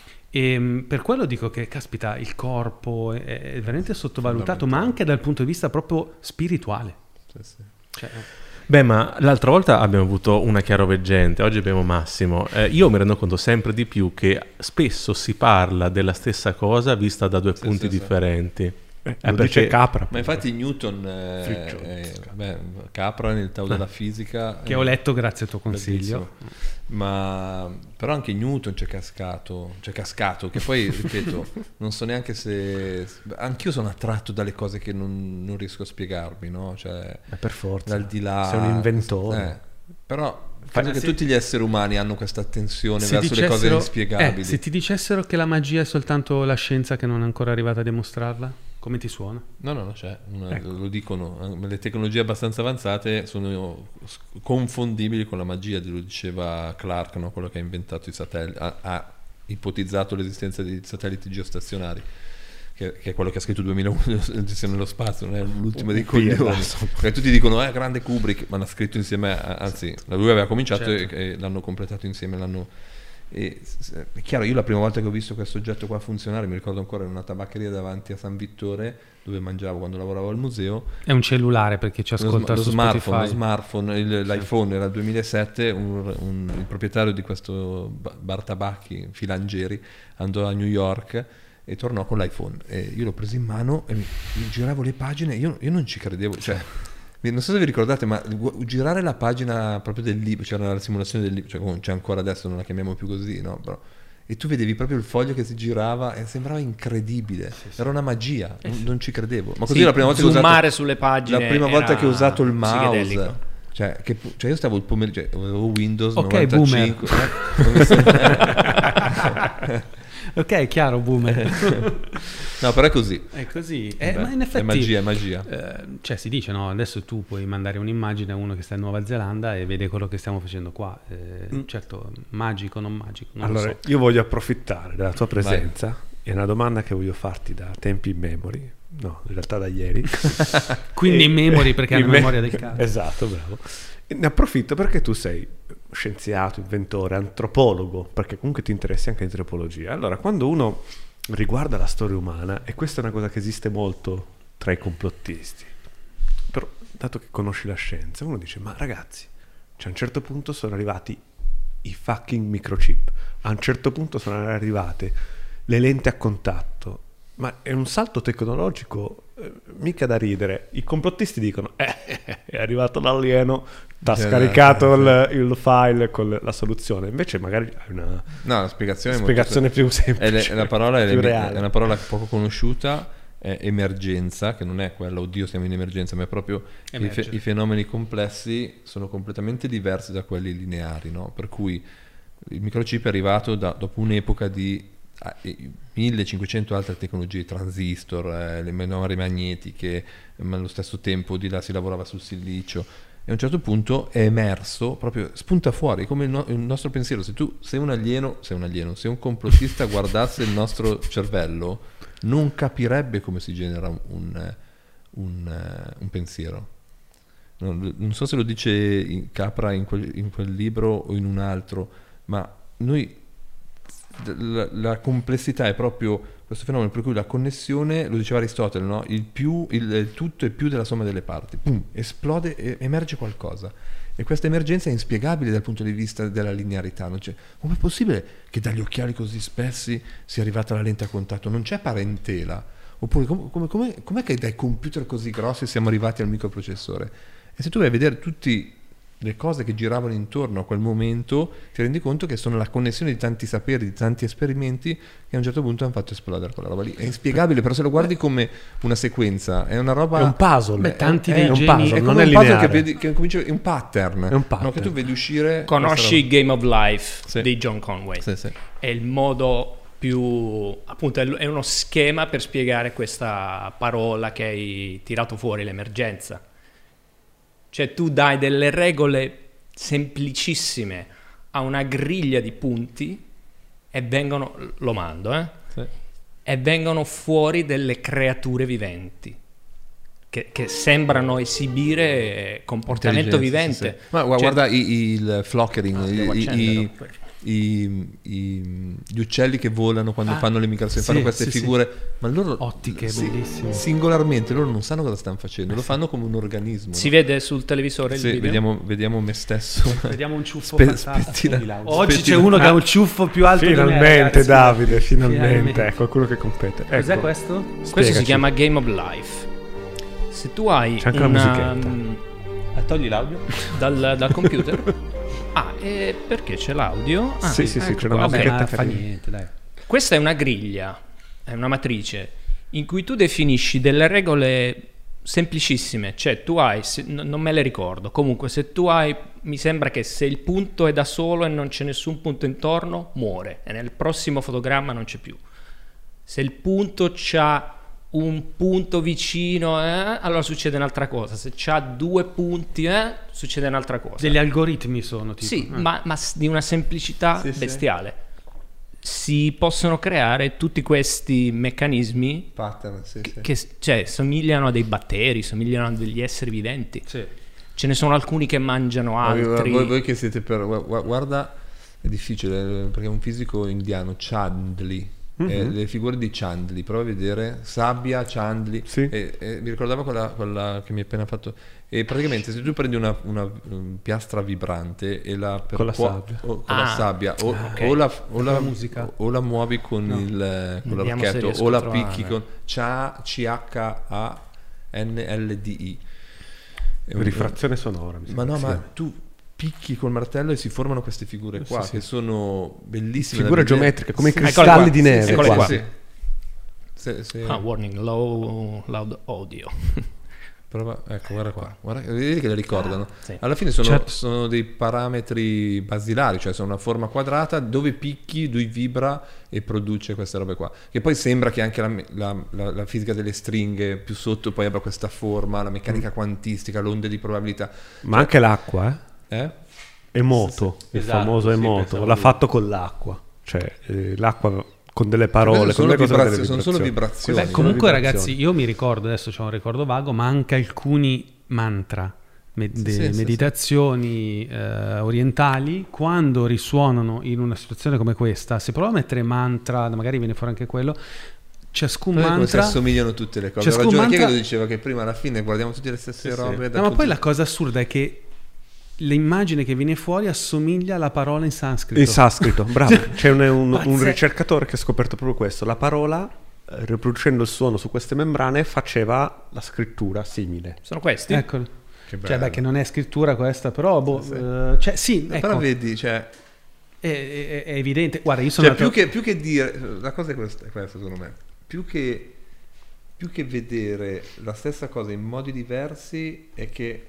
E mh, per quello dico che, caspita, il corpo è, è veramente sottovalutato, ma anche dal punto di vista proprio spirituale. Sì, sì. Cioè, Beh, ma l'altra volta abbiamo avuto una chiaroveggente, oggi abbiamo Massimo. Eh, io mi rendo conto sempre di più che spesso si parla della stessa cosa vista da due Sì, punti sì, sì. differenti. Eh, Eh, lo perché- dice Capra. Ma infatti Newton, eh, Friccio. eh, beh, Capra nel Tao della fisica, che eh, ho letto grazie al tuo consiglio. bellissimo. Ma però anche Newton c'è cascato, c'è cascato, che poi ripeto, non so neanche se anch'io sono attratto dalle cose che non, non riesco a spiegarmi, no? Cioè, Ma per forza. dal di là. Sei un inventore. Eh, però credo Ma che se- tutti gli esseri umani hanno questa attenzione Se verso le cose dicessero- inspiegabili. eh, se ti dicessero che la magia è soltanto la scienza che non è ancora arrivata a dimostrarla, come ti suona? No, no, no, c'è, una- Ecco. lo dicono, eh, le tecnologie abbastanza avanzate sono s- confondibili con la magia, lo diceva Clark, no? Quello che ha inventato i satelliti, ha, ha ipotizzato l'esistenza di satelliti geostazionari, che, che è quello che ha scritto duemilauno Odissea nello spazio, non è l'ultimo dei Pierre coglioni. Larson. Perché tutti dicono eh grande Kubrick, ma l'ha scritto insieme a, anzi lui aveva cominciato Certo. e, e l'hanno completato insieme, l'hanno e, è chiaro, io la prima volta che ho visto questo oggetto qua funzionare, mi ricordo ancora in una tabaccheria davanti a San Vittore dove mangiavo quando lavoravo al museo. È un cellulare per chi ci Lo, ascolta lo su smartphone, lo Spotify. smartphone il- l'iPhone era il duemilasette, un- un- il proprietario di questo ba- bar tabacchi Filangeri andò a New York e tornò con l'iPhone e io l'ho preso in mano e mi, mi giravo le pagine, io, io non ci credevo, cioè non so se vi ricordate, ma gu- girare la pagina proprio del libro, c'era la simulazione del libro, cioè com- c'è ancora adesso, non la chiamiamo più così, no? Però, e tu vedevi proprio il foglio che si girava e sembrava incredibile, era una magia, non, non ci credevo. Ma così Sì, la prima volta che ho usato, zoomare sulle pagine la prima volta era che ho usato il mouse, psichedelico. cioè, che, cioè io stavo il pomeriggio, cioè, avevo Windows Ok, novantacinque, eh, come se- Ok, chiaro, boomer. no, però è così. È così. Eh, Beh, ma in effetti è magia, è magia. eh, cioè si dice, no, adesso tu puoi mandare un'immagine a uno che sta in Nuova Zelanda e vede quello che stiamo facendo qua. Eh, certo, magico, non magico, non Allora, lo so. io voglio approfittare della tua presenza. È una domanda che voglio farti da tempi immemori. No, in realtà da ieri. Quindi E- in memory, perché in hanno me- memoria del cazzo. Esatto, bravo. E ne approfitto perché tu sei scienziato, inventore, antropologo, perché comunque ti interessi anche di antropologia. Allora, quando uno riguarda la storia umana, e questa è una cosa che esiste molto tra i complottisti, però dato che conosci la scienza, uno dice, ma ragazzi, cioè, a un certo punto sono arrivati i fucking microchip, a un certo punto sono arrivate le lenti a contatto, ma è un salto tecnologico eh, mica da ridere. I complottisti dicono eh, è arrivato l'alieno, ti ha Esatto, scaricato sì. il, il file con la soluzione, invece magari hai una No, la spiegazione, è molto spiegazione più semplice, È, le- è la parola è, più le- reale. è una parola poco conosciuta, è emergenza, che non è quella, oddio siamo in emergenza, ma è proprio i, fe- Emergere. i fenomeni complessi sono completamente diversi da quelli lineari, no? Per cui il microchip è arrivato da- dopo un'epoca di ah, eh, millecinquecento altre tecnologie, transistor, eh, le memorie magnetiche, ma allo stesso tempo di là si lavorava sul silicio. E a un certo punto è emerso, proprio spunta fuori come il, no- il nostro pensiero. Se tu sei un alieno, sei un alieno, se un complottista guardasse il nostro cervello, non capirebbe come si genera un, un, un, eh, un pensiero. Non, non so se lo dice in- Capra in quel, in quel libro o in un altro, ma noi la, la complessità è proprio questo fenomeno per cui la connessione, lo diceva Aristotele, no? il, più, il, il tutto è più della somma delle parti, pum, esplode e emerge qualcosa, e questa emergenza è inspiegabile dal punto di vista della linearità. Non c'è, com'è possibile che dagli occhiali così spessi sia arrivata la lente a contatto? Non c'è parentela. Oppure com- come, come, com'è che dai computer così grossi siamo arrivati al microprocessore? E se tu vai a vedere tutte le cose che giravano intorno a quel momento, ti rendi conto che sono la connessione di tanti saperi, di tanti esperimenti che a un certo punto hanno fatto esplodere quella roba lì. È inspiegabile, però se lo guardi come una sequenza, è una roba... È un puzzle. Beh, tanti è, dei è un geni- puzzle, è non come è un puzzle lineare. che, vedi, che comincia, è un pattern. È un pattern. No, che tu vedi uscire... Conosci questa Game of Life Sì. di John Conway? roba. Sì, sì. È il modo più, appunto, è l- è uno schema per spiegare questa parola che hai tirato fuori, l'emergenza. Cioè tu dai delle regole semplicissime a una griglia di punti e vengono, lo mando, eh? Sì. E vengono fuori delle creature viventi che, che sembrano esibire comportamento Intelligenza, vivente. sì, sì. Ma gu- Cioè- guarda i- il flockering, Ah, i- devo i- accenderlo. i- i- gli uccelli che volano quando Ah, fanno le migrazioni, sì, fanno queste sì, sì. figure, ma loro Ottiche, sì, bellissime. singolarmente loro non sanno cosa stanno facendo, lo fanno come un organismo. Si no? vede sul televisore il Sì, video? vediamo, vediamo me stesso. Vediamo un ciuffo Spe- fantastico. spettina- Oggi spettina- c'è uno che ha un ciuffo più alto di me, Finalmente ragazzi. Davide, finalmente, Finalmente. è qualcuno che compete. Cos'è Ecco, questo? Questo spiegaci. si chiama Game of Life. Se tu hai C'è anche la una, musichetta. mm, Togli l'audio? dal, dal computer. Ah, e perché c'è l'audio? Ah, Sì, sì, sì, ecco c'è una qua. Vabbè, musichetta ma fa carina. niente, dai. Questa è una griglia, è una matrice in cui tu definisci delle regole semplicissime, cioè tu hai, se- n- non me le ricordo, comunque se tu hai, mi sembra che se il punto è da solo e non c'è nessun punto intorno, muore e nel prossimo fotogramma non c'è più. Se il punto c'ha un punto vicino, eh, allora succede un'altra cosa, se c'ha due punti, eh, succede un'altra cosa. Degli algoritmi sono tipo. Sì, eh. ma, ma s- di una semplicità Sì, sì. bestiale. si possono creare tutti questi meccanismi Pattern, sì, che, sì. che cioè, somigliano a dei batteri, somigliano a degli esseri viventi. Sì. Ce ne sono alcuni che mangiano Voi, altri. voi, voi che siete per... gu- Guarda, è difficile, perché è un fisico indiano, Chandli. Eh, le figure di Chandli, prova a vedere sabbia, Chandli, Sì. e, e mi ricordavo quella, quella che mi hai appena fatto, e praticamente se tu prendi una, una, um, piastra vibrante e la Con la percuo- sabbia. o, con Ah, la sabbia o, ah, ok. o la, o, la, La musica. o la muovi con, No. il, con Vediamo se l'archetto riesco o a la trovare. picchi con C H A N L D I. È un- Rifrazione sonora. mi ma sembra no, che ma sia. tu picchi col martello e si formano queste figure qua, Sì, che sì. sono bellissime. Figure da vedere. geometriche, come i Sì, cristalli eccole qua. di neve. Eccole quasi. qua. Sì. Se- se- Ah, warning, low, loud audio. prova- ecco, guarda qua, guarda, vedi che le ricordano. Sì. Alla fine sono, Certo. sono dei parametri basilari, cioè sono una forma quadrata dove picchi, lui vibra e produce queste robe qua. Che poi sembra che anche la, la- la- la fisica delle stringhe più sotto poi abbia questa forma, la meccanica quantistica, l'onde di probabilità. Ma anche l'acqua, eh? Eh? Emoto, Sì, sì. il Esatto, famoso sì, Emoto, pensavo l'ha lui. fatto con l'acqua. Cioè, eh, l'acqua con delle parole, Queste con sono, delle cose, vibrazio- delle sono solo vibrazioni. vibrazioni. Beh, comunque vibrazioni. ragazzi, io mi ricordo, adesso c'ho un ricordo vago, ma anche alcuni mantra, me- Sì, de- sì, sì, meditazioni eh, orientali, quando risuonano in una situazione come questa, se provo a mettere mantra, magari viene fuori anche quello, ciascun Poi come si mantra... assomigliano tutte le cose. Ha ciascun ragione chi mantra- che lo diceva che prima alla fine guardiamo tutte le stesse Sì, sì. robe. da No, ma tutti- poi la cosa assurda è che l'immagine che viene fuori assomiglia alla parola in sanscrito. In sanscrito, bravo. C'è un, un- un Pazzesco. ricercatore che ha scoperto proprio questo. La parola, eh, riproducendo il suono su queste membrane, faceva la scrittura simile. Sono questi? Ecco. Che bello. Cioè, beh, che non è scrittura questa, però, boh, Sì, sì. eh, cioè, sì, Però ecco, vedi, cioè, è, è- è evidente. Guarda, io sono cioè più, andato- che, più che dire, la cosa è questa, è questa secondo me, più che, più che vedere la stessa cosa in modi diversi è che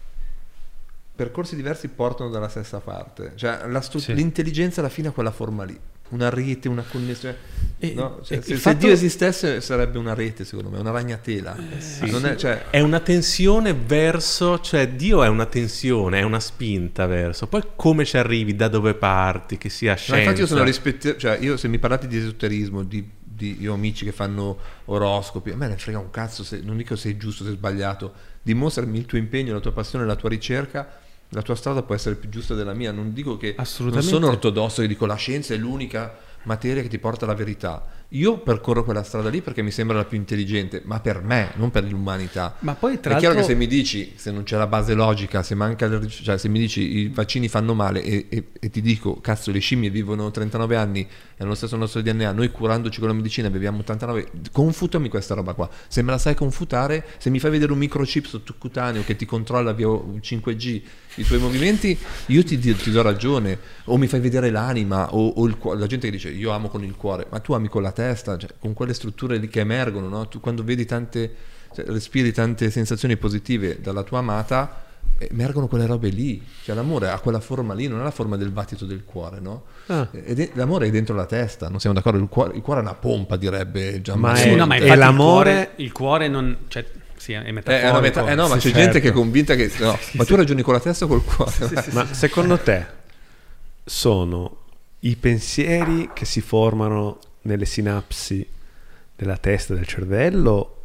percorsi diversi portano dalla stessa parte, cioè la stru- Sì. l'intelligenza alla fine ha quella forma lì, una rete, una connessione. E- No? Cioè, e se, il se fatto- Dio esistesse sarebbe una rete, secondo me, una ragnatela. Non è, cioè, È una tensione verso, cioè Dio è una tensione, è una spinta verso. Poi come ci arrivi, da dove parti, che sia no, scienza. infatti io sono rispettoso, cioè io se mi parlate di esoterismo, di, di- io ho amici che fanno oroscopi, a me ne frega un cazzo, se, non dico se è giusto, se è sbagliato, dimostrami il tuo impegno, la tua passione, la tua ricerca, la tua strada può essere più giusta della mia, non dico che Assolutamente. non sono ortodosso che dico la scienza è l'unica materia che ti porta alla verità. Io percorro quella strada lì perché mi sembra la più intelligente, ma per me, non per l'umanità. Ma poi, tra È chiaro l'altro- che se mi dici, se non c'è la base logica, se manca il- cioè se mi dici i vaccini fanno male e, e- e ti dico, cazzo, le scimmie vivono trentanove anni e hanno lo stesso nostro D N A, noi curandoci con la medicina beviamo ottantanove, confutami questa roba qua. Se me la sai confutare, se mi fai vedere un microchip sottocutaneo che ti controlla via cinque G i tuoi movimenti, io ti, ti- ti do ragione. O mi fai vedere l'anima o, o il cuore. La gente che dice io amo con il cuore, ma tu ami con la testa, cioè, con quelle strutture lì che emergono, no? Tu quando vedi tante, cioè, respiri tante sensazioni positive dalla tua amata, emergono quelle robe lì. Cioè l'amore ha quella forma lì, non ha la forma del battito del cuore, no? Ah. Ed è- l'amore è dentro la testa, non siamo d'accordo? Il cuore, il cuore è una pompa, direbbe Gianmarco. Ma Sì, è- no, ma e infatti l'amore- il cuore, il cuore non... Cioè, sì, è Eh, metaforico. è una metà- eh no, ma Sì, c'è gente certo. che è convinta che no, ma tu ragioni con la testa o col cuore? Ma secondo te sono i pensieri che si formano nelle sinapsi della testa e del cervello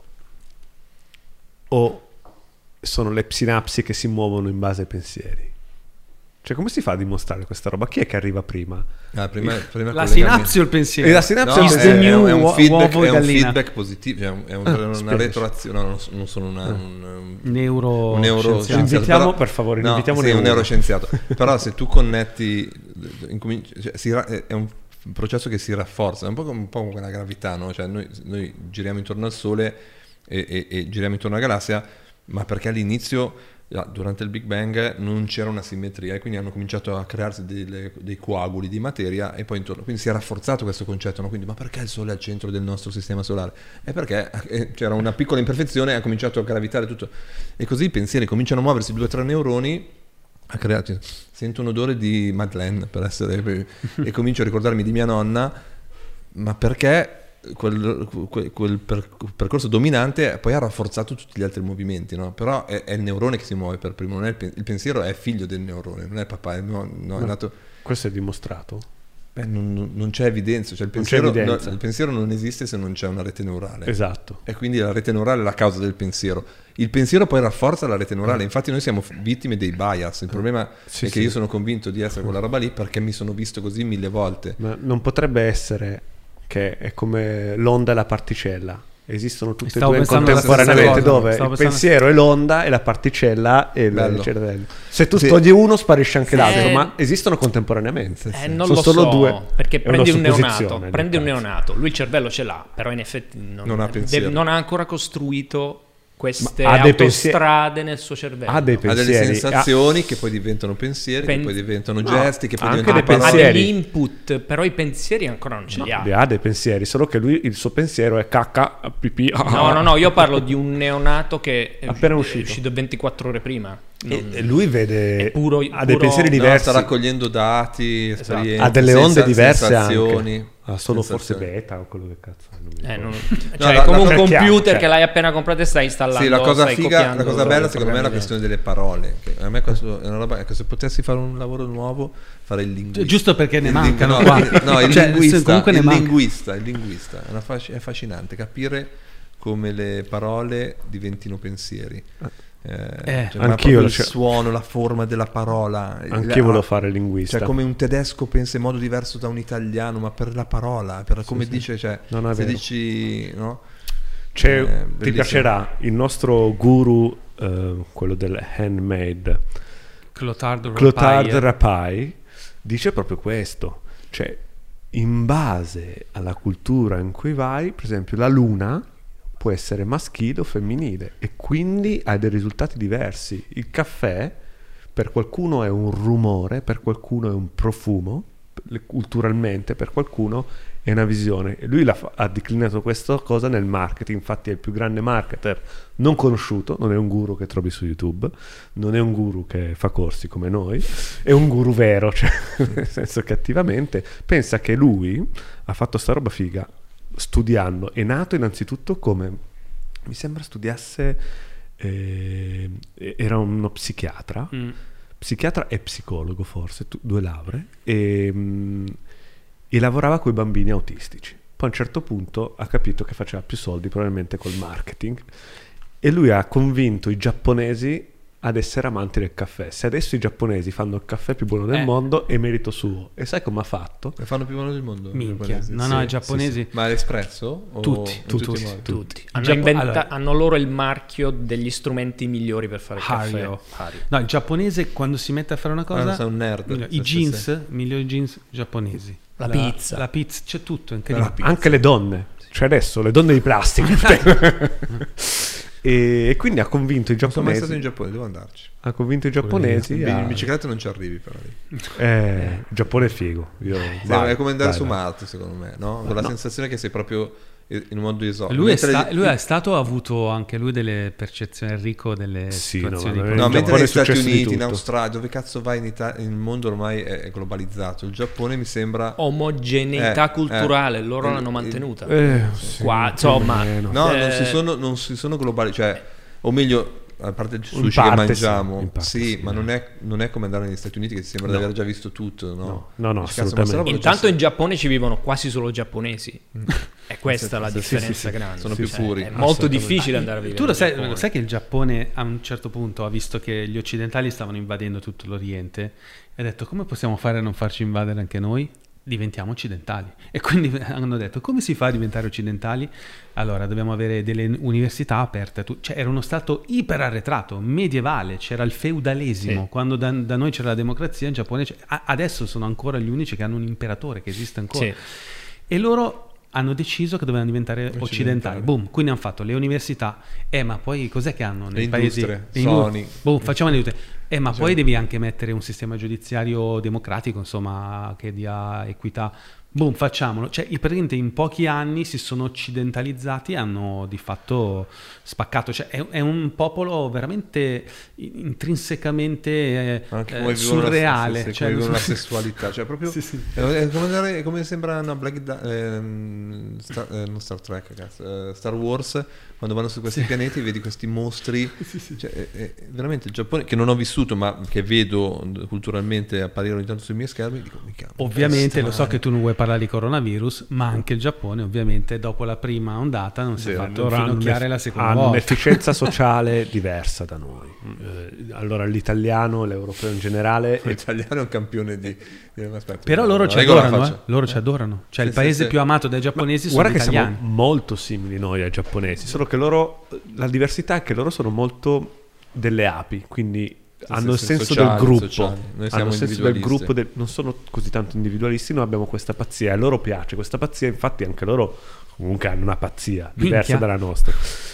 o sono le sinapsi che si muovono in base ai pensieri? Cioè, come si fa a dimostrare questa roba? Chi è che arriva prima? Ah, prima, prima La collegamento. sinapsi o il pensiero? E la sinapsi No, Is è, the è new un, è un uo- feedback, uovo e è un gallina. feedback positivo, è, un- è un- Ah, una spiegaci. retroazione, no, non, so- non sono una, un, un- Neuro... un neuroscienziato. scienziato. Invitiamo, però- per favore, no, invitiamo sì, un un neuro. neuroscienziato. Però se tu connetti, incominci- cioè, si ra- è un processo che si rafforza, è un po' come, un po' come la gravità, no? Cioè noi, noi giriamo intorno al Sole e, e- e giriamo intorno alla galassia, ma perché all'inizio, ah, durante il Big Bang, non c'era una simmetria e quindi hanno cominciato a crearsi delle- dei coaguli di materia e poi intorno, quindi si è rafforzato questo concetto, no? Quindi ma perché il Sole è al centro del nostro sistema solare? È perché eh, c'era una piccola imperfezione e ha cominciato a gravitare tutto e così i pensieri cominciano a muoversi due o tre neuroni a crearci. Sento un odore di Madeleine per essere e comincio a ricordarmi di mia nonna, ma perché quel, quel- quel per- percorso dominante poi ha rafforzato tutti gli altri movimenti, no? Però è, è il neurone che si muove per primo, non è il, pen- il pensiero è figlio del neurone, non è il papà, è, no, no, è Ma- nato. Questo è dimostrato? Beh, non, non c'è evidenza, cioè il Non c'è pensiero, evidenza. no, il pensiero non esiste se non c'è una rete neurale. Esatto. E quindi la rete neurale è la causa del pensiero. Il pensiero poi rafforza la rete neurale. Infatti noi siamo vittime dei bias. Il problema Sì, è che sì. io sono convinto di essere quella roba lì perché mi sono visto così mille volte. Ma non potrebbe essere che è come l'onda e la particella. Esistono tutte e Stavo due pensando alla contemporaneamente, stessa cosa. dove Stavo il pensando- pensiero è l'onda e la particella è il Bello. cervello. Se tu Sì. togli uno sparisce anche Eh, l'altro, ma esistono contemporaneamente. Eh, non Sono lo solo so, due. perché È prendi una un supposizione, neonato, nel prendi un caso. neonato, lui il cervello ce l'ha, però in effetti non, Non ha deve- pensiero. non ha ancora costruito queste Ma ha dei pensieri- autostrade nel suo cervello. Ha dei Ha delle pensieri. sensazioni che poi diventano pensieri, Pen- che poi diventano No, gesti, che poi anche diventano dei ha parole. pensieri. degli input, però i pensieri ancora non ce li ha. Ha dei pensieri, solo che lui il suo pensiero è cacca, pipì. No, no, no, io parlo di un neonato che è Appena è uscito. uscito ventiquattro ore prima. E, Non- e lui vede È puro- ha dei puro- pensieri No, diversi. sta raccogliendo dati, esperienze, Ha delle onde senza- diverse sensazioni, anche. Ha solo forse sensazioni. beta o quello che cazzo è, non mi Eh, ricordo. non- No, cioè, la- è come la- un cerchiamo, computer cioè. che l'hai appena comprato e stai installando. Sì, la cosa stai figa, copiando la cosa bella i secondo me è la programmi questione delle parole. Che a me questo è una roba che se potessi fare un lavoro nuovo farei il linguista. Giusto perché ne Il mancano ling- qua. no, il, no, il Cioè, linguista, comunque ne il manca. linguista, il linguista è, una fasc- è affascinante capire come le parole diventino pensieri. Eh, Eh, cioè, ma anch'io proprio lo il ce- suono, la forma della parola. Anch'io La- volevo fare il linguista. Cioè, come un tedesco pensa in modo diverso da un italiano, ma per la parola, per come sì. dice, cioè, No, no, è se vero. dici, no? C'è- Eh, ti bellissimo. piacerà il nostro guru, eh, quello del handmade, Clotard Clotard Rapaille. Rapai, dice proprio questo. Cioè, in base alla cultura in cui vai, per esempio, la luna può essere maschile o femminile e quindi hai dei risultati diversi. Il caffè per qualcuno è un rumore, per qualcuno è un profumo, le- culturalmente per qualcuno è una visione. E lui l'ha fa- ha declinato questa cosa nel marketing, infatti è il più grande marketer non conosciuto, non è un guru che trovi su YouTube, non è un guru che fa corsi come noi, è un guru vero, cioè, nel senso che attivamente pensa che lui ha fatto sta roba figa studiando, è nato innanzitutto come, mi sembra studiasse, eh, era uno psichiatra, Mm. psichiatra e psicologo forse, tu- due lauree, e, mm, e lavorava con i bambini autistici. Poi a un certo punto ha capito che faceva più soldi probabilmente col marketing e lui ha convinto i giapponesi ad essere amanti del caffè. Se adesso i giapponesi fanno il caffè più buono del Eh. mondo è merito suo. E sai come ha fatto? Le fanno più buono del mondo? i Minchia. giapponesi? No, Sì, no, i sì, giapponesi... sì. Ma l'espresso? O Tutti, in tutti, tutti i modi? tutti. Hanno, Giappo- inventa- allora- hanno loro il marchio degli strumenti migliori per fare il Hario. caffè. Hario. No, il giapponese quando si mette a fare una cosa... Ah, sei un nerd. I Sì, jeans, sì, migliori jeans giapponesi. La pizza. La pizza, c'è tutto, è La incredibile. pizza. Anche le donne, cioè adesso le donne di plastica. e, e quindi ha convinto i Non sono mai giapponesi. stato in Giappone, devo andarci. Ha convinto i giapponesi. In a- in bicicletta non ci arrivi però lì. Eh, il Giappone è figo. Io- Sì, vai, è come andare vai, su vai. Marte secondo me, no? Con la No. sensazione che sei proprio in un mondo esotico. Lui è, Mentre sta- le- lui è stato, ha avuto anche lui delle percezioni Enrico delle Sì, situazioni. no, ma- No, in mentre Giappone negli è Stati successo di Uniti, in tutto. Australia, dove cazzo vai in Italia? Il mondo ormai è, è globalizzato. Il Giappone mi sembra... Omogeneità Eh, culturale, eh, loro il- l'hanno il- mantenuta. Eh, sì, Qua, più insomma, o meno. No, Eh, non si sono, non si sono globali, cioè, o meglio, a parte il In sushi parte che sì, mangiamo, in parte sì, sì, ma eh. non è, non è come andare negli Stati Uniti che ti sembra No. di aver già visto tutto, no? No, no, no, Dici, cazzo, ma assolutamente. sta roba non Intanto c'è- in Giappone ci vivono quasi solo giapponesi. È questa Sì, la sì, differenza sì, sì. grande. Sono più Cioè, puri. È molto Assolutamente. difficile andare a vivere. Tu lo in sai, Giappone. lo sai che il Giappone a un certo punto ha visto che gli occidentali stavano invadendo tutto l'Oriente e ha detto come possiamo fare a non farci invadere anche noi? Diventiamo occidentali. E quindi hanno detto come si fa a diventare occidentali? Allora dobbiamo avere delle università aperte. a tu- Cioè era uno stato iper arretrato, medievale, c'era il feudalesimo. Sì. Quando da, da noi c'era la democrazia, in Giappone c'è- a- adesso sono ancora gli unici che hanno un imperatore che esiste ancora. Sì. E loro hanno deciso che dovevano diventare occidentali. Occidentali. Boom, quindi hanno fatto le università. Eh, ma poi cos'è che hanno nei Le paesi? industrie, le indu- Sony. Boom, facciamo le industrie. Eh, ma Cioè- poi devi anche mettere un sistema giudiziario democratico, insomma, che dia equità. boom, facciamolo. Cioè, i praticamente in pochi anni si sono occidentalizzati e hanno di fatto spaccato. Cioè, è, è un popolo veramente intrinsecamente eh, Anche eh, come vivono surreale. La, sì, sì, cioè, come vivono non la so- sessualità, cioè proprio Sì, sì. È, è come, andare- è come sembra una Black Da- ehm, Star, eh, non Star Trek, cazzo, eh, Star Wars, quando vanno su questi Sì. pianeti e vedi questi mostri. Sì, sì. Cioè, è, è veramente il Giappone che non ho vissuto, ma che vedo culturalmente apparire ogni tanto sui miei schermi. Dico, mica, Ovviamente lo so strano. che tu non vuoi parlare di coronavirus, ma anche il Giappone ovviamente dopo la prima ondata non si Sì, è fatto Loro hanno infinocchiare un'eff- la seconda hanno volta. un'efficienza sociale diversa da noi. Eh, allora l'italiano, l'europeo in generale, L'italiano è un campione di, di aspetta, Però loro la ci regola la adorano, eh? faccio. Loro ci adorano. Cioè Sì, il sì, paese sì. più amato dai giapponesi sono guarda gli che italiani. siamo molto simili noi ai giapponesi, solo che loro, la diversità è che loro sono molto delle api, quindi hanno sì, il senso sociali, del gruppo, sociali. Noi siamo hanno il senso del individualisti. gruppo, del- non sono così tanto individualisti, noi abbiamo questa pazzia e a loro piace questa pazzia, infatti anche loro comunque hanno una pazzia diversa Minchia. dalla nostra.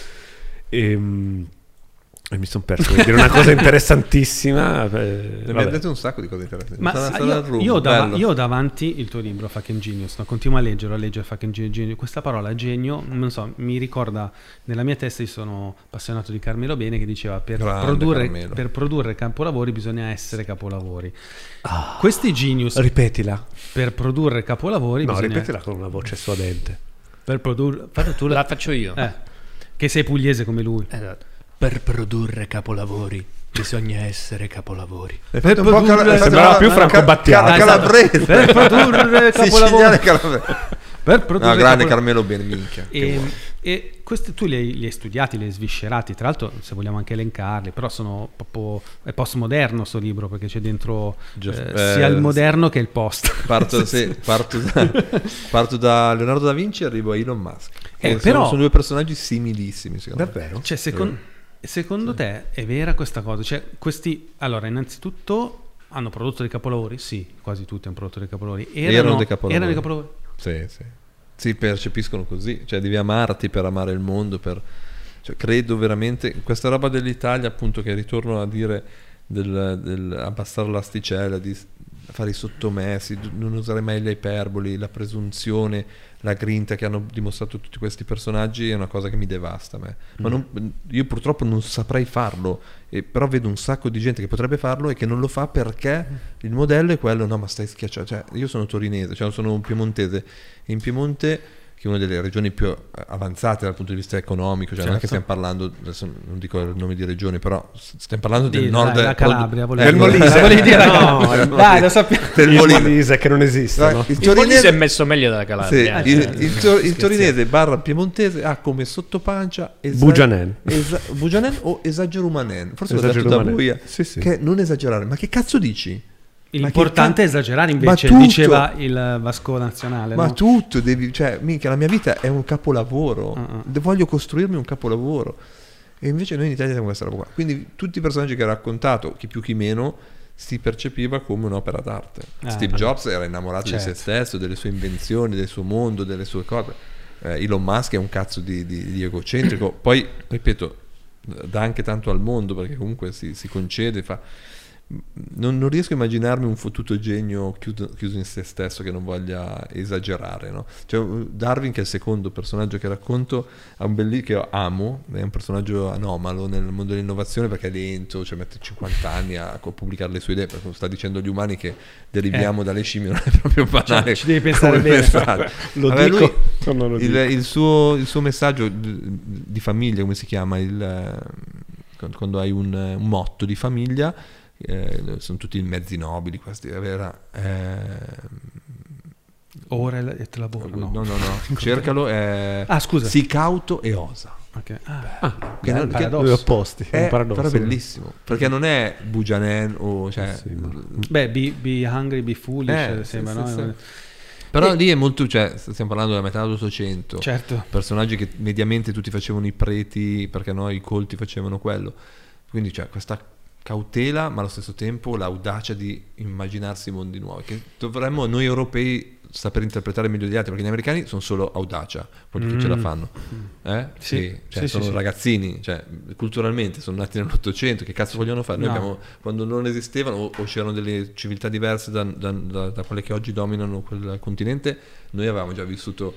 Ehm, E, mi sono perso di dire una cosa interessantissima. eh, Ne abbiamo vabbè. detto un sacco di cose interessanti. Ma Sarà- sai, sarà io, il room, io ho dava- bello. io ho davanti il tuo libro Fucking Genius, no? Continuo a leggerlo, a leggere Fucking Ge- Genius. Questa parola genio, non so, mi ricorda, nella mia testa io sono appassionato di Carmelo Bene che diceva per Grande produrre, Carmelo. per produrre capolavori bisogna essere capolavori. Questi genius Ripetila. per produrre capolavori No, bisogna ripetila con una voce suadente. per produrre fallo tu La faccio io. eh, che sei pugliese come lui. Esatto. Per produrre capolavori bisogna essere capolavori. Hai fatto un po' produrre- cala- sembrava cala- più Franco cala- Battiato. cala- Calabrese. Per produrre Siciliano capolavori e calabrese. per produrre No, grande capolavori. Carmelo Bene, minchia. che E, buono. e questi tu li hai, li hai studiati, li hai sviscerati, tra l'altro se vogliamo anche elencarli, però sono proprio, è postmoderno sto libro perché c'è dentro Già- eh, eh, sia il moderno che il post. Parto, sì, parto, da, parto da Leonardo da Vinci e arrivo a Elon Musk. Eh, sono, però- sono due personaggi similissimi, secondo me. Davvero? Cioè, secon- secondo te è vera questa cosa? Cioè, questi, allora, innanzitutto hanno prodotto dei capolavori? Sì, quasi tutti hanno prodotto dei capolavori. Erano, Erano dei capolavori. erano dei capolavori. Sì, sì. Si percepiscono così, cioè devi amarti per amare il mondo, per... cioè, credo veramente, questa roba dell'Italia appunto che ritorno a dire del, del abbassare l'asticella, di fare i sottomessi, d- non usare mai le iperboli, la presunzione, la grinta che hanno dimostrato tutti questi personaggi è una cosa che mi devasta a me. Ma non- io purtroppo non saprei farlo, e però vedo un sacco di gente che potrebbe farlo e che non lo fa perché il modello è quello, no ma stai schiacciando, cioè io sono torinese, cioè sono un piemontese, e in Piemonte che è una delle regioni più avanzate dal punto di vista economico, cioè non è che Certo. stiamo parlando, adesso non dico il nome di regione, però s- stiamo parlando del Dì, nord dai, la Calabria, produ- volevi del dire. Molise. Volevi dire la No, Calabria. il Dai, lo sappiamo. del Il Molise. Molise che non esiste, Dai, no? il Il Molise è torinese, messo meglio della sì, Calabria. eh, il, cioè, il to- il scherziamo. torinese barra piemontese ha come sottopancia esa- Bugianen. esa- Bugianen o esagerumanen, forse l'ho detto da Esagerumanen. voi, Sì, sì. che non esagerare, ma che cazzo dici? L'importante che è esagerare, Ma invece, tutto! diceva il Vasco Nazionale. Ma no? tutto devi, cioè, minchia, la mia vita è un capolavoro. Uh-uh. De- Voglio costruirmi un capolavoro. E invece noi in Italia siamo questa roba qua. Quindi tutti i personaggi che ha raccontato, chi più chi meno, si percepiva come un'opera d'arte. Ah, Steve eh. Jobs era innamorato Certo. di se stesso, delle sue invenzioni, del suo mondo, delle sue cose. Eh, Elon Musk è un cazzo di, di- di egocentrico. Poi, ripeto, dà anche tanto al mondo perché comunque si, si concede, fa... Non, non riesco a immaginarmi un fottuto genio chiuso, chiuso in se stesso che non voglia esagerare, no? Cioè, Darwin, che è il secondo personaggio che racconto, ha un belli che io amo, è un personaggio anomalo nel mondo dell'innovazione perché è lento, cioè mette cinquanta anni a, a pubblicare le sue idee, perché sta dicendo agli umani che deriviamo Eh. dalle scimmie, non è proprio banale. Cioè, ci devi pensare come bene. messaggio. Lo Vabbè, dico lui- o non lo il, dico? il suo, il suo messaggio di di famiglia, come si chiama? Il, eh, quando hai un, un motto di famiglia, eh, sono tutti mezzi nobili questi, era, eh, Ora e te lavoro. no, No. no, no, cercalo, eh, Ah, scusa. sii cauto e osa. Ok. Ah, Ah, Che beh, non- il che- paradosso. due opposti, è È un paradosso. però bellissimo, perché non è Bugianen o cioè, Sì, ma- Beh, be, be hungry, be foolish, Eh, sì, sembra, sì, no? sì. Però lì è molto, cioè, stiamo parlando della metà dell'Ottocento, Certo. personaggi che mediamente tutti facevano i preti perché no, i colti facevano quello, quindi c'è questa cautela, ma allo stesso tempo l'audacia di immaginarsi mondi nuovi, che dovremmo noi europei saper interpretare meglio degli altri, perché gli americani sono solo audacia, quelli che ce la fanno, eh? Sì, sì, cioè, sì, sono sì, ragazzini, cioè, culturalmente sono nati nell'Ottocento, che cazzo vogliono fare? Noi No. abbiamo, quando non esistevano o, o c'erano delle civiltà diverse da, da, da, da quelle che oggi dominano quel continente, noi avevamo già vissuto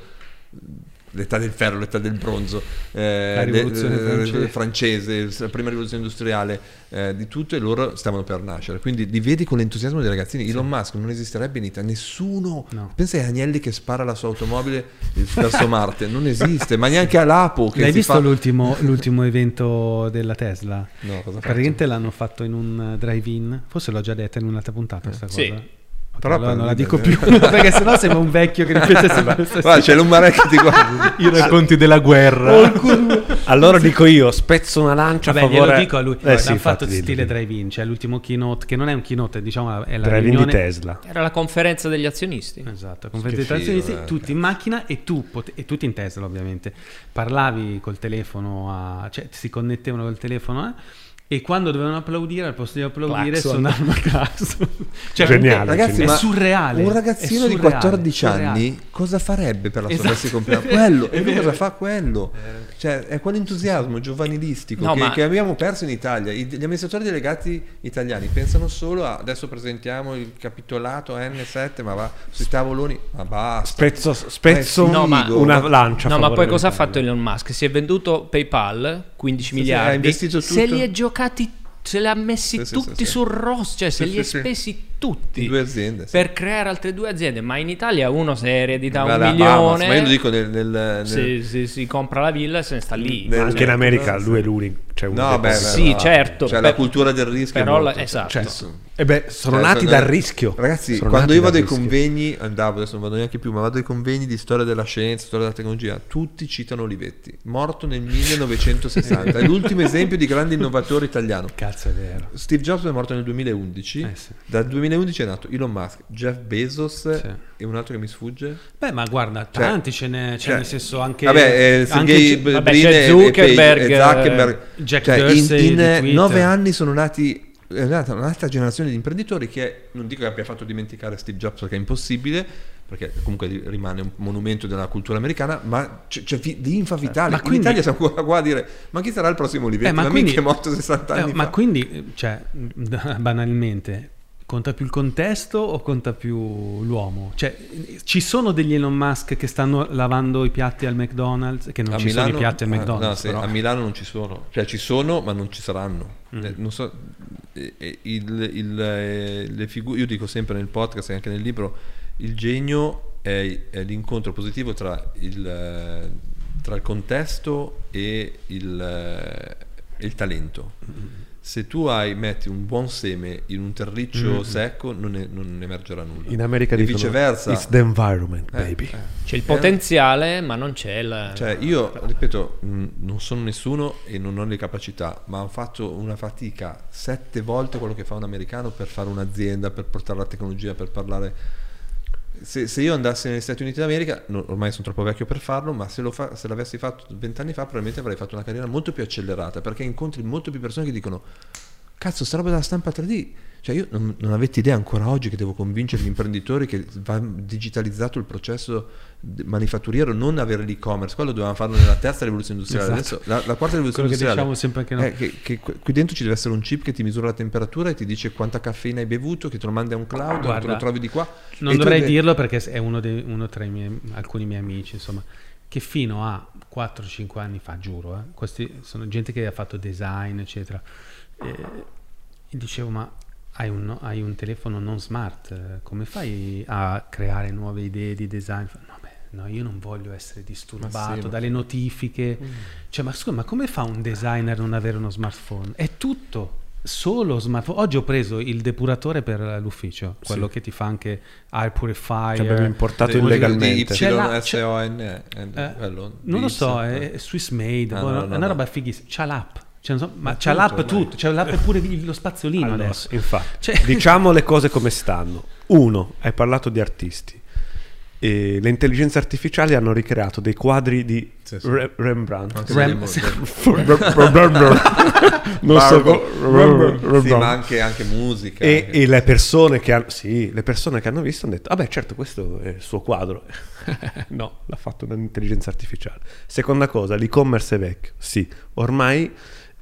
l'età del ferro, l'età del bronzo, eh, La rivoluzione de- francese. francese, la prima rivoluzione industriale, eh, di tutto, e loro stavano per nascere. Quindi li vedi con l'entusiasmo dei ragazzini. Elon Musk non esisterebbe in Italia, nessuno. No. Pensa a Agnelli che spara la sua automobile verso Marte, non esiste, ma neanche a Lapo. Che L'hai si visto fa... l'ultimo, l'ultimo evento della Tesla? No, cosa Praticamente l'hanno fatto in un drive-in, forse l'ho già detta in un'altra puntata questa Sì. cosa. Però Allora non la per- dico più perché sennò sembra un vecchio che ripete sempre la stessa Guarda, c'è l'Umare che ti guarda. I racconti della guerra. Allora dico io, spezzo una lancia Vabbè, a favore. glielo dico a lui. Eh sì, L'hanno infatti, fatto dillo, stile dillo. drive-in, cioè l'ultimo keynote, che non è un keynote, diciamo è la Drive-in di riunione. Tesla. Era la conferenza degli azionisti. Esatto, conferenza di Che figo, azionisti, eh, tutti cazzo. in macchina e tu, pote- e tutti in Tesla ovviamente, parlavi col telefono, a, cioè si connettevano col telefono eh, e quando dovevano applaudire, al posto di applaudire Clacson. suonavano il clacson. Cioè, Geniale, Ragazzi, è ma surreale. un ragazzino è di surreale, quattordici surreale. anni cosa farebbe per la sua Esatto, festa di compleanno? è vero, Quello, è e lui vero. cosa fa? Quello. Cioè, è quell'entusiasmo giovanilistico No, che, ma- che abbiamo perso in Italia. I- gli amministratori delegati italiani pensano solo a adesso presentiamo il capitolato N sette, ma va sui tavoloni, ma basta. Spezzo, spezzo Eh sì, No, ma- una lancia. a No, ma favore poi cosa ha dell'Italia. fatto Elon Musk? Si è venduto PayPal, quindici Sì, sì, ha miliardi, investito se tutto. li ha giocati, se li ha messi Sì, sì, tutti sì, sì. sul rosso, cioè se Sì, li sì, ha sì. spesi tutti In due aziende. sì. per creare altre due aziende. Ma in Italia uno se eredita Ma un la milione, Bahamas, ma io lo dico nel, nel, nel- si, si- si compra la villa e se ne sta lì. Nel- Anche in America no, lui è l'unico. Cioè uno No, dei beh, pochi. beh, Sì, no. certo, Cioè, per- la cultura del rischio. è però la- molto- esatto. Cioè, E beh, sono Cioè, nati sono- dal rischio. Ragazzi, Sono quando nati io vado dal ai rischio. convegni, andavo, adesso non vado neanche più, ma vado ai convegni di storia della scienza, storia della tecnologia, tutti citano Olivetti, morto nel millenovecentosessanta, è l'ultimo esempio di grande innovatore italiano. Cazzo, è vero. Steve Jobs è morto nel duemilaundici, Eh sì. dal duemilaundici è nato Elon Musk, Jeff Bezos Sì. e un altro che mi sfugge. Beh, ma guarda, Cioè- tanti ce n'è, cioè, cioè, nel senso anche Vabbè, eh, anche Sergey Ge- vabbè, Brin c'è e- e Zuckerberg, Page- e Zuckerberg. Jack Cioè, in, Dorsey in di Twitter. nove anni sono nati è nata un'altra generazione di imprenditori che non dico che abbia fatto dimenticare Steve Jobs, perché è impossibile, perché comunque rimane un monumento della cultura americana, ma c'è, c'è fi- di infa vitale. Ma in quindi- Italia siamo ancora qua a dire ma chi sarà il prossimo Olivetti? Eh, ma ma quindi- mica è morto sessanta anni Eh, ma fa. quindi, cioè, banalmente, conta più il contesto o conta più l'uomo? Cioè, ci sono degli Elon Musk che stanno lavando i piatti al McDonald's, che non A ci Milano, sono i piatti al ah, McDonald's, no, sì, però. a Milano non ci sono, cioè ci sono ma non ci saranno. Mm. Eh, non so, eh, eh, il, il, eh, le figu- io dico sempre nel podcast e anche nel libro, il genio è, è l'incontro positivo tra il, eh, tra il contesto e il, eh, il talento. Se tu hai, metti un buon seme in un terriccio Mm. secco, non, ne- non emergerà nulla. In America e dicono viceversa. it's the environment, Eh, baby. eh. C'è il Eh, potenziale, ma non c'è il... Cioè io, ripeto, mh, non sono nessuno e non ho le capacità, ma ho fatto una fatica sette volte quello che fa un americano per fare un'azienda, per portare la tecnologia, per parlare. Se, se io andassi negli Stati Uniti d'America, no, ormai sono troppo vecchio per farlo, ma se, lo fa, se l'avessi fatto vent'anni fa probabilmente avrei fatto una carriera molto più accelerata, perché incontri molto più persone che dicono cazzo, sta roba della stampa tre D, cioè io non, non avete idea ancora oggi che devo convincere gli imprenditori che va digitalizzato il processo d- manifatturiero, non avere l'e-commerce, quello dovevamo farlo nella terza rivoluzione industriale. Esatto. Adesso la, la quarta rivoluzione Quello che industriale diciamo sempre che no. è che, che que- qui dentro ci deve essere un chip che ti misura la temperatura e ti dice quanta caffeina hai bevuto, che te lo manda a un cloud, Guarda, te lo trovi di qua. Non e tu dovrei devi- dirlo perché è uno, dei, uno tra i miei, alcuni miei amici, insomma, che fino a quattro cinque anni fa, giuro, eh, questi sono gente che ha fatto design, eccetera. E, e dicevo, ma hai un, hai un telefono non smart, eh, come fai a creare nuove idee di design? Fa, No, beh, no, io non voglio essere disturbato Ma sì, ma- dalle notifiche. Cioè, ma scusa, ma come fa un designer a non avere uno smartphone? È tutto. Solo smartphone. Oggi ho preso il depuratore per l'ufficio, quello Sì. che ti fa anche air purifier. Ci abbiamo importato Di- illegalmente. C'è la- Y S O N E, Eh, quello, non lo Bis, so, eh. è Swiss made, Ah, boh, no, è no, una no. roba fighissima. C'ha l'app, cioè, non so, ma Ma c'ha tutto, l'app ormai. tutto, c'è l'app pure di- lo spazzolino Allora, adesso. infatti, Cioè- diciamo le cose come stanno. Uno, hai parlato di artisti. e le intelligenze artificiali hanno ricreato dei quadri di Sì, sì. Re- Rembrandt. Anche Rem- delle- sì. Non so Barbo. Sì, ma anche, anche musica. e, anche- e le persone che hanno sì, le persone che hanno visto hanno detto: vabbè, certo, questo è il suo quadro. No, l'ha fatto un'intelligenza artificiale. Seconda cosa, l'e-commerce è vecchio. Sì, ormai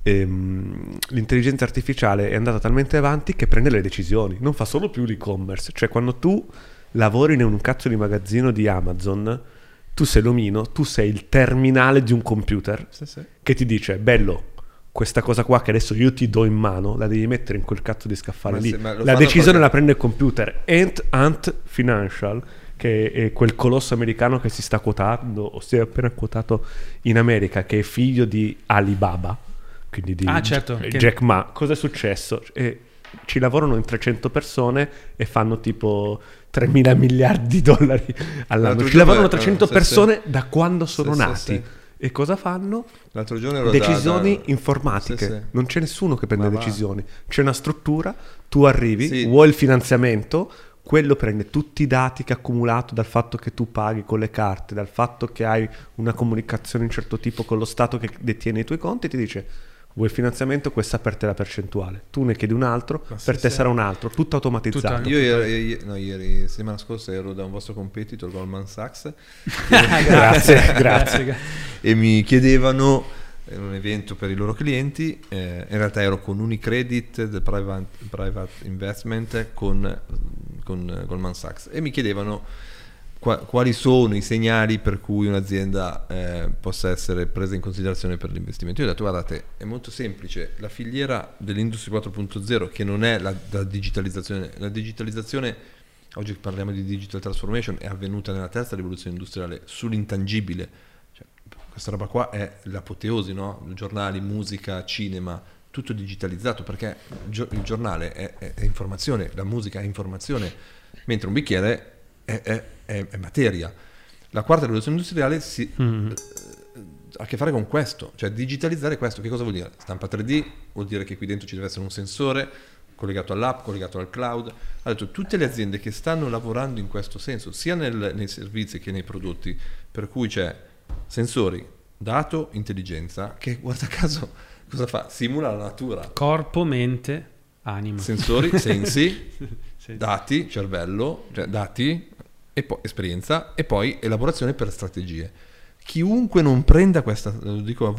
ehm, l'intelligenza artificiale è andata talmente avanti che prende le decisioni, non fa solo più l'e-commerce. Cioè, quando tu lavori in un cazzo di magazzino di Amazon, tu sei l'omino, tu sei il terminale di un computer Sì, sì. che ti dice: bello, questa cosa qua che adesso io ti do in mano la devi mettere in quel cazzo di scaffale Ma lì. se- ma lo La fanno decisione perché- la prende il computer. Ant, Ant Financial, che è quel colosso americano che si sta quotando o si è appena quotato in America, che è figlio di Alibaba, quindi di Ah, certo, J- che- Jack Ma. Cosa è successo? E ci lavorano in trecento persone e fanno tipo tremila miliardi di dollari all'anno. L'altro Ci giorno lavorano è- trecento sì, persone da quando sono Sì, sì, nati. sì. E cosa fanno? L'altro giorno ero Decisioni da- da- informatiche. Sì, sì. Non c'è nessuno che prende Ma va. decisioni. C'è una struttura, tu arrivi, Sì. vuoi il finanziamento, quello prende tutti i dati che ha accumulato dal fatto che tu paghi con le carte, dal fatto che hai una comunicazione di un certo tipo con lo Stato che detiene i tuoi conti, e ti dice: vuoi il finanziamento, questa per te è la percentuale. Tu ne chiedi un altro, Ma sì, per te sì. sarà un altro, tutto automatizzato. Tutto- Io ieri, ieri- no, ieri, settimana scorsa ero da un vostro competitor, Goldman Sachs, Grazie, grazie. e mi chiedevano, era un evento per i loro clienti, eh, in realtà ero con Unicredit del private, private investment con, con Goldman Sachs, e mi chiedevano qua- quali sono i segnali per cui un'azienda eh, possa essere presa in considerazione per l'investimento. Io ho detto: guardate, è molto semplice, la filiera dell'industria quattro punto zero, che non è la, la digitalizzazione, la digitalizzazione, oggi parliamo di digital transformation, è avvenuta nella terza rivoluzione industriale sull'intangibile. Cioè, questa roba qua è l'apoteosi, no? Giornali, musica, cinema, tutto digitalizzato, perché il gio- il giornale è, è- è informazione, la musica è informazione, mentre un bicchiere è, è- è- è materia. La quarta rivoluzione industriale si, Mm. eh, ha a che fare con questo, cioè digitalizzare questo. Che cosa vuol dire? Stampa tre D vuol dire che qui dentro ci deve essere un sensore collegato all'app, collegato al cloud. Ha detto, tutte le aziende che stanno lavorando in questo senso, sia nel- nei servizi che nei prodotti, per cui c'è sensori, dato, intelligenza, che guarda caso cosa fa? Simula la natura. Corpo, mente, anima. Sensori, sensi, Sì. dati, cervello, cioè dati, e poi esperienza, e poi elaborazione per strategie. Chiunque non prenda questa, lo dico a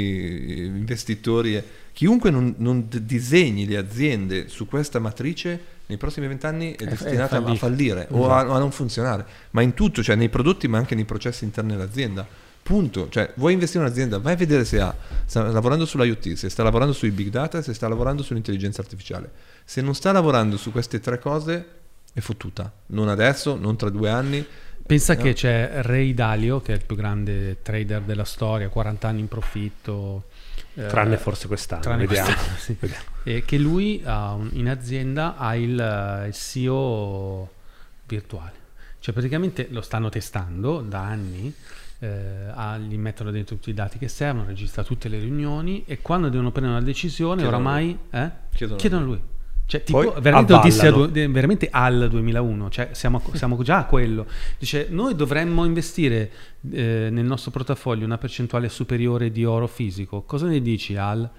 voi investitori, eh, chiunque non, non d- disegni le aziende su questa matrice, nei prossimi vent'anni è È- destinata è a fallire o a, a non funzionare, ma in tutto, cioè nei prodotti ma anche nei processi interni dell'azienda. Punto. Cioè, vuoi investire in un'azienda, vai a vedere se ha, sta lavorando sull'IoT, se sta lavorando sui big data, se sta lavorando sull'intelligenza artificiale. Se non sta lavorando su queste tre cose, è fottuta. Non adesso, non tra due anni. Pensa No. che c'è Ray Dalio, che è il più grande trader della storia, quaranta anni in profitto. eh, Tranne forse quest'anno, tranne vediamo. quest'anno, sì. Vediamo. E che lui ha un- in azienda ha il, eh, il C E O virtuale. Cioè praticamente lo stanno testando da anni, eh, a- gli mettono dentro tutti i dati che servono, registra tutte le riunioni, e quando devono prendere una decisione Chiedono oramai eh, Chiedono a chiedono a lui. Cioè, tipo, Poi veramente, lo dissi a avvallano. due- veramente al duemilauno, cioè siamo, siamo già a quello. Dice, noi dovremmo investire eh, nel nostro portafoglio una percentuale superiore di oro fisico. Cosa ne dici, Al?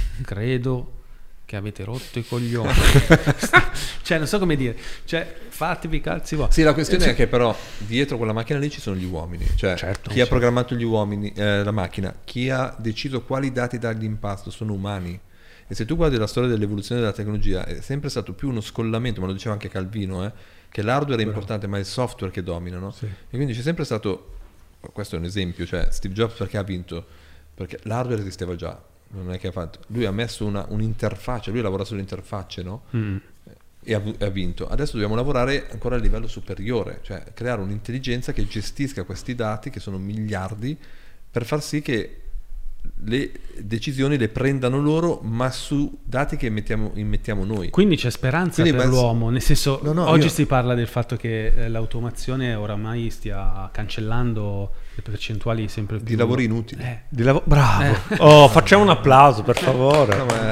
Credo che avete rotto i coglioni. Cioè, non so come dire. Cioè, fatevi i calzi vostri. Sì, la questione è che però dietro quella macchina lì ci sono gli uomini, cioè Certo, chi ha sì. programmato gli uomini, eh, la macchina, chi ha deciso quali dati dargli in pasto sono umani. E se tu guardi la storia dell'evoluzione della tecnologia, è sempre stato più uno scollamento, ma lo diceva anche Calvino, eh, che l'hardware è importante, ma è il software che domina, no? Sì. E quindi c'è sempre stato, questo è un esempio, cioè Steve Jobs perché ha vinto? Perché l'hardware esisteva già, non è che ha fatto, lui ha messo una, un'interfaccia, lui lavora sulle interfacce, no? Mm. E ha, e ha vinto. Adesso dobbiamo lavorare ancora a livello superiore, cioè creare un'intelligenza che gestisca questi dati, che sono miliardi, per far sì che le decisioni le prendano loro, ma su dati che immettiamo, immettiamo noi. Quindi c'è speranza Quindi per penso- l'uomo, nel senso, No, no, oggi io- si parla del fatto che eh, l'automazione oramai stia cancellando le percentuali sempre più Di lavori inutili. Eh, Di lav- Bravo. Eh. Oh, facciamo un applauso, per favore. No, ma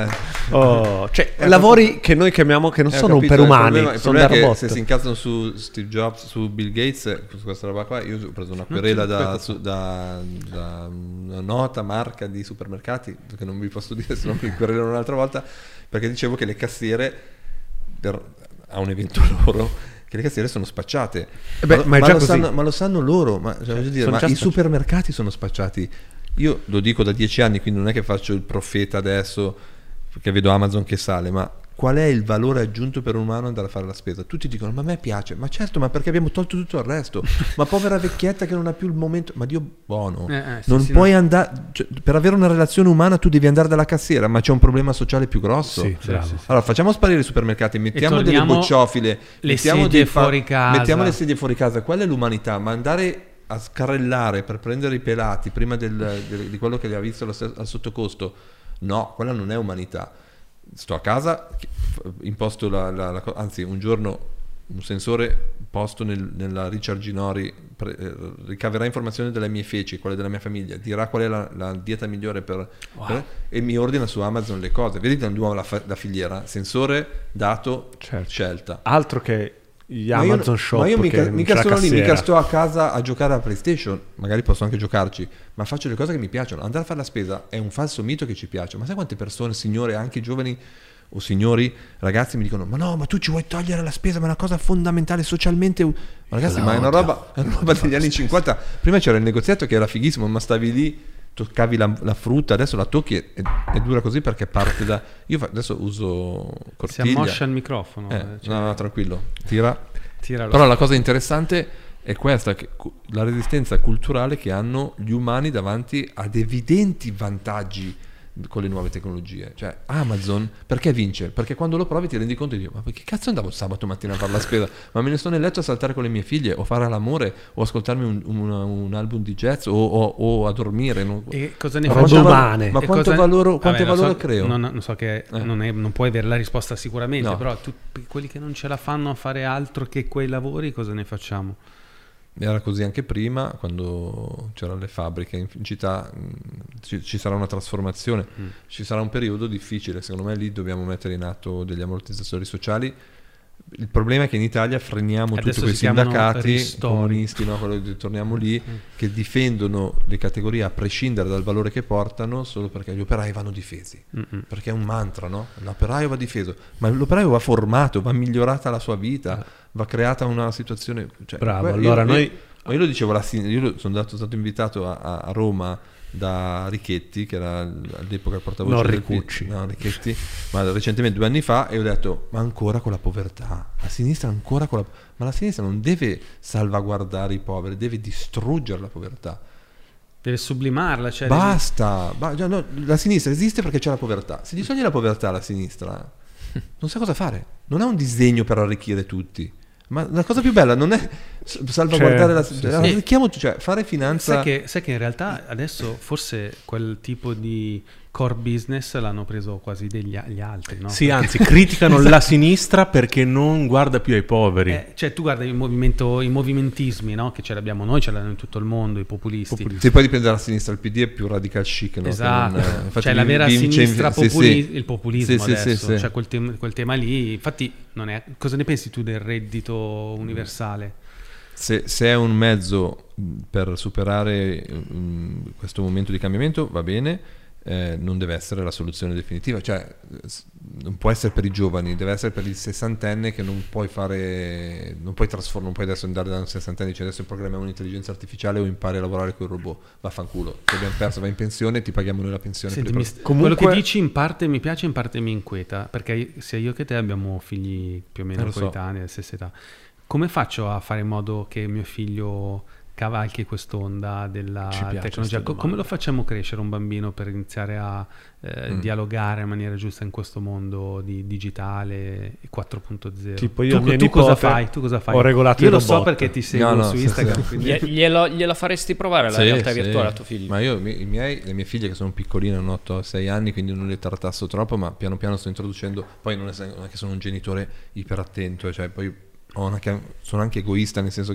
Oh, cioè, Eh, lavori proprio- che noi chiamiamo, che non Eh, ho sono capito, per il umani, problema- il sono problema da è che robot. se si incazzano su Steve Jobs, su Bill Gates, su questa roba qua, io ho preso una Non querela ti da, preoccupare. su- da- da una nota marca di supermercati, che non vi posso dire se no mi querelano un'altra volta, perché dicevo che le cassiere, per- a un evento loro, che le cassiere sono spacciate. Eh beh, ma, ma è ma già lo così. sanno, ma lo sanno loro, ma, cioè, voglio dire, sono ma già i spacciati. supermercati sono spacciati. Io lo dico da dieci anni, quindi non è che faccio il profeta adesso, perché vedo Amazon che sale, ma qual è il valore aggiunto per un umano andare a fare la spesa? Tutti dicono, ma a me piace, ma certo, ma perché abbiamo tolto tutto il resto, ma povera vecchietta che non ha più il momento, ma Dio buono, Eh, eh, sì, non sì, puoi no. andare, cioè, per avere una relazione umana tu devi andare dalla cassiera, ma c'è un problema sociale più grosso. Sì, bravo. sì, sì. Allora facciamo sparire i supermercati, mettiamo delle torniamo bocciofile, le mettiamo sedie dei fa- fuori casa. mettiamo le sedie fuori casa, quella è l'umanità, ma andare a scarrellare per prendere i pelati prima del- del- di quello che li ha visto al, al sottocosto, no, quella non è umanità. Sto a casa, imposto la, la- la co- anzi un giorno un sensore posto nel- nella Richard Ginori pre- eh, ricaverà informazioni delle mie feci, quelle della mia famiglia, dirà qual è la, la dieta migliore per, per- e mi ordina su Amazon le cose. Vedete andiamo la, fa- la filiera, sensore, dato, Certo. scelta. Altro che gli Ma io- Amazon Shop ma io mica, che non mica c'è la sono lì, mica cassiera. sto a casa a giocare a PlayStation, magari posso anche giocarci, ma faccio le cose che mi piacciono. Andare a fare la spesa è un falso mito che ci piace, ma sai quante persone, signore, anche giovani o signori, ragazzi mi dicono, ma no, ma tu ci vuoi togliere la spesa, ma è una cosa fondamentale socialmente. Ma ragazzi, la ma è una odio. roba, è una roba degli anni cinquanta. Prima c'era il negozietto che era fighissimo, ma stavi lì, toccavi la, la frutta, adesso la tocchi e, e dura così perché parte da... Io fa- adesso uso Si cortiglia. ammoscia il microfono. Eh, eh, cioè, no, no, tranquillo, tira. tira lo- Però la cosa interessante è questa, che cu- la resistenza culturale che hanno gli umani davanti ad evidenti vantaggi con le nuove tecnologie. Cioè Amazon perché vince? Perché quando lo provi ti rendi conto di dire, ma perché cazzo andavo sabato mattina a fare la spesa? Ma me ne sto nel letto a saltare con le mie figlie o fare l'amore o ascoltarmi un, un- un album di jazz o, o- o a dormire. non- E cosa ne Ma Robe quanto, facciamo? val- umane. ma E quanto cosa- valore, Vabbè, quanto lo so- valore creo? Non, non so che Eh. non, è- non puoi avere la risposta sicuramente, No. però tu, quelli che non ce la fanno a fare altro che quei lavori, cosa ne facciamo? Era così anche prima, quando c'erano le fabbriche in in città, mh, ci, ci sarà una trasformazione, Mm. ci sarà un periodo difficile, secondo me lì dobbiamo mettere in atto degli ammortizzatori sociali. Il problema è che in Italia freniamo Adesso tutto quei si chiamano sindacati ristori. comunisti, no? Quello di- torniamo lì, Mm. che difendono le categorie a prescindere dal valore che portano solo perché gli operai vanno difesi. Mm-mm. Perché è un mantra, no? L'operaio va difeso, ma l'operaio va formato, va migliorata la sua vita, va creata una situazione... Cioè, Bravo, que- allora io- noi- io- ma io lo dicevo, alla sin- io lo- sono andato- stato invitato a, a- a Roma da Richetti, che era all'epoca il portavoce Non del P- Ricucci. no, Richetti, ma recentemente due anni fa, e ho detto, ma ancora con la povertà, la sinistra ancora con la... Ma la sinistra non deve salvaguardare i poveri, deve distruggere la povertà. Deve sublimarla, cioè devi- Basta, ba- già, no, la sinistra esiste perché c'è la povertà. Se gli togli la povertà alla sinistra, non sa cosa fare. Non ha un disegno per arricchire tutti. Ma la cosa più bella non è s- salvaguardare la Cioè, sinistra, arricchiamo tu- cioè fare finanza. Sai che, sai che in realtà adesso forse quel tipo di core business l'hanno preso quasi degli a- gli altri, no? Sì, anzi, criticano la sinistra perché non guarda più ai poveri. Eh, cioè tu guarda il movimento, i movimentismi, no? Che ce l'abbiamo noi, ce l'hanno in tutto il mondo, i populisti. Se poi dipende dalla sinistra, il P D è più radical chic, no? Che Esatto, non, eh, infatti cioè la vi- vera vince in- sinistra, sì, populi- sì. il populismo Sì, sì, adesso, sì, sì. cioè quel, tem- quel tema lì, infatti non è, cosa ne pensi tu del reddito universale? Se, se è un mezzo mh, per superare mh, questo momento di cambiamento, va bene, eh, non deve essere la soluzione definitiva, cioè eh, s- non può essere per i giovani, deve essere per il sessantenne che non puoi fare, non puoi trasformare, non puoi adesso andare da un sessantenne e dice adesso programmiamo un'intelligenza artificiale o impari a lavorare con il robot, vaffanculo, ti abbiamo perso, vai in pensione e ti paghiamo noi la pensione. Senti, per mi le st- Comunque- quello che dici in parte mi piace, in parte mi inquieta, perché sia io che te abbiamo figli più o meno Eh, lo so. coetanei, della stessa età. Come faccio a fare in modo che mio figlio cavalchi quest'onda della Ci piace tecnologia? questa Co- domanda. come lo facciamo crescere un bambino per iniziare a eh, Mm. dialogare in maniera giusta in questo mondo di digitale quattro punto zero? Tipo io tu, a mia tu cosa nipote fai? Tu cosa fai? ho regolato io i lo so robot. perché ti seguo No, no, su sì, Instagram. sì. quindi- Glie- glielo, gliela faresti provare la Sì, realtà sì. virtuale a tuo figlio? Ma io, i miei, le mie figlie che sono piccoline, hanno otto sei anni, quindi non le tartasso troppo, ma piano piano sto introducendo, poi non è, non è che sono un genitore iperattento, cioè poi ho anche, sono anche egoista, nel senso che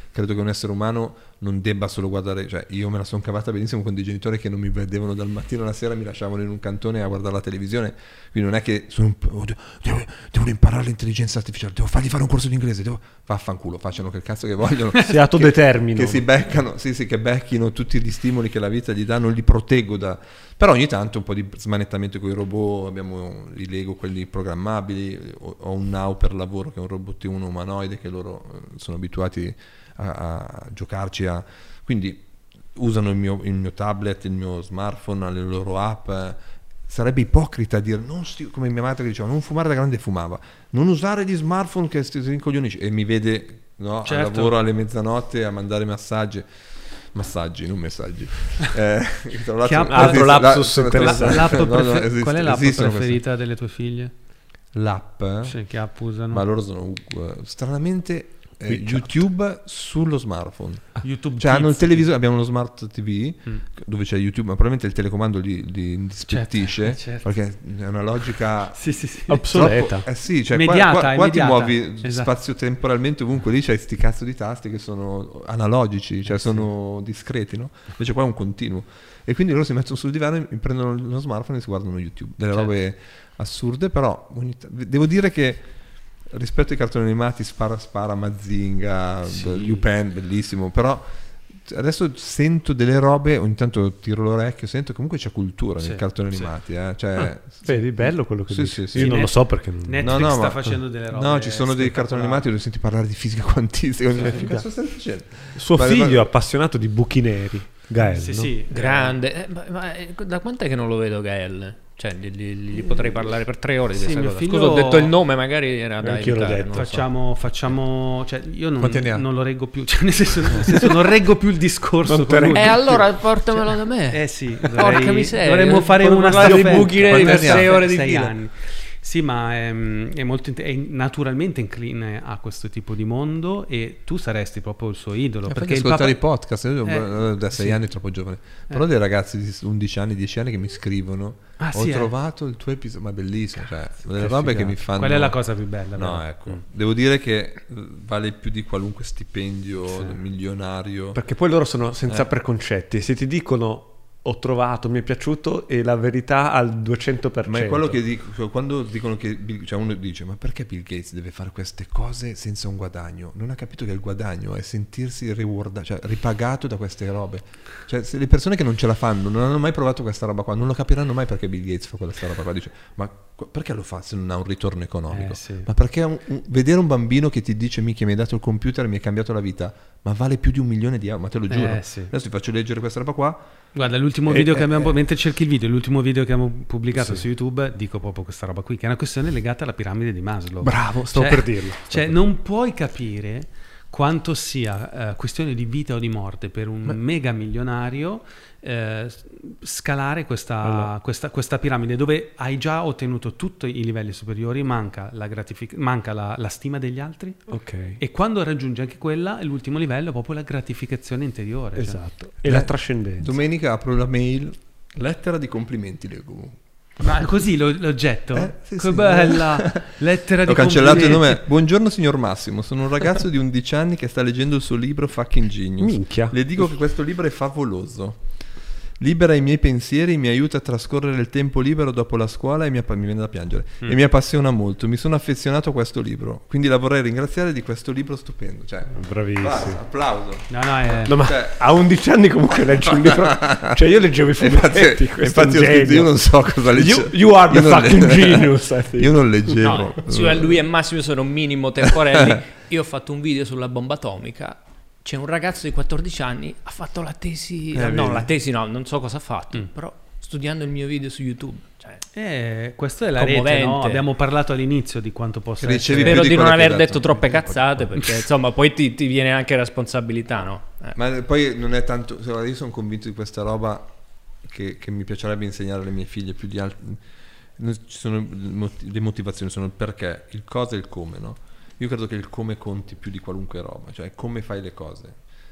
credo che un essere umano non debba solo guardare, cioè io me la sono cavata benissimo con dei genitori che non mi vedevano dal mattino alla sera, mi lasciavano in un cantone a guardare la televisione, quindi non è che sono un oh, devo, devo imparare l'intelligenza artificiale, devo fargli fare un corso di inglese, devo... vaffanculo, facciano che il cazzo che vogliono, si autodeterminano, che, che si beccano, sì sì, che becchino tutti gli stimoli che la vita gli dà, non li proteggo da... però ogni tanto un po' di smanettamento con i robot, abbiamo i Lego, quelli programmabili, ho un Now per lavoro che è un robottino umanoide che loro sono abituati a, a giocarci, a... quindi usano il mio, il mio tablet, il mio smartphone, le loro app. Sarebbe ipocrita dire, non sti... come mia madre che diceva, non fumare da grande fumava, non usare gli smartphone che si rincoglionisce, e mi vede no, certo. al lavoro alle mezzanotte a mandare massaggi. Massaggi, non messaggi. Eh, tra l'altro, app- altro lapsus la, interessante. L'app no, no, prefer- esiste, qual è l'app esistono preferita delle tue figlie? queste. L'app? Cioè, che app usano? Ma loro sono uh, stranamente eh, YouTube sullo smartphone. YouTube Cioè hanno il Kids. televisore, abbiamo uno smart T V Mm. dove c'è YouTube, ma probabilmente il telecomando li, li indispettisce, Certo, certo. perché è una logica Sì, sì, sì. obsoleta. troppo- eh sì, cioè Immediata, qua, qua, qua ti immediata. muovi Esatto. spazio-temporalmente ovunque, lì c'hai sti cazzo di tasti che sono analogici, cioè sono discreti, no? Invece qua è un continuo. E quindi loro si mettono sul divano, e prendono lo smartphone e si guardano YouTube. Delle Certo. robe assurde, però ogni t- devo dire che rispetto ai cartoni animati, Spara Spara, Mazinga, Sì. Lupin, bellissimo, però adesso sento delle robe, ogni tanto tiro l'orecchio, sento che comunque c'è cultura Sì, nei cartoni sì. animati, eh? Cioè, Ah, vedi, bello quello che sì, dici. sì, sì. Io non Net- lo so perché non... Netflix No, no, sta ma- facendo delle robe. no, ci sono dei cartoni spettacolari. animati dove senti parlare di fisica quantistica. Cosa stai facendo? Suo Ma- figlio è ma- appassionato di buchi neri, Gael, Sì, no? sì. Grande. Eh, ma, ma, eh, da quant'è che non lo vedo Gael? Cioè, gli, gli- gli potrei parlare per tre ore di Sì, questa mio cosa. figlio- Scusa, ho detto il nome, magari era da Anch'io l'ho evitare, detto. non lo so. Facciamo, facciamo, cioè io non, Quanti anni ha? non lo reggo più, cioè nel senso, nel senso non reggo più il discorso. Non te con lui. reggo E allora portamelo da me. Eh sì, Porca dovrei- miseria. dovremmo fare Potremmo una parlare di staffetta. buchi neri per Quanti sei anni? ore di Sei fila. anni. Sì, ma è, è molto int- è naturalmente incline a questo tipo di mondo e tu saresti proprio il suo idolo. Eh, perché perché il ascoltare papa- i podcast, io Eh, da sei sì. anni troppo giovane, però dei ragazzi di undici anni, dieci anni che mi scrivono, Ah, ho sì, eh. trovato il tuo episodio, ma bellissimo, cioè, delle che robe che figata. mi fanno... Qual è la cosa più bella? No, vero? ecco, Mm. devo dire che eh, vale più di qualunque stipendio Sì. milionario. Perché poi loro sono senza Eh. preconcetti. Se ti dicono ho trovato, mi è piaciuto, e la verità al duecento per cento. Ma è quello che dico, cioè, quando dicono che Bill- cioè uno dice ma perché Bill Gates deve fare queste cose senza un guadagno? Non ha capito che il guadagno è sentirsi reward, cioè ripagato da queste robe. Cioè se le persone che non ce la fanno, non hanno mai provato questa roba qua, non lo capiranno mai perché Bill Gates fa questa roba qua. Dice ma qu- perché lo fa se non ha un ritorno economico? Eh, sì. Ma perché un- un- vedere un bambino che ti dice Michi mi hai dato il computer e mi hai cambiato la vita, ma vale più di un milione di euro, ma te lo giuro. Eh, sì. Adesso ti faccio leggere questa roba qua. Guarda, l'ultimo Eh, video eh, che abbiamo, eh. mentre cerchi il video, l'ultimo video che abbiamo pubblicato Sì. su YouTube, dico proprio questa roba qui, che è una questione legata alla piramide di Maslow. Bravo, stavo Cioè- per dirlo. Cioè, non puoi capire quanto sia eh, questione di vita o di morte per un mega milionario eh, s- scalare questa, Allora. questa, questa piramide dove hai già ottenuto tutti i livelli superiori, manca la, gratific- manca la, la stima degli altri Ok. e quando raggiungi anche quella, l'ultimo livello è proprio la gratificazione interiore. cioè. Esatto. E Eh, la trascendenza. Domenica apro la mail, lettera di complimenti leggo. Ma così lo- l'oggetto? Eh, sì, che sì. bella lettera di Ho cancellato il complimenti. nome. Buongiorno signor Massimo, sono un ragazzo di undici anni che sta leggendo il suo libro Fucking Genius. Minchia. Le dico che questo libro è favoloso. Libera i miei pensieri, mi aiuta a trascorrere il tempo libero dopo la scuola e mi, app- mi viene da piangere. Mm. E mi appassiona molto. Mi sono affezionato a questo libro. Quindi la vorrei ringraziare di questo libro stupendo. Cioè, Bravissimo. basta, applauso. No, no, è... No, ma Cioè- a undici anni comunque leggi un libro. Cioè io leggevo i Infatti, fumetti. questo è infatti un ho scritto, genio. io non so cosa leggevo. You, you are the Io non fucking le- genius. I think. Io non leggevo. No, cioè lui e Massimo sono minimo temporelli. Io ho fatto un video sulla bomba atomica. C'è un ragazzo di quattordici anni, ha fatto la tesi. Eh, no, vedi. la tesi no, non so cosa ha fatto. Mm. Però studiando il mio video su YouTube. Cioè, Eh, questa è la rete, Commovente. no? Abbiamo parlato all'inizio di quanto possa Ricevi essere... più spero di di non quello che aver hai detto dato. troppe cazzate, perché insomma poi ti, ti viene anche responsabilità, no? Eh. Ma poi non è tanto. Guarda, io sono convinto di questa roba che, che mi piacerebbe insegnare alle mie figlie più di altri. Non ci sono moti- le motivazioni, sono il perché, il cosa e il come, no? Io credo che il come conti più di qualunque roba, cioè come fai le cose.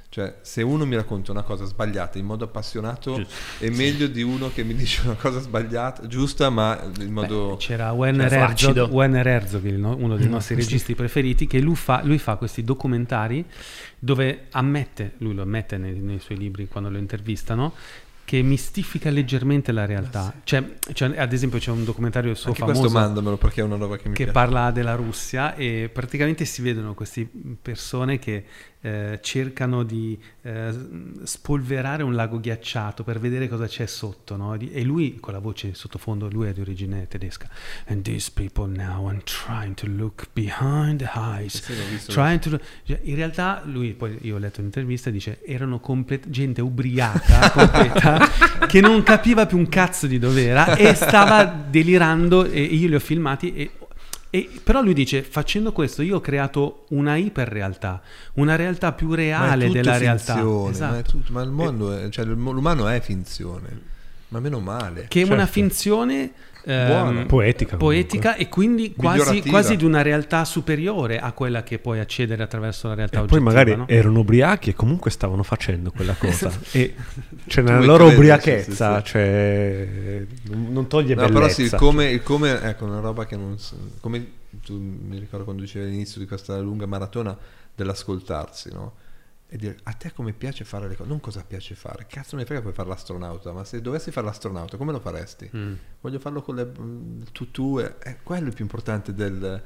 Cioè, se uno mi racconta una cosa sbagliata in modo appassionato, Giusto. è meglio di uno che mi dice una cosa sbagliata, giusta, ma in modo... Beh, c'era Werner cioè, Herzog, flaccido. Werner Herzog, il no- uno dei nostri registi preferiti, che lui fa, lui fa questi documentari dove ammette, lui lo ammette nei, nei suoi libri quando lo intervistano, che mistifica leggermente la realtà. Cioè, cioè, ad esempio c'è un documentario suo Anche famoso questo mandamelo, perché è una roba che mi che piace. parla della Russia, e praticamente si vedono queste persone che eh, cercano di eh, spolverare un lago ghiacciato per vedere cosa c'è sotto, no? Di- e lui con la voce sottofondo, lui è di origine tedesca, and these people now are trying to look behind the eyes, Sì, l'ho visto. trying to look- cioè, in realtà lui, poi io ho letto un'intervista, dice erano complet- gente ubriaca completa che non capiva più un cazzo di dov'era e stava delirando, e io li ho filmati e E, però lui dice, facendo questo io ho creato una iperrealtà, una realtà più Ma è reale tutto della finzione, realtà. ma, è Esatto. tutto- ma il mondo è, cioè, l'umano è finzione, ma meno male. Che è Certo. una finzione ehm, Buona. Poetica, poetica e quindi quasi, Migliorativa. quasi di una realtà superiore a quella che puoi accedere attraverso la realtà E poi oggettiva. magari no? erano ubriachi e comunque stavano facendo quella cosa e c'è Tu nella vuoi loro credere, ubriachezza, sì, sì, sì. cioè non non toglie No, bellezza. però sì, il come, il come, ecco, una roba che non... s- come tu mi ricordo quando dicevi all'inizio di questa lunga maratona dell'ascoltarsi, no? E dire, a te come piace fare le cose? Non cosa piace fare, cazzo me ne frega, puoi fare l'astronauta, ma se dovessi fare l'astronauta come lo faresti? Mm. Voglio farlo con le il tutù, è, è quello il più importante del...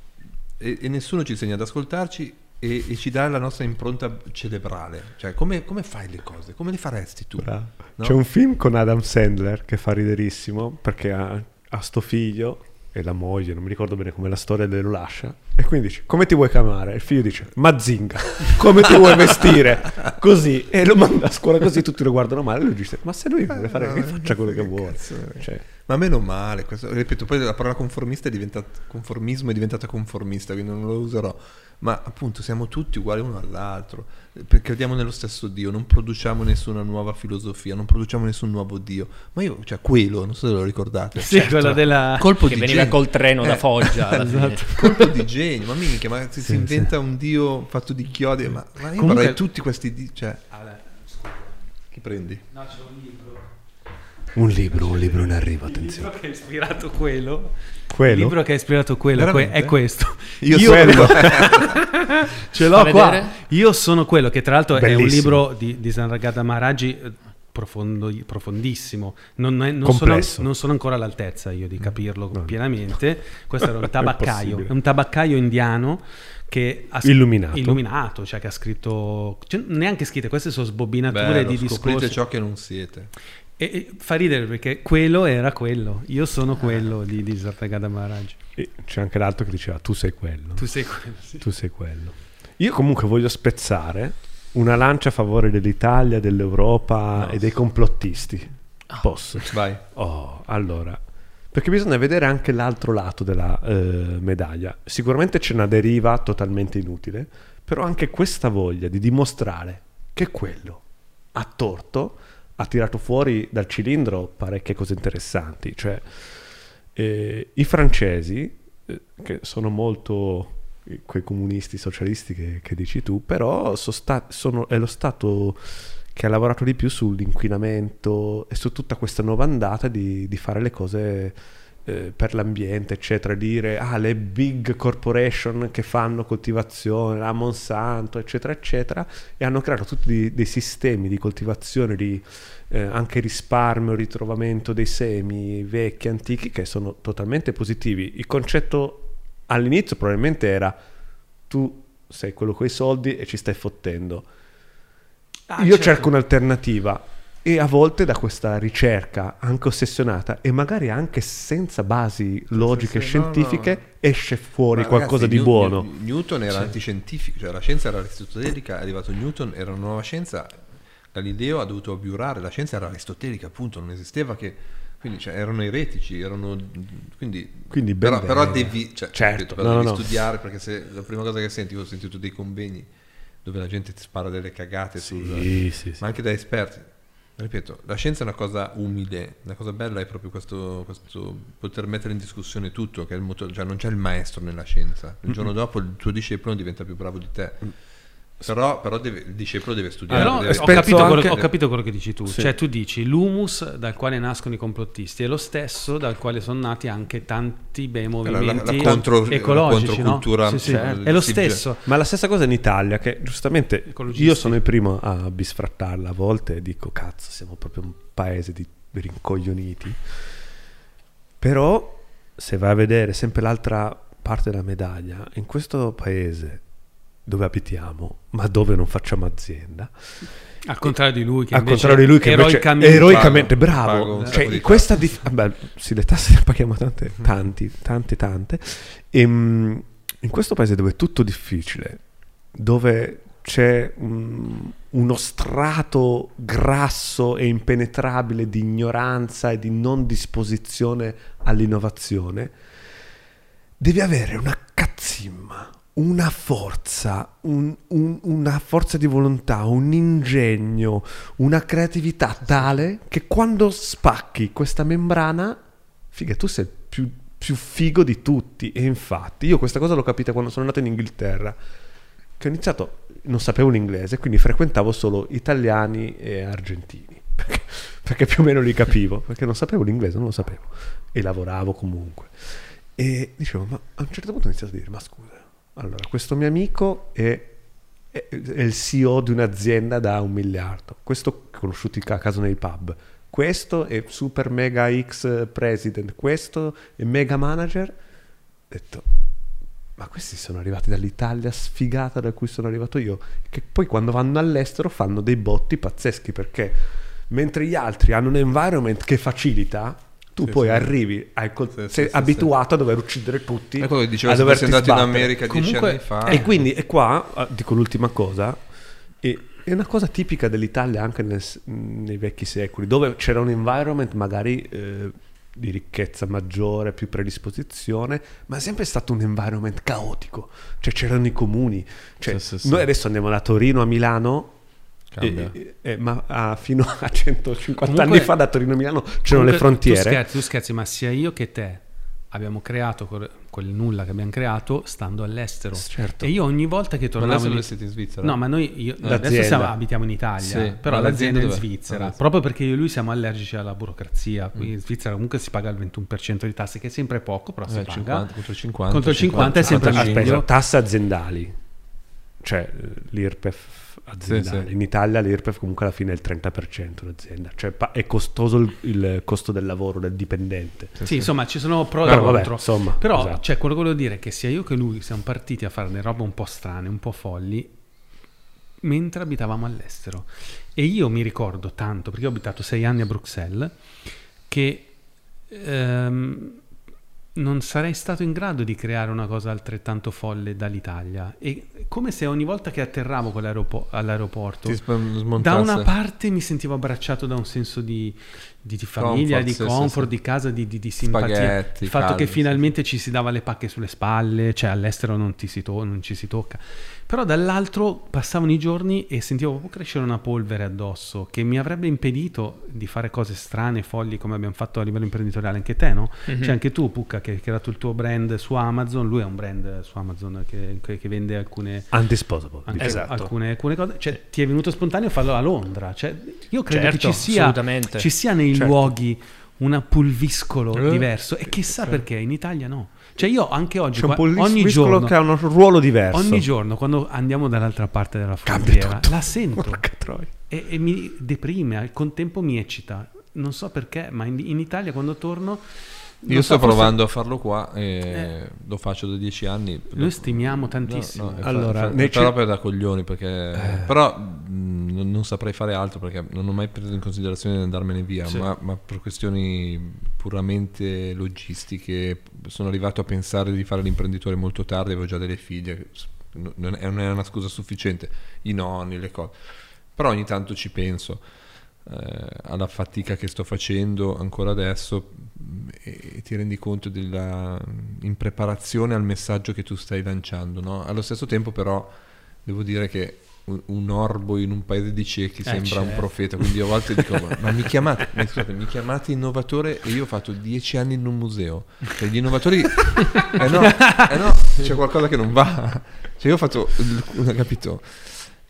E, e nessuno ci insegna ad ascoltarci e, e ci dà la nostra impronta cerebrale, cioè come, come fai le cose, come le faresti tu? Bravo. No? C'è un film con Adam Sandler che fa riderissimo perché ha, ha sto figlio e la moglie, non mi ricordo bene come la storia, lo lascia e quindi dice come ti vuoi chiamare? Il figlio dice Mazinga. Come ti vuoi vestire? Così, e lo manda a scuola così, tutti lo guardano male e lui dice ma se lui vuole fare no, che faccia quello che vuole, cazzo, eh. cioè, Ma meno male, questo, ripeto, poi la parola conformista è diventata, conformismo è diventata conformista, quindi non lo userò, ma appunto siamo tutti uguali uno all'altro, perché crediamo nello stesso Dio, non produciamo nessuna nuova filosofia, non produciamo nessun nuovo Dio, ma io, cioè quello, non so se lo ricordate, Sì, quello della... colpo Che di veniva genio. col treno da Eh, Foggia alla fine. colpo di genio, ma minchia, ma si, si Sì, inventa un Dio fatto di chiodi, ma, ma io Comunque- vorrei tutti questi di, cioè, chi prendi? No, c'è un libro. un libro, un libro in arrivo, Il attenzione. libro che ha ispirato quello, Quello? il libro che ha ispirato quello que- Veramente? è questo. Io, quello. Ce l'ho Fa qua. vedere? Io sono quello, che tra l'altro è un Bellissimo. libro di, di Sant'Agata Maharaj eh, profondo, profondissimo. Non, è- non sono, Complesso. non sono ancora all'altezza io di capirlo No. pienamente. Questo era un tabaccaio, Impossibile. è un tabaccaio indiano che ha Illuminato. illuminato, cioè che ha scritto, cioè, neanche scritte, queste sono sbobinature bello, di scoprite discorsi. ciò che non siete. E, e fa ridere perché quello era quello, io sono quello di, di Sant'Agata Maharaj. E c'è anche l'altro che diceva tu sei quello. Tu sei quello, sì. Tu sei quello. Io comunque voglio spezzare una lancia a favore dell'Italia, dell'Europa No. e dei complottisti. Posso? Vai. Oh, allora. Perché bisogna vedere anche l'altro lato della eh, medaglia. Sicuramente c'è una deriva totalmente inutile, però anche questa voglia di dimostrare che quello ha torto ha tirato fuori dal cilindro parecchie cose interessanti. Cioè, eh, i francesi, eh, che sono molto eh, quei comunisti socialisti che, che dici tu, però so sta- sono, è lo Stato che ha lavorato di più sull'inquinamento e su tutta questa nuova ondata di, di fare le cose eh, per l'ambiente, eccetera, dire ah le big corporation che fanno coltivazione, la Monsanto, eccetera, eccetera, e hanno creato tutti dei, dei sistemi di coltivazione, di eh, anche risparmio, ritrovamento dei semi vecchi, antichi, che sono totalmente positivi. Il concetto all'inizio probabilmente era tu sei quello coi soldi e ci stai fottendo. Ah, Io certo. cerco un'alternativa e a volte da questa ricerca anche ossessionata e magari anche senza basi logiche sì, no, scientifiche no. esce fuori Ma qualcosa ragazzi, di New- buono. New- Newton era Sì. antiscientifico, cioè la scienza era aristotelica, è arrivato Newton, era una nuova scienza, Galileo ha dovuto abiurare, la scienza era aristotelica, appunto, non esisteva che... Quindi cioè, erano eretici, erano... Quindi, Quindi ben però, però bene. devi, cioè, Certo, però no, devi no, no. studiare, perché se la prima cosa che senti, io ho sentito dei convegni dove la gente ti spara delle cagate, sul- Sì, sì, sì. ma anche da esperti. Ripeto, la scienza è una cosa umile, la cosa bella è proprio questo, questo poter mettere in discussione tutto, che è il motore, cioè non c'è il maestro nella scienza. Il giorno dopo il tuo discepolo diventa più bravo di te. Però, però deve, il discepolo deve studiare. Però deve- ho, capito quello, anche- ho capito quello che dici tu, Sì. cioè tu dici l'humus dal quale nascono i complottisti è lo stesso dal quale sono nati anche tanti bei la, la, movimenti la contro, ecologici, la controcultura, no? Sì, sì, certo. è lo Sì, stesso. Ma la stessa cosa in Italia, che giustamente Ecologisti. io sono il primo a bisfrattarla a volte e dico cazzo, siamo proprio un paese di rincoglioniti. Però se vai a vedere sempre l'altra parte della medaglia, in questo paese dove abitiamo, ma dove non facciamo azienda, Al contrario di lui che al invece contrario di lui che invece eroicamente, eroicamente pago- bravo, pago un cioè, sacco di questa tasse. dif- vabbè, sì, le tasse le paghiamo tante, tanti, tante, tante. E, mm, in questo paese dove è tutto difficile, dove c'è un- uno strato grasso e impenetrabile di ignoranza e di non disposizione all'innovazione, devi avere una cazzimma, una forza, un- un- una forza di volontà, un ingegno, una creatività tale che quando spacchi questa membrana, figa, tu sei il più, più figo di tutti. E infatti io questa cosa l'ho capita quando sono andato in Inghilterra, che ho iniziato, non sapevo l'inglese, quindi frequentavo solo italiani e argentini, perché, perché più o meno li capivo, perché non sapevo l'inglese, non lo sapevo, e lavoravo comunque. E dicevo, ma a un certo punto ho iniziato a dire, ma scusa, allora questo mio amico è, è, è il C E O di un'azienda da un miliardo, questo conosciuti a caso nei pub, questo è super mega X president, questo è mega manager. Ho detto, ma questi sono arrivati dall'Italia sfigata da cui sono arrivato io, che poi quando vanno all'estero fanno dei botti pazzeschi, perché mentre gli altri hanno un environment che facilita, tu Sì, poi sì. arrivi, hai col- Sì, sì, sei sì, abituato a dover uccidere tutti, È quello che dicevo, a se doverti fossi andato in sbattere. America dieci Comunque- anni fa. E quindi, e qua, ah, dico l'ultima cosa, e- è una cosa tipica dell'Italia anche nel s- nei vecchi secoli, dove c'era un environment magari eh, di ricchezza maggiore, più predisposizione, ma è sempre stato un environment caotico, cioè c'erano i comuni, cioè, Sì, sì, sì. noi adesso andiamo da Torino a Milano, Cambia. e- e- ma a- fino a centocinquanta Comunque- anni fa da Torino a Milano c'erano Comunque, le frontiere. Tu scherzi, tu scherzi, ma sia io che te abbiamo creato quel, quel nulla che abbiamo creato stando all'estero. Certo. E io ogni volta che Ma tornavo adesso in dove siete in Svizzera? No, ma noi io, adesso L'azienda. siamo- abitiamo in Italia, Sì, però ma l'azienda è in l'azienda dove? Svizzera, Ah, proprio perché io e lui siamo allergici alla burocrazia. Qui Mm. in Svizzera comunque si paga il ventuno per cento di tasse, che è sempre poco, però si Eh, paga. cinquanta contro il cinquanta. Contro il cinquanta è sempre cinquantacinque. meglio. Aspetta, tasse aziendali, cioè eh, l'IRPEF aziendale. Sì, sì. In Italia l'IRPEF comunque alla fine è il trenta per cento l'azienda, cioè pa- è costoso il, il costo del lavoro del dipendente. Sì, insomma, ci sono pro e Però vabbè, contro. insomma, Però, esatto. cioè, quello che volevo dire è che sia io che lui siamo partiti a fare delle robe un po' strane, un po' folli, mentre abitavamo all'estero. E io mi ricordo tanto, perché ho abitato sei anni a Bruxelles, che ehm, non sarei stato in grado di creare una cosa altrettanto folle dall'Italia. E come se ogni volta che atterravo con l'aeropo- all'aeroporto, Ti sp- da smontasse. una parte mi sentivo abbracciato da un senso di, di- di famiglia, Comfort, di sì, comfort, sì, sì. di casa, di, di- di simpatia. Spaghetti, Il fatto caldo, che sì, finalmente ci si dava le pacche sulle spalle, cioè all'estero non, ti si to- non ci si tocca. Però dall'altro passavano i giorni e sentivo proprio crescere una polvere addosso che mi avrebbe impedito di fare cose strane, folli, come abbiamo fatto a livello imprenditoriale anche te, no? Mhm. Cioè anche tu, Pucca, che hai creato il tuo brand su Amazon, lui ha un brand su Amazon che, che- che vende alcune... Undisposable. anche Esatto. alcune, alcune cose, cioè ti è venuto spontaneo farlo a Londra, cioè, io credo Certo, che ci sia, assolutamente. ci sia nei Certo. luoghi un pulviscolo Eh, diverso e chissà certo. perché in Italia no, cioè io anche oggi C'è un qua- ogni polliscolo giorno che ha un ruolo diverso. ogni giorno quando andiamo dall'altra parte della Cambia frontiera tutto. la sento Porca troia. e, e mi deprime, al contempo mi eccita, non so perché, ma in, in Italia quando torno non Io so, sto forse- provando a farlo qua e Eh. lo faccio da dieci anni. Noi stimiamo tantissimo. No, no, Allora, fa, fa, nei fa ci- proprio da coglioni perché però mh, non, non saprei fare altro perché non ho mai preso in considerazione di andarmene via, Sì. ma, ma per questioni puramente logistiche sono arrivato a pensare di fare l'imprenditore molto tardi, avevo già delle figlie, non è, non è una scusa sufficiente, i nonni, le cose, però ogni tanto ci penso. Eh, alla fatica che sto facendo ancora adesso mh, e, e ti rendi conto della impreparazione al messaggio che tu stai lanciando, no? Allo stesso tempo però devo dire che un, un orbo in un paese di ciechi sembra un certo. profeta, quindi a volte dico ma, ma mi chiamate mi, scusate, mi chiamate innovatore e io ho fatto dieci anni in un museo, cioè gli innovatori eh no, eh no c'è qualcosa che non va, cioè io ho fatto il- capito.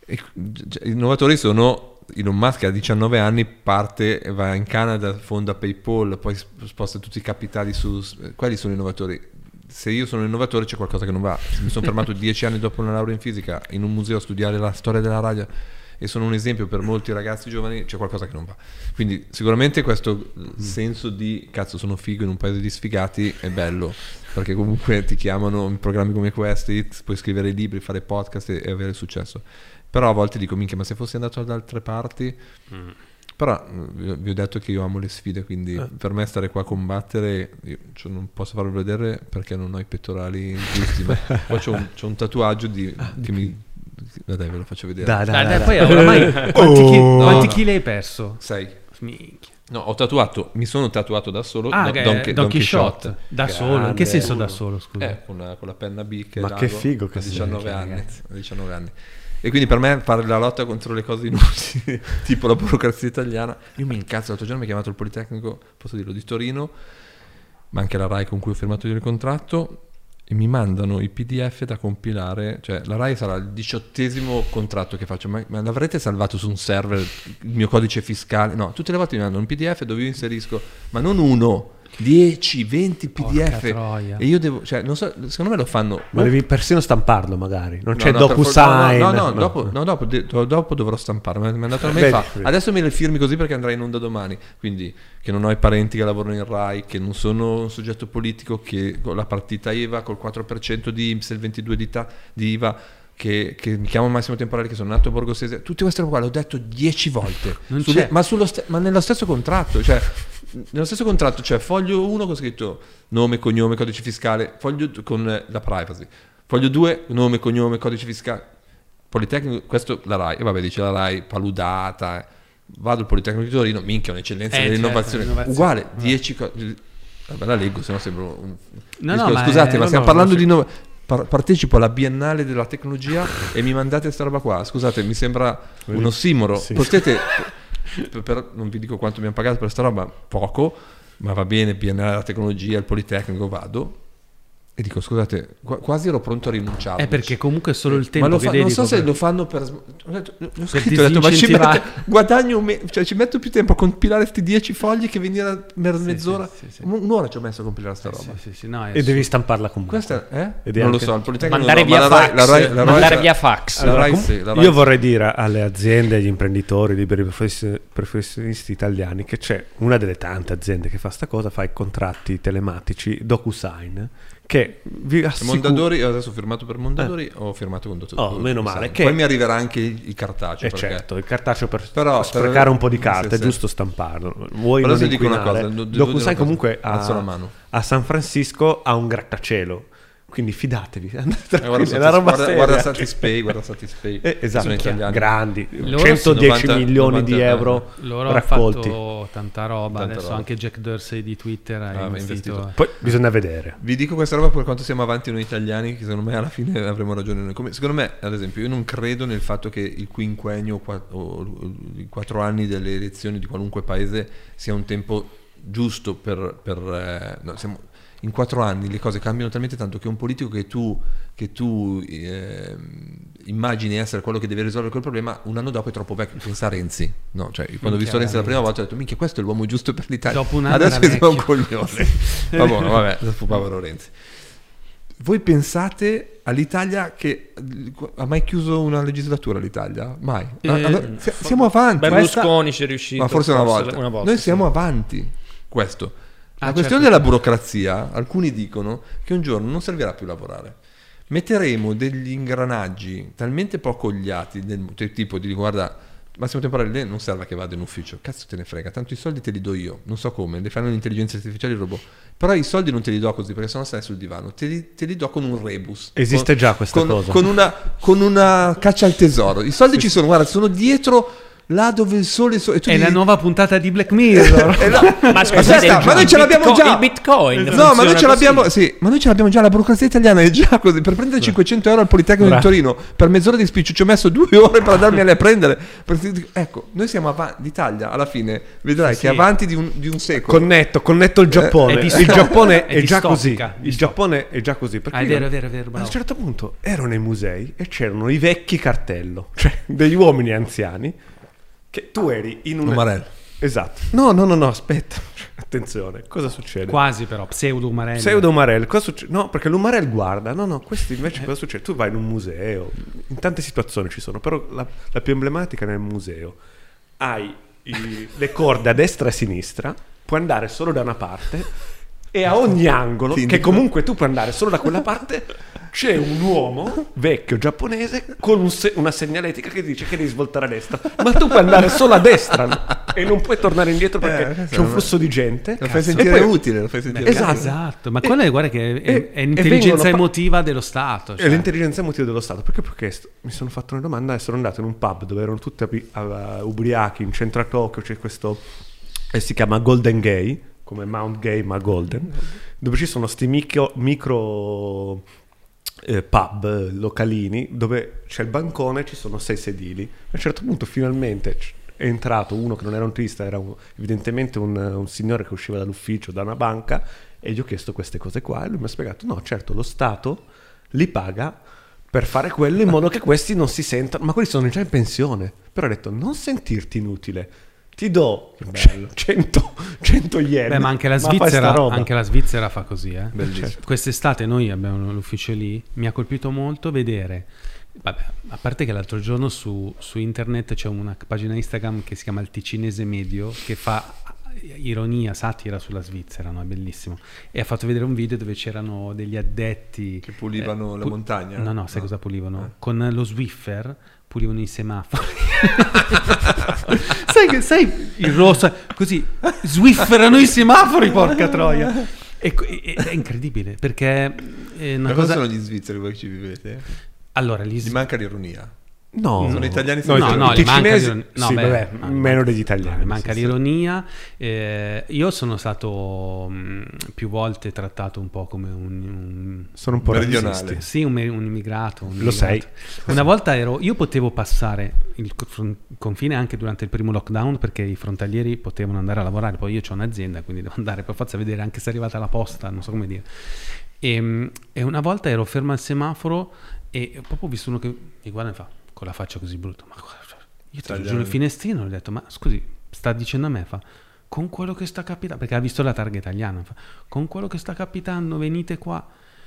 E, cioè, gli innovatori sono Elon Musk, a diciannove anni parte, va in Canada, fonda PayPal, poi sposta tutti i capitali su... Quelli sono innovatori. Se io sono un innovatore c'è qualcosa che non va. Se mi sono fermato dieci anni dopo una laurea in fisica in un museo a studiare la storia della radio e sono un esempio per molti ragazzi giovani, c'è qualcosa che non va. Quindi sicuramente questo senso di cazzo sono figo in un paese di sfigati è bello, perché comunque ti chiamano in programmi come questi, puoi scrivere libri, fare podcast e, e avere successo. Però a volte dico minchia, ma se fossi andato da altre parti... Mm. Però vi ho detto che io amo le sfide, quindi eh. per me stare qua a combattere, io cioè, non posso farlo vedere perché non ho i pettorali giusti, ma poi c'ho un, c'ho un tatuaggio di, che mi... Dai, ve lo faccio vedere. Dai, dai, dai, dai. Poi oramai quanti, chi, no, quanti no. chili hai perso? Sei. Minchia. No, ho tatuato, mi sono tatuato da solo ah, Don, che, Don, Don, Don Quixote. Quixote. Da Grande. solo? In che senso da solo, scusa? Eh, con, una, con la penna B che Ma lago, che figo che a diciannove sei, anni, ragazzi. a diciannove anni. E quindi per me fare la lotta contro le cose inutili, tipo la burocrazia italiana, io mi incazzo. L'altro giorno mi ha chiamato il Politecnico, posso dirlo, di Torino, ma anche la RAI con cui ho firmato il contratto, e mi mandano i P D F da compilare. Cioè la RAI sarà il diciottesimo contratto che faccio, ma, ma l'avrete salvato su un server il mio codice fiscale? No, tutte le volte mi mandano un P D F dove io inserisco, ma non uno, dieci, venti P D F. E io devo, cioè non so, secondo me lo fanno. Ma devi persino stamparlo magari, non No, c'è no, per DocuSign. for- no, no, no, no. dopo, no, dopo, de- dopo dovrò stampare. Mi ha mandato una Vedi, mail, fa, vedi. adesso me le firmi così perché andrai in onda domani. Quindi che non ho i parenti che lavorano in RAI, che non sono un soggetto politico, che con la partita I V A col quattro per cento di I N P S e il ventidue di, ta- di I V A, che, che mi chiamo Massimo Temporale, che sono nato a Borgosese. Tutte queste robe qua le ho detto dieci volte. Non Sulle- c'è. ma, sullo st- ma nello stesso contratto, cioè nello stesso contratto c'è foglio uno con scritto nome, cognome, codice fiscale, foglio con eh, la privacy, foglio due, nome, cognome, codice fiscale, Politecnico, questo la RAI, e vabbè dice la RAI paludata, eh. Vado al Politecnico di Torino, minchia un'eccellenza Eh, dell'innovazione, certo, l'innovazione. uguale, dieci cose, vabbè la leggo se no sembro un... No, Dico, no, ma scusate è- ma no, stiamo no, parlando no, di innova- par- partecipo alla Biennale della tecnologia e mi mandate sta roba qua, scusate mi sembra un ossimoro, Sì. potete... Per, per- non vi dico quanto mi hanno pagato per sta roba, poco, ma va bene, Biennale della tecnologia, il Politecnico, vado e dico scusate, qua- quasi ero pronto a rinunciare. È perché comunque solo il tempo ma lo che fa- non dedico so se per- lo fanno per sm- ho detto, ho Per scritto, ho detto, ma ci disincentivare. metto, guadagno un me- cioè ci metto più tempo a compilare questi dieci fogli che venire a mer- Sì, mezz'ora, sì, sì, sì. Un- un'ora ci ho messo a compilare sta roba. Sì, sì, sì, no, è E devi stamparla comunque. Questa è? Ed è Non lo anche- so, il Politecnico Mandare no, ma via la Rai- fax, la Rai- la Rai- mandare la- via fax. la Allora, Rai com- sì, la Rai io sì. vorrei dire alle aziende, agli imprenditori, liberi professi- professionisti italiani che c'è una delle tante aziende che fa sta cosa, fa i contratti telematici DocuSign, che vi assicuro... Mondadori, io adesso ho firmato per Mondadori, ho firmato con Dottor Oh, meno male, che- Poi mi arriverà anche il il cartaceo. Eh perché- certo, il cartaceo per Però- sprecare per- un po' di carta, sì, è sì. giusto stamparlo. Vuoi Però non se dico una inquinare. cosa, devo dire una DocuSign cosa, comunque alzo la a, mano. a San Francisco ha un grattacielo, quindi fidatevi, andate Eh, guarda, tranquilli, è una roba guarda, seria. guarda Satispay, guarda Satispay, Eh, esatto, sono italiani. grandi, Loro centodieci novanta milioni di novanta euro Loro hanno raccolti. fatto tanta roba, Tanta adesso roba. anche Jack Dorsey di Twitter ha Ah, aveva investito. investito. Poi bisogna vedere. Vi dico questa roba per quanto siamo avanti noi italiani, che secondo me alla fine avremo ragione noi. Come, secondo me, ad esempio, io non credo nel fatto che il quinquennio o, qua- o i quattro anni delle elezioni di qualunque paese sia un tempo giusto per... per eh, no, siamo, in quattro anni le cose cambiano talmente tanto che un politico che tu, che tu eh, immagini essere quello che deve risolvere quel problema, un anno dopo è troppo vecchio. Pensa a Renzi, no? Cioè, quando ho visto Renzi la prima volta ho detto minchia, questo è l'uomo giusto per l'Italia. Dopo un anno adesso era è un vecchio. coglione. Va buono, vabbè, adesso povero Renzi. Voi pensate all'Italia che ha mai chiuso una legislatura l'Italia? Mai. Eh, Allora, si- siamo avanti. Berlusconi ci è riuscito. Ma forse una volta. una volta, Noi sì. siamo avanti. Questo. La Ah, questione certo. della burocrazia, alcuni dicono che un giorno non servirà più lavorare. Metteremo degli ingranaggi talmente poco ogliati, del, del tipo di guarda, Massimo Temporale lei non serve che vada in ufficio, cazzo te ne frega, tanto i soldi te li do io, non so come, le fanno l'intelligenza artificiale il robot, però i soldi non te li do così perché sennò stai sul divano, te li, te li do con un rebus. Esiste con, già questa con, cosa. Con una, con una caccia al tesoro, i soldi ci sono, guarda, sono dietro là dove il sole so- e tu È dici, la nuova puntata di Black Mirror. eh, no, Ma scusate, aspetta, il- ma noi ce il l'abbiamo bitco- già il Bitcoin no, ma noi funziona ce l'abbiamo, così. sì, ma noi ce l'abbiamo già, la burocrazia italiana è già così. Per prendere cinquecento euro al Politecnico Bravo. di Torino per mezz'ora di spiccio ci ho messo due ore per andarmi a prendere. Perché, ecco, noi siamo avanti, l'Italia alla fine vedrai Sì, che è sì. avanti di un, di un secolo. Connetto, connetto il Giappone. è il distopica. Giappone è, È già così. distopica, Il distopica. Giappone è già così. Perché Ah, è io- vero, è vero, è vero, A bravo. un certo punto ero nei musei e c'erano i vecchi cartello, cioè degli uomini anziani che tu eri in un Umarell. Esatto. No, no, no, no, aspetta. Attenzione, cosa succede? Quasi però, pseudo umarello. Pseudo Umarell, cosa succede? No, perché l'Umarell guarda, no, no, questo invece cosa succede? Tu vai in un museo, in tante situazioni ci sono, però la, la più emblematica è nel museo. Hai i- le corde a destra e a sinistra, puoi andare solo da una parte e a ogni angolo, Sì, che dico- comunque tu puoi andare solo da quella parte, c'è un uomo vecchio giapponese con un se- una segnaletica che dice che devi svoltare a destra, ma tu puoi andare solo a destra no? e non puoi tornare indietro perché Eh, questo c'è un è- flusso di gente. Lo fai E sentire poi- utile, lo fai sentire Esatto. utile. Esatto, ma E- quella è, guarda che è, e- è e l'intelligenza vengono pa- emotiva dello Stato. È cioè. l'intelligenza emotiva dello Stato. Perché? Perché st- mi sono fatto una domanda e sono andato in un pub dove erano tutti abi- a- ubriachi in centro a Tokyo. C'è questo e si chiama Golden Gay, come Mount Gay ma Golden, dove ci sono sti micro, micro eh, pub eh, localini dove c'è il bancone e ci sono sei sedili. A un certo punto finalmente c- è entrato uno che non era un turista, era un- evidentemente un, un signore che usciva dall'ufficio, da una banca, e gli ho chiesto queste cose qua e lui mi ha spiegato no, certo, lo Stato li paga per fare quello in modo che questi non si sentano, ma quelli sono già in pensione. Però ha detto non sentirti inutile, ti do cento, cento yen. Beh, ma anche la fai sta Svizzera, roba. anche la Svizzera fa così, eh. Bellissimo. Quest'estate noi abbiamo l'ufficio lì, mi ha colpito molto vedere, vabbè, a parte che l'altro giorno su, su internet c'è una pagina Instagram che si chiama Il Ticinese Medio, che fa ironia, satira sulla Svizzera, no? È bellissimo. E ha fatto vedere un video dove c'erano degli addetti Che pulivano la montagna? No, no, sai No. cosa pulivano? Eh. Con lo Swiffer pulivano i semafori. sai, che, sai il rosso, così swifferano i semafori, porca troia. E, e- è incredibile perché è una Ma cosa. cosa sono gli svizzeri voi che ci vivete? Allora, gli Gli manca l'ironia. No, Sono italiani no, senza i- no, i gli manca ticinesi- l'ironia. No, sì, beh, vabbè, no, gli meno manca- degli italiani. no, gli manca sì, sì. l'ironia. Eh, io sono stato mh, più volte trattato un po' come un, un Sono un po' Meridionale. razzisti. sì, un, un immigrato. un Lo sei. immigrato. Una volta ero, io potevo passare il co- confine anche durante il primo lockdown perché i frontalieri potevano andare a lavorare, poi io ho un'azienda quindi devo andare per forza a vedere anche se è arrivata la posta, non so come dire. E, e una volta ero fermo al semaforo e ho proprio visto uno che mi guarda e fa con la faccia così brutta, ma guarda, cioè, io ti giù il finestrino e ho detto ma scusi, sta dicendo a me, fa con quello che sta capitando, perché ha visto la targa italiana, fa, con quello che sta capitando venite qua.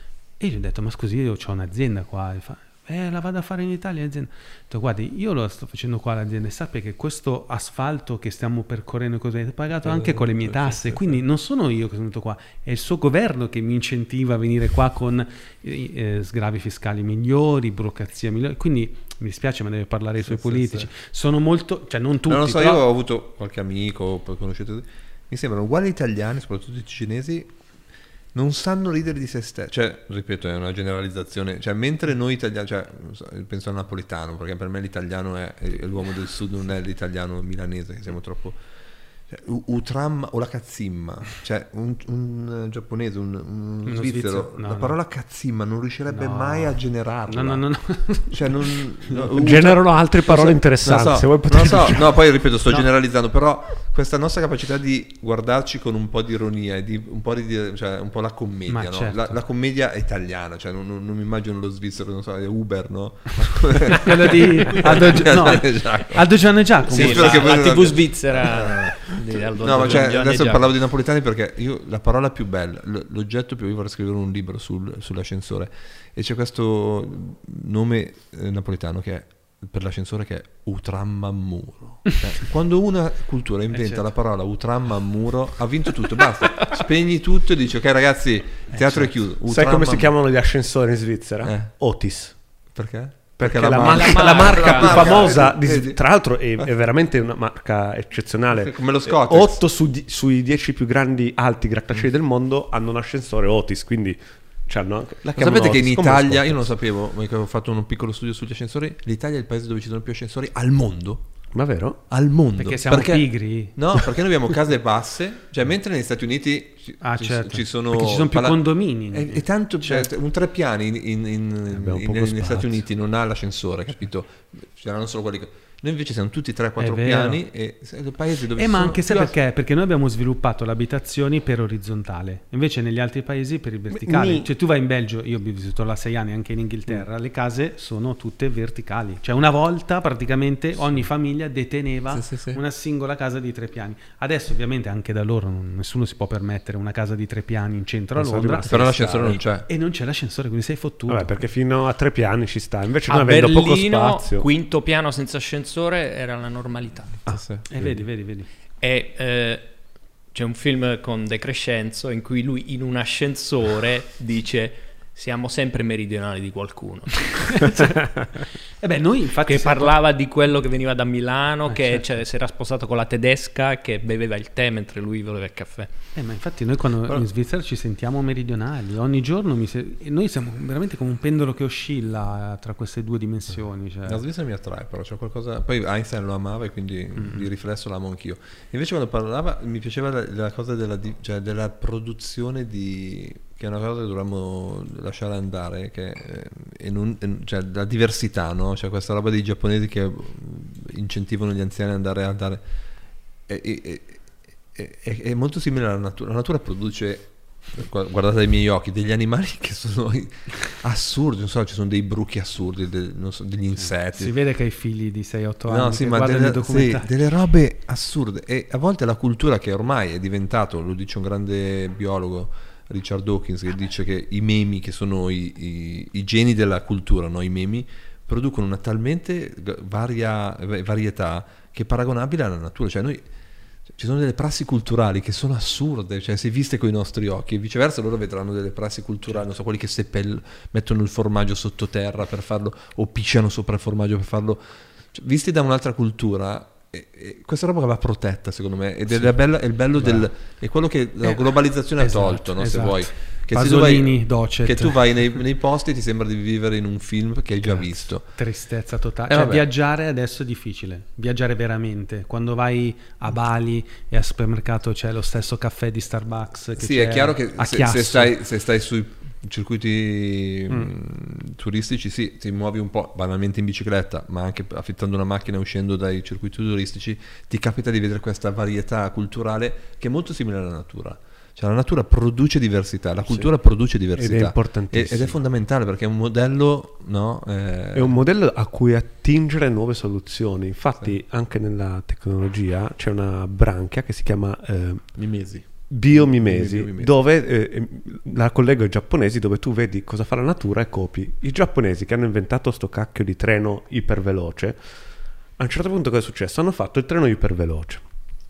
E io gli ho detto ma scusi, io ho un'azienda qua, e fa eh la vado a fare in Italia l'azienda. Ho detto guardi, io lo sto facendo qua l'azienda e sappia che questo asfalto che stiamo percorrendo così è pagato anche con le mie tasse, quindi non sono io che sono venuto qua, è il suo governo che mi incentiva a venire qua con eh, eh, sgravi fiscali migliori, burocrazia migliore, quindi mi dispiace ma deve parlare ai suoi sì, politici. sì. Sono molto, cioè non tutti, non lo so, però- io ho avuto qualche amico, poi conoscete, mi sembrano uguali agli italiani, soprattutto i cinesi, non sanno ridere di se stessi. Cioè, ripeto, è una generalizzazione. Cioè, mentre noi italiani, cioè, non so, penso al napoletano, perché per me l'italiano è, è l'uomo del sud, non è l'italiano milanese, che siamo troppo. Cioè, U- Utram o la cazzimma, cioè un, un giapponese, un, un Uno svizzero, svizzero, no, la no. parola cazzimma non riuscirebbe No. mai a generarla. No, no, no, no. Cioè, non, no, Generano altre parole non so- interessanti. non so, se vuoi non poter so, dire. no, poi ripeto, sto No. generalizzando, però questa nostra capacità di guardarci con un po' di ironia e di un po' di, cioè un po' la commedia, Ma no? certo. la, la commedia è italiana, cioè non, non, non mi immagino lo svizzero, non so, è Uber, no? Quello di Aldo, Gi- no, Esatto. Aldo Gianni e Giacomo. Sì, spero la, che voi la non- tivù svizzera di Aldo No, ma cioè, Gianni adesso Giacomo. parlavo di napoletani perché io la parola più bella, l- l'oggetto più, io vorrei scrivere un libro sul- sull'ascensore e c'è questo nome eh, napoletano che è per l'ascensore che è Utrammamuro. Cioè, quando una cultura inventa certo. la parola Utrammamuro ha vinto tutto, basta, spegni tutto e dici ok ragazzi, il teatro è chiuso. Sai come si Utrammamuro. chiamano gli ascensori in Svizzera? Eh. Otis. Perché? Perché la, marca- marca, la marca più marca, famosa, vedi, di- vedi. tra l'altro è, è veramente una marca eccezionale. Come lo Scottex. otto su di- sui dieci più grandi alti grattacieli del mondo hanno un ascensore Otis, quindi c'hanno anche, la Ma chiamano sapete che in Otis, come lo Italia, Scottex. io non lo sapevo, ma che ho fatto un piccolo studio sugli ascensori, l'Italia è il paese dove ci sono più ascensori al mondo. Ma vero? Al mondo. Perché siamo pigri? No, perché noi abbiamo case basse, cioè mentre negli Stati Uniti ci, Ah, ci, certo. ci sono... Perché ci sono più pala- condomini. E, e tanto, cioè, un tre piani in, in, in, Abbiamo in- poco negli spazio. Stati Uniti non ha l'ascensore, capito? C'erano solo quelli... che- Noi invece siamo tutti tre quattro È vero. piani e i paesi dove Eh, ci ma sono anche sai più- perché? Perché noi abbiamo sviluppato le abitazioni per orizzontale, invece negli altri paesi per il verticale. Mi- Cioè tu vai in Belgio, io ho vissuto là sei anni, anche in Inghilterra, le case sono tutte verticali. Cioè una volta praticamente ogni famiglia deteneva Sì, sì, sì. una singola casa di tre piani. Adesso ovviamente anche da loro non- nessuno si può permettere una casa di tre piani in centro a Non sono Londra rimasti Però l'ascensore non c'è. e non c'è l'ascensore, quindi sei fottuto. Vabbè, perché fino a tre piani ci sta. Invece A noi avendo poco Berlino, spazio. quinto piano senza ascensore era la normalità. Ah, sì. E vedi, vedi, vedi. E eh, c'è un film con De Crescenzo in cui lui in un ascensore dice siamo sempre meridionali di qualcuno. E beh, noi infatti Che siamo- parlava di quello che veniva da Milano, Ah, che certo. cioè, si era sposato con la tedesca, che beveva il tè mentre lui voleva il caffè. Eh, ma infatti noi quando Però- in Svizzera ci sentiamo meridionali, ogni giorno mi se- e noi siamo veramente come un pendolo che oscilla tra queste due dimensioni. Cioè. La Svizzera mi attrae, però c'è qualcosa. Poi Einstein lo amava e quindi di riflesso l'amo anch'io. Invece, quando parlava, mi piaceva la, la cosa della, di- cioè della produzione di. Che è una cosa che dovremmo lasciare andare, che eh, e non- e- cioè la diversità, no? Cioè questa roba dei giapponesi che mm, incentivano gli anziani ad andare a andare. È, è- è- è- è molto simile alla natura. La natura produce. Guardate ai miei occhi, degli animali che sono assurdi, non so, ci sono dei bruchi assurdi, de- non so, degli insetti. Si vede che hai figli di sei otto anni No, sì, che ma guardano i delle, documentari. sì, delle robe assurde. E a volte la cultura, che ormai è diventato, lo dice un grande biologo, Richard Dawkins, che dice che i memi, che sono i, i- i geni della cultura, no? I memi producono una talmente varia, varietà che è paragonabile alla natura. Cioè noi ci sono delle prassi culturali che sono assurde, cioè se viste con i nostri occhi, e viceversa loro vedranno delle prassi culturali, non so, quelli che seppell- mettono il formaggio sottoterra per farlo, o pisciano sopra il formaggio per farlo, cioè, visti da un'altra cultura. E, e questa roba va protetta, secondo me, ed è, Sì. la bella, è il bello Beh. del è quello che la Eh, globalizzazione esatto, ha tolto, no? esatto. Se vuoi, che, se tu Pasolini, vai, Docet. che tu vai nei, nei posti e ti sembra di vivere in un film che hai già Cazzo, visto. Tristezza totale. Eh, Cioè, vabbè. viaggiare adesso è difficile. Viaggiare veramente. Quando vai a Bali e al supermercato c'è lo stesso caffè di Starbucks. Che Sì, c'è è chiaro che a se, Chiasso. se stai, se stai sui circuiti Mm. mh, turistici, sì, ti muovi un po' banalmente in bicicletta, ma anche affittando una macchina e uscendo dai circuiti turistici, ti capita di vedere questa varietà culturale che è molto simile alla natura. Cioè la natura produce diversità, la cultura produce diversità. Ed è importantissimo. E- Ed è fondamentale perché è un modello, no? Eh, È un modello a cui attingere nuove soluzioni. Infatti, anche nella tecnologia c'è una branchia che si chiama eh, mimesi. biomimesi, Biomimesi. dove eh, la collego ai giapponesi, dove tu vedi cosa fa la natura e copi. I giapponesi che hanno inventato sto cacchio di treno iperveloce, a un certo punto cosa è successo? Hanno fatto il treno iperveloce.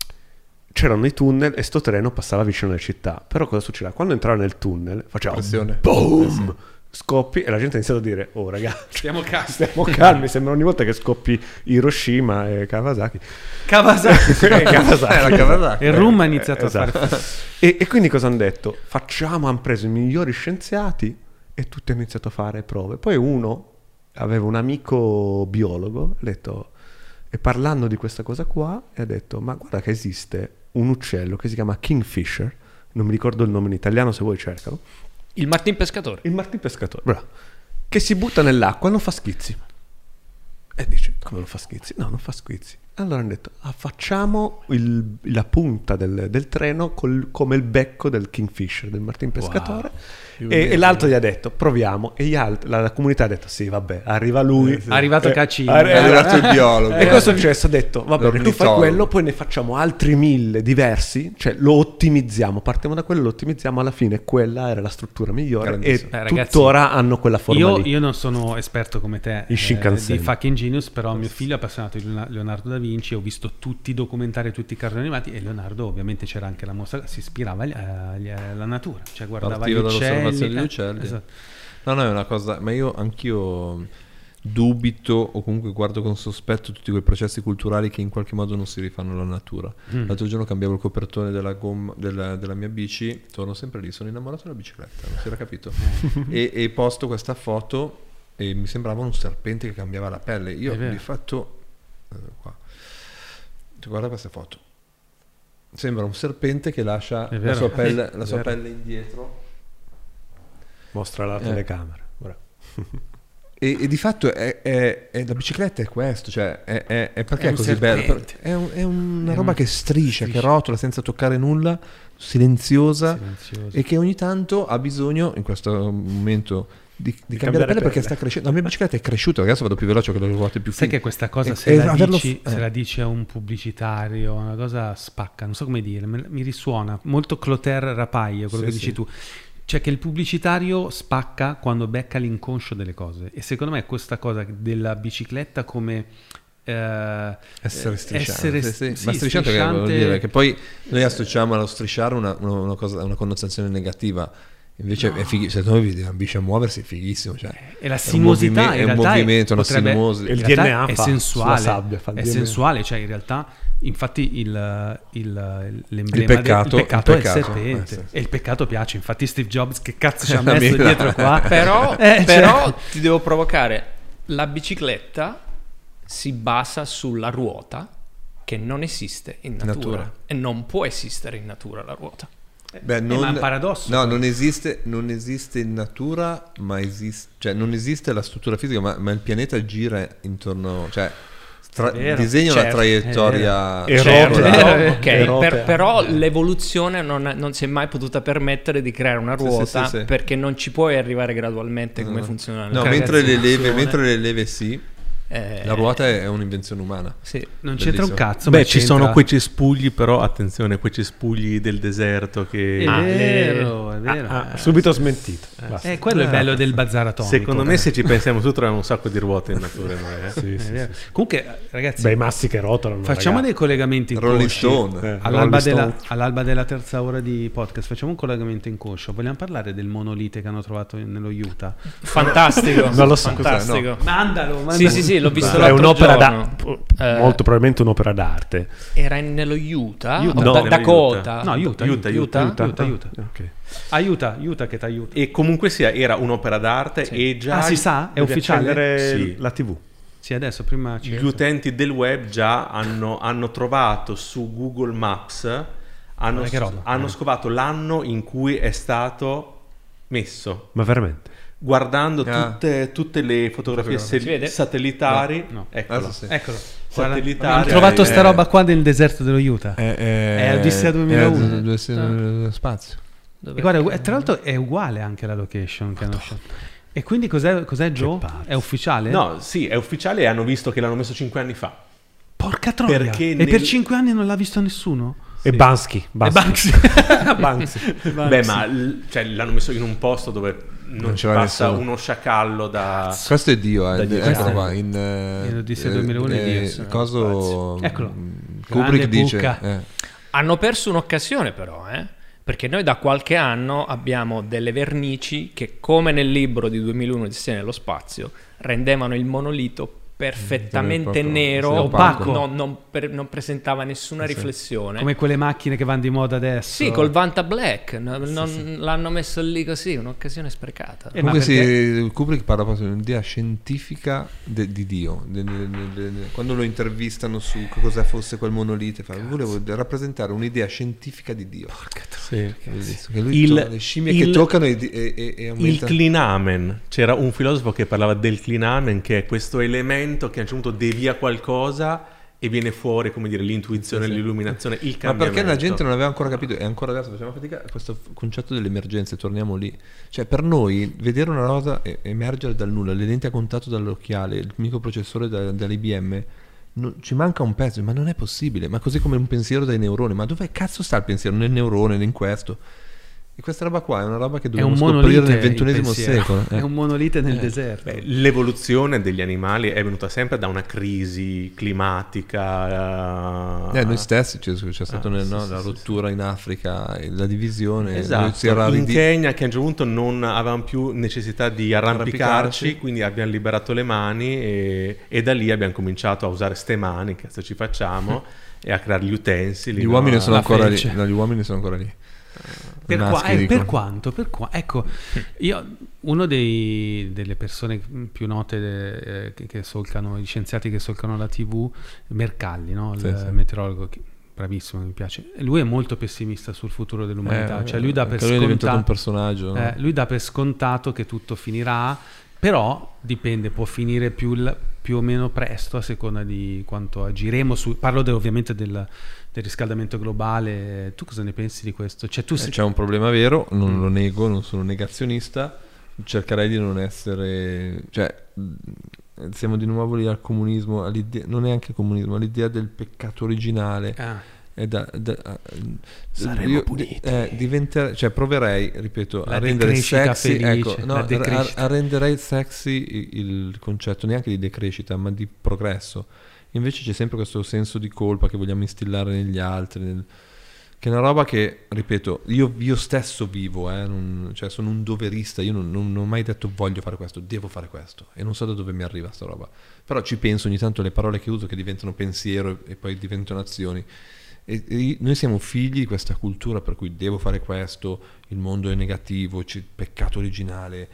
C'erano i tunnel e sto treno passava vicino alle città. Però cosa succedeva? Quando entrava nel tunnel faceva Pressione. boom, Eh sì. scoppi, e la gente ha iniziato a dire: oh ragazzi, Stiamo calmi. stiamo calmi, sembra ogni volta che scoppi Hiroshima e Kawasaki. Kawasaki. Eh, Kawasaki. Eh, la Kawasaki. E il rum ha iniziato Esatto. a fare. E, e quindi cosa hanno detto? Facciamo, hanno preso i migliori scienziati e tutti hanno iniziato a fare prove. Poi uno aveva un amico biologo, ha detto, e parlando di questa cosa qua, e ha detto: ma guarda che esiste un uccello che si chiama Kingfisher, non mi ricordo il nome in italiano, se vuoi cercalo, Il Martin Pescatore. il martin pescatore, bravo, che si butta nell'acqua e non fa schizzi. E dice: come non fa schizzi? No, non fa schizzi. Allora hanno detto: ah, facciamo il- la punta del, del treno col- come il becco del Kingfisher, del martin pescatore. E, e l'altro gli ha detto: proviamo. E gli altri, la, la comunità ha detto: sì, vabbè, arriva lui. Eh, sì. È arrivato Eh, Caccini. arri- È arrivato il biologo. E cosa è successo? Ha detto: va bene, tu fai L'ornitologo. quello, poi ne facciamo altri mille diversi, cioè lo ottimizziamo, partiamo da quello, lo ottimizziamo, alla fine quella era la struttura migliore e Grandissimo. Eh, ragazzi, tuttora hanno quella forma Io, lì. io non sono esperto come te In Shinkansen. di fucking genius, però mio figlio è appassionato di Leona- Leonardo da Vinci, ho visto tutti i documentari, tutti i cartoni animati, e Leonardo ovviamente c'era anche la mostra, si ispirava agli- agli- alla natura, cioè guardava Partiva gli uccelli. dall'osservazione degli eh, uccelli. esatto. No, no, è una cosa, ma io anch'io dubito o comunque guardo con sospetto tutti quei processi culturali che in qualche modo non si rifanno alla natura. Mm. L'altro giorno cambiavo il copertone della, gomma, della, della mia bici, torno sempre lì, sono innamorato della bicicletta, non si era capito. e, e posto questa foto e mi sembrava un serpente che cambiava la pelle. Io È vero. di fatto... eh, qua. Guarda questa foto. Sembra un serpente che lascia È la vero. sua pelle, È la sua vero. pelle indietro. Mostra la Eh. telecamera. Ora. E, e di fatto è, è- è- la bicicletta è questo, cioè è, è- è perché È è, un così bello? serpente. Per- È, un- è una È roba un- che striscia, striscia. che rotola senza toccare nulla, silenziosa, Silenzioso. e che ogni tanto ha bisogno, in questo momento, di, di cambiare cambiare pelle perché pelle. sta crescendo. La mia bicicletta è cresciuta, adesso vado più veloce con le ruote più Sai fine. che questa cosa E- se, e la averlo- dici, eh. se la dici a un pubblicitario, una cosa spacca, non so come dire, me- mi risuona molto Clotaire Rapaille, quello Sì, che dici sì. tu. Cioè che il pubblicitario spacca quando becca l'inconscio delle cose, e secondo me questa cosa della bicicletta come eh, Essere strisciante, essere sì, sì. sì, Ma strisciante, che vuol strisciante- dire che poi noi associamo allo strisciare una, una, una cosa, una connotazione negativa. Invece è fighi, se tu vi ambisce a muoversi è fighissimo, cioè, e la un sinuosità movime- in è un realtà movimento, una potrebbe- sinuosi. E il in realtà D N A è fa sensuale, sulla sabbia, fa il è D N A. sensuale, cioè in realtà infatti il, il, l'emblema Il peccato- del il peccato il è il peccato, serpente, eh, sì. e il peccato piace, infatti Steve Jobs che cazzo ci ha La messo mela. dietro qua. Però, Eh, cioè- però ti devo provocare. La bicicletta si basa sulla ruota, che non esiste in natura, Natura. e non può esistere in natura la ruota. Beh, ma è un paradosso. No, non esiste, non esiste in natura, ma esiste, cioè non esiste la struttura fisica, ma, ma il pianeta gira intorno, cioè tra- È vero, disegna certo, una traiettoria è vero. Certo, È circolare. vero, ok, le rote per- però hanno- l'evoluzione non, non si è mai potuta permettere di creare una Sì, sì, ruota, sì, sì. perché non ci puoi arrivare gradualmente come No. funziona No, la mentre le, leve, reazione. mentre le leve sì, Eh, la ruota è, è un'invenzione umana. sì. Non c'entra un Bellissimo. cazzo. Beh, ma ci c'entra- sono quei cespugli, però attenzione, quei cespugli del deserto È che... Ah, vero, è vero. Ah, subito smentito. Basta. Eh, quello è Eh, bello del bazar atomico. Secondo me, se ci pensiamo su, troviamo un sacco di ruote in natura. Noi, eh. Sì, È sì, vero. sì. Comunque, ragazzi, Beh, i massi che rotolano. facciamo ragazzi. dei collegamenti Rolling inconsci. Stone. Eh, All'alba Rolling della, Stone. all'alba della terza ora di podcast facciamo un collegamento inconscio. Vogliamo parlare del monolite che hanno trovato nello Utah? Fantastico, Non lo so. fantastico. Mandalo, mandalo. Sì, sì, sì, l'ho visto È l'altro un'opera giorno. da- Eh, molto probabilmente un'opera d'arte. Era in- nello Utah, Utah. o No, da- nello Dakota. No, Utah, Utah, Utah, Utah. Utah, Utah. Ok. Aiuta, aiuta che ti aiuta. E comunque sia, era un'opera d'arte Sì. e già Ah, si sa? È Devi ufficiale? accendere Sì. la tivù. Sì, adesso prima ci... gli utenti del web già hanno, hanno trovato su Google Maps, hanno, Guarda che roba. hanno scovato l'anno in cui è stato messo. Ma veramente? Guardando Ah. tutte, tutte le fotografie Fotografie. se- Si vede? satellitari, No, no. eccolo. Adesso sì. Eccolo. Guarda, Satellitari, hanno trovato eh, sta roba qua nel deserto dello Utah. È, È Odissea duemilauno. È Odissea dello spazio. Dove- E guarda, tra l'altro è uguale anche la location che hanno scelto. E quindi cos'è, cos'è Joe? pazzo. È ufficiale? No, sì, è ufficiale e hanno visto che l'hanno messo cinque anni fa. Porca troia. Perché E nel- per cinque anni non l'ha visto nessuno? E Bansky. E Bansky. Banksy. Banksy. Beh, ma l- cioè, l'hanno messo in un posto dove non, Non ci c'era passa nessuno. uno sciacallo da... Questo è Dio, eh. Da Dio. Eccolo Questo qua. è- In, eh, in Odissea eh, duemilauno è Dio, eh, sì. coso, Eccolo. mm, Grande Kubrick dice... buca. eh. Hanno perso un'occasione però, eh? Perché noi da qualche anno abbiamo delle vernici che, come nel libro di duemilauno Odissea nello spazio, rendevano il monolito perfettamente Proprio- nero, sì, opaco. non, non per- non presentava nessuna Sì. riflessione. Come quelle macchine che vanno di moda adesso. Sì, col Vanta Black, no- non- l'hanno messo lì così, un'occasione sprecata. Eh, ma Comunque sì, perché- Kubrick parla proprio di un'idea scientifica de- di Dio. De- de- de- de- de- quando lo intervistano su che cosa fosse quel monolite, fa, volevo rappresentare un'idea scientifica di Dio. Sì. Bellissimo, che lui Il- to- le scimmie il- che toccano e, e, e, e Il aumenta- clinamen, c'era un filosofo che parlava del clinamen, che è questo elemento che a un certo punto devia qualcosa e viene fuori, come dire, l'intuizione, Sì, sì. l'illuminazione, il Ma cambiamento. perché la gente non aveva ancora capito, è ancora adesso facciamo fatica, questo f- concetto delle emergenze, torniamo lì. Cioè per noi vedere una cosa e- emergere dal nulla, le lenti a contatto dall'occhiale, il microprocessore da, dall'I B M, non- ci manca un pezzo, ma non è possibile. Ma così come un pensiero dai neuroni, ma dove cazzo sta il pensiero? Nel neurone, in questo. E questa roba qua è una roba che È un dobbiamo scoprire monolite nel il ventunesimo pensiero. secolo. eh. È un monolite nel deserto. Beh, l'evoluzione degli animali è venuta sempre da una crisi climatica. Eh, noi stessi c'è, c'è stata Ah, una- sì, no, sì, la sì, rottura in Africa, la divisione, Esatto, si era in ridi- Kenya che a un certo punto non avevamo più necessità di arrampicarci, Arrampicarci. quindi abbiamo liberato le mani e, e da lì abbiamo cominciato a usare ste mani, che cazzo ci facciamo, e a creare gli utensili. Gli no? uomini sono La ancora fece. lì. No, gli uomini sono ancora lì. Per, qua, maschi eh, dicono. per quanto, per qua, ecco, io uno dei, delle persone più note de- eh, che, che solcano, gli scienziati che solcano la tivù, Mercalli, no? Il Sì, sì. meteorologo, che, bravissimo, mi piace. E lui è molto pessimista sul futuro dell'umanità, Eh, cioè lui dà per anche lui è diventato un scontato, personaggio, no? eh, lui dà per scontato che tutto finirà, però dipende, può finire più, il- più o meno presto a seconda di quanto agiremo su, parlo de- ovviamente del, del riscaldamento globale. Tu cosa ne pensi di questo? Cioè, tu Eh, sei- c'è un problema vero, non lo nego, non sono negazionista, cercherei di non essere, cioè mh, siamo di nuovo lì al comunismo, all'idea, non è anche comunismo, all'idea del peccato originale. Ah. È da, da- a- Saremo io- puniti. eh, diventare- cioè proverei, ripeto, La a rendere decrescita sexy, felice, ecco, no, la a, decrescita. a renderei sexy il, il concetto neanche di decrescita, ma di progresso. Invece c'è sempre questo senso di colpa che vogliamo instillare negli altri, nel- che è una roba che, ripeto, io, io stesso vivo, eh, non- cioè sono un doverista, io non, non- non ho mai detto voglio fare questo, devo fare questo, e non so da dove mi arriva sta roba. Però ci penso ogni tanto, le parole che uso che diventano pensiero e poi diventano azioni. E, e noi siamo figli di questa cultura per cui devo fare questo, il mondo è negativo, c'è peccato originale.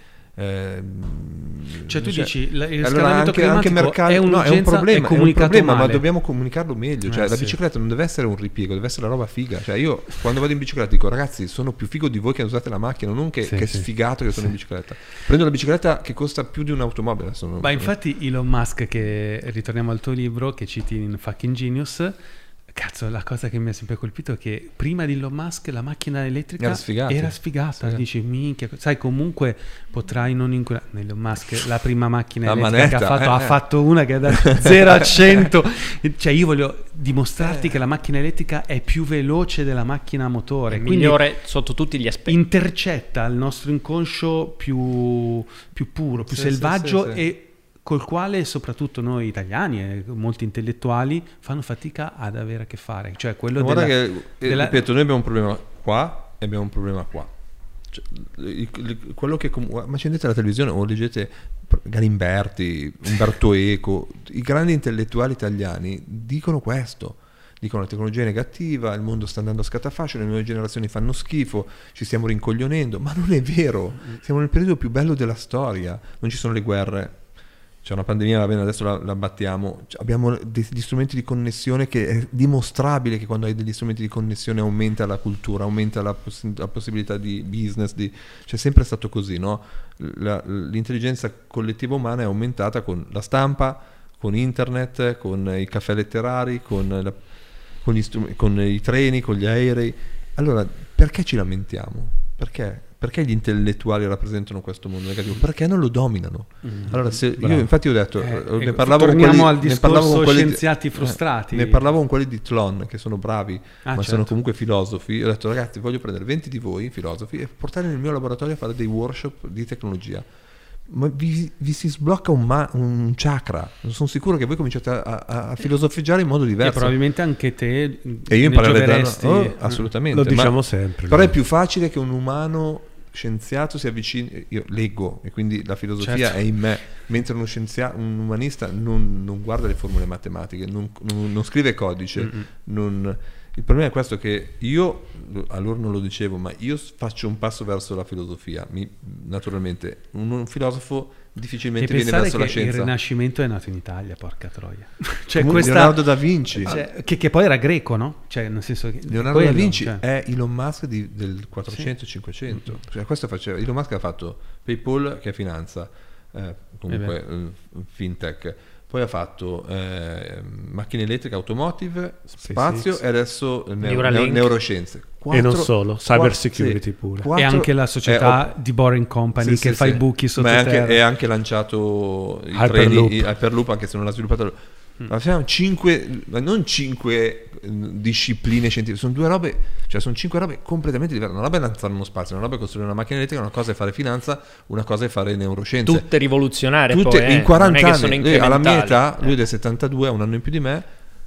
ehm, Cioè tu cioè- dici il allora riscaldamento anche, climatico anche mercato, è no, un'urgenza, è un problema, è è un comunicato problema, ma male. dobbiamo comunicarlo meglio. Cioè Eh, la sì. bicicletta non deve essere un ripiego, deve essere la roba figa. Cioè io quando vado in bicicletta dico ragazzi sono più figo di voi che usate la macchina, non che, Sì, che sì. sfigato che sono in bicicletta. Prendo la bicicletta che costa più di un'automobile. adesso non- Ma infatti Elon Musk, che ritorniamo al tuo libro che citi in Fucking Genius, cazzo, la cosa che mi ha sempre colpito è che prima di Elon Musk la macchina elettrica Era sfigata. era sfigata. Sì. Dici, minchia, sai, comunque potrai non inquinare. Elon Musk, la prima macchina La elettrica che ha manetta, fatto, eh, ha eh. fatto una che da zero a cento. Cioè io voglio dimostrarti Eh. che la macchina elettrica è più veloce della macchina a motore. È Quindi migliore sotto tutti gli aspetti. intercetta il nostro inconscio più, più puro, più Sì, selvaggio sì, sì, sì. e col quale soprattutto noi italiani e molti intellettuali fanno fatica ad avere a che fare. Cioè quello Guarda della, che, eh, della- ripeto, noi abbiamo un problema qua e abbiamo un problema qua. Cioè, il- il- quello che com- ma accendete la televisione o leggete Galimberti, Umberto Eco, i grandi intellettuali italiani dicono questo. Dicono la tecnologia è negativa, il mondo sta andando a scatafascio, le nuove generazioni fanno schifo, ci stiamo rincoglionendo, ma non è vero. Siamo nel periodo più bello della storia, non ci sono le guerre. C'è una pandemia, va bene, adesso la, la battiamo. Cioè, abbiamo degli strumenti di connessione che è dimostrabile che quando hai degli strumenti di connessione aumenta la cultura, aumenta la, poss- la possibilità di business. Di... C'è sempre stato così, no? La- l'intelligenza collettiva umana è aumentata con la stampa, con internet, con i caffè letterari, con, la- con, gli strum- con i treni, con gli aerei. Allora, perché ci lamentiamo? Perché? Perché gli intellettuali rappresentano questo mondo negativo? Perché non lo dominano. Allora, se Bravo. io infatti ho detto, Eh, eh, ne ecco, parlavo con torniamo quelli, al ne parlavo discorso con quelli di- scienziati frustrati. ne parlavo con quelli di Tlon che sono bravi, Ah, ma certo. sono comunque filosofi. Ho detto ragazzi, voglio prendere venti di voi filosofi e portarli nel mio laboratorio a fare dei workshop di tecnologia. Ma vi, vi si sblocca un, ma- un chakra. Sono sicuro che voi cominciate a, a, a filosofeggiare in modo E diverso. probabilmente anche te E io imparerei da gioveresti- oh, assolutamente. Lo ma- diciamo sempre. Però noi. è più facile che un umano scienziato si avvicini, io leggo e quindi la filosofia Certo. è in me, mentre uno scienziato, un umanista non, non guarda le formule matematiche, non, non- non scrive codice, Mm-mm. non- il problema è questo che io, a loro non lo dicevo, ma io faccio un passo verso la filosofia, Mi- naturalmente un, un filosofo E difficilmente viene pensare verso che la scienza. il Rinascimento è nato in Italia, porca troia. Cioè, Comunque, questa, Leonardo da Vinci, cioè, che, che poi era greco, no? Cioè, nel senso che Leonardo quello, da Vinci cioè. è Elon Musk di- del quattrocento cinquecento. Cioè, questo faceva, Elon Musk ha fatto PayPal, che è finanza, eh, comunque eh, fintech, poi ha fatto eh, macchine elettriche, automotive, spazio SpaceX. e adesso neu- Neuralink. neu- neuroscienze. E non Quattro- solo, quattro- cyber security sì, pure. quattro- E anche la società eh, ho- di Boring Company sì, che sì, fa sì. i buchi Ma è sottoterra. anche, è anche lanciato i Hyperloop. treni i Hyperloop, anche se non l'ha sviluppato. Ma siamo cinque, ma non cinque eh, discipline scientifiche, sono due robe, cioè sono cinque robe completamente diverse. Una roba è lanciare uno spazio, una roba è costruire una macchina elettrica, una cosa è fare finanza, una cosa è fare neuroscienze. Tutte rivoluzionarie Tutte poi, eh, in quaranta non è che sono anni. Lui, alla mia incrementali. età, lui Eh. è del settantadue, ha un anno in più di me.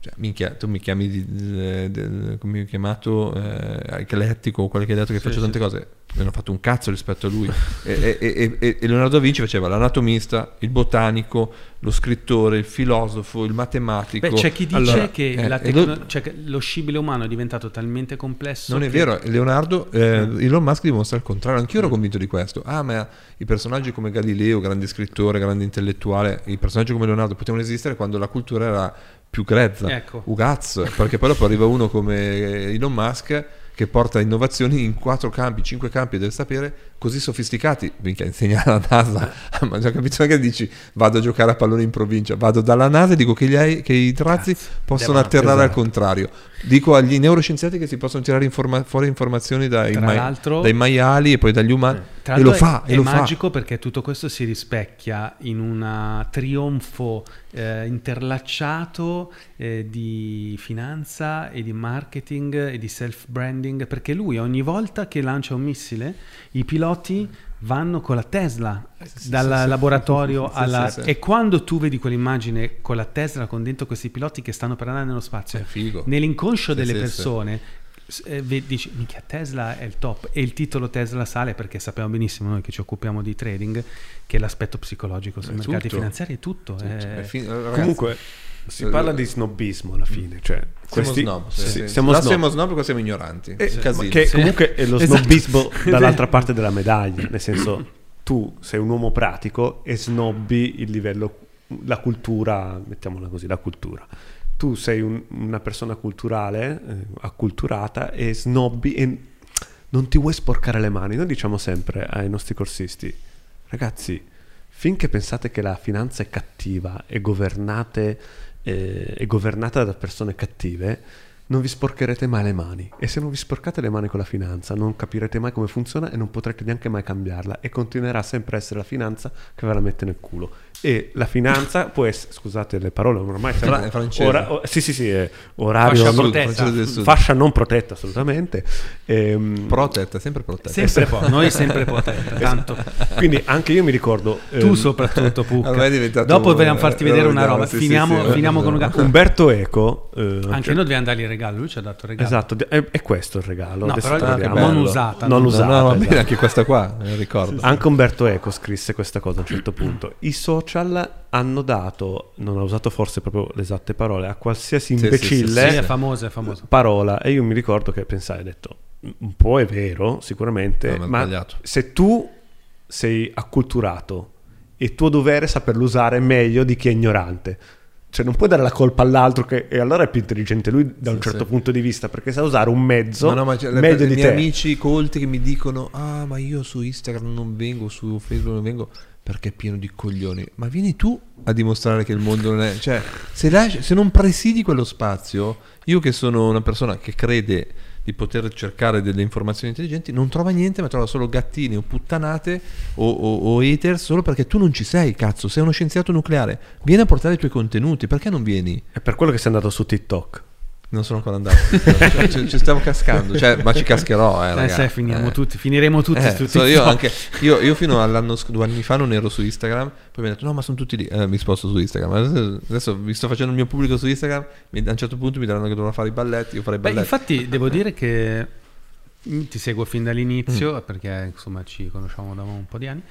Cioè, minchia, tu mi chiami di, di, di, come mi hai chiamato eh, eclettico o quello che hai detto che sì, faccio sì. tante cose, mi hanno fatto un cazzo rispetto a lui. e, e, e, e Leonardo da Vinci faceva l'anatomista, il botanico, lo scrittore, il filosofo, il matematico. Beh, c'è chi dice Allora, che, eh, la e tecno- lo- cioè che lo scibile umano è diventato talmente complesso non è che- vero, Leonardo, eh, Elon Musk dimostra il contrario. Anch'io ero convinto di questo. Ah, ma i personaggi come Galileo, grande scrittore, grande intellettuale, i personaggi come Leonardo potevano esistere quando la cultura era più grezza. Ecco. Ugaz, perché poi dopo arriva uno come Elon Musk che porta innovazioni in quattro campi, cinque campi del sapere così sofisticati. Minchia, insegna alla NASA, ma già capito che dici vado a giocare a pallone in provincia, vado dalla NASA e dico che, gli ai- che i razzi Cazzo, possono devono- atterrare al esatto. contrario. Dico agli neuroscienziati che si possono tirare informa- fuori informazioni dai, Tra mai- l'altro- dai maiali e poi dagli umani. Tra E lo l'altro fa, è, e è lo fa. magico perché tutto questo si rispecchia in un trionfo eh, interlacciato eh, di finanza e di marketing e di self-branding, perché lui ogni volta che lancia un missile i piloti vanno con la Tesla sì, dal sì, sì. laboratorio Sì, alla... sì, sì. E quando tu vedi quell'immagine con la Tesla con dentro questi piloti che stanno per andare nello spazio, È figo. nell'inconscio Sì, delle sì, persone s- eh, ve- dici minchia, Tesla è il top, e il titolo Tesla sale perché sappiamo benissimo noi che ci occupiamo di trading che l'aspetto psicologico sui È mercati tutto. finanziari è tutto, Sì, è- cioè, è fin- ragazzi, Comunque si eh, parla di snobismo alla fine, cioè siamo questi snob, sì, sì, sì. siamo Là snob. siamo snob perché siamo ignoranti. Eh, Sì, casino. che Sì. comunque è lo Esatto. snobismo dall'altra parte della medaglia, nel senso tu sei un uomo pratico e snobbi il livello, la cultura, mettiamola così, la cultura. Tu sei un- una persona culturale, eh, acculturata, e snobbi e non ti vuoi sporcare le mani. Noi diciamo sempre ai nostri corsisti, ragazzi, finché pensate che la finanza è cattiva e governate eh, è governata da persone cattive, non vi sporcherete mai le mani, e se non vi sporcate le mani con la finanza non capirete mai come funziona e non potrete neanche mai cambiarla, e continuerà sempre a essere la finanza che ve la mette nel culo. E la finanza può essere, scusate le parole, ormai siamo Fra- è francese. ora- o- sì sì sì è orario Fascia non- protetta. francese del Sud. fascia non protetta assolutamente. Ehm, Protetta, sempre protetta. sempre po', noi sempre potete, tanto quindi anche io mi ricordo tu ehm, soprattutto Pucca. Ormai è diventato- Dopo dobbiamo farti eh, vedere lo una vediamo, roba, sì, sì, finiamo, sì, finiamo sì. con un gatto. Umberto Eco eh, Anche noi dobbiamo dargli il regalo, lui ci ha dato il regalo. esatto, è, è questo il regalo. No, Adesso però te lo Ah, che diamo. non bello. usata. Non no? usata. No, no, va bene, esatto. anche questa qua, eh, ricordo. Anche Umberto Eco scrisse questa cosa a un certo punto. I social hanno dato, non ha usato forse proprio le esatte parole, a qualsiasi Sì, imbecille Sì, è famoso, è famoso. parola. E io mi ricordo che pensai, ho detto, un po' è vero sicuramente, No, ma è ma sbagliato. se tu sei acculturato è tuo dovere saperlo usare meglio di chi è ignorante. Cioè non puoi dare la colpa all'altro che e allora è più intelligente lui da un Sì, certo sì. punto di vista, perché sa usare un mezzo Ma no, ma c'è- le- meglio i di miei te. amici colti che mi dicono ah ma io su Instagram non vengo, su Facebook non vengo perché è pieno di coglioni. Ma vieni tu a dimostrare che il mondo non è, cioè se, lasci- se non presidi quello spazio, io che sono una persona che crede di poter cercare delle informazioni intelligenti, non trova niente, ma trova solo gattini o puttanate o, o, o haters, solo perché tu non ci sei, cazzo, sei uno scienziato nucleare, vieni a portare i tuoi contenuti, perché non vieni? È per quello che sei andato su TikTok. Non sono ancora andato, cioè, ci, ci stavo cascando, cioè, ma ci cascherò, eh, Eh, ragazzi. sai, finiamo Eh. tutti, finiremo tutti Eh, su so, io, TikTok. anche, io, io fino all'anno sc- due anni fa non ero su Instagram, poi mi hanno detto no ma sono tutti lì, eh, mi sposto su Instagram, adesso, adesso mi sto facendo il mio pubblico su Instagram, mi- a un certo punto mi diranno che dovrò fare i balletti, io farei i Beh, balletti. infatti devo dire che mm, ti seguo fin dall'inizio perché insomma ci conosciamo da un po' di anni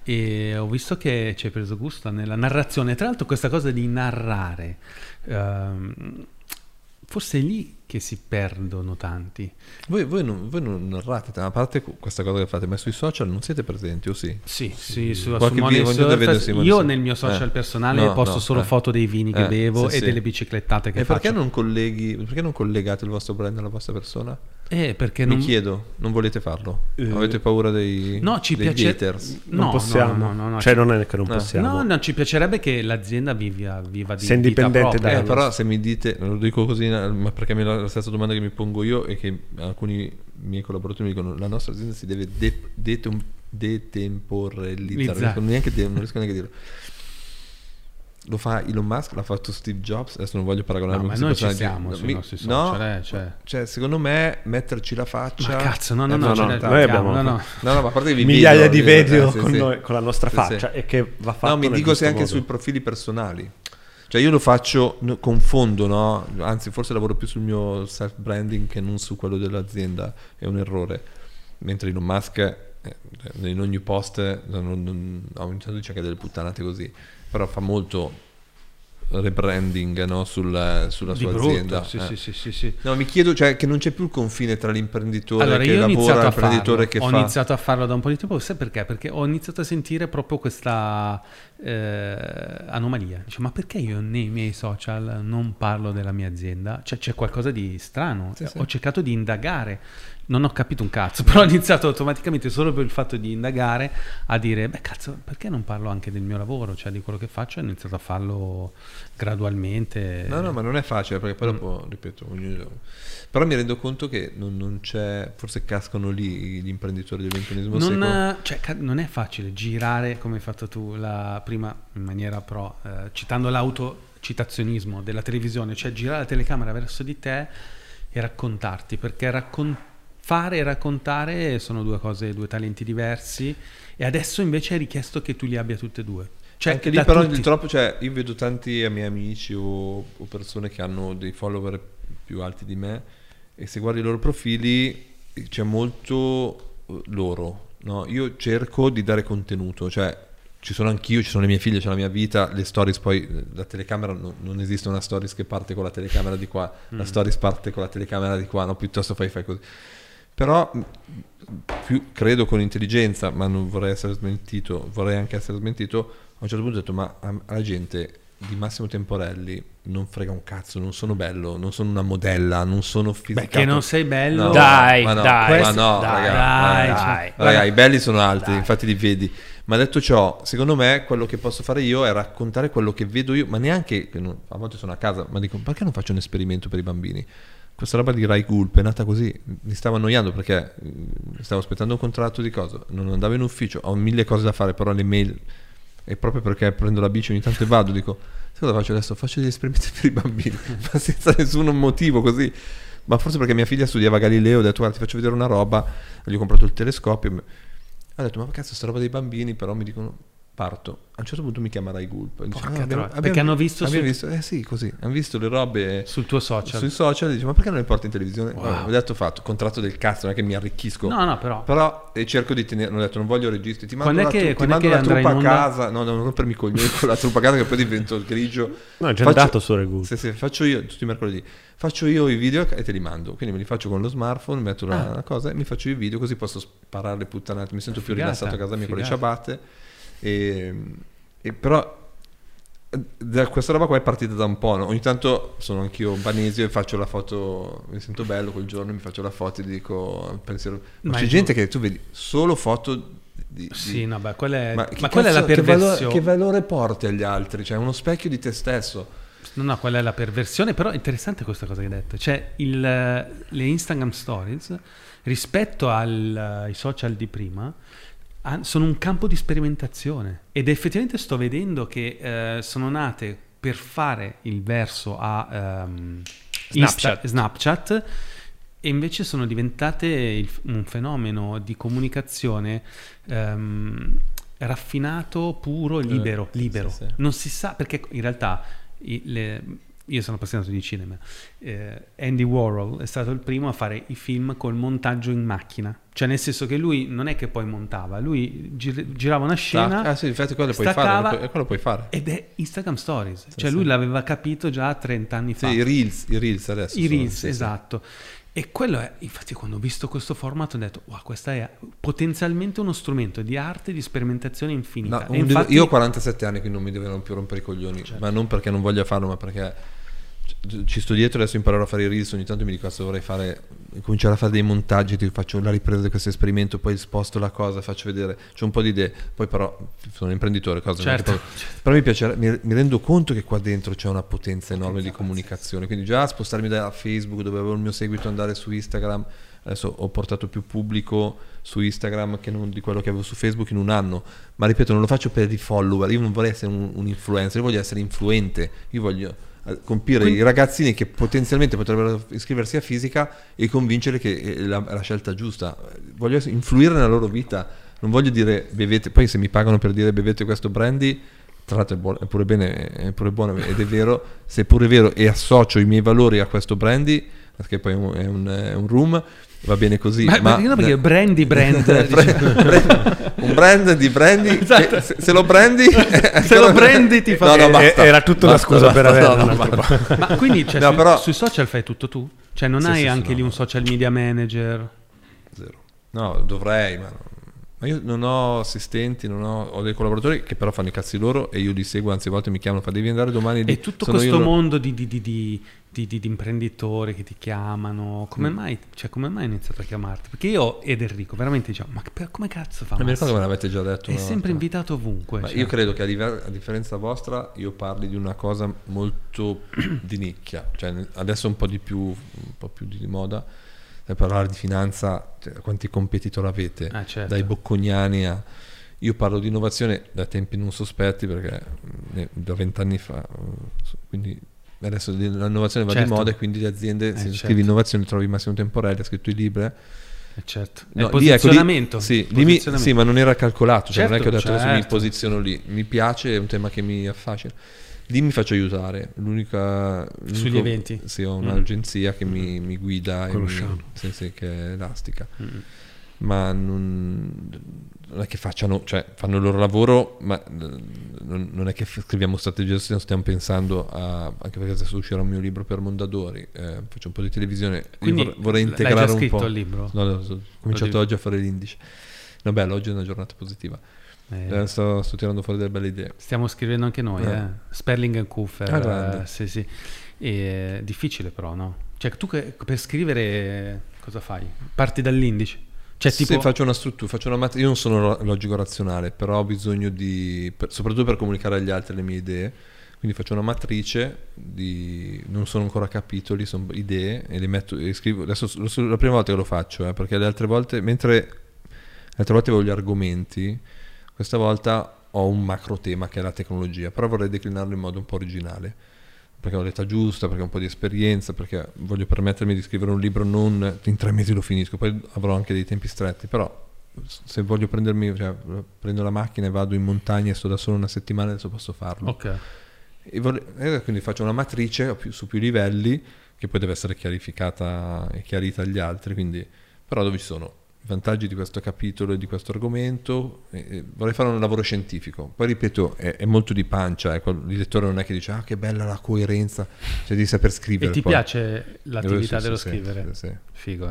e ho visto che ci hai preso gusto nella narrazione. Tra l'altro questa cosa di narrare, ehm, forse è lì che si perdono tanti. Voi, voi non, voi non narrate, a parte cu- questa cosa che fate, ma sui social non siete presenti o sì? Sì, sì, su, Qualche su Money video- Surface. vedo Simone Io Surface. nel mio social Eh. personale No, posto no, solo eh. foto dei vini che Eh, bevo sì, e sì. delle biciclettate che E perché faccio. non colleghi, perché non collegate il vostro brand alla vostra persona? Eh, perché Mi non... chiedo, non volete farlo? Eh, Avete paura dei, No, ci dei piace- haters? Non No, possiamo, no, no, no, cioè ci- non è che non No. possiamo. No, no, ci piacerebbe che l'azienda viva, viva di Sei vita indipendente propria. Eh, dalla- però se mi dite, lo dico così, ma perché è la stessa domanda che mi pongo io e che alcuni miei collaboratori mi dicono, la nostra azienda si deve de- detem- detemporalizzare, non riesco neanche, a dire- non riesco neanche a dirlo. Lo fa Elon Musk, l'ha fatto Steve Jobs, adesso non voglio paragonarmi No, ma con questi noi ci personaggi. siamo sui Mi- nostri no, social, eh, cioè. cioè, secondo me metterci la faccia. Ma cazzo, no, no, è no, no, ce no, ne noi abbiamo- no, no. No, no, ma a parte che vi migliaia vedo, di vi vedo, video eh, sì, con, sì. noi- con la nostra Sì, faccia sì. e che va fatto No, mi nel dico se giusto anche modo. sui profili personali. Cioè io lo faccio, no, confondo, no? Anzi forse lavoro più sul mio self branding che non su quello dell'azienda, è un errore. Mentre Elon Musk eh, in ogni post non, non, ogni tanto dice anche delle puttanate così, però fa molto rebranding, no? Sul, sulla Di sua brutto, azienda. sì, eh. sì, sì, sì, sì. No, mi chiedo, cioè, che non c'è più il confine tra l'imprenditore Allora, che io ho lavora iniziato e a l'imprenditore farlo, che ho fa. iniziato a farlo da un po' di tempo, sai perché? Perché ho iniziato a sentire proprio questa eh, anomalia. Dice, ma perché io nei miei social non parlo della mia azienda? Cioè c'è qualcosa di strano. Sì, sì. Ho cercato di indagare, non ho capito un cazzo, però ho iniziato automaticamente solo per il fatto di indagare a dire, beh cazzo, perché non parlo anche del mio lavoro, cioè di quello che faccio? Ho iniziato a farlo gradualmente. No, no, ma non è facile perché poi Mm. dopo, ripeto, ognuno... però mi rendo conto che non, non c'è, forse cascano lì gli imprenditori del ventunesimo secolo. Non, cioè, ca- non è facile girare come hai fatto tu la prima in maniera però eh, citando l'autocitazionismo della televisione, cioè girare la telecamera verso di te e raccontarti, perché raccon- fare e raccontare sono due cose, due talenti diversi, e adesso invece è richiesto che tu li abbia tutte e due. Cioè, Anche lì da però tutti. il troppo, cioè io vedo tanti miei amici o, o persone che hanno dei follower più alti di me, e se guardi i loro profili c'è molto eh, loro, no? Io cerco di dare contenuto, cioè ci sono anch'io, ci sono le mie figlie, c'è la mia vita, le stories poi, la telecamera, no, non esiste una stories che parte con la telecamera di qua, Mm. la stories parte con la telecamera di qua, no? Piuttosto fai, fai così. Però mh, più, credo con intelligenza, ma non vorrei essere smentito, vorrei anche essere smentito, a un certo punto ho detto, ma a- alla gente di Massimo Temporelli non frega un cazzo, non sono bello, non sono una modella, non sono fisicato. Beh, che non sei bello. No, Dai, ma no, dai, ma no, dai, raga, dai, raga, cioè, raga, i belli sono altri, Dai. infatti li vedi. Ma detto ciò, secondo me quello che posso fare io è raccontare quello che vedo io, ma neanche, che non- a volte sono a casa, ma dico, perché non faccio un esperimento per i bambini? Questa roba di Rai Gulp è nata così, mi stavo annoiando perché mm, stavo aspettando un contratto di cosa, non andavo in ufficio, ho mille cose da fare, però le mail, e proprio perché prendo la bici ogni tanto e vado, dico, sai cosa faccio adesso? Faccio degli esperimenti per i bambini, ma senza nessun motivo, così. Ma forse perché mia figlia studiava Galileo, ho detto, guarda, ti faccio vedere una roba, gli ho comprato il telescopio, ha detto, ma cazzo, sta roba dei bambini, però mi dicono, parto. A un certo punto mi chiama Rai Gulp. E dice, Porca "Ah, abbiamo- troia, abbiamo- perché hanno visto abbiamo su- visto, eh sì, così, hanno visto le robe sul tuo social. sui social, e dice, ma perché non le porti in televisione? Wow. Vabbè, ho detto, fatto, contratto del cazzo, non è che mi arricchisco. No, no, però. Però e cerco di tenere, ho detto, non voglio registi, ti mando Quando è la, che- tru- ti quando è mando che la andrà truppa a in onda? casa, no, non rompermi i coglioni con la truppa a casa che poi divento il grigio. No, è già Faccio- andato su Regul. Sì, sì, faccio io tutti i mercoledì. Faccio io i video e te li mando. Quindi me li faccio con lo smartphone, metto la, Ah. la cosa e mi faccio i video, così posso sparare le puttanate. Mi sento più Figata, rilassato a casa mia con le figata. ciabatte. E, e però eh, da questa roba qua è partita da un po', no? Ogni tanto sono anch'io banesio e faccio la foto, mi sento bello quel giorno, mi faccio la foto e dico pensiero. Ma, Ma c'è il- gente che tu vedi solo foto di, di- Sì, no, beh, quella è, ma, ma, che quella è la cazzo- che valore, perversione. che valore porti agli altri? Cioè, uno specchio di te stesso. No, no, quella è la perversione, però è interessante questa cosa che hai detto. Cioè, il, le Instagram Stories, rispetto al- ai social di prima, han- sono un campo di sperimentazione. Ed effettivamente sto vedendo che eh, sono nate per fare il verso a ehm, Insta- Snapchat. Snapchat, e invece sono diventate il- un fenomeno di comunicazione ehm, raffinato, puro, libero. sì, libero. sì, sì. Non si sa, perché in realtà i- le- io sono appassionato di cinema. Eh, Andy Warhol è stato il primo a fare i film col montaggio in macchina, cioè nel senso che lui non è che poi montava, lui gir- girava una scena Ah, sì, infatti quello puoi staccava, fare, quello puoi fare. ed è Instagram Stories, cioè sì. lui l'aveva capito già trenta anni Sì, fa. i reels, i reels adesso. I sono- Reels, sì, sì. esatto. E quello è, infatti, quando ho visto questo format ho detto, wow, questo è potenzialmente uno strumento di arte e di sperimentazione infinita. No, E un- infatti, io ho quarantasette anni, quindi non mi devono più rompere i coglioni, Certo. ma non perché non voglia farlo, ma perché ci sto dietro, adesso imparerò a fare i reels, ogni tanto mi dico cosa dovrei fare, cominciare a fare dei montaggi, ti faccio la ripresa di questo esperimento, poi sposto la cosa, faccio vedere, c'ho un po' di idee, poi però sono un imprenditore, cosa non è che Certo. poi- però mi piace, mi, mi rendo conto che qua dentro c'è una potenza enorme di comunicazione, quindi già spostarmi da Facebook dove avevo il mio seguito, andare su Instagram, adesso ho portato più pubblico su Instagram che non di quello che avevo su Facebook in un anno, ma ripeto, non lo faccio per i follower, io non vorrei essere un, un influencer, io voglio essere influente, io voglio eh, colpire Quindi- i ragazzini che potenzialmente potrebbero iscriversi a fisica e convincere che è la, è la scelta giusta, voglio influire nella loro vita, non voglio dire bevete, poi se mi pagano per dire bevete questo brandy, tra l'altro è, buono, è pure bene, è pure buono ed è vero, se è pure vero e associo i miei valori a questo brandy, perché poi è un, è un, è un room, va bene così. Ma, ma no, perché brandy brand, brand un brand di brandy, esatto. se, se lo brandi se lo prendi ti fa no, no, Eh, basta, era tutta una basta, scusa basta, per avere no, un no, altro basta. Ma quindi cioè, No, sui, però- sui social fai tutto tu? Cioè non Sì, hai sì, anche sì, lì no, un no. social media manager? Zero. No, dovrei, ma, ma io non ho assistenti, non ho, ho dei collaboratori che però fanno i cazzi loro e io li seguo, anzi a volte mi chiamano, fa devi andare domani lì. E tutto Sono questo io lo- mondo di, di, di, di, di, di- di imprenditori che ti chiamano, come Mm. mai, cioè, come mai hai iniziato a chiamarti? Perché io ed Enrico veramente diciamo, ma che- come cazzo fa? Non mi Massimo? ricordo che me l'avete già detto. È una sempre volta. invitato ovunque. Ma cioè. io credo che a, live- a differenza vostra io parli di una cosa molto di nicchia, cioè adesso un po' di più, un po' più di moda, per parlare di finanza, cioè, quanti competitor avete, Ah, certo. dai bocconiani a... Io parlo di innovazione da tempi non sospetti perché ne- da vent'anni fa, eh, quindi adesso l'innovazione va Certo. di moda e quindi le aziende, Eh, se certo. scrivi innovazione trovi Massimo Temporelli, ha scritto i libri. Eh, certo. È No, il lì, ecco, lì- posizionamento. sì, il lì mi- posizionamento. sì, ma non era calcolato, cioè non è Certo, che ho detto adesso mi certo. posiziono lì, mi piace, è un tema che mi affascina. Lì mi faccio aiutare, l'unica... l'unico- Sugli eventi? Sì, ho Mm. un'agenzia che mi, mi guida, e mi, Conosciamo. sì, sì, che è elastica, Mm. ma non, non è che facciano, cioè fanno il loro lavoro, ma non, non è che scriviamo strategie, stiamo pensando a, anche perché adesso uscirà un mio libro per Mondadori, eh, faccio un po' di televisione. Io Quindi vor- vorrei l'hai integrare già un scritto po'. il libro? No, no, ho cominciato dico. oggi a fare l'indice. No, bello, oggi è una giornata positiva. Eh, Eh, sto, sto tirando fuori delle belle idee. Stiamo scrivendo anche noi, Eh. eh. Sperling and Kuffer. Ah, grande. eh, sì, sì. E, difficile però, no? Cioè tu che, per scrivere cosa fai? Parti dall'indice? Cioè tipo... Sì, faccio una struttura, faccio una mat- io non sono ro- logico razionale, però ho bisogno di, per- soprattutto per comunicare agli altri le mie idee, quindi faccio una matrice di, non sono ancora capitoli, sono idee e le metto e scrivo, adesso lo so- la prima volta che lo faccio, eh, perché le altre volte, mentre le altre volte avevo gli argomenti, questa volta ho un macro tema che è la tecnologia, però vorrei declinarlo in modo un po' originale, perché ho l'età giusta, perché ho un po' di esperienza, perché voglio permettermi di scrivere un libro non in tre mesi lo finisco, poi avrò anche dei tempi stretti, però se voglio prendermi, cioè, prendo la macchina e vado in montagna e sto da solo una settimana, adesso posso farlo. Ok. E vorrei- e quindi faccio una matrice più- su più livelli che poi deve essere chiarificata e chiarita agli altri, quindi, però dove ci sono i vantaggi di questo capitolo e di questo argomento, e- e vorrei fare un lavoro scientifico, poi ripeto è, è molto di pancia, ecco, il lettore non è che dice ah che bella la coerenza, cioè devi saper scrivere. E ti poi. piace l'attività Sì, dello sì, scrivere? sì, sì. Figo,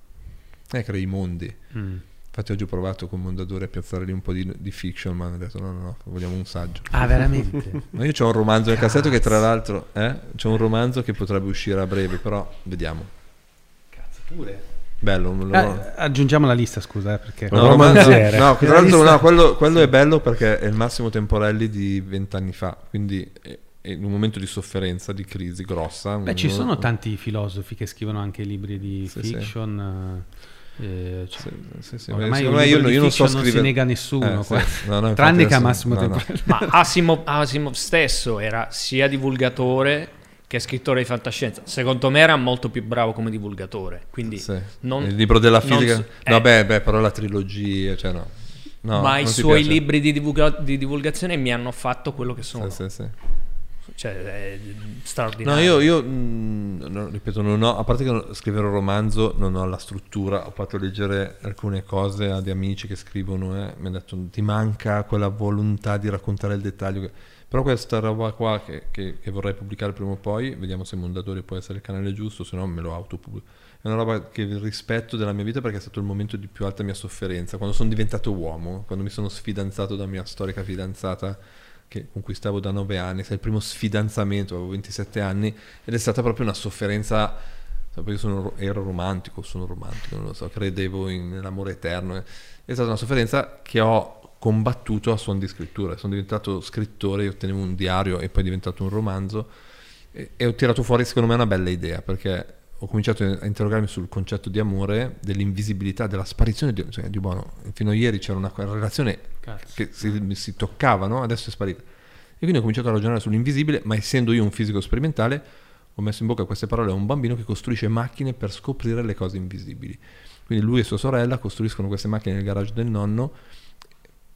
eh. Eh, crei i mondi. Mm. Infatti oggi ho provato con Mondadori a piazzare lì un po' di, di fiction, ma hanno detto no no no, vogliamo un saggio. Ah, veramente? Ma io c'ho un romanzo nel cassetto che tra Cazzo. l'altro eh, c'è un romanzo che potrebbe uscire a breve, però vediamo. Cazzo, pure. Bello, me lo... Eh, aggiungiamo la lista, scusa, eh, perché... No, No, romanziere. no, tra La l'altro lista- no, quello, quello è bello perché è il Massimo Temporelli di vent'anni fa, quindi è, è in un momento di sofferenza, di crisi grossa. Beh, ci uno- sono tanti filosofi che scrivono anche libri di Sì, sì. fiction. eh, cioè, Sì, sì, sì, ormai ma un secondo me libro io, di io non so fiction non si scrivere. nega a nessuno, Eh, sì. qua. No, no, infatti tranne che a adesso- Massimo no, no. Temporelli. Ma Asimov, Asimov stesso era sia divulgatore che scrittore di fantascienza. Secondo me era molto più bravo come divulgatore. Quindi Sì. non- il libro della non fisica. so- no, eh. beh, beh, però la trilogia, cioè no. No, ma i non ti suoi piace? libri di, divulga- di divulgazione mi hanno fatto quello che sono. Sì, sì, sì. Cioè, è No, straordinario. io, io mh, no, ripeto, non ho, a parte che non- scrivere un romanzo non ho la struttura, ho fatto leggere alcune cose a dei amici che scrivono, eh, mi hanno detto ti manca quella volontà di raccontare il dettaglio, che- però questa roba qua che, che- che vorrei pubblicare prima o poi, vediamo se Mondadori può essere il canale giusto, se no me lo autopubblico. È una roba che rispetto della mia vita perché è stato il momento di più alta mia sofferenza, quando sono diventato uomo, quando mi sono sfidanzato da mia storica fidanzata che con cui stavo da nove anni, è il primo sfidanzamento, avevo ventisette anni ed è stata proprio una sofferenza, io sono, ero romantico, sono romantico, non lo so, credevo in- nell'amore eterno, è stata una sofferenza che ho combattuto a suon di scrittura, sono diventato scrittore, io tenevo un diario e poi è diventato un romanzo e, e ho tirato fuori secondo me una bella idea perché ho cominciato a interrogarmi sul concetto di amore, dell'invisibilità, della sparizione di, cioè, di buono, fino a ieri c'era una relazione Cazzo. che si, si toccava, no? Adesso è sparita. E quindi ho cominciato a ragionare sull'invisibile, ma essendo io un fisico sperimentale, ho messo in bocca queste parole a un bambino che costruisce macchine per scoprire le cose invisibili. Quindi lui e sua sorella costruiscono queste macchine nel garage del nonno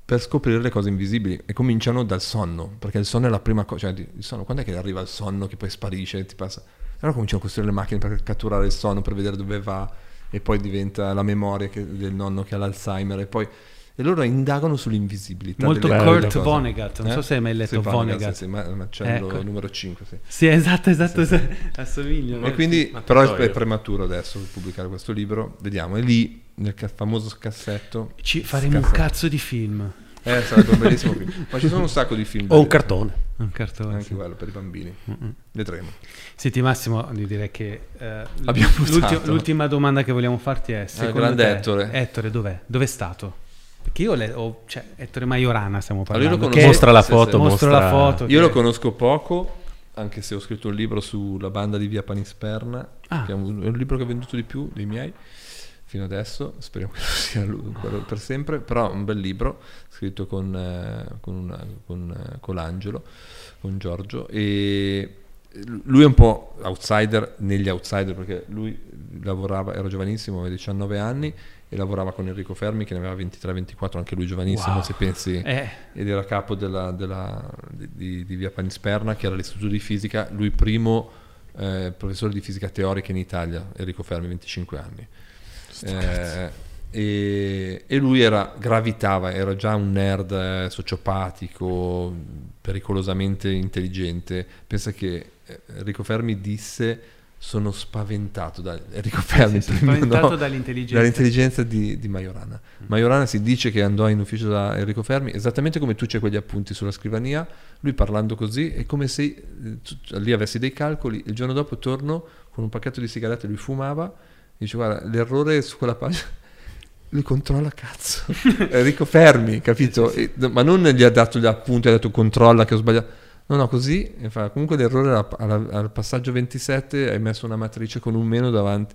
per scoprire le cose invisibili, e cominciano dal sonno, perché il sonno è la prima cosa, cioè il sonno, quando è che arriva il sonno che poi sparisce, ti passa, allora cominciano a costruire le macchine per catturare il sonno, per vedere dove va, e poi diventa la memoria che, del nonno che ha l'Alzheimer, e poi e loro indagano sull'invisibilità. Molto delle Kurt cose. Vonnegut, non Eh? so se hai mai letto Sì, Vonnegut. sì, sì, ma- Marcello Ecco. numero cinque, sì. Sì, esatto, esatto, Sì, sì. assomigliano. E quindi, Ma però so è io. prematuro adesso pubblicare questo libro, vediamo, è lì nel ca- famoso cassetto. Ci faremo un Cassetto. cazzo di film. Eh, sarebbe un bellissimo film. Ma ci sono un sacco di film. O un da- cartone. Un cartone. Anche sì. quello per i bambini. Mm-mm. Vedremo. Senti Massimo, io direi che eh, Abbiamo l'ultima, usato. l'ultima domanda che vogliamo farti è: secondo grande te, Ettore. Ettore dov'è? Dov'è stato? Perché io le, ho, cioè, Ettore Majorana stiamo Allora, io parlando. lo che- conosco- Mostra la sì, foto, sì. mostro mostra... la foto. Io che- lo conosco poco, anche se ho scritto un libro sulla banda di Via Panisperna, Ah. che è un, è un libro che ha venduto di più dei miei fino adesso, speriamo che sia lui, quello per sempre, però un bel libro scritto con, eh, con, una- con, eh, con l'Angelo, con Giorgio, e lui è un po' outsider negli outsider, perché lui lavorava, era giovanissimo, aveva diciannove anni, e lavorava con Enrico Fermi che ne aveva ventitré ventiquattro, anche lui giovanissimo, Wow. se pensi, Eh, ed era capo della, della- di, di- di Via Panisperna, che era l'istituto di fisica, lui primo eh, professore di fisica teorica in Italia, Enrico Fermi, venticinque anni. Eh, e, e lui era, gravitava, era già un nerd eh, sociopatico, pericolosamente intelligente. Pensa che eh, Enrico Fermi disse: sono spaventato da Enrico Fermi, sì, sì, primo, spaventato no? dall'intelligenza. dall'intelligenza di, di Majorana. Majorana si dice che andò in ufficio da Enrico Fermi, esattamente come tu c'hai quegli appunti sulla scrivania, lui parlando così, è come se eh, tu- lì avessi dei calcoli, il giorno dopo torno con un pacchetto di sigarette, lui fumava, dice: guarda, l'errore su quella pagina, lui controlla, cazzo. Enrico Fermi, capito? Sì, sì, sì. E- ma non gli ha dato gli appunti, ha detto controlla che ho sbagliato. No, no, così, e fa, comunque l'errore era al, al passaggio ventisette, hai messo una matrice con un meno davanti.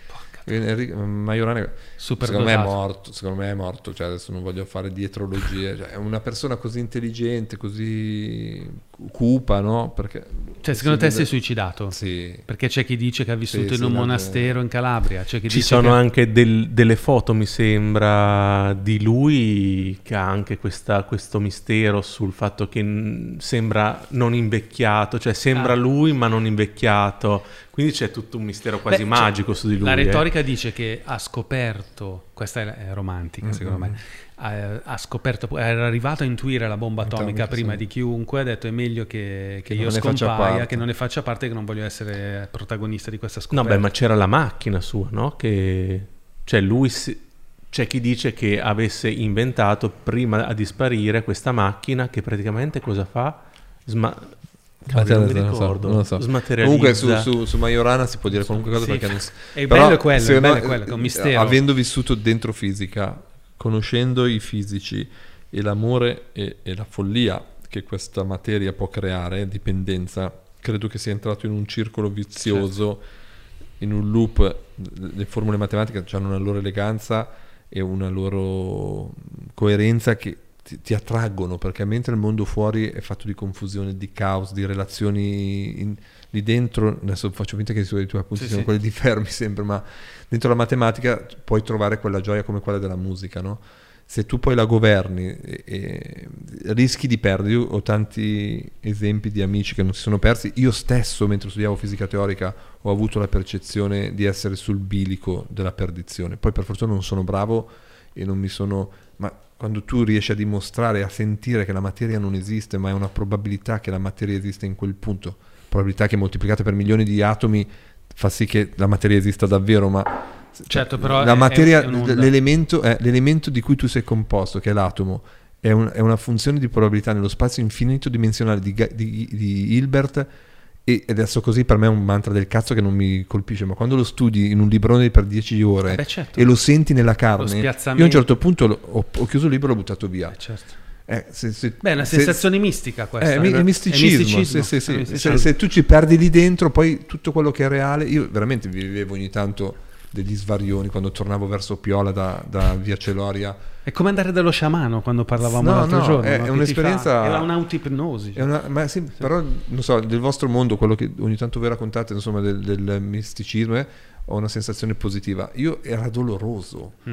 E Enrico- Majorana, Super secondo me è dosato. morto, secondo me è morto, cioè adesso non voglio fare dietrologie, cioè, è una persona così intelligente, così cupa, no? Perché Cioè, secondo te vede- si è suicidato? Sì. Perché c'è chi dice che ha vissuto Sì, in sì, un la- monastero in Calabria. C'è chi Ci dice sono che... anche del- delle foto, mi sembra, di lui che ha anche questa- questo mistero sul fatto che n- sembra non invecchiato, cioè sembra Ah. lui ma non invecchiato, quindi c'è tutto un mistero quasi Beh, magico cioè, su di lui. La eh. retorica dice che ha scoperto, questa è, è romantica secondo Mm-hmm. me, ha, ha scoperto, era arrivato a intuire la bomba atomica Atomica, prima sì. di chiunque, ha detto è meglio che, che Che io non ne faccia scompaia, parte. che non ne faccia parte, che non voglio essere protagonista di questa No, scoperta. beh, ma c'era la macchina sua, no? Che... Cioè lui... si- C'è chi dice che avesse inventato prima di sparire questa macchina che praticamente cosa fa? Sma... Cavolo, non mi Non lo so, ricordo. non lo so. Smaterializza. Comunque su, su, su Majorana si può dire qualunque cosa Sì. perché non... E il Però, bello è quello, il secondo bello è me, quello, che è un eh, mistero. Avendo vissuto dentro fisica, conoscendo i fisici e l'amore e, e la follia che questa materia può creare, dipendenza, credo che sia entrato in un circolo vizioso, in un loop. Le formule matematiche hanno una loro eleganza e una loro coerenza che ti, ti attraggono, perché mentre il mondo fuori è fatto di confusione, di caos, di relazioni in- lì dentro, adesso faccio finta che i tuoi, i tuoi appunti Sì, siano sì. quelli di Fermi sempre, ma dentro la matematica puoi trovare quella gioia come quella della musica, no? Se tu poi la governi e, e rischi di perdere. Io ho tanti esempi di amici che non si sono persi. Io stesso, mentre studiavo fisica teorica, ho avuto la percezione di essere sul bilico della perdizione. Poi per fortuna non sono bravo e non mi sono... Ma quando tu riesci a dimostrare, a sentire che la materia non esiste, ma è una probabilità che la materia esiste in quel punto, probabilità che moltiplicata per milioni di atomi fa sì che la materia esista davvero, ma... Certo, però la è- materia, è un'onda. l'elemento, è, l'elemento di cui tu sei composto, che è l'atomo, è, un- è una funzione di probabilità nello spazio infinito dimensionale di, Ga- di- di Hilbert, e ed adesso così per me è un mantra del cazzo che non mi colpisce, ma quando lo studi in un librone per dieci ore Eh beh, certo. e lo senti nella Lo carne, io a spiazzamento. un certo punto lo- ho, ho chiuso il libro e l'ho buttato via. Eh, certo. Eh, se- se- Beh, è una se- sensazione mistica questa. eh, mi- È il misticismo, misticismo, sì, sì, sì. è Se, misticismo. se tu ci perdi lì dentro, poi tutto quello che è reale, io veramente vivevo ogni tanto degli svarioni quando tornavo verso Piola da, da via Celoria. È come andare dallo sciamano quando parlavamo No, l'altro no, giorno. è- no? è Che un'esperienza- ti fa- È un'autipnosi. È una- ma sì, però non so, del vostro mondo, quello che ogni tanto voi raccontate, insomma, del, del misticismo, eh, ho una sensazione positiva. Io era doloroso. Mm.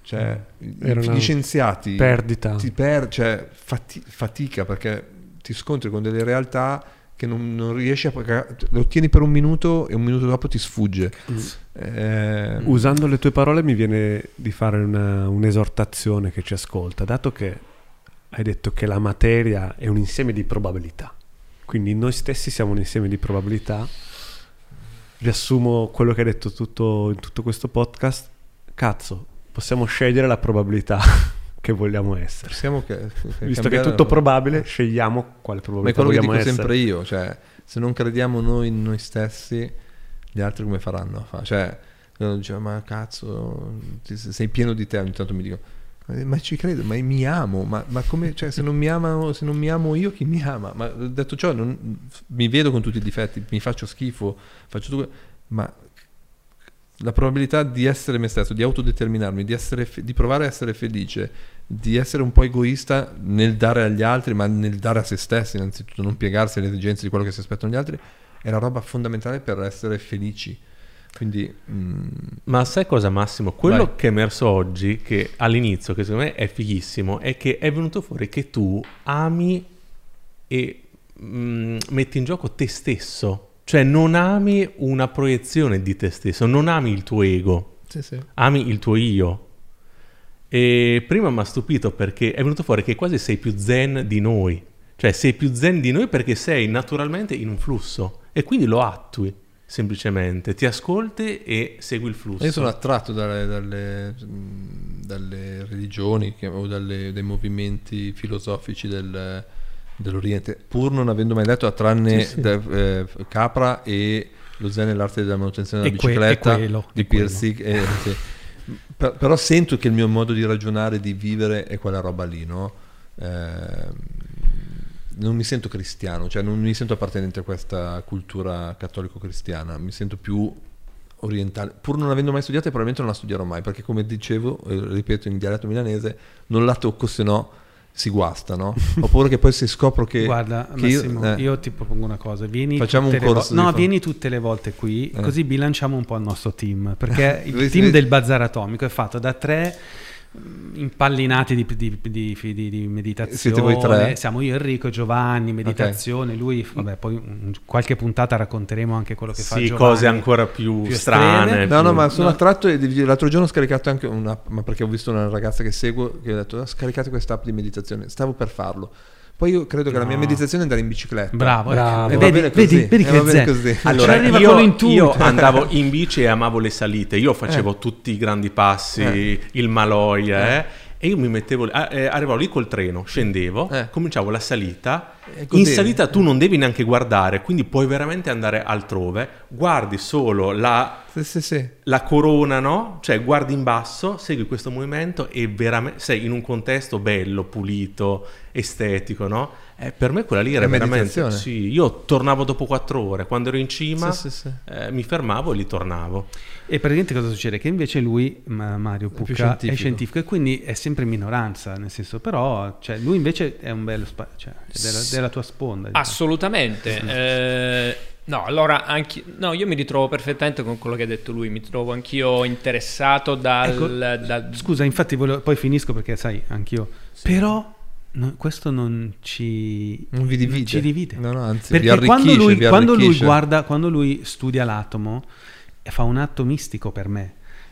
cioè Era gli una scienziati perdita. ti per, cioè, fati- fatica perché ti scontri con delle realtà che non, non riesci a lo ottieni per un minuto e un minuto dopo ti sfugge. Mm. Eh, Usando le tue parole mi viene di fare una, un'esortazione che ci ascolta, dato che hai detto che la materia è un insieme di probabilità, quindi noi stessi siamo un insieme di probabilità. Riassumo quello che hai detto tutto, in tutto questo podcast. Cazzo, possiamo scegliere la probabilità che vogliamo essere. possiamo che, che Visto cambiare- che è tutto probabile, scegliamo quale ma è probabilità quello che vogliamo dico essere. sempre io, cioè se non crediamo noi in noi stessi, gli altri come faranno a fare? Cioè uno dice ma cazzo ti- sei pieno di te, ogni tanto mi dico "Eh, ma ci credo, ma mi amo, ma, ma come, cioè se non mi amano, se non mi amo io chi mi ama? Ma detto ciò non- mi vedo con tutti i difetti, mi faccio schifo, faccio tutto, ma la probabilità di essere me stesso, di autodeterminarmi, di, essere fe- di provare a essere felice, di essere un po' egoista nel dare agli altri, ma nel dare a se stessi innanzitutto, non piegarsi alle esigenze di quello che si aspettano gli altri, è la roba fondamentale per essere felici. Quindi mm, Ma sai cosa, Massimo? Quello Vai. che è emerso oggi, che all'inizio, che secondo me è fighissimo, è che è venuto fuori che tu ami e mm, metti in gioco te stesso. Cioè non ami una proiezione di te stesso, non ami il tuo ego, sì, sì. ami il tuo io. E prima mi ha stupito perché è venuto fuori che quasi sei più zen di noi. Cioè sei più zen di noi perché sei naturalmente in un flusso e quindi lo attui semplicemente, ti ascolti e segui il flusso. Io sono attratto dalle, dalle, mh, dalle religioni che- o dalle- dai movimenti filosofici del, dell'Oriente, pur non avendo mai letto, tranne Sì, sì. da- eh, Capra e lo Zen e l'arte della manutenzione della E que- bicicletta è quello, di è quello. Pirsig. eh, sì. Per- però sento che il mio modo di ragionare, di vivere è quella roba lì, no? Ehm, non mi sento cristiano, cioè non mi sento appartenente a questa cultura cattolico-cristiana, mi sento più orientale, pur non avendo mai studiato e probabilmente non la studierò mai, perché come dicevo, eh, ripeto in dialetto milanese, non la tocco se no si guasta, no? Oppure che poi se scopro che... Guarda, che io- Massimo, io, eh, ti propongo una cosa. Vieni Facciamo tutte un le corso vo- di No, fa- vieni tutte le volte qui, Eh. così bilanciamo un po' il nostro team. Perché il Vedi- team vedi- del Bazar Atomico è fatto da tre mh, impallinati di, di, di, di- di meditazione. Siete voi tre? Siamo io, Enrico, Giovanni, meditazione. Lui, vabbè, poi un- qualche puntata racconteremo anche quello che fa Sì, Giovanni. cose ancora più, più strane. estreme. No, no, più- ma sono no. attratto e di- l'altro giorno ho scaricato anche una, ma perché ho visto una ragazza che seguo che ha detto "Ah, scaricate questa app di meditazione", stavo per farlo. Poi io credo che la mia No. meditazione è andare in bicicletta. Bravo, Bravo. eh, E va vedi, bene così, vedi, vedi e che va bene zen. così. Allora, Ci arriva io, con l'intuito. io andavo in bici e amavo le salite. Io facevo tutti i grandi passi, Eh. il Maloia, eh. E io mi mettevo, eh, eh, arrivavo lì col treno, scendevo, Eh. cominciavo la salita. E così. In salita tu non devi neanche guardare, quindi puoi veramente andare altrove. Guardi solo la, Sì, sì, sì. la corona, no? Cioè guardi in basso, segui questo movimento e veramente sei in un contesto bello, pulito, estetico, no? Eh, per me quella lì era È veramente... meditazione. Sì, io tornavo dopo quattro ore, quando ero in cima Sì, sì, sì. eh, mi fermavo e lì tornavo. E praticamente cosa succede? Che invece lui, ma- Mario più Pucca, scientifico. è scientifico e quindi è sempre in minoranza, nel senso, però cioè, lui invece è un bello spa- cioè, è della, della tua sponda. diciamo. Assolutamente. Eh, no, allora anche no, io mi ritrovo perfettamente con quello che ha detto lui. Mi trovo anch'io interessato dal, Ecco, dal- Scusa, infatti volevo- poi finisco perché sai, anch'io. Però no, questo non ci, Non vi divide. ci divide. No, no, anzi, vi Perché arricchisce, quando lui, vi quando lui arricchisce. guarda, quando lui studia l'atomo, eh, fa un atto mistico per me.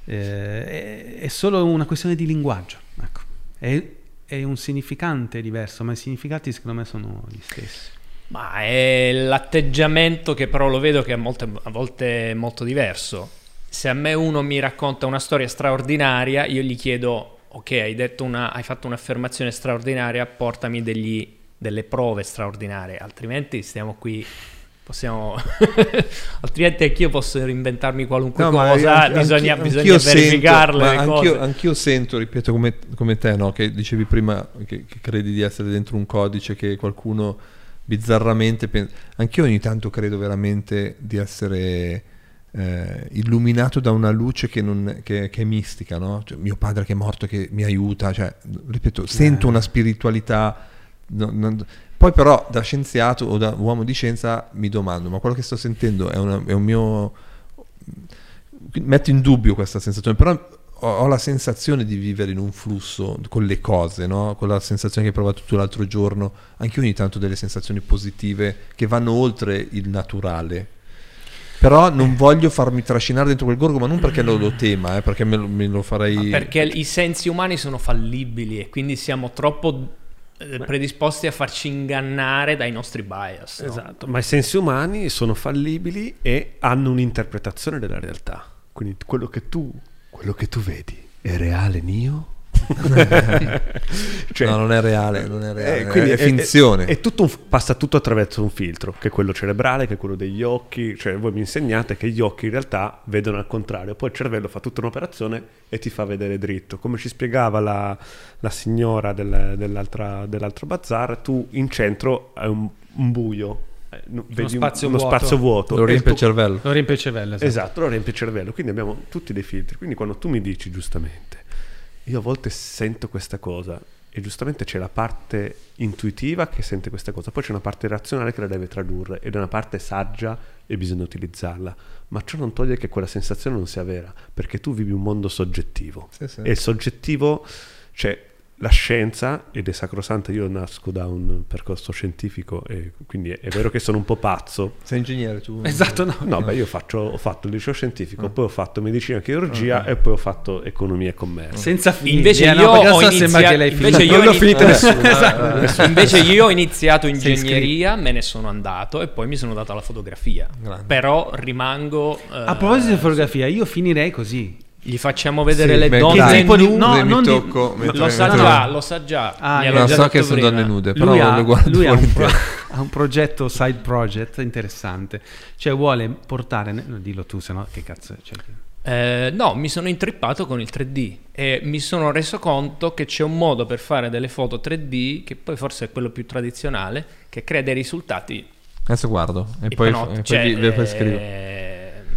Eh, è, è solo una questione di linguaggio. Ecco. È, è un significante diverso, ma i significati secondo me sono gli stessi. Ma è l'atteggiamento che però lo vedo che a volte, a volte è molto diverso. Se a me uno mi racconta una storia straordinaria, io gli chiedo, ok, hai detto una, hai fatto un'affermazione straordinaria, portami degli, delle prove straordinarie, altrimenti stiamo qui, possiamo... altrimenti anch'io posso inventarmi qualunque No, ma cosa, anche- bisogna, anche- bisogna anch'io verificarle sento, le ma cose. anch'io, anch'io sento, ripeto come, come te, no? Che dicevi prima che, che credi di essere dentro un codice che qualcuno bizzarramente pensa. Anch'io ogni tanto credo veramente di essere eh, illuminato da una luce che, non, che, che è mistica, no? Cioè, mio padre che è morto che mi aiuta, cioè, ripeto, sento Eh. una spiritualità. no- non- Poi però da scienziato o da uomo di scienza mi domando, ma quello che sto sentendo è, una- è un mio... metto in dubbio questa sensazione, però ho, ho la sensazione di vivere in un flusso con le cose, no? Con la sensazione che hai provato tu l'altro giorno, anche ogni tanto delle sensazioni positive che vanno oltre il naturale. Però non voglio farmi trascinare dentro quel gorgo, ma non perché lo, lo tema, eh, perché me lo, me lo farei... Ma perché i sensi umani sono fallibili e quindi siamo troppo eh, predisposti a farci ingannare dai nostri bias. No? Esatto, ma i sensi umani sono fallibili e hanno un'interpretazione della realtà. Quindi quello che tu, quello che tu vedi è reale, Neo? Cioè, no, non è reale, non è reale, eh, quindi è, è finzione. È, è tutto un, passa tutto attraverso un filtro, che è quello cerebrale, che è quello degli occhi. Cioè, voi mi insegnate che gli occhi in realtà vedono al contrario, poi il cervello fa tutta un'operazione e ti fa vedere dritto. Come ci spiegava la, la signora del, dell'altra, dell'altro bazar, tu in centro hai un, un buio. Uno Vedi spazio uno vuoto. spazio vuoto. Lo riempie E il tu- cervello. Lo riempie il cervello. Esatto. Esatto, lo riempie il cervello. Quindi abbiamo tutti dei filtri. Quindi quando tu mi dici giustamente, io a volte sento questa cosa e giustamente c'è la parte intuitiva che sente questa cosa, poi c'è una parte razionale che la deve tradurre ed è una parte saggia e bisogna utilizzarla, ma ciò non toglie che quella sensazione non sia vera, perché tu vivi un mondo soggettivo. Sì, sì. E il soggettivo, cioè la scienza, ed è sacrosanta, io nasco da un percorso scientifico e quindi è, è vero che sono un po' pazzo. Sei ingegnere tu? Esatto, no. No, beh, io faccio, ho fatto il liceo scientifico, Ah. poi ho fatto medicina e chirurgia Ah. e poi ho fatto economia e commercio. Senza figli. Invece eh, no, io perché ho adesso sembra iniziato- che lei invece finita. io Non l'ho ini- finita eh, nessuno. Esatto. Invece io ho iniziato Sei ingegneria, me ne sono andato e poi mi sono dato alla fotografia. Grande. Però rimango... eh, A proposito di fotografia, io finirei così. Gli facciamo vedere Sì, le beh, donne dai, tipo di- nude. no, Così mi non di- tocco, lo mentre- Lo sa mentre- già, lo sa già. Ah, Gliel'ho No, già so detto che sono prima. donne nude, però Lui, ha, le guardo lui ha, un pro- volentieri. ha un progetto, side project interessante. Cioè vuole portare... no, dillo tu, se no che cazzo... Cioè, Eh, no, mi sono intrippato con il tre D e mi sono reso conto che c'è un modo per fare delle foto tre D, che poi forse è quello più tradizionale, che crea dei risultati Adesso guardo e poi, ipnotici. e poi, Cioè, vi- poi scrivo. eh,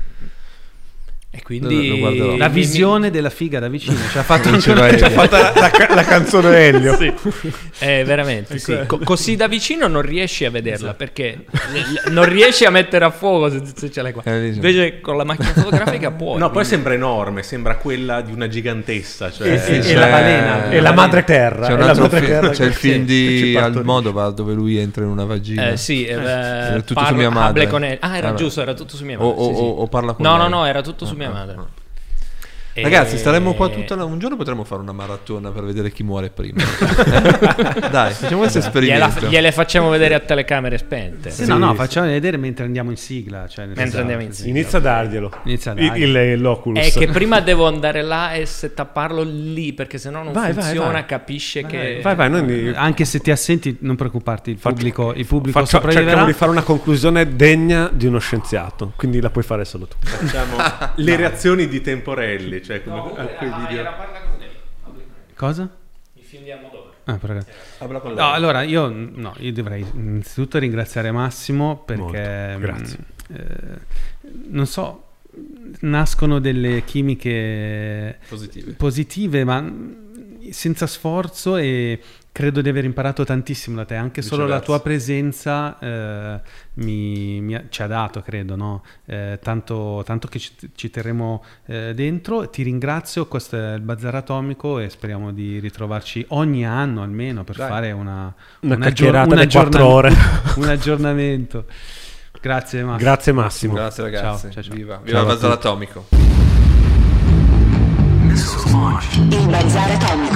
E Lo- quindi lo guarderò. la mi- visione della figa da vicino ci ha fatto Diceva anche Elio. la, la- la canzone Elio. Sì. Eh, veramente sì. Co- così da vicino non riesci a vederla perché l- non riesci a mettere a fuoco se, se ce l'hai qua. Eh, dice. Invece con la macchina fotografica puoi. No, poi quindi- sembra enorme, sembra quella di una gigantessa. Cioè, Eh, sì, E e la balena. E la madre terra. C'è, un è la altro madre film- terra c'è il che- film che ci di partorisce. Almodovar dove lui entra in una vagina. Eh, sì, eh, È tutto parla- su mia madre. Hable con El- Ah, era Vabbè. giusto, era tutto su mia O, madre. o- sì, sì. o- o parla con No, no, lei. no, era tutto su Ah, mia ah, madre. ah. E- Ragazzi, staremmo qua tutta la... un giorno potremmo fare una maratona per vedere chi muore prima. Dai, facciamo questo Gliela- esperimento. gliele facciamo vedere a telecamere spente. Sì, no, no, facciamo vedere mentre andiamo in sigla. Cioè, nel Mentre senso- andiamo in sigla. Inizia a darglielo. Inizia a Il, darglielo. il- l'Oculus. È che prima devo andare là e se tapparlo lì perché sennò non Vai, vai, funziona, vai. capisce che... Vai, vai, noi Anche se ti assenti, non preoccuparti, il Faccio- pubblico, il pubblico faccio- cerchiamo sopravviverà. di fare una conclusione degna di uno scienziato, quindi la puoi fare solo tu. Facciamo le reazioni di Temporelli, cioè come a quei video. Cosa? Il film di Almodovar. Ah, perché- Parla con lei. No, allora io, no, io dovrei innanzitutto ringraziare Massimo perché Molto, grazie. mh, eh, non so, nascono delle chimiche Positive. positive, ma mh, senza sforzo, e credo di aver imparato tantissimo da te. Anche solo la Viceversa. tua presenza eh, mi, mi ha- ci ha dato, credo, no? Eh, tanto, tanto che ci, ci terremo eh, dentro. Ti ringrazio, questo è il Bazar Atomico e speriamo di ritrovarci ogni anno almeno per Dai. fare una, Una aggior- chiacchierata un di quattro ore. un aggiornamento. Grazie Massimo. Grazie Massimo. Grazie ragazzi. Ciao, ciao, ciao. Viva, Ciao Viva a il Bazar tutti. Atomico. Il Bazar Atomico.